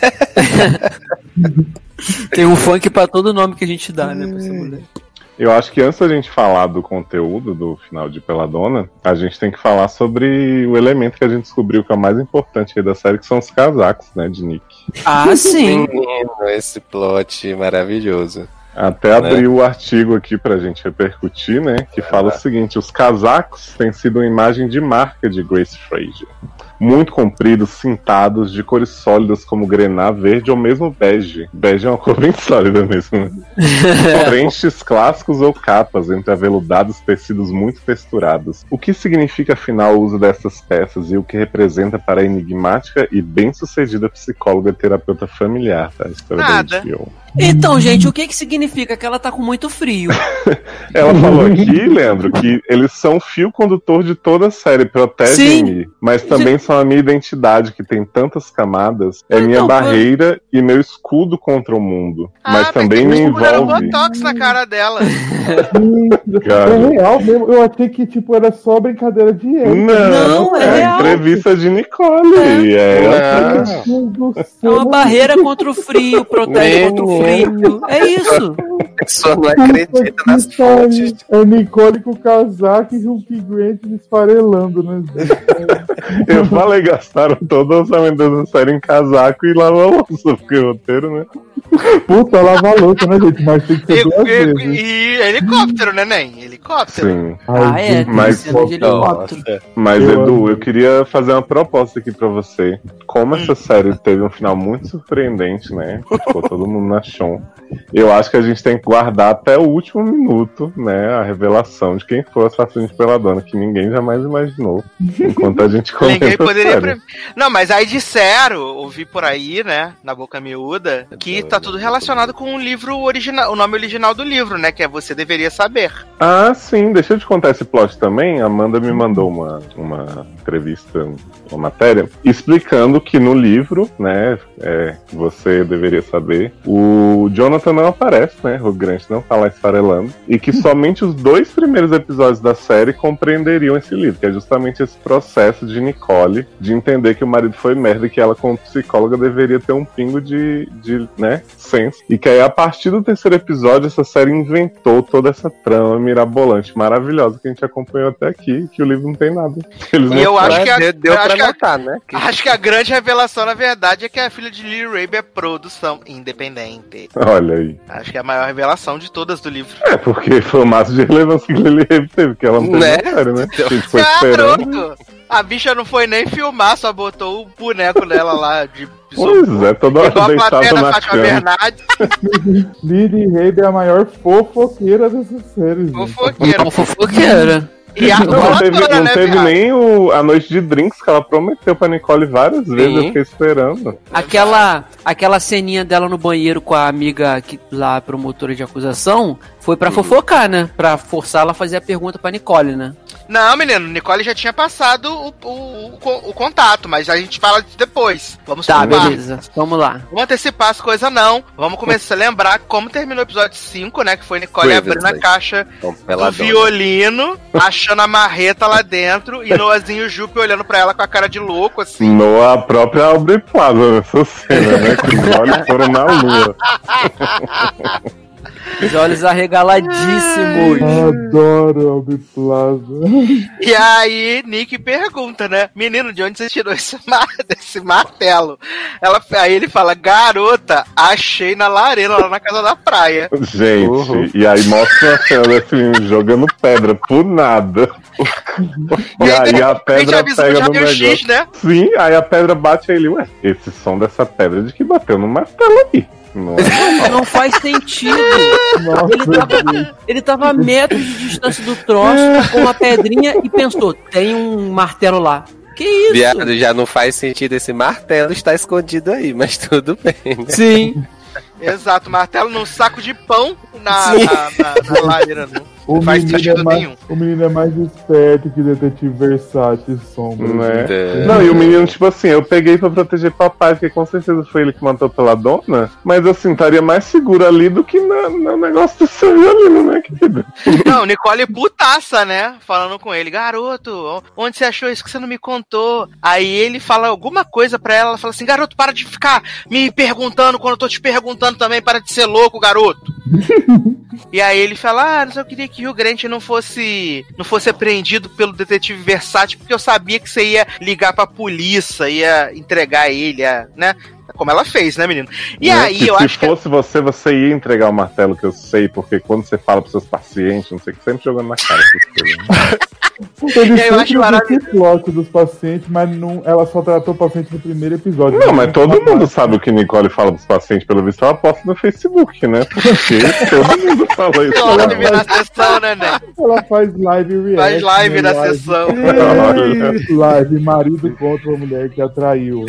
Speaker 5: Tem um funk pra todo nome que a gente dá, né? Pra essa mulher.
Speaker 3: Eu acho que antes da gente falar do conteúdo do final de Peladona, a gente tem que falar sobre o elemento que a gente descobriu que é o mais importante aí da série, que são os casacos, né, de Nick.
Speaker 5: Ah, sim.
Speaker 6: Menino, esse plot maravilhoso.
Speaker 3: Até abri o artigo aqui pra gente repercutir, né, que fala o seguinte: os casacos têm sido uma imagem de marca de Grace Fraser. Muito compridos, cintados, de cores sólidas como grená, verde ou mesmo bege. Bege é uma cor bem sólida mesmo, né? Trenches clássicos ou capas, entre aveludados tecidos muito texturados. O que significa, afinal, o uso dessas peças e o que representa para a enigmática e bem-sucedida psicóloga e terapeuta familiar, tá? A história
Speaker 2: Nada.
Speaker 3: da H B O.
Speaker 5: Então, gente, o que que significa? Que ela tá com muito frio.
Speaker 3: Ela falou aqui, Leandro, que eles são fio condutor de toda a série, protegem-me, mas também são a minha identidade, que tem tantas camadas, é
Speaker 5: Então,
Speaker 3: minha
Speaker 5: pô.
Speaker 3: barreira e meu escudo contra o mundo. Mas
Speaker 2: Ah,
Speaker 3: também me
Speaker 2: escuraram
Speaker 3: envolve.
Speaker 2: botox na cara dela.
Speaker 3: Cara.
Speaker 4: É real mesmo. Eu achei que, tipo, era só brincadeira de época.
Speaker 3: Não,
Speaker 5: Não, é
Speaker 3: é a
Speaker 5: real.
Speaker 3: entrevista de Nicole. É, é ela.
Speaker 6: Não.
Speaker 4: Meu Deus do
Speaker 5: É
Speaker 4: céu.
Speaker 5: uma barreira contra o frio, protege contra o frio. É isso.
Speaker 6: A pessoa não acredita nas
Speaker 4: Que pariu.
Speaker 6: fontes.
Speaker 4: É Nicole com o casaco e Hulk Grant esfarelando, né?
Speaker 3: Eu falei, gastaram todo o orçamento dessa série em casaco e lava louça, porque o roteiro, né?
Speaker 4: Puta, lava louça, né, gente? Mas tem que ser
Speaker 2: E,
Speaker 4: duas
Speaker 2: e-
Speaker 4: vezes.
Speaker 2: e helicóptero, neném? Helicóptero.
Speaker 3: Sim.
Speaker 5: Ah, é. Tem
Speaker 3: Mas-
Speaker 5: cena de helicóptero.
Speaker 6: Nossa.
Speaker 3: Mas,
Speaker 4: Eu
Speaker 3: Edu,
Speaker 4: amo.
Speaker 3: eu queria fazer uma proposta aqui pra você. Como essa série teve um final muito surpreendente, né? Ficou todo mundo na chão. Eu acho que a gente tem que guardar até o último minuto, né? A revelação de quem foi o assassino de Peladona, que ninguém jamais imaginou. Enquanto a gente comenta
Speaker 2: Ninguém
Speaker 3: a
Speaker 2: poderia.
Speaker 3: série.
Speaker 2: Pre... Não, mas aí disseram, ouvi por aí, né, na boca miúda, que tá tudo relacionado com o livro original, o nome original do livro, né, que é Você Deveria Saber.
Speaker 3: Ah, sim. Deixa eu te contar esse plot também. A Amanda me mandou uma, uma entrevista, uma matéria, explicando que no livro, né, é, Você Deveria Saber, o Jonathan não aparece, né, o Grant não tá lá esfarelando, e que somente os dois primeiros episódios da série compreenderiam esse livro, que é justamente esse processo de Nicole de entender que o marido foi merda e que ela, como psicóloga, deveria ter um pingo de, de né, senso. E que aí, a partir do terceiro episódio, essa série inventou toda essa trama mirabolante, maravilhosa, que a gente acompanhou até aqui, que o livro não tem nada. Eles
Speaker 2: E eu
Speaker 3: não
Speaker 2: acho que a,
Speaker 6: Deu, deu
Speaker 2: eu acho
Speaker 6: pra
Speaker 2: que a-
Speaker 6: notar, né? Que-
Speaker 2: acho que a grande revelação, na verdade, é que a filha de Lily Rabe é produção independente.
Speaker 3: Olha aí.
Speaker 2: Acho que é a maior revelação de todas do livro.
Speaker 3: É, porque foi o máximo de relevância que Lily Rabe teve, que ela não teve
Speaker 6: Né?
Speaker 3: na série, né? A gente foi
Speaker 2: Ah,
Speaker 3: esperando.
Speaker 2: pronto! A bicha não foi nem filmar, só botou o boneco dela lá de
Speaker 3: Pois é, toda hora
Speaker 2: igual a plateia
Speaker 3: deitada
Speaker 2: da
Speaker 3: na
Speaker 2: Fátima
Speaker 3: cama.
Speaker 2: Bernardes,
Speaker 4: Lily Rabe é a maior fofoqueira dessa série, gente.
Speaker 2: fofoqueira.
Speaker 5: Uma fofoqueira.
Speaker 2: E a
Speaker 3: Não, não teve,
Speaker 2: articuladora,
Speaker 3: não
Speaker 2: né,
Speaker 3: teve
Speaker 2: viado?
Speaker 3: nem o, a noite de drinks que ela prometeu pra Nicole várias vezes,
Speaker 6: Sim.
Speaker 3: eu fiquei esperando.
Speaker 5: Aquela, aquela ceninha dela no banheiro com a amiga que, lá, promotora de acusação, foi pra fofocar, né? Pra forçar ela a fazer a pergunta pra Nicole, né?
Speaker 2: Não, menino, Nicole já tinha passado o, o, o, o contato, mas a gente fala disso depois. Vamos
Speaker 5: Tá,
Speaker 2: pular.
Speaker 5: beleza. Vamos lá.
Speaker 2: Vamos antecipar as coisas, não. Vamos começar a lembrar como terminou o episódio cinco, né? Que foi Nicole
Speaker 6: Previously.
Speaker 2: abrindo a caixa
Speaker 6: Então,
Speaker 2: do
Speaker 6: peladona.
Speaker 2: violino, achando a marreta lá dentro, e Noazinho Jupe olhando pra ela com a cara de louco, assim.
Speaker 3: No, a própria Aubrey Plaza nessa cena, né? Que os olhos foram na lua.
Speaker 5: Os olhos arregaladíssimos.
Speaker 4: Adoro Aubrey Plaza.
Speaker 2: E aí, Nick pergunta, né? Menino, de onde você tirou esse, mar... esse martelo? Ela... Aí ele fala, garota, achei na lareira lá na casa da praia.
Speaker 3: Gente,
Speaker 7: Uhum.
Speaker 3: e aí mostra a cena desse menino jogando pedra por nada. E aí a pedra pega no negócio.
Speaker 2: Né?
Speaker 3: Sim, aí a pedra bate aí ele, ué, esse som dessa pedra é de que bateu no martelo aí. Não é?
Speaker 5: Não faz sentido.
Speaker 4: Nossa,
Speaker 5: Ele tava, ele tava a metros de distância do troço, com uma pedrinha e pensou, tem um martelo lá. Que isso?
Speaker 6: Viado, já não faz sentido esse martelo estar escondido aí, mas tudo bem, né?
Speaker 5: Sim.
Speaker 2: Exato, martelo num saco de pão na, na, na, na lareira. Não
Speaker 4: O
Speaker 2: faz
Speaker 4: menino,
Speaker 2: sentido
Speaker 4: é mais,
Speaker 2: nenhum.
Speaker 4: o menino é mais esperto que detetive Versace Sombra.
Speaker 3: Não é?
Speaker 6: É.
Speaker 3: Não, e o menino, tipo assim, eu peguei pra proteger papai, porque com certeza foi ele que matou pela dona, mas assim, estaria mais seguro ali do que na- no negócio do seu violino, né, querido?
Speaker 2: Não, Nicole putaça, né? Falando com ele, garoto, onde você achou isso que você não me contou? Aí ele fala alguma coisa pra ela, ela fala assim, garoto, para de ficar me perguntando quando eu tô te perguntando também, para de ser louco, garoto. E aí ele fala, ah, eu só queria que Rio Grande não fosse não fosse apreendido pelo detetive Versace, porque eu sabia que você ia ligar pra polícia, ia entregar ele, ia, né? Como ela fez, né, menino? E
Speaker 3: Né?
Speaker 2: aí
Speaker 3: Que
Speaker 2: eu
Speaker 3: se
Speaker 2: acho que...
Speaker 3: fosse você, você ia entregar o martelo, que eu sei, porque quando você fala pros seus pacientes, não sei o que, sempre jogando na cara essas coisas. Né?
Speaker 4: Ele
Speaker 2: E aí eu acho
Speaker 4: sempre
Speaker 2: maravilhoso.
Speaker 4: esse plot dos pacientes, mas não, ela só tratou o paciente no primeiro episódio.
Speaker 3: Não, mas todo
Speaker 4: fala
Speaker 3: mundo
Speaker 4: mais.
Speaker 3: sabe o que Nicole fala pros pacientes, pelo visto, ela posta no Facebook, né? Porque todo mundo fala isso.
Speaker 2: Live na sessão, né, né?
Speaker 4: Ela faz live react.
Speaker 2: Faz live
Speaker 4: né?
Speaker 2: na
Speaker 4: Live-
Speaker 2: sessão.
Speaker 4: Ei, Live, marido contra a mulher que atraiu.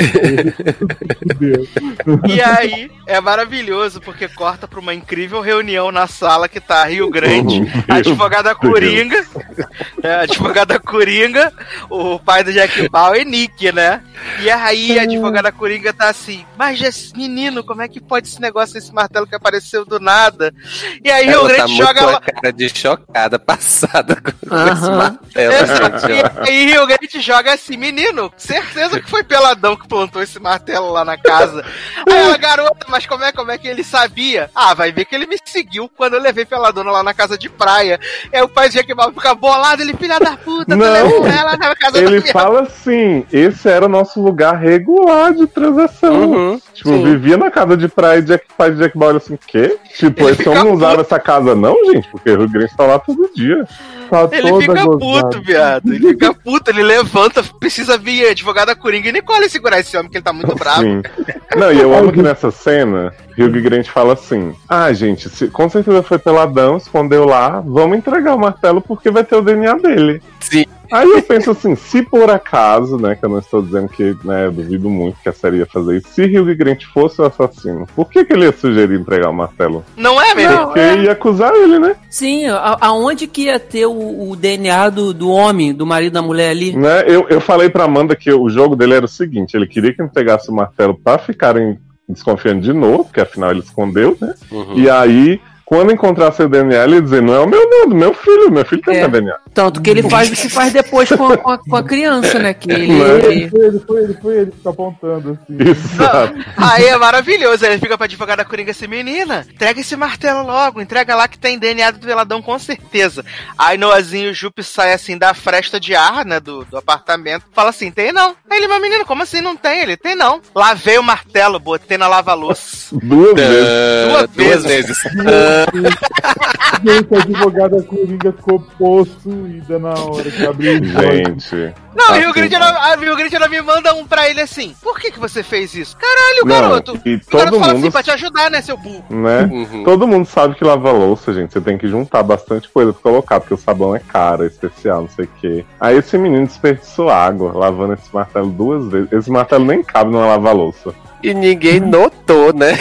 Speaker 4: Fudeu.
Speaker 2: E aí, é maravilhoso, porque corta pra uma incrível reunião na sala que tá Rio Grande,
Speaker 3: Uhum.
Speaker 2: a advogada Coringa, né, a advogada Coringa, o pai do Jack Bauer e Nick, né? E aí a advogada Coringa tá assim, mas esse menino, como é que pode esse negócio, esse martelo que apareceu do nada? E aí Rio
Speaker 6: Ela tá
Speaker 2: Grande
Speaker 6: muito
Speaker 2: joga
Speaker 6: com a
Speaker 2: lá...
Speaker 6: cara de chocada, passada com esse
Speaker 5: Aham.
Speaker 6: martelo.
Speaker 2: Exato.
Speaker 6: gente, ó.
Speaker 2: E aí Rio Grande joga assim, menino, certeza que foi Peladão que plantou esse martelo lá na casa. Aí ela, garota, mas como é, como é que ele sabia? Ah, vai ver que ele me seguiu quando eu levei Peladona lá na casa de praia. Aí o pai de Jack Bauer fica bolado, ele, filha da puta, tu
Speaker 3: Não.
Speaker 2: levou ela na casa
Speaker 3: Ele
Speaker 2: da minha...
Speaker 3: fala assim, esse era o nosso lugar regular de transação.
Speaker 6: Uhum,
Speaker 3: Tipo,
Speaker 6: sim.
Speaker 3: vivia na casa de praia e Jack, pai de Jack Bauer assim, o quê? Tipo,
Speaker 2: Ele
Speaker 3: esse homem
Speaker 2: fica
Speaker 3: não usava
Speaker 2: puto.
Speaker 3: essa casa não, gente? Porque o Rio Grande tá lá todo dia.
Speaker 4: Tá
Speaker 2: Ele
Speaker 4: toda
Speaker 2: fica
Speaker 4: gozada.
Speaker 2: puto, viado. Ele fica puto, ele levanta, precisa vir a advogada Coringa e Nicole segurar esse homem, que ele tá muito bravo.
Speaker 3: Sim. Não, e eu amo que nessa cena, Rio Grande fala assim, ah, gente, se, com certeza foi Peladão, escondeu lá, vamos entregar o martelo porque vai ter o D N A dele.
Speaker 6: Sim.
Speaker 3: Aí eu penso assim, se por acaso, né, que eu não estou dizendo que, né, eu duvido muito que a série ia fazer isso, se Rio Grande fosse o assassino, por que, que ele ia sugerir entregar o martelo?
Speaker 2: Não é mesmo?
Speaker 3: Porque ia acusar ele, né?
Speaker 5: Sim, a- aonde que ia ter o, o D N A do, do homem, do marido da mulher ali?
Speaker 3: né? Eu, eu falei pra Amanda que o jogo dele era o seguinte, ele queria que entregasse o martelo pra ficarem desconfiando de novo, porque afinal ele escondeu, né?
Speaker 6: Uhum.
Speaker 3: E aí, quando encontrasse o D N A, ele ia dizer, não é o meu não, do meu filho, meu filho tem
Speaker 5: É.
Speaker 3: D N A.
Speaker 5: Tanto que ele faz o que faz depois com a, com a- com a criança, né? Que ele,
Speaker 4: Ele foi ele, foi ele, foi ele que tá apontando assim.
Speaker 3: Exato.
Speaker 2: Aí é maravilhoso, ele fica pra advogada Coringa assim, menina, entrega esse martelo logo, entrega lá que tem D N A do Peladão com certeza. Aí Noazinho e o Jupe sai assim da fresta de ar, né, do, do apartamento, fala assim, tem não. Aí ele, mas menino, como assim não tem? Ele, tem não. Lavei o martelo, botei na lava-louça.
Speaker 3: Duas vezes.
Speaker 6: Ah,
Speaker 2: Duas
Speaker 6: duas
Speaker 2: vezes.
Speaker 6: vezes.
Speaker 4: Gente, a advogada Coringa ficou possuída na hora que abriu o jogo.
Speaker 3: Gente.
Speaker 2: Não,
Speaker 3: Assim,
Speaker 2: o Rio Grande, ela, a Rio Grande ela me manda um pra ele assim, por que que você fez isso? Caralho,
Speaker 3: Não,
Speaker 2: garoto.
Speaker 3: e
Speaker 2: O garoto
Speaker 3: todo
Speaker 2: fala
Speaker 3: mundo-
Speaker 2: assim, pra te ajudar, né, seu burro.
Speaker 3: Né?
Speaker 6: Uhum.
Speaker 3: Todo mundo sabe que lava louça, gente. Você tem que juntar bastante coisa pra colocar, porque o sabão é caro, é especial, não sei o quê. Aí esse menino desperdiçou água, lavando esse martelo duas vezes. Esse martelo nem cabe numa lava-louça.
Speaker 6: E ninguém notou, né?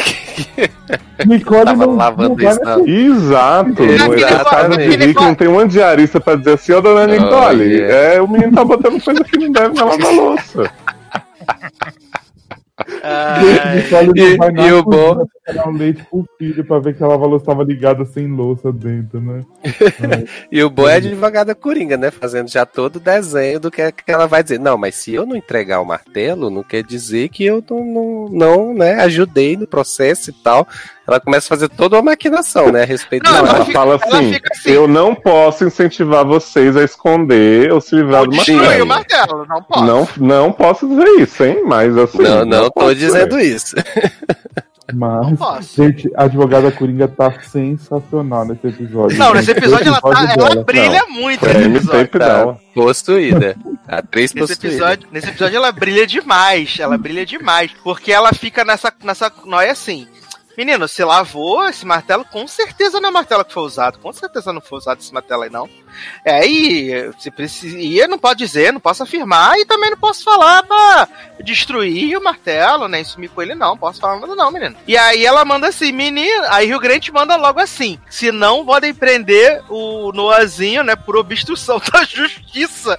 Speaker 4: Nicole
Speaker 6: Tava
Speaker 4: não,
Speaker 6: lavando
Speaker 4: não vai
Speaker 6: isso,
Speaker 4: na
Speaker 6: não.
Speaker 3: Exato!
Speaker 6: Exatamente.
Speaker 3: Essa casa de
Speaker 2: Aquele
Speaker 3: rico não tem uma diarista pra dizer assim, ô dona Nicole,
Speaker 6: yeah.
Speaker 3: é, o menino tá botando coisa que não deve na lava-louça.
Speaker 4: Nicole não
Speaker 6: E-
Speaker 4: vai na
Speaker 6: e o
Speaker 4: cozinha
Speaker 6: bom-
Speaker 4: preparar um leite pro filho pra ver que a lava-louça estava ligada sem louça dentro, né?
Speaker 6: E o bom é a advogada Coringa, né? Fazendo já todo o desenho do que, que ela vai dizer. Não, mas se eu não entregar o martelo, não quer dizer que eu não, não, não né, ajudei no processo e tal. Ela começa a fazer toda uma maquinação, né? A respeito
Speaker 2: Não,
Speaker 6: do
Speaker 3: Não,
Speaker 2: ela
Speaker 3: ela
Speaker 2: fica-
Speaker 3: fala
Speaker 2: ela
Speaker 3: assim,
Speaker 2: fica assim.
Speaker 3: eu não posso incentivar vocês a esconder ou se livrar
Speaker 2: Ou
Speaker 3: do
Speaker 2: destruir
Speaker 3: martelo.
Speaker 2: o martelo, não pode.
Speaker 3: Não, não posso dizer isso, hein? Mas assim.
Speaker 6: Não, não tô
Speaker 3: posso
Speaker 6: dizendo
Speaker 3: dizer.
Speaker 6: isso.
Speaker 4: Mas,
Speaker 2: Não posso.
Speaker 4: gente, a advogada Coringa tá sensacional nesse episódio.
Speaker 2: Não, nesse episódio ela, tá,
Speaker 4: episódio
Speaker 2: ela
Speaker 4: dela.
Speaker 2: brilha muito
Speaker 3: Foi a
Speaker 2: nesse
Speaker 3: M-tape
Speaker 2: episódio.
Speaker 3: dela.
Speaker 6: Possuída. Atriz
Speaker 2: Nesse
Speaker 6: possuída.
Speaker 2: episódio, nesse episódio ela brilha demais, ela brilha demais, porque ela fica nessa, nessa nóia assim, menino, se lavou esse martelo, com certeza não é martelo que foi usado, com certeza não foi usado esse martelo aí não. É, e se precisa, e eu não pode dizer, não posso afirmar, e também não posso falar pra destruir o martelo, nem sumir com ele não, posso falar nada não, menino. E aí ela manda assim, menino, aí Rio Grande manda logo assim, se não podem prender o Noazinho, né, por obstrução da justiça.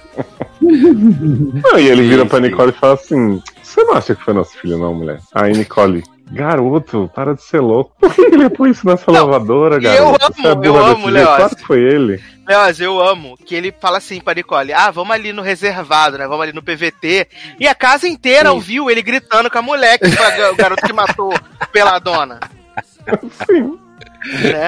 Speaker 3: Não, e ele vira
Speaker 6: Sim,
Speaker 3: pra
Speaker 6: sim.
Speaker 3: Nicole e fala assim: você não acha que foi nosso filho, não, mulher? Aí Nicole, garoto, para de ser louco. Por que ele pôs isso nessa
Speaker 2: Não,
Speaker 3: lavadora,
Speaker 2: e eu
Speaker 3: garoto?
Speaker 2: amo,
Speaker 3: Você é burra
Speaker 2: eu
Speaker 3: desse
Speaker 2: amo,
Speaker 3: jeito?
Speaker 2: Leoz.
Speaker 3: Claro que foi ele.
Speaker 2: Leoz, eu amo que ele fala assim pra Nicole, ah, vamos ali no reservado, né, vamos ali no P V T, e a casa inteira
Speaker 6: Sim.
Speaker 2: ouviu ele gritando com a mulher, que foi o garoto que matou pela dona,
Speaker 3: Sim.
Speaker 2: né?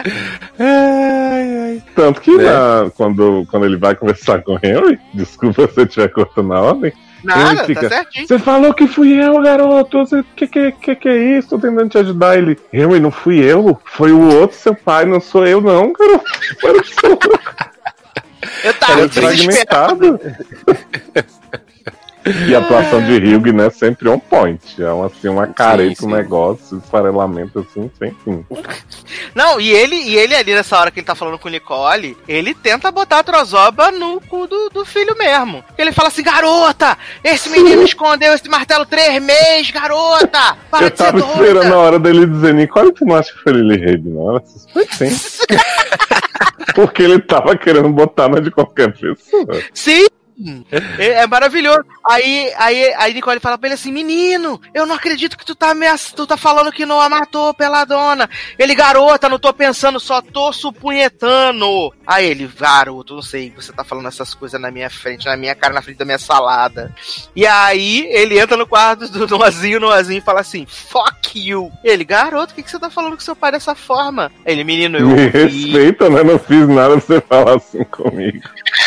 Speaker 6: Ai, ai.
Speaker 3: Tanto que
Speaker 6: Né?
Speaker 3: na- quando, quando ele vai conversar com o Henry, desculpa se eu estiver cortando a ordem,
Speaker 2: Nada,
Speaker 3: ele fica,
Speaker 2: tá certinho.
Speaker 3: você falou que fui eu, garoto. Você que que, que que é isso? Tô tentando te ajudar. Ele, Henry, não fui eu. Foi o outro seu pai, não sou eu, não, garoto. Para de ser louco.
Speaker 2: Eu tava
Speaker 3: Era
Speaker 2: desesperado.
Speaker 3: fragmentado. E a atuação de Hugh, né, sempre on point. É uma, assim, uma careta,
Speaker 6: sim.
Speaker 3: um negócio, esfarelamento assim, sem fim.
Speaker 2: Não, e ele, e ele ali nessa hora que ele tá falando com Nicole, ele tenta botar a trozoba no cu do, do filho mesmo. Ele fala assim, garota, esse menino escondeu esse martelo três meses, garota, para
Speaker 3: Eu
Speaker 2: de ser
Speaker 3: tava esperando a
Speaker 2: doida.
Speaker 3: hora dele dizer, Nicole, tu não acha que foi Lily Rabe, não? Ela suspeita, sim. Porque ele tava querendo botar na de qualquer pessoa.
Speaker 2: Sim! É, é maravilhoso. Aí, aí, aí Nicole fala pra ele assim, menino, eu não acredito que tu tá, ameaça, tu tá falando que não a matou pela dona. Ele, garota, não tô pensando, só tô supunhetando. Aí ele, garoto, não sei, você tá falando essas coisas na minha frente, na minha cara, na frente da minha salada. E aí ele entra no quarto do Noazinho, o Noazinho fala assim, fuck you. Ele, garoto, o que, que você tá falando com seu pai dessa forma? Ele, menino, eu
Speaker 3: Me
Speaker 2: ouvi.
Speaker 3: respeita, né? Não fiz nada pra você falar assim comigo.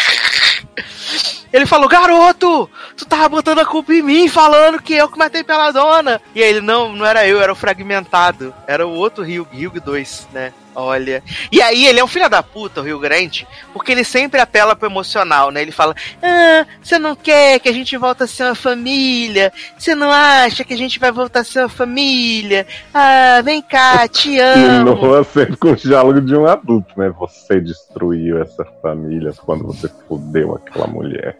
Speaker 2: Ele falou, garoto, tu tava botando a culpa em mim, falando que eu que matei pela dona. E aí ele, não, não era eu, era o fragmentado. Era o outro Rio, Rio dois, né? Olha. E aí ele é um filho da puta, o Rio Grande, porque ele sempre apela pro emocional, né? Ele fala, ah, você não quer que a gente volte a ser uma família? Você não acha que a gente vai voltar a ser uma família? Ah, vem cá, te
Speaker 3: E
Speaker 2: amo.
Speaker 3: Noah sempre com o diálogo de um adulto, né? Você destruiu essa família quando você fudeu aquela mulher.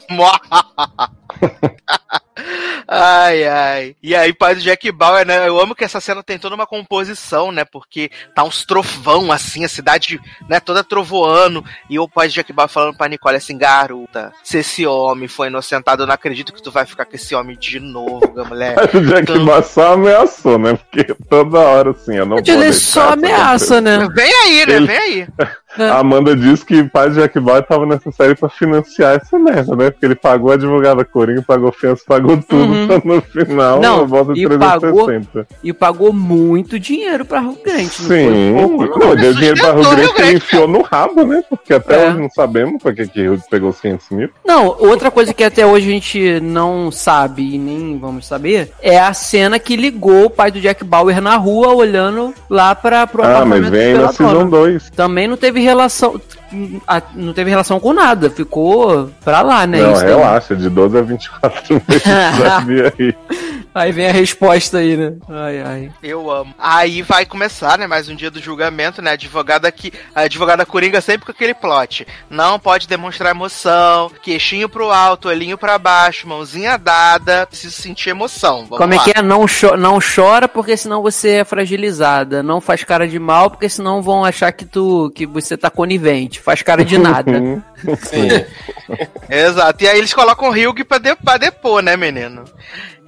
Speaker 2: Ai, ai. E aí, pai do Jack Bauer, né? Eu amo que essa cena tem toda uma composição, né? Porque tá uns trovão, assim, a cidade, né, toda trovoando. E o pai do Jack Bauer falando pra Nicole assim, garota, se esse homem foi inocentado, eu não acredito que tu vai ficar com esse homem de novo, mulher.
Speaker 3: Mas o Jack
Speaker 2: Então-
Speaker 3: Bauer só ameaçou, né? Porque toda hora, assim, eu não vou
Speaker 5: Ele
Speaker 3: deixar
Speaker 5: só
Speaker 3: isso
Speaker 5: ameaça,
Speaker 3: acontecer.
Speaker 5: né?
Speaker 2: Vem aí, né?
Speaker 3: Ele-
Speaker 2: Vem aí.
Speaker 3: A Amanda disse que o pai de Jack Bauer tava nessa série pra financiar essa merda, né? Porque ele pagou a advogada Coringa, pagou fiança, pagou tudo,
Speaker 5: Uhum.
Speaker 3: pra no final
Speaker 5: Não,
Speaker 3: uma volta de
Speaker 5: e
Speaker 3: trezentos e sessenta.
Speaker 5: E pagou muito dinheiro pra Rio Grande. Não
Speaker 3: Sim,
Speaker 5: foi pouco,
Speaker 3: não,
Speaker 5: não.
Speaker 3: deu dinheiro pra Rio
Speaker 2: Sustentou
Speaker 3: Grande
Speaker 2: Rio
Speaker 3: que ele
Speaker 2: Grande,
Speaker 3: enfiou no rabo, né? Porque até
Speaker 5: É.
Speaker 3: hoje não sabemos pra que que Rio pegou os quinhentos mil.
Speaker 5: Não, outra coisa que até hoje a gente não sabe e nem vamos saber é a cena que ligou o pai do Jack Bauer na rua olhando lá para pro
Speaker 3: Ah, mas
Speaker 5: apartamento
Speaker 3: vem aí
Speaker 5: pela
Speaker 3: na Season
Speaker 5: dona.
Speaker 3: dois.
Speaker 5: Também não teve relação, a- não teve relação com nada, ficou pra lá, né?
Speaker 3: Não,
Speaker 5: Isso daí.
Speaker 3: relaxa, de doze a vinte e quatro meses, sabia aí.
Speaker 5: Aí vem a resposta aí, né? Ai, ai.
Speaker 2: Eu amo. Aí vai começar, né, mais um dia do julgamento, né, a advogada que, a advogada Coringa sempre com aquele plot, não pode demonstrar emoção, queixinho pro alto, olhinho pra baixo, mãozinha dada, preciso sentir emoção, vamos
Speaker 5: Como
Speaker 2: lá.
Speaker 5: é que é? Não, cho não chora porque senão você é fragilizada. Não faz cara de mal porque senão vão achar que tu que você tá conivente. Faz cara de nada.
Speaker 6: Sim.
Speaker 2: Exato, e aí eles colocam o Hugh pra, de, pra depor, né, menino?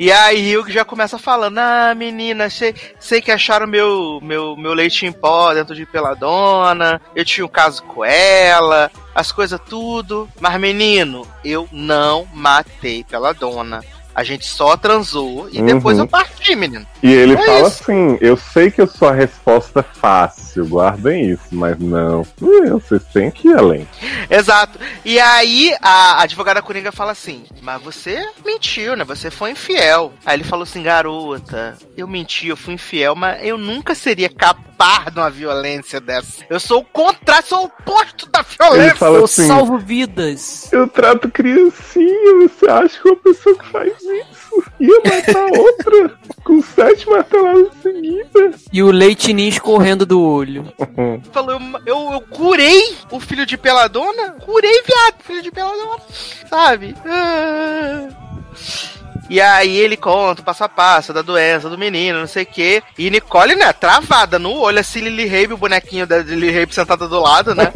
Speaker 2: E aí Hugh já começa falando, ah, menina, sei, sei que acharam meu, meu, meu leite em pó dentro de Peladona, eu tinha um caso com ela, as coisas tudo, mas menino, eu não matei Peladona. A gente só transou e depois
Speaker 3: Uhum.
Speaker 2: eu parti, menino.
Speaker 3: E ele
Speaker 2: É
Speaker 3: fala
Speaker 2: isso.
Speaker 3: assim, eu sei que eu sou a resposta fácil, guardem isso, mas não. Eu, vocês têm que ir além.
Speaker 2: Exato. E aí a advogada Coringa fala assim, mas você mentiu, né? Você foi infiel. Aí ele falou assim, garota, eu menti, eu fui infiel, mas eu nunca seria capaz de uma violência dessa. Eu sou o contrário, sou o oposto da violência.
Speaker 3: Ele fala
Speaker 5: Eu
Speaker 3: assim,
Speaker 5: salvo vidas.
Speaker 3: eu trato criancinha, você acha que uma pessoa que faz isso ia matar outra com sete marteladas seguidas?
Speaker 5: E o leite ninho escorrendo do olho.
Speaker 2: Falou, eu, eu, eu curei o filho de Peladona? Curei, viado, filho de Peladona. Sabe? Ah. E aí ele conta o passo a passo da doença do menino, não sei o quê. E Nicole, né, travada no olho, assim, Lily Rabe, o bonequinho da Lily Rabe sentada do lado, né?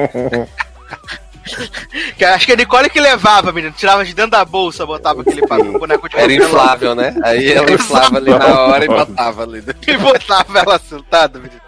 Speaker 2: Que acho que a Nicole que levava, menino. Tirava de dentro da bolsa, botava aquele boneco de
Speaker 6: Era
Speaker 2: papelão.
Speaker 6: inflável, né? Aí ela inflava ali na hora e botava ali.
Speaker 2: E botava ela sentada, menino.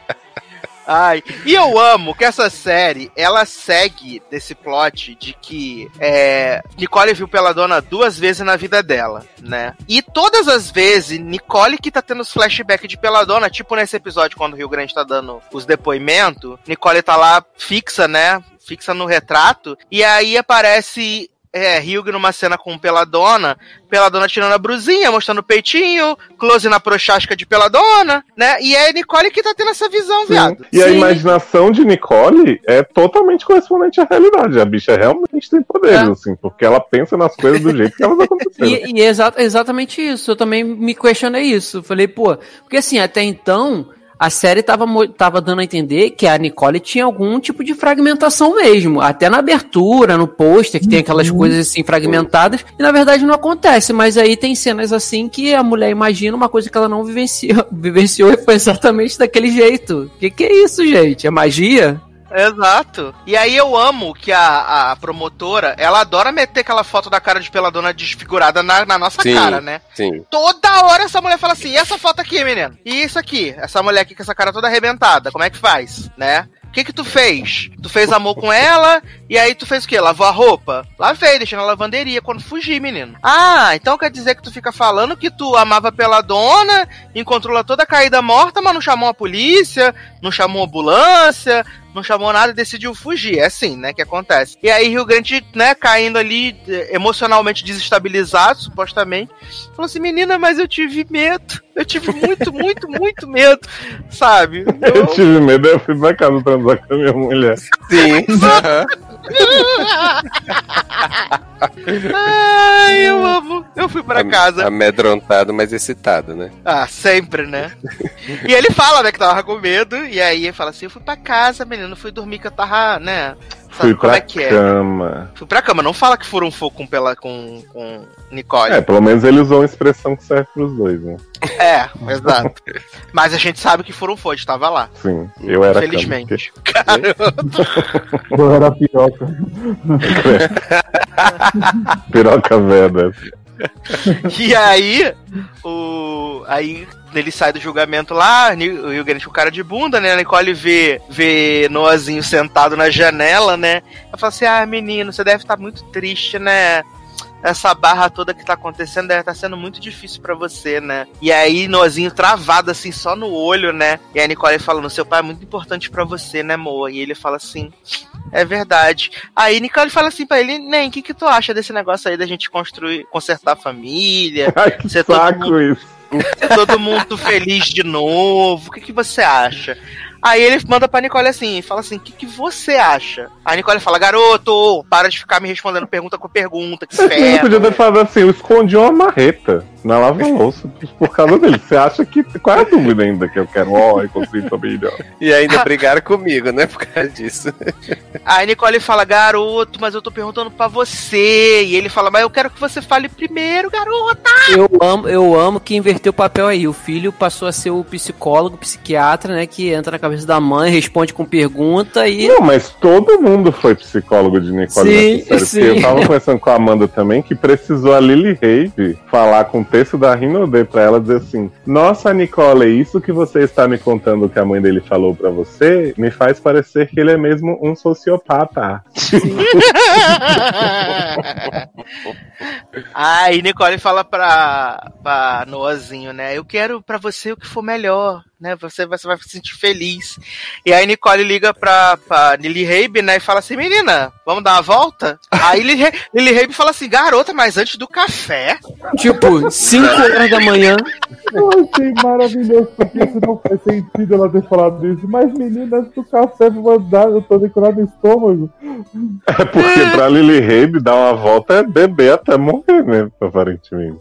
Speaker 2: Ai, e eu amo que essa série, ela segue desse plot de que é, Nicole viu Peladona duas vezes na vida dela, né? E todas as vezes, Nicole que tá tendo os flashbacks de Peladona, tipo nesse episódio quando o Rio Grande tá dando os depoimentos, Nicole tá lá fixa, né? Fixa no retrato, e aí aparece... É, Hugh numa cena com Peladona, Peladona tirando a brusinha, mostrando o peitinho, close na prochasca de Peladona, né? E é a Nicole que tá tendo essa visão,
Speaker 3: Sim.
Speaker 2: viado.
Speaker 3: E a
Speaker 5: Sim.
Speaker 3: imaginação de Nicole é totalmente correspondente à realidade. A bicha realmente tem poderes,
Speaker 5: É.
Speaker 3: assim, porque ela pensa nas coisas do jeito que elas aconteceram.
Speaker 5: E, e é exa- exatamente isso. Eu também me questionei isso. Falei, pô, porque assim, até então, a série tava, mo- tava dando a entender que a Nicole tinha algum tipo de fragmentação mesmo. Até na abertura, no pôster, que tem aquelas coisas assim fragmentadas. E na verdade não acontece. Mas aí tem cenas assim que a mulher imagina uma coisa que ela não vivenciou, vivenciou e foi exatamente daquele jeito. Que que é isso, gente? É magia?
Speaker 2: Exato. E aí eu amo que a, a promotora, ela adora meter aquela foto da cara de Peladona desfigurada na, na nossa
Speaker 6: Sim.
Speaker 2: cara, né?
Speaker 6: Sim.
Speaker 2: Toda hora essa mulher fala assim, e essa foto aqui, menino? E isso aqui? Essa mulher aqui com essa cara toda arrebentada, como é que faz? Né? O que que tu fez? Tu fez amor com ela, e aí tu fez o quê? Lavou a roupa? Lavei, deixei na lavanderia quando fugi, menino. Ah, então quer dizer que tu fica falando que tu amava Peladona, encontrou ela toda caída morta, mas não chamou a polícia, não chamou a ambulância, não chamou nada e decidiu fugir. É assim, né, que acontece. E aí Rio Grande, né, caindo ali, eh, emocionalmente desestabilizado, supostamente, falou assim, menina, mas eu tive medo. Eu tive muito, muito, muito medo, sabe?
Speaker 3: Eu tive medo, eu fui pra casa transar com a minha mulher.
Speaker 6: Sim.
Speaker 2: Ai, eu amo. Eu fui pra casa.
Speaker 6: Amedrontado, mas excitado, né?
Speaker 2: Ah, sempre, né? E ele fala, né, que tava com medo, e aí ele fala assim, eu fui pra casa, menino, fui dormir que eu tava, né... Sabe
Speaker 3: Fui
Speaker 2: como
Speaker 3: pra
Speaker 2: é que é?
Speaker 3: cama.
Speaker 2: Fui pra cama, não fala que foram um fogo com, pela, com, com Nicole.
Speaker 3: É, pelo menos ele usou uma expressão que serve pros dois, né?
Speaker 2: É, exato. Mas a gente sabe que foram fogo, estava lá.
Speaker 3: Sim, eu era
Speaker 2: Infelizmente.
Speaker 4: Eu era piroca.
Speaker 3: cama. Piroca velha.
Speaker 2: E aí, o. Aí ele sai do julgamento lá, o Rio Grande com cara de bunda, né? A Nicole vê, vê Noazinho sentado na janela, né? Ela fala assim: ah, menino, você deve estar muito triste, né? Essa barra toda que tá acontecendo deve estar sendo muito difícil pra você, né? E aí, Noazinho travado, assim, só no olho, né? E a Nicole falando, seu pai é muito importante pra você, né, Moa? E ele fala assim, é verdade. Aí Nicole fala assim pra ele, nem, o que que tu acha desse negócio aí da gente construir, consertar a família?
Speaker 3: Ai, que
Speaker 2: ser
Speaker 3: saco
Speaker 2: todo mundo,
Speaker 3: isso.
Speaker 2: ser todo mundo feliz de novo? O que que você acha? Aí ele manda pra Nicole assim, fala assim, o que, que você acha? Aí a Nicole fala, garoto, para de ficar me respondendo pergunta com pergunta, que
Speaker 3: Você podia
Speaker 2: ferro.
Speaker 3: ter falado assim, eu escondi uma marreta na lava-louça por causa dele. Você acha que... Qual é a dúvida ainda que eu quero? Ó, eu consigo família.
Speaker 6: E ainda brigaram comigo, né? Por causa disso.
Speaker 2: Aí a Nicole fala, garoto, mas eu tô perguntando pra você. E ele fala, mas eu quero que você fale primeiro, garota.
Speaker 5: Eu amo, eu amo que inverteu o papel aí. O filho passou a ser o psicólogo, psiquiatra, né? Que entra na cabeça da mãe, responde com pergunta e...
Speaker 3: Não, mas todo mundo foi psicólogo de Nicole
Speaker 5: Sim,
Speaker 3: nessa série.
Speaker 5: sim.
Speaker 3: Porque eu tava conversando com a Amanda também, que precisou a Lily Rabe falar com o texto da Rinode pra ela dizer assim: nossa, Nicole, isso que você está me contando que a mãe dele falou pra você me faz parecer que ele é mesmo um sociopata.
Speaker 2: Aí Nicole fala pra, pra Noazinho, né? Eu quero pra você o que for melhor, né? Você, você vai se sentir feliz. E aí Nicole liga pra, pra Lily Rabe, né? E fala assim: menina, vamos dar uma volta? Aí Lily, Lily Rabe fala assim: garota, mas antes do café?
Speaker 5: Tipo, cinco horas da manhã.
Speaker 4: Eu achei maravilhoso, porque isso não faz sentido ela ter falado isso. Mas, menina, antes do café me mandar, eu tô decorado no estômago.
Speaker 3: É porque pra Lily Rabe dar uma volta é beber até morrer, né? Aparentemente.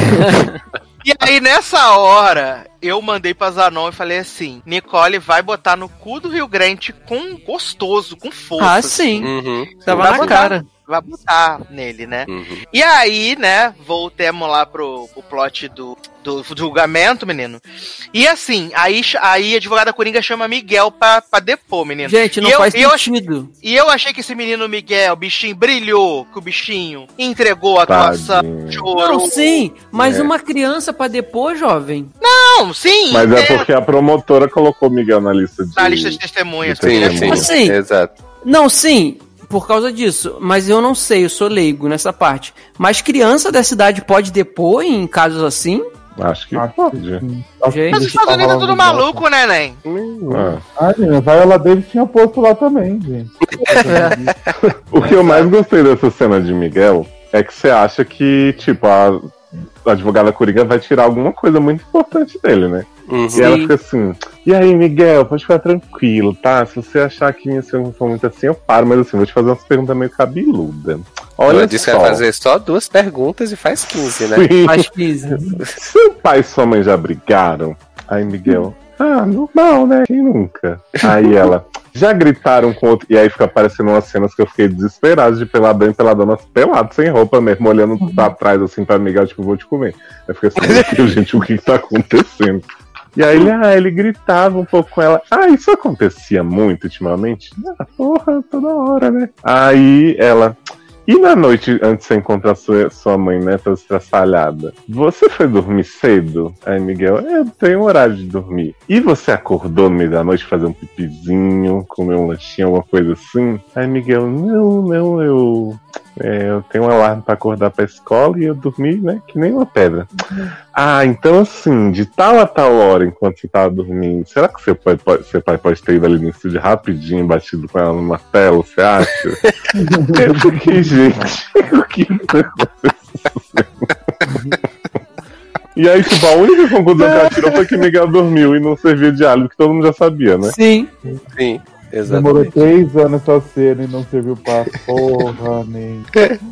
Speaker 2: E aí, nessa hora, eu mandei pra Zanon e falei assim: Nicole vai botar no cu do Rio Grande com gostoso, com força.
Speaker 5: Ah, sim.
Speaker 6: Uhum.
Speaker 5: Tava
Speaker 2: Vai
Speaker 5: na
Speaker 2: botar-
Speaker 5: cara.
Speaker 2: Vai botar nele, né?
Speaker 6: Uhum.
Speaker 2: E aí, né, voltemos lá pro, pro plot do, do julgamento, menino. E assim, aí, aí a advogada Coringa chama Miguel pra, pra depor, menino.
Speaker 5: Gente, não
Speaker 2: E eu-
Speaker 5: faz
Speaker 2: e eu
Speaker 5: sentido.
Speaker 2: E eu achei que esse menino Miguel, o bichinho, brilhou, que o bichinho entregou a atuação,
Speaker 3: Tadinho.
Speaker 2: chorou.
Speaker 5: Não, sim, mas
Speaker 3: É.
Speaker 5: uma criança pra depor, jovem.
Speaker 2: Não, sim.
Speaker 3: Mas é
Speaker 2: é,
Speaker 3: porque a promotora colocou o Miguel na lista de.
Speaker 2: Na lista de testemunhas.
Speaker 3: de
Speaker 6: Sim,
Speaker 2: porque ele é
Speaker 6: sim.
Speaker 2: foda.
Speaker 5: Assim.
Speaker 6: Exato.
Speaker 5: Não, sim, por causa disso. Mas eu não sei, eu sou leigo nessa parte. Mas criança dessa idade pode depor em casos assim?
Speaker 3: Acho que
Speaker 4: Acho
Speaker 3: pode.
Speaker 4: que sim.
Speaker 5: Gente.
Speaker 2: Mas os Estados Unidos é tudo maluco, né, Nen?
Speaker 3: Ah.
Speaker 4: Ah, menina, a Viola Davis tinha posto lá também, gente.
Speaker 3: O que eu mais gostei dessa cena de Miguel é que você acha que, tipo, a a advogada Coringa vai tirar alguma coisa muito importante dele, né?
Speaker 6: Uhum.
Speaker 3: E ela fica assim: e aí, Miguel, pode ficar tranquilo, tá? Se você achar que minhas perguntas são muito assim, eu paro, mas assim, vou te fazer umas perguntas meio cabeludas. Olha
Speaker 6: Ela disse que
Speaker 3: só.
Speaker 6: vai fazer só duas perguntas e faz quinze, né?
Speaker 3: Sim.
Speaker 5: Faz quinze.
Speaker 3: Seu pai e sua mãe já brigaram? Aí Miguel: ah, normal, né? Quem nunca? Aí ela: já gritaram com outro. E aí fica aparecendo umas cenas que eu fiquei desesperado de peladão e peladona pelado, sem roupa mesmo, olhando pra trás assim pra Miguel, tipo, vou te comer. Aí fica assim: meu Deus, gente, o que que tá acontecendo? E aí ele, ah, ele gritava um pouco com ela. Ah, isso acontecia muito ultimamente? Ah, porra, toda hora, né? Aí ela: e na noite, antes de você encontrar sua, sua mãe, né, toda estraçalhada, você foi dormir cedo? Aí Miguel: é, eu tenho horário de dormir. E você acordou no meio da noite fazer um pipizinho, comer um lanchinho, alguma coisa assim? Aí Miguel: não, não, eu... É, eu tenho um alarme pra acordar pra escola e eu dormi, né, que nem uma pedra. Ah, então assim, de tal a tal hora, enquanto você tava dormindo, será que seu pai pode, seu pai pode ter ido ali no estúdio rapidinho, batido com ela no martelo, você acha? Eu fiquei, gente, o que tá acontecendo? E aí, tipo, a única conclusão que ela tirou foi que Miguel dormiu e não servia de álibi, que todo mundo já sabia, né?
Speaker 5: Sim.
Speaker 6: Sim,
Speaker 4: Demorou
Speaker 6: exatamente.
Speaker 4: três anos essa cena e não serviu pra porra, nem.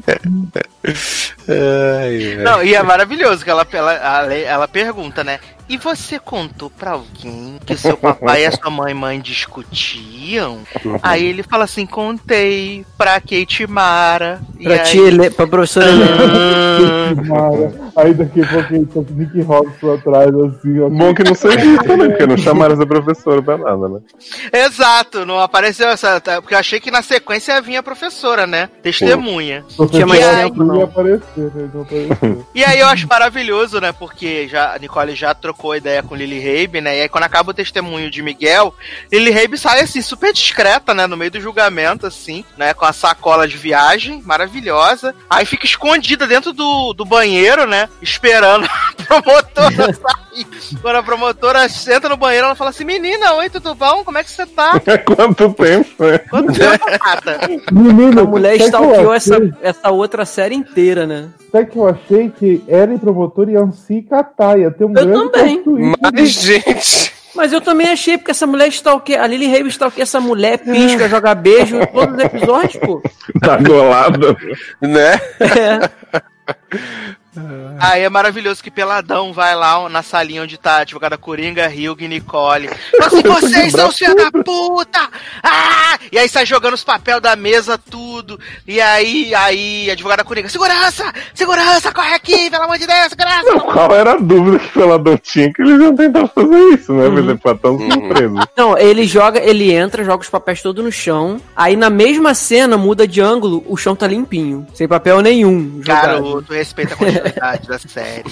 Speaker 6: Ai, ai.
Speaker 2: Não, e é maravilhoso que ela, ela, ela, ela pergunta, né? E você contou pra alguém que o seu papai e a sua mãe mãe discutiam? Aí ele fala assim: contei pra Kate Mara. E
Speaker 5: Pra
Speaker 2: aí-
Speaker 5: tia, Ele- pra professora Helena.
Speaker 2: Ah,
Speaker 4: Mara. Aí daqui a pouco ele tá com Nick Robson atrás, assim, ó.
Speaker 3: Bom que não serviu também, porque não chamaram essa professora pra nada, né?
Speaker 2: Exato, não apareceu essa. tá, Porque eu achei que na sequência vinha a professora, né? Testemunha.
Speaker 5: Tinha mais
Speaker 2: E aí-
Speaker 5: tempo, não.
Speaker 4: Ia aparecer, né? Não apareceu.
Speaker 2: E aí eu acho maravilhoso, né? Porque já, a Nicole já trocou ideia com Lily Rabe, né? E aí quando acaba o testemunho de Miguel, Lily Rabe sai assim, super discreta, né? No meio do julgamento, assim, né? Com a sacola de viagem, maravilhosa. Aí fica escondida dentro do, do banheiro, né? Esperando a promotora sair. Quando a promotora entra no banheiro, ela fala assim: menina, oi, tudo bom? Como é que você tá?
Speaker 3: Quanto tempo, né?
Speaker 2: Quanto tempo, gata?
Speaker 4: Menino,
Speaker 5: A mulher
Speaker 4: sabe que eu
Speaker 5: stalkeou
Speaker 4: achei?
Speaker 5: essa, essa outra série inteira, né?
Speaker 4: Sabe que eu achei que ela e promotor iam se catar, ia ter um
Speaker 5: Eu
Speaker 4: grande
Speaker 5: também.
Speaker 4: plot twist.
Speaker 6: Mas, gente.
Speaker 5: Mas eu também achei, porque essa mulher stalkeia, a Lily Rabe stalkeia essa mulher, pisca, joga beijo, todos os episódios, pô.
Speaker 3: Tá golada.
Speaker 6: Né?
Speaker 5: É.
Speaker 2: Aí é maravilhoso que Peladão vai lá na salinha onde tá a advogada Coringa, Hugh e Nicole. Fala assim, vocês são os filhos da puta! Ah! E aí sai jogando os papéis da mesa, tudo. E aí, aí a advogada Coringa, segurança! Segurança, corre aqui, pelo amor de Deus, segurança!
Speaker 3: Não, qual era a dúvida que o Peladão tinha que eles iam tentar fazer isso, né? Uhum. Mas ele ficou tão surpreso.
Speaker 5: Não, ele joga, ele entra, joga os papéis todos no chão. Aí na mesma cena, muda de ângulo, o chão tá limpinho. Sem papel nenhum.
Speaker 2: Garoto, respeita a continuidade da série.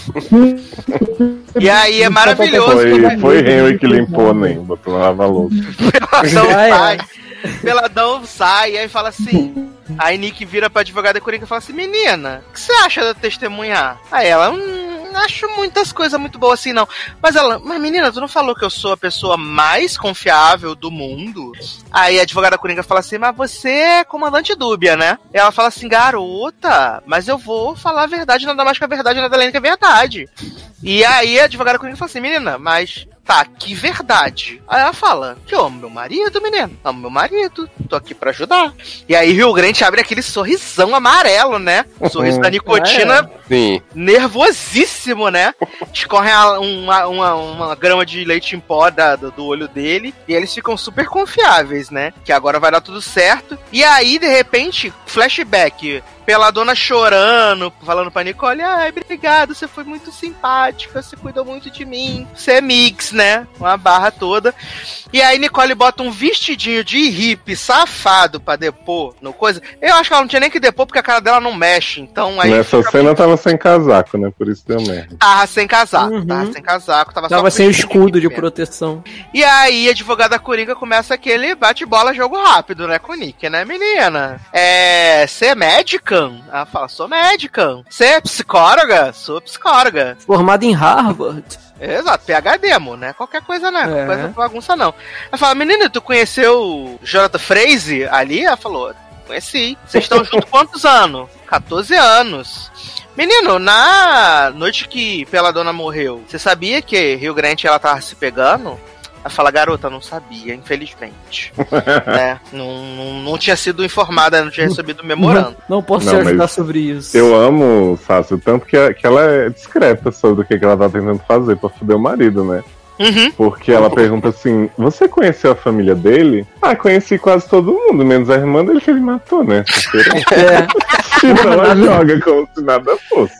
Speaker 2: E aí é maravilhoso.
Speaker 3: Foi, foi Henry que limpou, nem botou na lava-louça.
Speaker 2: Peladão sai. Peladão sai, aí fala assim. Aí Nick vira pra advogada Coringa e fala assim: menina, o que você acha da testemunhar? Aí ela, hum, não acho muitas coisas muito boas assim, não. Mas ela, mas menina, tu não falou que eu sou a pessoa mais confiável do mundo? Aí a advogada Coringa fala assim: mas você é comandante dúbia, né? E ela fala assim: garota, mas eu vou falar a verdade, nada mais que a verdade, nada além que a verdade. E aí a advogada Coringa fala assim: menina, mas tá, que verdade. Aí ela fala: que eu amo meu marido, menino. Amo meu marido, tô aqui pra ajudar. E aí Rio Grande abre aquele sorrisão amarelo, né? O sorriso da nicotina,
Speaker 6: Sim.
Speaker 2: nervosíssimo, né? Escorre uma, uma, uma grama de leite em pó da, do, do olho dele. E eles ficam super confiáveis, né? Que agora vai dar tudo certo. E aí, de repente, flashback. Peladona chorando, falando pra Nicole: ai, obrigado, você foi muito simpática, você cuidou muito de mim. Você é mix, né? Uma barra toda. E aí Nicole bota um vestidinho de hippie safado pra depor no coisa. Eu acho que ela não tinha nem que depor porque a cara dela não mexe, então aí...
Speaker 3: Nessa cena muito... tava sem casaco, né? Por isso deu merda.
Speaker 2: Tava sem casaco,
Speaker 5: uhum.
Speaker 2: tava sem casaco. Tava,
Speaker 5: tava
Speaker 2: só
Speaker 5: sem o escudo de mesmo. Proteção.
Speaker 2: E aí a advogada Coringa começa aquele bate-bola, jogo rápido, né? Com o Nick, né, menina? É... Você é médica? Ela fala: sou médica. Você é psicóloga? Sou psicóloga.
Speaker 5: Formada em Harvard.
Speaker 2: Exato, P H D, amor, né? Qualquer coisa, né? Qualquer
Speaker 5: é.
Speaker 2: coisa bagunça, não. Ela fala: menina, tu conheceu o Jonathan Frakes ali? Ela falou: conheci. Vocês estão juntos quantos anos? catorze anos. Menino, na noite que Peladona morreu, você sabia que Rio Grande ela tava se pegando? Ela fala: garota, não sabia, infelizmente. né? não, não, não tinha sido informada, não tinha recebido o memorando.
Speaker 5: Não, não posso
Speaker 3: não,
Speaker 5: te ajudar sobre isso.
Speaker 3: Eu amo, Sácio, tanto que, que ela é discreta sobre o que, que ela tá tentando fazer pra foder o marido, né?
Speaker 2: Uhum.
Speaker 3: Porque ela pergunta assim: você conheceu a família dele? Ah, conheci quase todo mundo, menos a irmã dele que ele matou, né? É. Então ela joga como se nada fosse.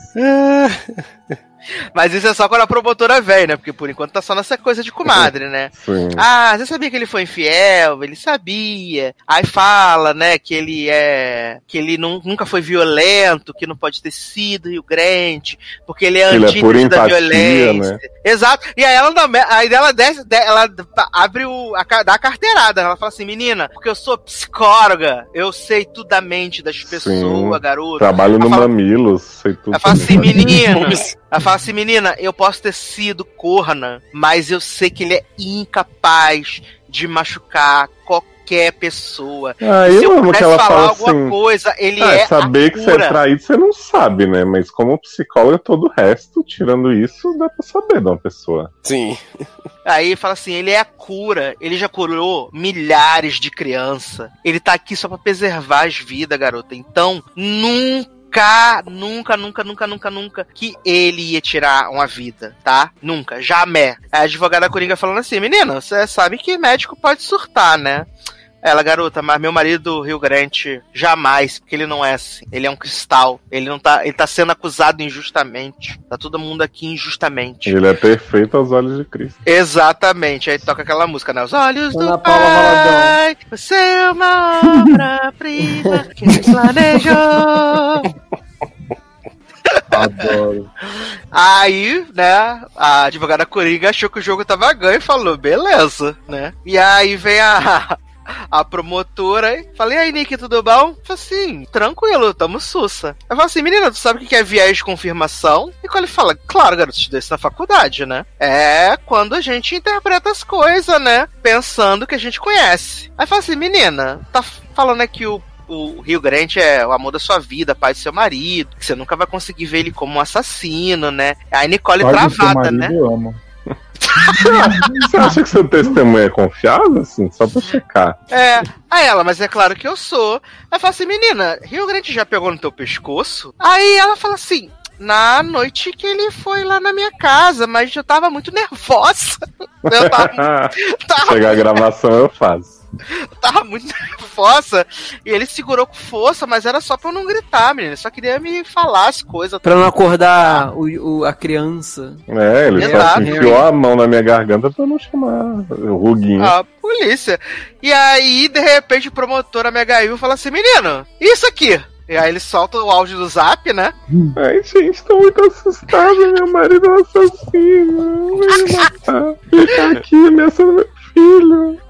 Speaker 2: Mas isso é só quando a promotora vem, né? Porque por enquanto tá só nessa coisa de comadre, né?
Speaker 3: Sim.
Speaker 2: Ah, você sabia que ele foi infiel? Ele sabia. Aí fala, né, que ele é... Que ele não, nunca foi violento, que não pode ter sido Rio Grande, porque ele é antídoto da violência. Né? Exato. E aí ela, aí ela desce, ela abre o... A, dá a carteirada. Ela fala assim: menina, porque eu sou psicóloga, eu sei tudo da mente das pessoas, Sim. garota.
Speaker 3: Trabalho
Speaker 2: ela
Speaker 3: no
Speaker 2: fala,
Speaker 3: Mamilos, sei tudo.
Speaker 2: Ela fala assim: menina... Ela fala assim: menina, eu posso ter sido corna, mas eu sei que ele é incapaz de machucar qualquer pessoa.
Speaker 3: Ah,
Speaker 2: se eu,
Speaker 3: eu
Speaker 2: pudesse
Speaker 3: ela
Speaker 2: falar
Speaker 3: fala
Speaker 2: alguma
Speaker 3: assim,
Speaker 2: coisa, ele
Speaker 3: ah,
Speaker 2: é
Speaker 3: saber
Speaker 2: a
Speaker 3: que você
Speaker 2: cura.
Speaker 3: é traído, você não sabe, né? Mas como psicóloga, todo o resto, tirando isso, dá pra saber de uma pessoa.
Speaker 6: Sim.
Speaker 2: Aí fala assim: ele é a cura, ele já curou milhares de crianças. Ele tá aqui só pra preservar as vidas, garota. Então, nunca Nunca, nunca, nunca, nunca, nunca que ele ia tirar uma vida, tá? Nunca, jamais. A advogada Coringa falando assim: menina, você sabe que médico pode surtar, né? Ela: garota, mas meu marido Rio Grande jamais, porque ele não é assim. Ele é um cristal. Ele não tá, ele tá sendo acusado injustamente. Tá todo mundo aqui injustamente.
Speaker 3: Ele é perfeito aos olhos de Cristo.
Speaker 2: Exatamente. Aí toca aquela música, né? Os olhos
Speaker 5: Ana
Speaker 2: do
Speaker 5: Paula
Speaker 2: Pai, você é uma obra-prima que Deus planejou.
Speaker 4: Adoro.
Speaker 2: Aí, né, a advogada Coringa achou que o jogo tava ganho e falou: beleza, né? E aí vem a... a promotora e falei: e aí, Nick, tudo bom? Falei assim: tranquilo, tamo sussa. Eu falo assim: menina, tu sabe o que é viés de confirmação? E quando ele fala: claro, garoto, estudei isso na faculdade, né? É quando a gente interpreta as coisas, né? Pensando que a gente conhece. Aí fala assim: menina, tá falando aqui o o Rio Grande é o amor da sua vida, pai do seu marido, que você nunca vai conseguir ver ele como um assassino, né? Aí Nicole
Speaker 4: Pai
Speaker 2: travada,
Speaker 4: marido,
Speaker 2: né?
Speaker 4: Eu amo.
Speaker 3: Você acha que seu testemunho é confiável, assim? Só pra checar.
Speaker 2: É, aí ela: mas é claro que eu sou. Aí fala assim: menina, Rio Grande já pegou no teu pescoço? Aí ela fala assim: na noite que ele foi lá na minha casa, mas eu tava muito nervosa. Eu tava, tava
Speaker 3: Chegar a gravação eu faço.
Speaker 2: tava muito nervosa. E ele segurou com força, mas era só pra eu não gritar, menina. Ele só queria me falar as coisas.
Speaker 5: Pra não acordar o, o- a criança.
Speaker 3: É, ele só
Speaker 2: Exato.
Speaker 3: enfiou a mão na minha garganta pra não chamar o Ruguinho.
Speaker 2: A polícia. E aí, de repente, o promotor, a Mega Ivo, fala assim: menino, isso aqui. E aí ele solta o áudio do Zap, né?
Speaker 3: Ai, gente, tô muito assustada. Meu marido é um assassino. Vai me matar. Fica aqui ameaçando meu filho.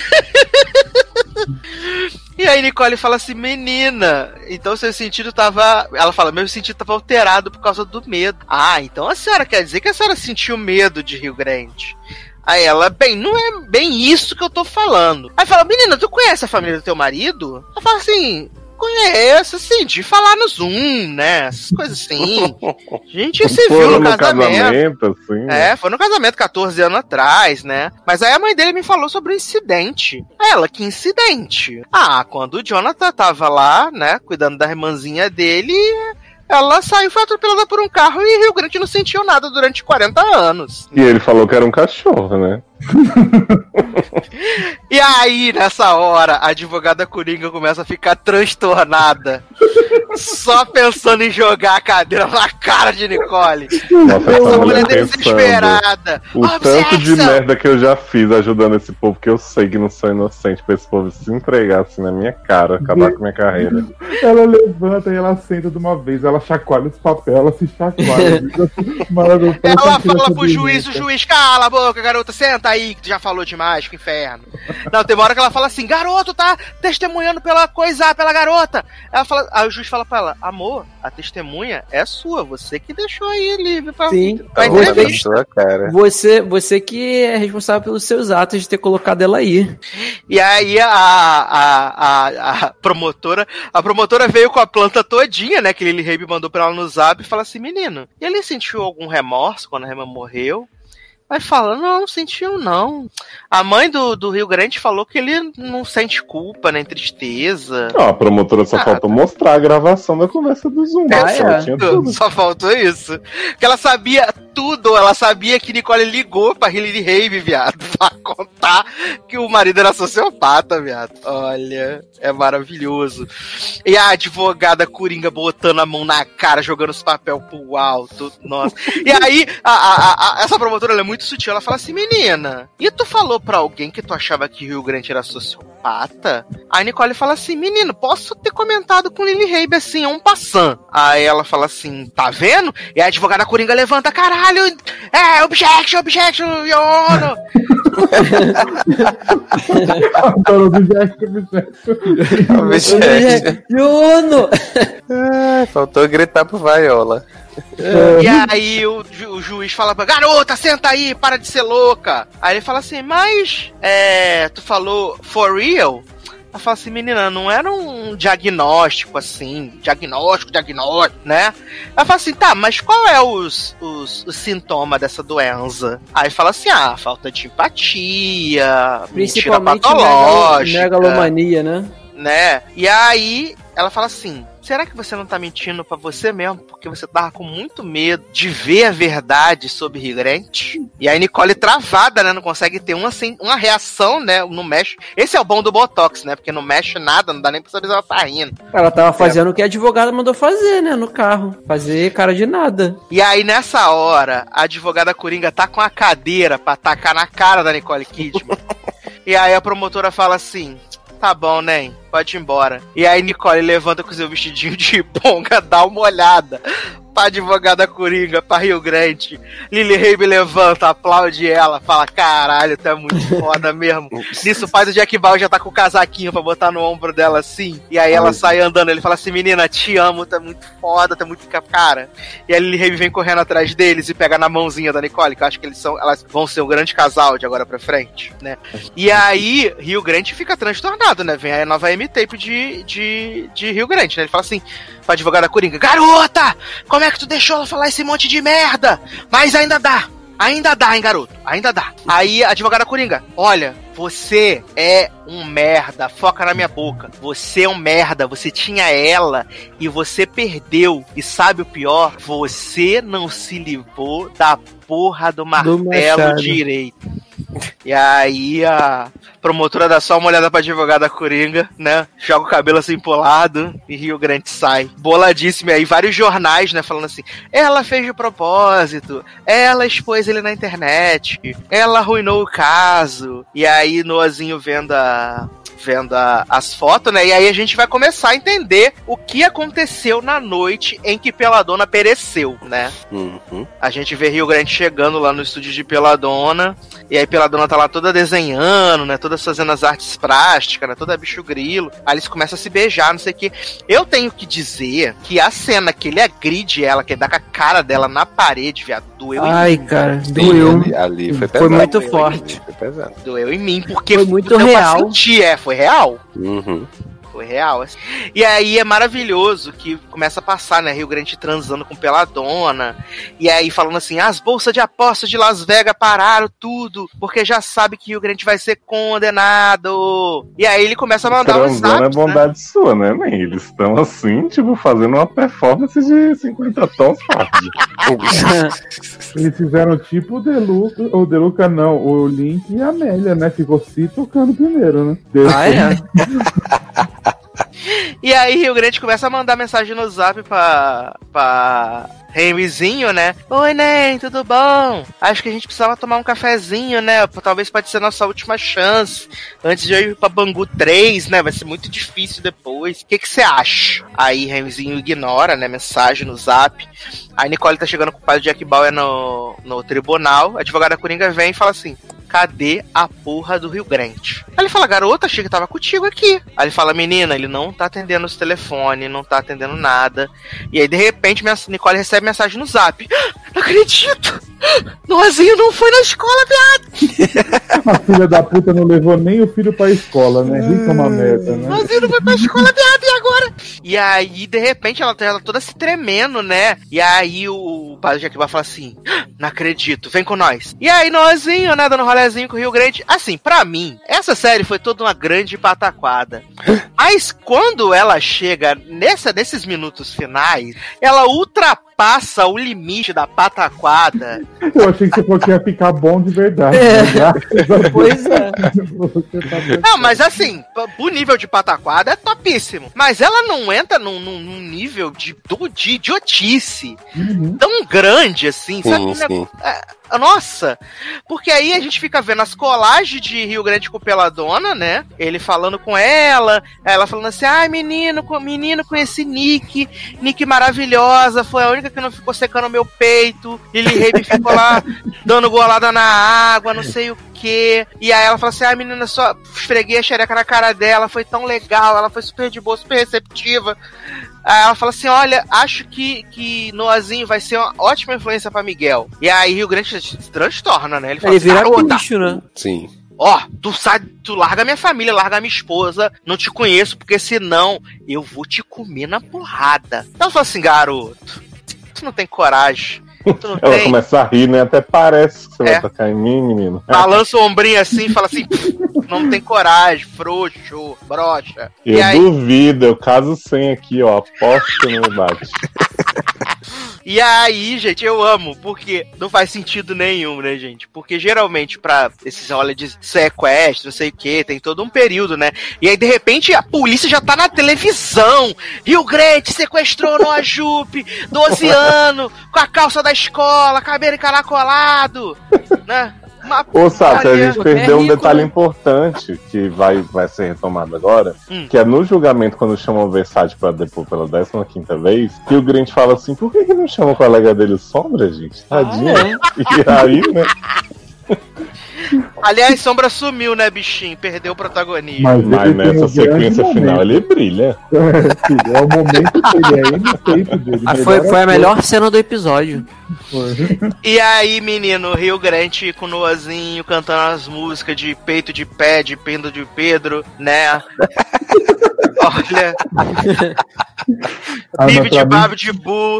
Speaker 2: E aí Nicole fala assim: menina, então seu sentido tava... Ela fala: meu sentido tava alterado por causa do medo. Ah, então a senhora quer dizer que a senhora sentiu medo de Rio Grande? Aí ela: bem, não é bem isso que eu tô falando. Aí fala: menina, tu conhece a família do teu marido? Ela fala assim: conheço, assim, de falar no Zoom, né? Essas coisas assim. A gente se viu
Speaker 3: Foram
Speaker 2: no
Speaker 3: no
Speaker 2: casamento.
Speaker 3: casamento, assim.
Speaker 2: É, foi no casamento catorze anos atrás, né? Mas aí a mãe dele me falou sobre o incidente. Aí ela: que incidente? Ah, quando o Jonathan tava lá, né, cuidando da irmãzinha dele, ela saiu e foi atropelada por um carro e Rio Grande não sentiu nada durante quarenta anos.
Speaker 3: E ele falou que era um cachorro, né?
Speaker 2: E aí, nessa hora, a advogada Coringa começa a ficar transtornada. Só pensando em jogar a cadeira na cara de Nicole.
Speaker 3: Nossa, essa
Speaker 2: Essa mulher
Speaker 3: mulher pensando.
Speaker 2: desesperada.
Speaker 3: O tanto de merda que eu já fiz ajudando esse povo, que eu sei que não sou inocente, pra esse povo se entregar assim na minha cara, acabar com minha carreira.
Speaker 4: Ela levanta e ela senta de uma vez, ela chacoalha os papéis, ela se chacoalha. Maravilhoso.
Speaker 2: Ela fala pro juiz, o juiz: cala a boca, garota, senta aí, que tu já falou demais, que inferno. Não, tem uma hora que ela fala assim: garoto, tá testemunhando pela coisa, pela garota. Ela fala, aí o juiz fala pra ela: amor, a testemunha é sua, você que deixou aí livre pra,
Speaker 5: Sim.
Speaker 2: pra
Speaker 6: Tá olhando na
Speaker 2: entrevista.
Speaker 6: sua cara.
Speaker 5: Você, você que é responsável pelos seus atos de ter colocado ela aí.
Speaker 2: E aí a, a, a, a promotora, a promotora veio com a planta todinha, né, que Lily Rabe mandou pra ela no Zap e fala assim: menino, ele sentiu algum remorso quando a Rema morreu? Aí fala: não, não sentiu não. A mãe do, do Rio Grande falou que ele não sente culpa, nem tristeza.
Speaker 3: Não, a promotora só
Speaker 2: Ah.
Speaker 3: faltou mostrar a gravação da conversa do Zoom.
Speaker 5: Ah,
Speaker 3: Nossa,
Speaker 5: é.
Speaker 3: ela tinha tudo.
Speaker 2: Só faltou isso. Porque ela sabia tudo, ela sabia que Nicole ligou pra Lily Rabe, viado, pra contar que o marido era sociopata, viado. Olha, é maravilhoso. E a advogada Coringa botando a mão na cara, jogando os papéis pro alto. Nossa. E aí, a, a, a, essa promotora ela é muito sutil, ela fala assim: menina, e tu falou pra alguém que tu achava que Rio Grande era sociopata? Aí Nicole fala assim: menino, posso ter comentado com Lily Rabe assim, é um passant. Aí ela fala assim: tá vendo? E a advogada Coringa levanta: caralho, é, objection, objection, your honor.
Speaker 4: Adoro objeto, objeto.
Speaker 6: Objeto.
Speaker 5: Juno!
Speaker 6: Ai, faltou gritar pro Vaiola.
Speaker 2: E aí o, ju- o juiz fala pra garota, senta aí, para de ser louca. Aí ele fala assim: mas, é, tu falou for real? Ela fala assim: menina, não era um diagnóstico assim, diagnóstico, diagnóstico, né? Ela fala assim: tá, mas qual é os, os, os sintomas dessa doença? Aí fala assim: ah, falta de empatia, mentira
Speaker 5: Principalmente
Speaker 2: patológica,
Speaker 5: megalomania, né?
Speaker 2: né? E aí ela fala assim: será que você não tá mentindo pra você mesmo? Porque você tava com muito medo de ver a verdade sobre Rio Grande? E aí Nicole travada, né? Não consegue ter uma, assim, uma reação, né? Não mexe. Esse é o bom do Botox, né? Porque não mexe nada, não dá nem pra saber se ela tá rindo.
Speaker 5: Ela tava fazendo o que a advogada mandou fazer, né? No carro. Fazer cara de nada.
Speaker 2: E aí nessa hora, a advogada Coringa tá com a cadeira pra tacar na cara da Nicole Kidman. E aí a promotora fala assim: tá bom, né? Pode ir embora. E aí Nicole levanta com seu vestidinho de ponga, dá uma olhada pra advogada Coringa, pra Rio Grande. Lily Rabe levanta, aplaude ela, fala: caralho, tu é muito foda mesmo. Nisso, o pai do Jack Bauer já tá com o casaquinho pra botar no ombro dela assim. E aí ela
Speaker 3: Ai.
Speaker 2: sai andando, ele fala assim: menina, te amo, tu é muito foda, tu é muito cara. E a Lily Rabe vem correndo atrás deles e pega na mãozinha da Nicole, que eu acho que eles são, elas vão ser um grande casal de agora pra frente, né? E aí, Rio Grande fica transtornado, né? Vem aí a nova M-Tape de, de, de Rio Grande, né? Ele fala assim pra advogada Coringa: garota, como é que tu deixou ela falar esse monte de merda? Mas ainda dá. ainda dá, hein, garoto? Ainda dá. Aí a advogada Coringa, olha, você é um merda, foca na minha boca. Você é um merda, você tinha ela e você perdeu. E sabe o pior? Você não se livrou da porra do martelo direito. E aí a promotora dá só uma olhada pra advogada Coringa, né? Joga o cabelo assim pro lado e Rio Grande sai. Boladíssimo. E aí vários jornais, né? Falando assim, ela fez de propósito, ela expôs ele na internet, ela arruinou o caso. E aí Noazinho vendo a... vendo a, as fotos, né? E aí a gente vai começar a entender o que aconteceu na noite em que Peladona pereceu, né?
Speaker 6: Uhum.
Speaker 2: A gente vê Rio Grande chegando lá no estúdio de Peladona, e aí Peladona tá lá toda desenhando, né? Toda fazendo as artes plásticas, né? Toda bicho grilo. Aí eles começam a se beijar, não sei o que. Eu tenho que dizer que a cena que ele agride ela, que ele dá com a cara dela na parede, viado, doeu
Speaker 5: Ai,
Speaker 2: em mim.
Speaker 5: cara,
Speaker 6: Sim,
Speaker 5: doeu.
Speaker 6: ali, ali foi pesado.
Speaker 5: Foi muito
Speaker 6: Doeu
Speaker 5: forte.
Speaker 6: em mim, Foi pesado.
Speaker 2: Doeu em mim, porque
Speaker 5: Foi muito
Speaker 2: deu pra
Speaker 5: real.
Speaker 2: sentir, é, foi real.
Speaker 6: Uhum.
Speaker 2: Foi real. Assim. E aí é maravilhoso que começa a passar, né? Rio Grande transando com Peladona. E aí falando assim, as bolsas de apostas de Las Vegas pararam tudo, porque já sabe que Rio Grande vai ser condenado. E aí ele começa a mandar uns
Speaker 3: Transando é
Speaker 2: zaps, né?
Speaker 3: bondade sua, né, man? Eles estão assim, tipo, fazendo uma performance de cinquenta tons hard.
Speaker 4: Eles fizeram tipo o Deluca, ou Deluca não, o Link e a Amélia, né? Ficou se tocando primeiro, né? Depois,
Speaker 5: Ah, é?
Speaker 2: E aí Rio Grande começa a mandar mensagem no zap pra... pra... Henryzinho, né? Oi, Nen, tudo bom? Acho que a gente precisava tomar um cafezinho, né? Talvez pode ser nossa última chance. Antes de eu ir pra Bangu três, né? Vai ser muito difícil depois. O que que você acha? Aí Henryzinho ignora, né? Mensagem no zap. Aí Nicole tá chegando com o pai do Jack Bauer no, no tribunal. A advogada Coringa vem e fala assim, cadê a porra do Rio Grande? Aí ele fala, garota, achei que tava contigo aqui. Aí ele fala, menina, ele não tá atendendo os telefones, não tá atendendo nada. E aí, de repente, minha Nicole recebe mensagem no zap. Não acredito! Noazinho não foi na escola, viado!
Speaker 4: a filha da puta não levou nem o filho pra escola, né? Rica é uma merda, né?
Speaker 2: Noazinho não foi pra escola, viado, e agora? E aí, de repente, ela, ela toda se tremendo, né? E aí o padre Jack Bauer fala assim, não acredito, vem com nós. E aí, Noazinho, né, dando rolezinho com o Rio Grande. Assim, pra mim, essa série foi toda uma grande pataquada. Mas quando ela chega nessa, nesses minutos finais, ela ultrapassa o limite da pataquada.
Speaker 4: Eu achei que você falou que ia ficar bom de verdade.
Speaker 5: É.
Speaker 4: Né?
Speaker 5: Pois é.
Speaker 4: Você tá
Speaker 2: Não, mas assim, o nível de pataquada é topíssimo. Mas ela não entra num, num, num nível de, de idiotice
Speaker 4: Uhum.
Speaker 2: tão grande assim, sabe?
Speaker 6: Sim, sim.
Speaker 2: É, nossa, porque aí a gente fica vendo as colagens de Rio Grande com Peladona, né? Ele falando com ela, ela falando assim, ai, menino, menino com esse Nick, Nick maravilhosa, foi a única que não ficou secando meu peito, Lily Rabe ficou lá dando golada na água, não sei o que. E aí ela fala assim, ai, menina, só esfreguei a xereca na cara dela, foi tão legal, ela foi super de boa, super receptiva. Aí ela fala assim, olha, acho que, que Noazinho vai ser uma ótima influência pra Miguel. E aí Rio Grande se transtorna, né? Ele fala
Speaker 5: Ele
Speaker 2: assim,
Speaker 5: vira
Speaker 2: garota,
Speaker 5: bicho, né?
Speaker 6: Sim.
Speaker 2: ó, tu sai, tu larga minha família, larga minha esposa, não te conheço, porque senão eu vou te comer na porrada. Ela fala assim, garoto, tu não tem coragem. Tu não
Speaker 3: Ela
Speaker 2: tem...
Speaker 3: começa a rir, né? Até parece que você
Speaker 2: É.
Speaker 3: vai tocar em mim, menino.
Speaker 2: Balança o ombrinho assim e fala assim, não tem coragem, frouxo, broxa.
Speaker 3: Eu
Speaker 2: E aí,
Speaker 3: duvido, eu caso sem aqui, ó. Aposto que não me bate.
Speaker 2: E aí, gente, eu amo, porque não faz sentido nenhum, né, gente? Porque geralmente pra esses olha de sequestro, não sei o que, tem todo um período, né? E aí, de repente, a polícia já tá na televisão. Rio Grande sequestrou Noa Jupe, doze anos, com a calça da escola, cabelo encaracolado, né? Uma...
Speaker 3: Ô, Sasha, a
Speaker 2: Olha,
Speaker 3: gente perdeu
Speaker 5: é
Speaker 3: um
Speaker 5: rico,
Speaker 3: detalhe
Speaker 5: né?
Speaker 3: importante que vai, vai ser retomado agora,
Speaker 2: Hum.
Speaker 3: que é no julgamento, quando chamam o Versace pra depor pela décima quinta vez, que o Grant fala assim, por que, que não chamam o colega dele o Sombra, gente? Tadinho.
Speaker 5: Ah,
Speaker 3: E aí, né?
Speaker 2: Aliás, Sombra sumiu, né, bichinho? Perdeu o protagonismo.
Speaker 4: Mas,
Speaker 3: Mas
Speaker 4: ele tem um
Speaker 3: nessa sequência
Speaker 4: grande
Speaker 3: final
Speaker 4: momento.
Speaker 3: ele brilha.
Speaker 4: É, filho, é o momento dele, é ele o peito dele.
Speaker 5: Ah, foi,
Speaker 4: Melhor
Speaker 5: foi a
Speaker 4: ator.
Speaker 5: melhor cena do episódio.
Speaker 4: Foi.
Speaker 2: E aí, menino, Rio Grande com o Noazinho cantando as músicas de peito de pé, de pendo de Pedro, né? Olha,
Speaker 4: Ah,
Speaker 2: bibi
Speaker 4: mas
Speaker 2: de
Speaker 4: pra mim,
Speaker 2: babo de bu.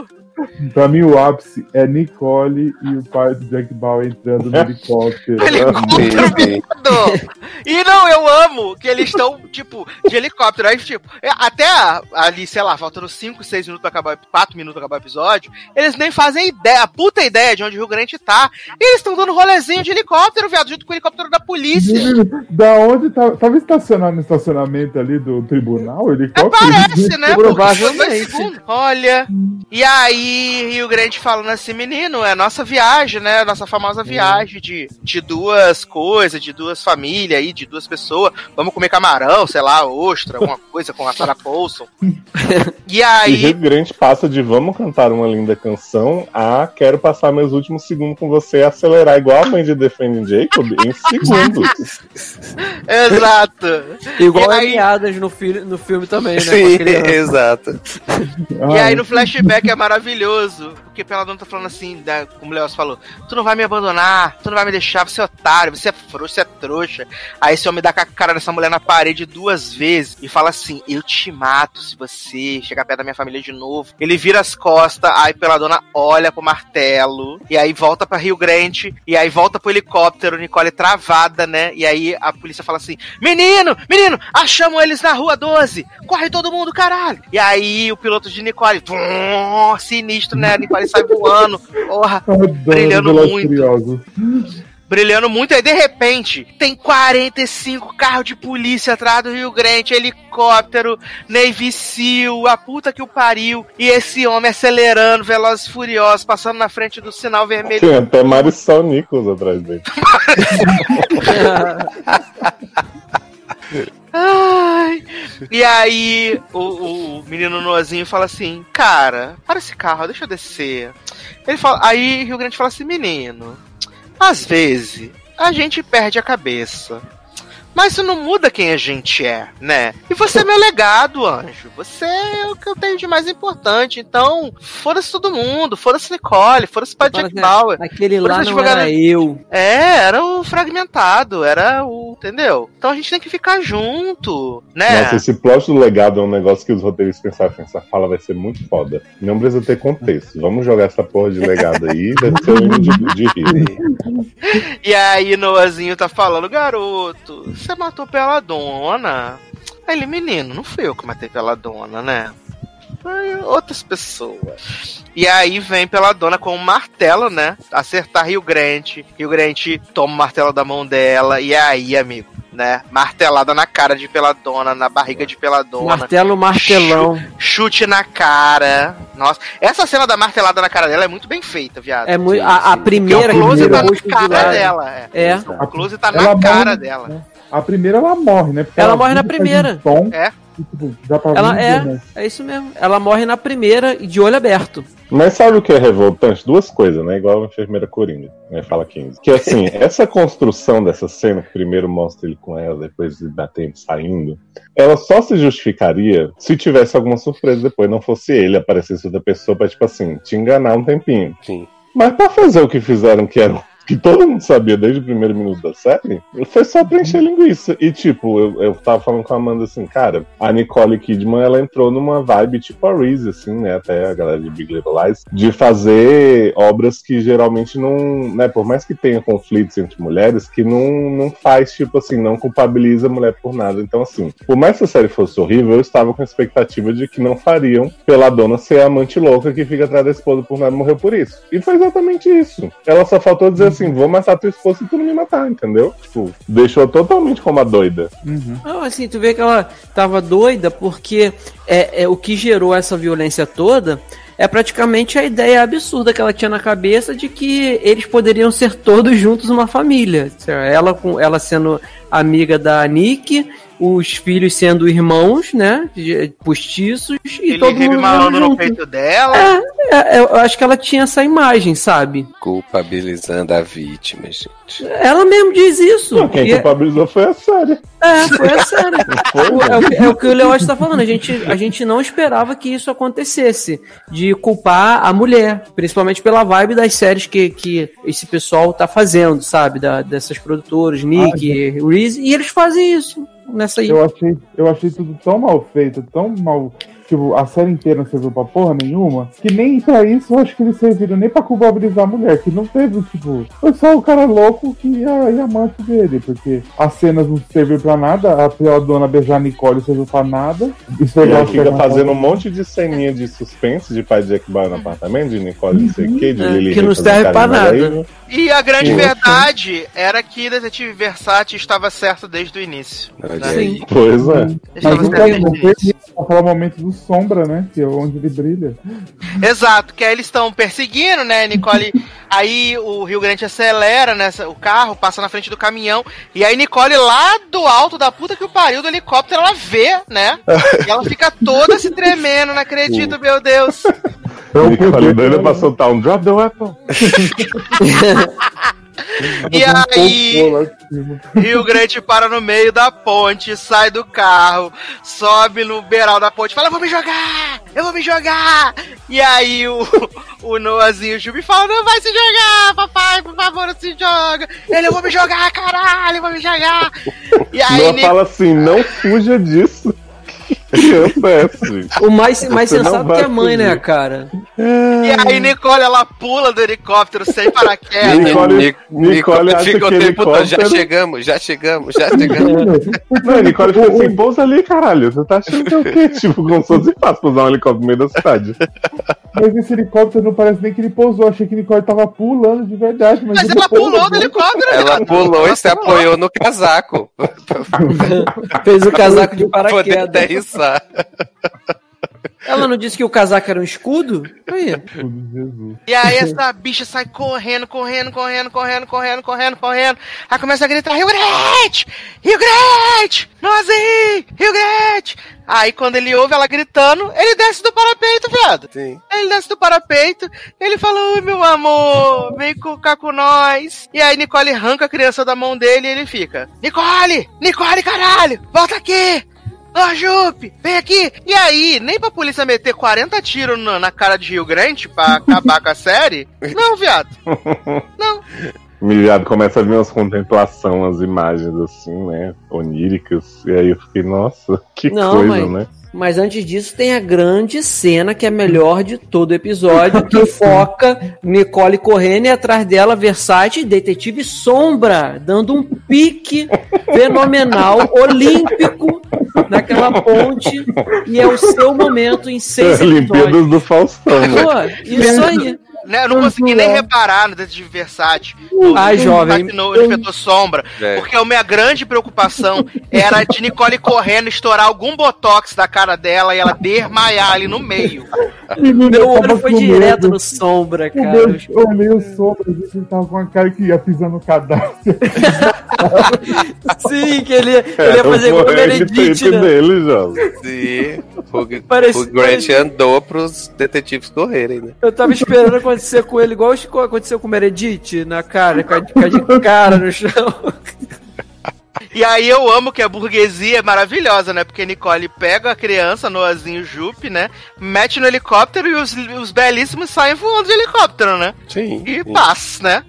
Speaker 4: Pra mim, o ápice é Nicole e o pai do Jack Bauer entrando no helicóptero.
Speaker 2: Helicóptero! E não, eu amo que eles estão, tipo, de helicóptero. Aí, tipo, até ali, sei lá, faltando cinco, seis minutos pra acabar, quatro minutos pra acabar o episódio, eles nem fazem ideia, a puta ideia de onde o Rio Grande tá. E eles estão dando rolezinho de helicóptero, viado, junto com o helicóptero da polícia.
Speaker 4: Da onde tava, tava estacionado no estacionamento ali do tribunal, o helicóptero?
Speaker 2: Parece, né?
Speaker 5: Provavelmente.
Speaker 2: Olha, e aí Rio Grande falando assim, menino, é a nossa viagem, né? A nossa famosa viagem de, de duas coisas, de duas famílias aí, de duas pessoas. Vamos comer camarão, sei lá, ostra, alguma coisa com a Sarah Paulson. E aí...
Speaker 3: E Rio Grande passa de vamos cantar uma linda canção a quero passar meus últimos segundos com você e acelerar igual a mãe de Defending Jacob em segundos.
Speaker 2: Exato.
Speaker 5: Igual
Speaker 2: e
Speaker 5: a
Speaker 2: aí...
Speaker 5: piadas no, fi- no filme também, né?
Speaker 6: Sim, exato.
Speaker 2: E aí no flashback é maravilhoso, porque Peladona tá falando assim, né, como o Leoz falou, tu não vai me abandonar, tu não vai me deixar, você é otário, você é frouxo, você é trouxa. Aí esse homem dá com a cara dessa mulher na parede duas vezes e fala assim, eu te mato se você chegar perto da minha família de novo. Ele vira as costas, aí Peladona olha pro martelo, e aí volta pra Rio Grande, e aí volta pro helicóptero, Nicole travada, né, e aí a polícia fala assim, menino, menino, achamos eles na rua doze, corre todo mundo, caralho. E aí o piloto de Nicole, tum, sinistro, né, Nicole sai voando, porra, brilhando muito. Brilhando muito, aí de repente tem quarenta e cinco carros de polícia atrás do Rio Grande, helicóptero, Navy Seal, a puta que o pariu, e esse homem acelerando, velozes e furiosos, passando na frente do sinal vermelho.
Speaker 3: Tem até Marisol Nichols atrás dele.
Speaker 2: Ai. E aí o, o menino nozinho fala assim, cara, para esse carro, deixa eu descer. Ele fala, aí Rio Grande fala assim, menino, às vezes a gente perde a cabeça, mas isso não muda quem a gente é, né? E você é meu legado, anjo. Você é o que eu tenho de mais importante. Então, foda-se todo mundo. Foda-se Nicole. Foda-se para Jack Bauer.
Speaker 5: Aquele lá não era eu.
Speaker 2: É, era o fragmentado. Era o... Entendeu? Então a gente tem que ficar junto, né?
Speaker 3: Nossa, esse plot do legado é um negócio que os roteiristas pensaram assim, essa fala vai ser muito foda. Não precisa ter contexto. Vamos jogar essa porra de legado aí. Deve ser um de, de rir.
Speaker 2: E aí Noazinho tá falando, garoto... Você matou Peladona? Aí ele, menino, não fui eu que matei Peladona, né? Foi outras pessoas. E aí vem Peladona com um martelo, né? Acertar Rio Grande. Rio Grande toma o martelo da mão dela. E aí, amigo, né? Martelada na cara de Peladona, na barriga de Peladona.
Speaker 5: Martelo, martelão.
Speaker 2: Chute, chute na cara. Nossa, essa cena da martelada na cara dela é muito bem feita, viado.
Speaker 5: É muito, a, a primeira
Speaker 2: o close tá
Speaker 5: primeiro
Speaker 2: na cara dela. É.
Speaker 5: é.
Speaker 2: O close tá na cara dela.
Speaker 4: A primeira ela morre, né? Porque
Speaker 5: ela, ela morre na
Speaker 4: faz
Speaker 5: primeira.
Speaker 4: Um tom,
Speaker 2: é.
Speaker 4: E, tipo, dá pra
Speaker 5: ela
Speaker 4: ver,
Speaker 5: é,
Speaker 4: né?
Speaker 5: é isso mesmo. Ela morre na primeira e de olho aberto.
Speaker 3: Mas sabe o que é revoltante? Duas coisas, né? Igual a enfermeira Coringa, né? Fala quinze. Que assim, essa construção dessa cena, que primeiro mostra ele com ela, depois ele batendo, saindo, ela só se justificaria se tivesse alguma surpresa depois, não fosse ele, aparecesse outra pessoa pra, tipo assim, te enganar um tempinho.
Speaker 6: Sim.
Speaker 3: Mas pra fazer o que fizeram, que era que todo mundo sabia desde o primeiro minuto da série, foi só preencher linguiça. E tipo, eu, eu tava falando com a Amanda assim, cara, a Nicole Kidman, ela entrou numa vibe tipo a Reese, assim, né, até a galera de Big Little Lies, de fazer obras que geralmente não, né, por mais que tenha conflitos entre mulheres, que não, não faz, tipo assim, não culpabiliza a mulher por nada. Então assim, por mais que a série fosse horrível, eu estava com a expectativa de que não fariam Peladona ser a amante louca que fica atrás da esposa por nada e morreu por isso. E foi exatamente isso. Ela só faltou dizer assim, vou matar tua esposa e tu não me matar, entendeu? Tipo, deixou totalmente como uma doida.
Speaker 5: Uhum. Não, assim, tu vê que ela tava doida porque é, é, o que gerou essa violência toda é praticamente a ideia absurda que ela tinha na cabeça de que eles poderiam ser todos juntos uma família. Ela, com, ela sendo amiga da Nick, os filhos sendo irmãos, né, postiços, e
Speaker 2: ele
Speaker 5: todo mundo
Speaker 2: malando no
Speaker 5: junto.
Speaker 2: peito dela.
Speaker 5: É, é, eu acho que ela tinha essa imagem, sabe?
Speaker 6: Culpabilizando a vítima, gente.
Speaker 5: Ela mesmo diz isso.
Speaker 3: Não, quem
Speaker 5: e
Speaker 3: culpabilizou foi a série.
Speaker 5: É, foi a série. é, o, é o que o Leo está falando. A gente, a gente não esperava que isso acontecesse, de culpar a mulher, principalmente pela vibe das séries que, que esse pessoal tá fazendo, sabe? Da, dessas produtoras, Nick, ah, Reese, e eles fazem isso nessa aí.
Speaker 4: Eu achei, eu achei tudo tão mal feito, tão mal tipo, a série inteira não serviu pra porra nenhuma, que nem pra isso eu acho que eles serviram nem pra culpabilizar a mulher, que não teve, tipo, foi só o cara louco que ia, ia amante dele, porque as cenas não serviram pra nada, a pior dona beijar a Nicole não serviu pra nada.
Speaker 3: E ela fica fazendo um monte de ceninha de suspense de pai de Jack Bauer no apartamento, de Nicole não sei o que, de Lily.
Speaker 5: Que não serve pra nada.
Speaker 2: E a grande Sim. verdade era que Detetive Versace estava certo desde o início.
Speaker 5: Né? Sim.
Speaker 3: Pois é.
Speaker 4: Mas não foi aquele momento do Sombra, né? Que é onde ele brilha.
Speaker 2: Exato, que aí eles estão perseguindo, né, Nicole? Aí o Rio Grande acelera, né? O carro passa na frente do caminhão. E aí Nicole, lá do alto da puta que o pariu do helicóptero, ela vê, né? E ela fica toda se tremendo, não acredito, meu Deus.
Speaker 3: Nicole doida pra soltar um drop the weapon.
Speaker 2: E aí, Rio Grande para no meio da ponte, sai do carro, sobe no beiral da ponte, fala, eu vou me jogar, eu vou me jogar. E aí o, o Noahzinho Jubi fala, não vai se jogar, papai, por favor, não se joga. Ele, eu vou me jogar, caralho, eu vou me jogar. E aí,
Speaker 3: Noah Nic... fala assim, não fuja disso.
Speaker 5: O mais, mais sensato que a mãe, fugir. Né, cara?
Speaker 2: E aí Nicole, ela pula do helicóptero sem paraquedas.
Speaker 3: Nicole, Nicole, Nicole
Speaker 6: fica o tempo helicóptero... todo, já chegamos, já chegamos, já chegamos.
Speaker 3: Não, Nicole fica assim, pousa ali, caralho. Você tá achando que é o quê? Tipo, como se fosse fácil pousar um helicóptero no meio da cidade.
Speaker 4: Mas esse helicóptero não parece nem que ele pousou. Achei que Nicole tava pulando de verdade. Mas,
Speaker 2: mas ela pulou do helicóptero.
Speaker 6: Ela né? pulou ela e se pulou. apoiou no casaco.
Speaker 5: Fez o casaco de paraquedas.
Speaker 6: Poder
Speaker 5: Ela não disse que o casaco era um escudo? Aí.
Speaker 2: E aí essa bicha sai correndo, correndo, correndo, correndo, correndo, correndo, correndo. Aí começa a gritar, Rio Grande! Rio Grande! Nozinho! Rio Grande! Aí quando ele ouve ela gritando, ele desce do parapeito, viado.
Speaker 6: Sim.
Speaker 2: Ele desce do parapeito, ele fala, oi meu amor, vem ficar com nós. E aí Nicole arranca a criança da mão dele e ele fica, Nicole! Nicole, caralho! Volta aqui! Ô, oh, Jupe, vem aqui! E aí, nem pra polícia meter quarenta tiros na, na cara de Rio Grande pra acabar com a série? Não, viado. Não.
Speaker 3: Viado, começa a vir umas contemplações, as imagens assim, né? Oníricas. E aí eu fiquei, nossa, que Não, coisa, mas... né?
Speaker 5: Mas antes disso tem a grande cena que é a melhor de todo o episódio, que foca Nicole correndo e atrás dela Versace, Detetive Sombra, dando um pique fenomenal, olímpico, naquela ponte, e é o seu momento em seis episódios.
Speaker 3: Olimpíadas do Faustão, né?
Speaker 5: Pô, isso aí.
Speaker 2: Eu não consegui nem reparar no Detetive Versace,
Speaker 5: Ai,
Speaker 2: no,
Speaker 5: jovem.
Speaker 2: no Inspetor Sombra, é. porque a minha grande preocupação era de Nicole correndo, estourar algum botox da cara dela e ela desmaiar ali no meio.
Speaker 5: Meu olho foi direto no Sombra, cara.
Speaker 4: Eu olhei o Sombra, a gente tava com a cara que ia pisar no cadastro.
Speaker 5: Sim, que ele, ele ia fazer igual o Meredith, né?
Speaker 3: Dele, jovem.
Speaker 6: Sim, o, Parece, o Grant andou pros detetives correrem, né?
Speaker 5: Eu tava esperando acontecer com ele igual aconteceu com o Meredith, na cara, com a, com a de cara no chão.
Speaker 2: E aí eu amo que a burguesia é maravilhosa, né? Porque Nicole pega a criança, Noahzinho Jupe, né? Mete no helicóptero e os, os belíssimos saem voando de helicóptero, né?
Speaker 6: Sim.
Speaker 2: E sim. Paz, né?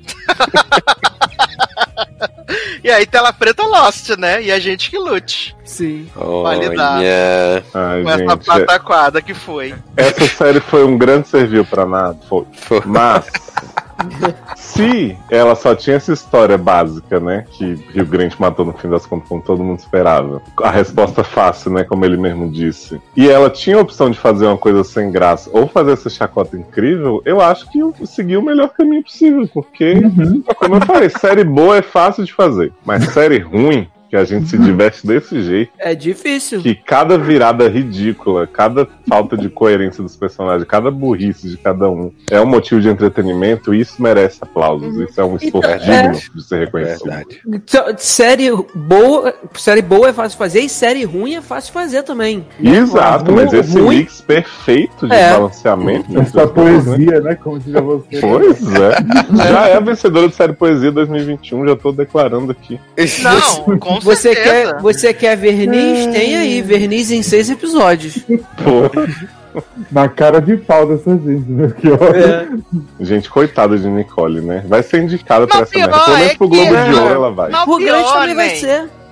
Speaker 2: E aí tela preta Lost, né? E a gente que lute.
Speaker 5: Sim.
Speaker 2: Validado.
Speaker 3: Ai,
Speaker 2: com essa
Speaker 3: gente,
Speaker 2: pataquada que foi.
Speaker 3: Essa série foi um grande serviço pra nada. Foi. foi. Mas... se ela só tinha essa história básica, né, que Rio Grande matou no fim das contas, como todo mundo esperava, a resposta fácil, né, como ele mesmo disse, e ela tinha a opção de fazer uma coisa sem graça ou fazer essa chacota incrível, eu acho que eu segui o melhor caminho possível, porque, uhum. como eu falei, série boa é fácil de fazer, mas série ruim, que a gente se diverte desse jeito.
Speaker 5: É difícil.
Speaker 3: Que cada virada ridícula, cada falta de coerência dos personagens, cada burrice de cada um é um motivo de entretenimento e isso merece aplausos. Isso é um esforço então, digno é... de ser reconhecido.
Speaker 5: É série boa, série boa é fácil fazer e série ruim é fácil fazer também.
Speaker 3: Exato, mas esse ruim... mix perfeito de é. balanceamento.
Speaker 4: Essa poesia, né? Como diria você.
Speaker 3: Pois é. Já é a vencedora de série Poesia dois mil e vinte e um, já tô declarando aqui.
Speaker 2: Não, com
Speaker 5: Você quer, você quer verniz? Tem aí, verniz em seis episódios.
Speaker 3: Pô.
Speaker 4: Na cara de pau dessa gente, né? Que
Speaker 5: é.
Speaker 3: Gente, coitada de Nicole, né? Vai ser indicada pra essa merda. Pelo menos pro Globo de Ouro ela vai.
Speaker 5: O Grande também vai ser.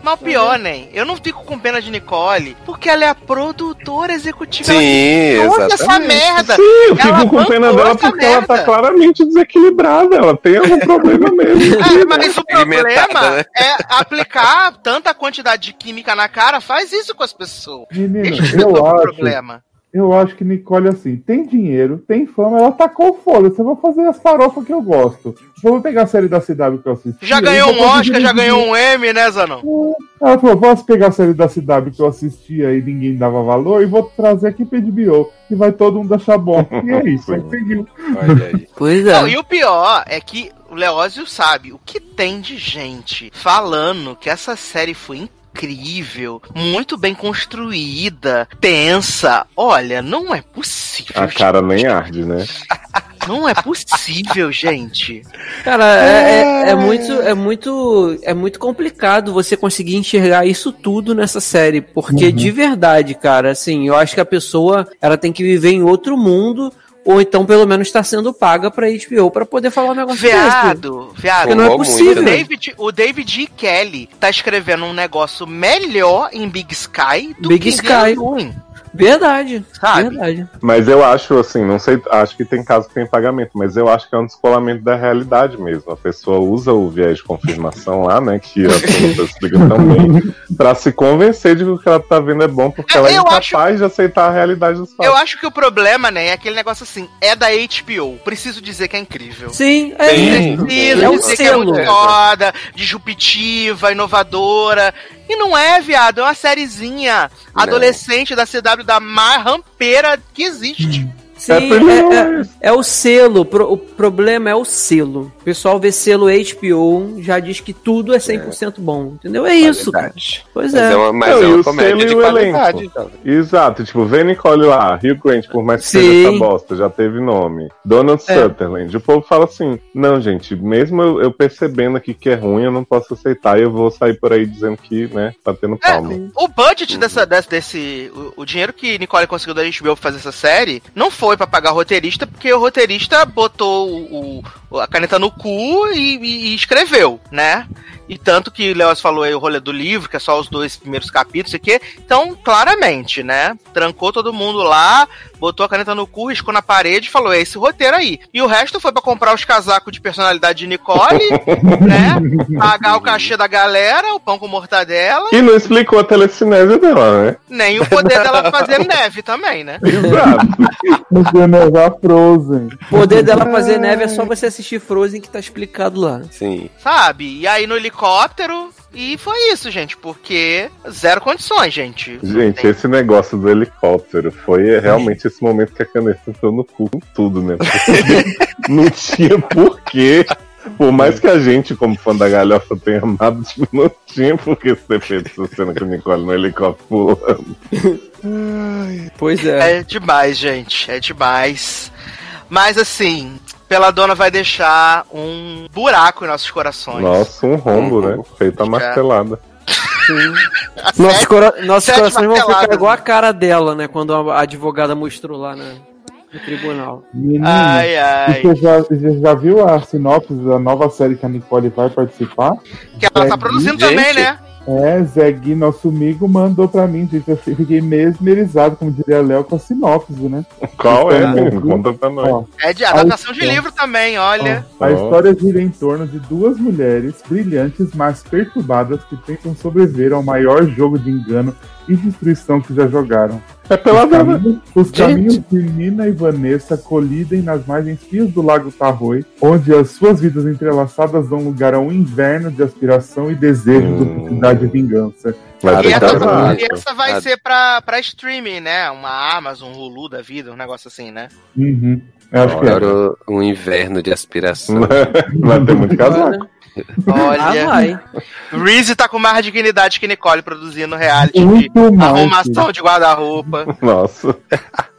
Speaker 2: Mas o pior, né? Eu não fico com pena de Nicole, porque ela é a produtora executiva.
Speaker 6: Sim,
Speaker 2: ela
Speaker 6: exatamente.
Speaker 2: essa merda.
Speaker 3: Sim, eu
Speaker 2: Ela
Speaker 3: fico com pena
Speaker 2: bancou
Speaker 3: dela
Speaker 2: essa
Speaker 3: porque ela tá
Speaker 2: merda.
Speaker 3: claramente desequilibrada. Ela tem algum problema mesmo.
Speaker 2: É, mas o problema
Speaker 6: Alimentada, né?
Speaker 2: é aplicar tanta quantidade de química na cara, faz isso com as pessoas.
Speaker 4: Menino,
Speaker 2: Deixa eu
Speaker 4: eu
Speaker 2: resolver o
Speaker 4: acho,
Speaker 2: problema.
Speaker 4: eu acho que Nicole, assim, tem dinheiro, tem fama, ela tacou foda-se. Eu vou fazer as farofas que eu gosto. Vou pegar a série da C W que eu assisti.
Speaker 2: Já
Speaker 4: eu
Speaker 2: ganhou
Speaker 4: vou
Speaker 2: um
Speaker 4: conseguir
Speaker 2: Oscar, já
Speaker 4: dividir.
Speaker 2: ganhou um M, né, Zanon?
Speaker 4: Ela falou, posso pegar a série da C W que eu assistia e ninguém dava valor e vou trazer aqui pra H B O. E vai todo mundo achar bom. E é isso, aí seguiu.
Speaker 6: Olha aí.
Speaker 5: Pois é.
Speaker 2: Não, e o pior é que o Leózio sabe o que tem de gente falando que essa série foi incrível, muito bem construída, tensa. Olha, não é possível.
Speaker 3: A cara nem arde, né?
Speaker 2: Não é possível, gente.
Speaker 5: Cara, é, é, é muito, é muito, é muito complicado você conseguir enxergar isso tudo nessa série, porque
Speaker 4: Uhum.
Speaker 5: de verdade, cara, assim, eu acho que a pessoa, ela tem que viver em outro mundo, ou então pelo menos está sendo paga pra H B O pra poder falar um negócio desse.
Speaker 2: Viado, viado.
Speaker 5: Porque não é
Speaker 6: Rolou
Speaker 5: possível.
Speaker 2: O
Speaker 6: muito, né?
Speaker 2: David, o David E. Kelly tá escrevendo um negócio melhor em Big Sky do
Speaker 5: Big
Speaker 2: que em
Speaker 5: Sky.
Speaker 2: Halloween,
Speaker 5: Verdade,
Speaker 2: sabe?
Speaker 5: verdade.
Speaker 3: Mas eu acho, assim, não sei, acho que tem caso que tem pagamento, mas eu acho que é um descolamento da realidade mesmo. A pessoa usa o viés de confirmação lá, né, que a Tonta explica também, pra se convencer de que o que ela tá vendo é bom, porque
Speaker 2: É,
Speaker 3: ela é
Speaker 2: eu
Speaker 3: incapaz
Speaker 2: acho-
Speaker 3: de aceitar a realidade dos fatos.
Speaker 2: Eu acho que o problema, né, é aquele negócio assim, é da H B O. Preciso dizer que é incrível.
Speaker 5: Sim, é
Speaker 6: Sim.
Speaker 5: isso.
Speaker 2: Precisa
Speaker 5: É o
Speaker 2: dizer que é muito
Speaker 5: selo.
Speaker 2: foda, disruptiva, inovadora. E não é, viado, é uma sériezinha adolescente da C W da mais rampeira que existe.
Speaker 5: Sim,
Speaker 3: É
Speaker 5: é,
Speaker 3: brilhante.
Speaker 5: é- é o selo. Pro- o problema é o selo. O pessoal vê selo H B O, já diz que tudo é cem por cento bom. Entendeu? É isso, cara.
Speaker 6: Qualidade.
Speaker 5: Pois
Speaker 6: Mas
Speaker 5: é.
Speaker 6: é uma, mas
Speaker 3: Não,
Speaker 6: é
Speaker 3: e
Speaker 6: uma
Speaker 3: o
Speaker 6: comédia
Speaker 3: selo
Speaker 6: de
Speaker 3: e o
Speaker 6: qualidade.
Speaker 3: elenco.
Speaker 6: Então.
Speaker 3: Exato, tipo, vê Nicole lá, Hugh Grant, por mais que
Speaker 5: Sim.
Speaker 3: seja essa bosta, já teve nome. Donald
Speaker 5: É.
Speaker 3: Sutherland. O povo fala assim: não, gente, mesmo eu, eu percebendo aqui que é ruim, eu não posso aceitar e eu vou sair por aí dizendo que, né, tá tendo palma.
Speaker 2: O budget dessa, desse, desse o, o dinheiro que Nicole conseguiu da H B O pra fazer essa série não foi pra pagar roteirista, porque o roteirista botou o, o- a caneta no cu e, e- e escreveu, né? E tanto que o Leoz falou aí o rolê do livro, que é só os dois primeiros capítulos aqui. Então, claramente, né? Trancou todo mundo lá, botou a caneta no cu, riscou na parede e falou: é esse roteiro aí. E o resto foi pra comprar os casacos de personalidade de Nicole, né? Pagar o cachê da galera, o pão com mortadela,
Speaker 3: E não explicou a telecinese dela, né?
Speaker 2: nem o poder dela fazer neve também, né?
Speaker 3: Exato.
Speaker 4: Você nevar Frozen.
Speaker 5: O poder dela fazer neve é só você assistir Frozen, que tá explicado lá.
Speaker 6: Sim.
Speaker 2: Sabe? E aí no helicóptero. E foi isso, gente, porque zero condições, gente.
Speaker 3: Gente, esse negócio do helicóptero foi realmente esse momento que a caneta entrou no cu com tudo, né? Porque não tinha porquê. Por mais que a gente, como fã da galhofa, tenha amado, tipo, não tinha por que ter feito essa cena com o Nicole no helicóptero pulando.
Speaker 5: Pois é.
Speaker 2: É demais, gente. É demais. Mas assim, pela dona vai deixar um buraco em nossos corações.
Speaker 3: Nossa, um rombo, né? Feito a martelada.
Speaker 5: Nossos, cora nossos
Speaker 2: sete
Speaker 5: corações vão ficar
Speaker 2: marteladas,
Speaker 5: igual a
Speaker 2: né?
Speaker 5: cara dela, né? Quando a advogada mostrou lá na- no tribunal.
Speaker 4: Menino,
Speaker 2: Ai,
Speaker 4: e
Speaker 2: ai.
Speaker 4: você já, você já viu a sinopse da nova série que a Nicole vai participar?
Speaker 2: Que ela tá
Speaker 4: Zé
Speaker 2: produzindo
Speaker 6: Gente.
Speaker 2: também, né?
Speaker 4: É, Zé Gui, nosso amigo, mandou pra mim, gente. Eu fiquei mesmerizado, como diria Léo, com a sinopse, né?
Speaker 3: Qual é,
Speaker 4: Então,
Speaker 3: menino? Conta pra nós.
Speaker 4: Ó,
Speaker 2: É de adaptação de
Speaker 4: Ai,
Speaker 2: livro também, olha.
Speaker 4: ó, a
Speaker 3: Ó.
Speaker 4: história gira em torno de duas mulheres brilhantes, mas perturbadas, que tentam sobreviver ao maior jogo de engano e destruição que já jogaram.
Speaker 3: É pela
Speaker 4: Os
Speaker 3: dona.
Speaker 4: caminhos, os caminhos de Nina e Vanessa colidem nas margens frias do Lago Tahoe, onde as suas vidas entrelaçadas dão lugar a um inverno de aspiração e desejo,
Speaker 3: Hum.
Speaker 4: duplicidade e vingança.
Speaker 3: Vai
Speaker 6: Cara,
Speaker 2: E
Speaker 3: ter
Speaker 6: então,
Speaker 2: essa,
Speaker 6: tá
Speaker 2: e essa vai
Speaker 6: Ah.
Speaker 2: ser pra, pra streaming, né? Uma Amazon, um Hulu da vida, um negócio assim, né?
Speaker 4: Uhum. Eu acho que é.
Speaker 6: Agora um inverno de aspiração.
Speaker 3: Vai ter muito casaco.
Speaker 5: Ah,
Speaker 2: Olha,
Speaker 5: vai.
Speaker 2: Reese tá com mais dignidade que Nicole produzindo reality de
Speaker 4: Muito mais.
Speaker 2: arrumação de guarda-roupa.
Speaker 3: Nossa.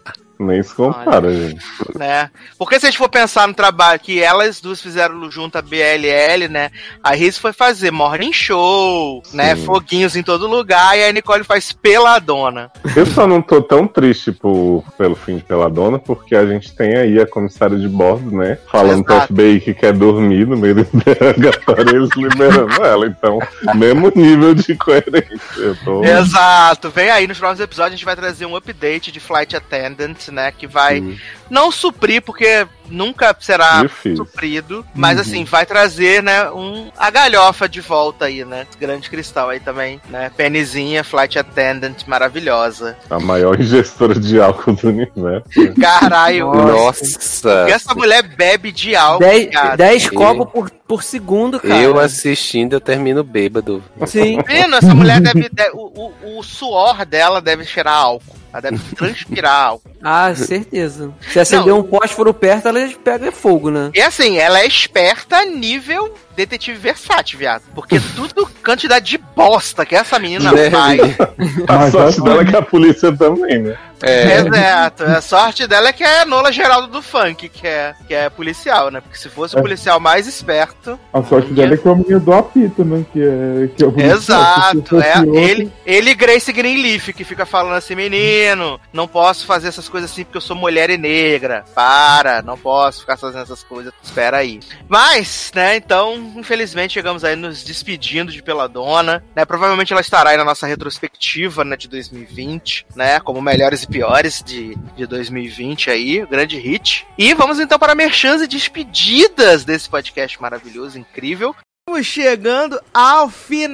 Speaker 3: Nem se compara, Olha, gente.
Speaker 2: Né? Porque se a gente for pensar no trabalho que elas duas fizeram junto a B L L, né? A Reese foi fazer morning show, Sim. né? Foguinhos em todo lugar, e a Nicole faz Peladona.
Speaker 3: Eu só não tô tão triste por, pelo fim de Peladona, porque a gente tem aí a comissária de bordo, né? Falando pro F B I que quer dormir no meio do interrogatório, eles liberando ela. Então, mesmo nível de coerência. Eu tô...
Speaker 2: Exato. Vem aí nos próximos episódios, a gente vai trazer um update de Flight Attendant, né? Que vai Sim. não suprir, porque nunca será Difícil. suprido, mas uhum. assim, vai trazer, né, um, a galhofa de volta aí, né? Grande Cristal aí também, né? Pennyzinha, Flight Attendant maravilhosa.
Speaker 3: A maior ingestora de álcool do universo.
Speaker 2: Caralho.
Speaker 6: Nossa.
Speaker 2: Porque essa mulher bebe de álcool.
Speaker 5: dez copos por, por segundo, cara.
Speaker 6: Eu assistindo, eu termino bêbado.
Speaker 5: Sim.
Speaker 2: Vendo, essa mulher deve... deve o, o, o suor dela deve cheirar álcool. Ela deve transpirar álcool.
Speaker 5: Ah, certeza. Se acender Não. um fósforo perto, ela pega fogo, né?
Speaker 2: E assim, ela é esperta nível detetive Versace, viado. Porque tudo quantidade de bosta que essa menina faz.
Speaker 3: A sorte dela é que a polícia também, né?
Speaker 2: É. Exato. A sorte dela é que é Nola Geraldo do Funk, que é, que é policial, né? Porque se fosse o é. policial mais esperto...
Speaker 4: A sorte ninguém... dela é que é o menino do apito, né? Que é, que é o
Speaker 2: Exato. É, ele, ele e Grace Greenleaf, que fica falando assim, menino, não posso fazer essas coisas assim porque eu sou mulher e negra. Para, não posso ficar fazendo essas coisas. Espera aí. Mas, né, então, infelizmente, chegamos aí nos despedindo de Peladona, né? Provavelmente ela estará aí na nossa retrospectiva, né, de dois mil e vinte, né? Como melhores e piores de, de dois mil e vinte aí, o grande hit. E vamos então para merchans e despedidas desse podcast maravilhoso, incrível.
Speaker 1: Estamos chegando ao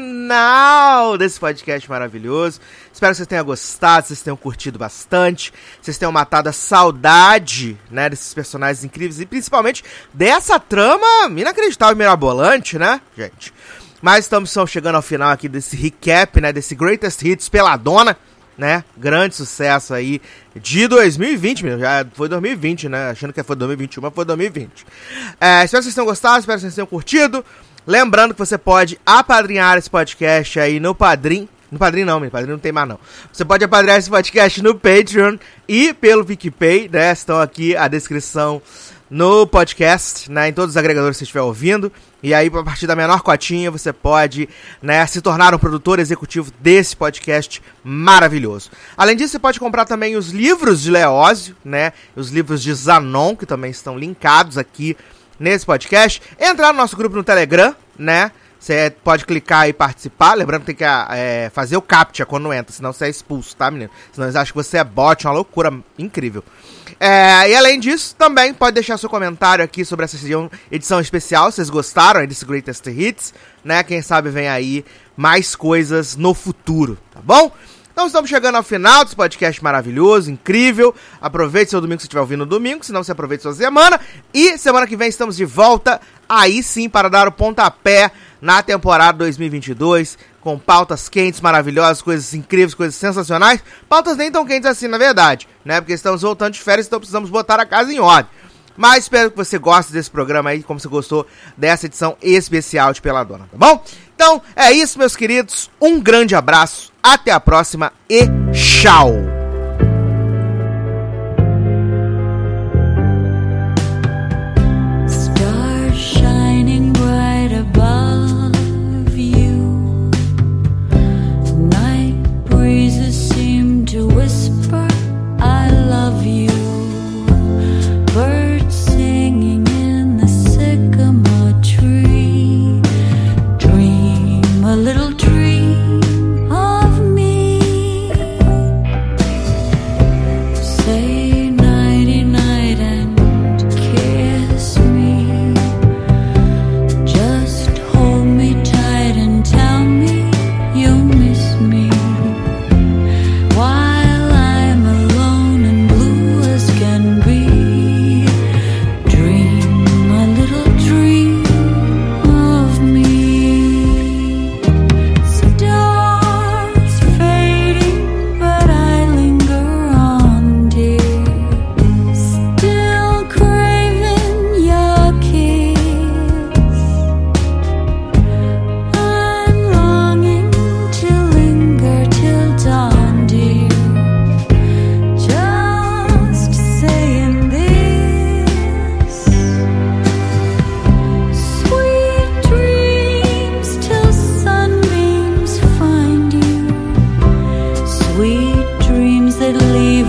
Speaker 1: final desse podcast maravilhoso. Espero que vocês tenham gostado, vocês tenham curtido bastante, vocês tenham matado a saudade, né, desses personagens incríveis e principalmente dessa trama inacreditável e mirabolante, né, gente? Mas estamos chegando ao final aqui desse recap, né, desse Greatest Hits Peladona, né, grande sucesso aí de dois mil e vinte, meu, já foi dois mil e vinte, né, achando que foi dois mil e vinte e um, mas foi dois mil e vinte. É, espero que vocês tenham gostado, espero que vocês tenham curtido. Lembrando que você pode apadrinhar esse podcast aí no Padrim. No Padrim não, meu Padrim não tem mais não. Você pode apadrinhar esse podcast no Patreon e pelo PicPay, né? Estão aqui a descrição no podcast, né? Em todos os agregadores que você estiver ouvindo. E aí, a partir da menor cotinha, você pode, né, se tornar um produtor executivo desse podcast maravilhoso. Além disso, você pode comprar também os livros de Leózio, né? Os livros de Zanon, que também estão linkados aqui nesse podcast. Entrar no nosso grupo no Telegram, né? Você pode clicar e participar. Lembrando que tem que é, fazer o captcha quando entra, senão você é expulso, tá, menino? Senão eles acham que você é bot, uma loucura incrível. É, e além disso, também pode deixar seu comentário aqui sobre essa edição especial. Se vocês gostaram aí desse Greatest Hits, né? Quem sabe vem aí mais coisas no futuro, tá bom? Então estamos chegando ao final desse podcast maravilhoso, incrível. Aproveite seu domingo se estiver ouvindo no domingo, senão você aproveite sua semana. E semana que vem estamos de volta, aí sim, para dar o pontapé na temporada dois mil e vinte e dois, com pautas quentes, maravilhosas, coisas incríveis, coisas sensacionais. Pautas nem tão quentes assim, na verdade, né? Porque estamos voltando de férias, então precisamos botar a casa em ordem. Mas espero que você goste desse programa aí, como você gostou dessa edição especial de Peladona, tá bom? Então, é isso, meus queridos. Um grande abraço, até a próxima e tchau!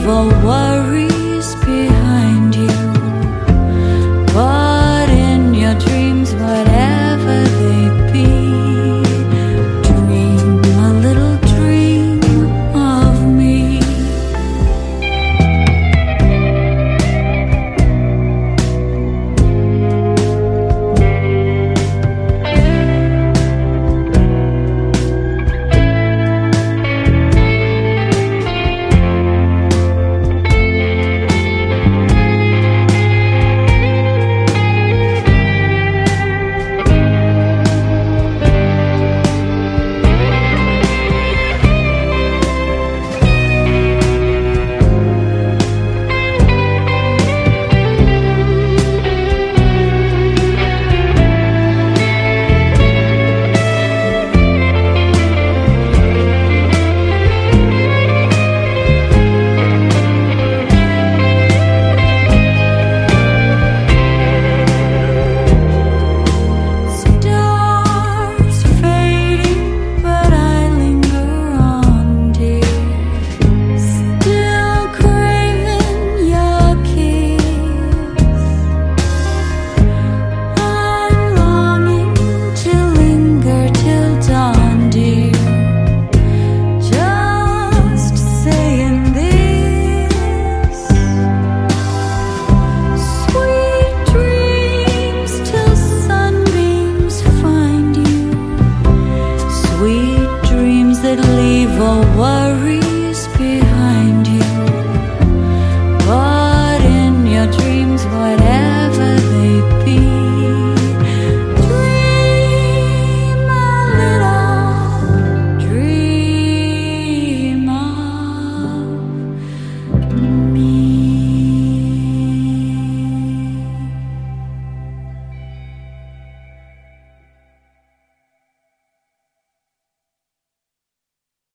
Speaker 8: for worry.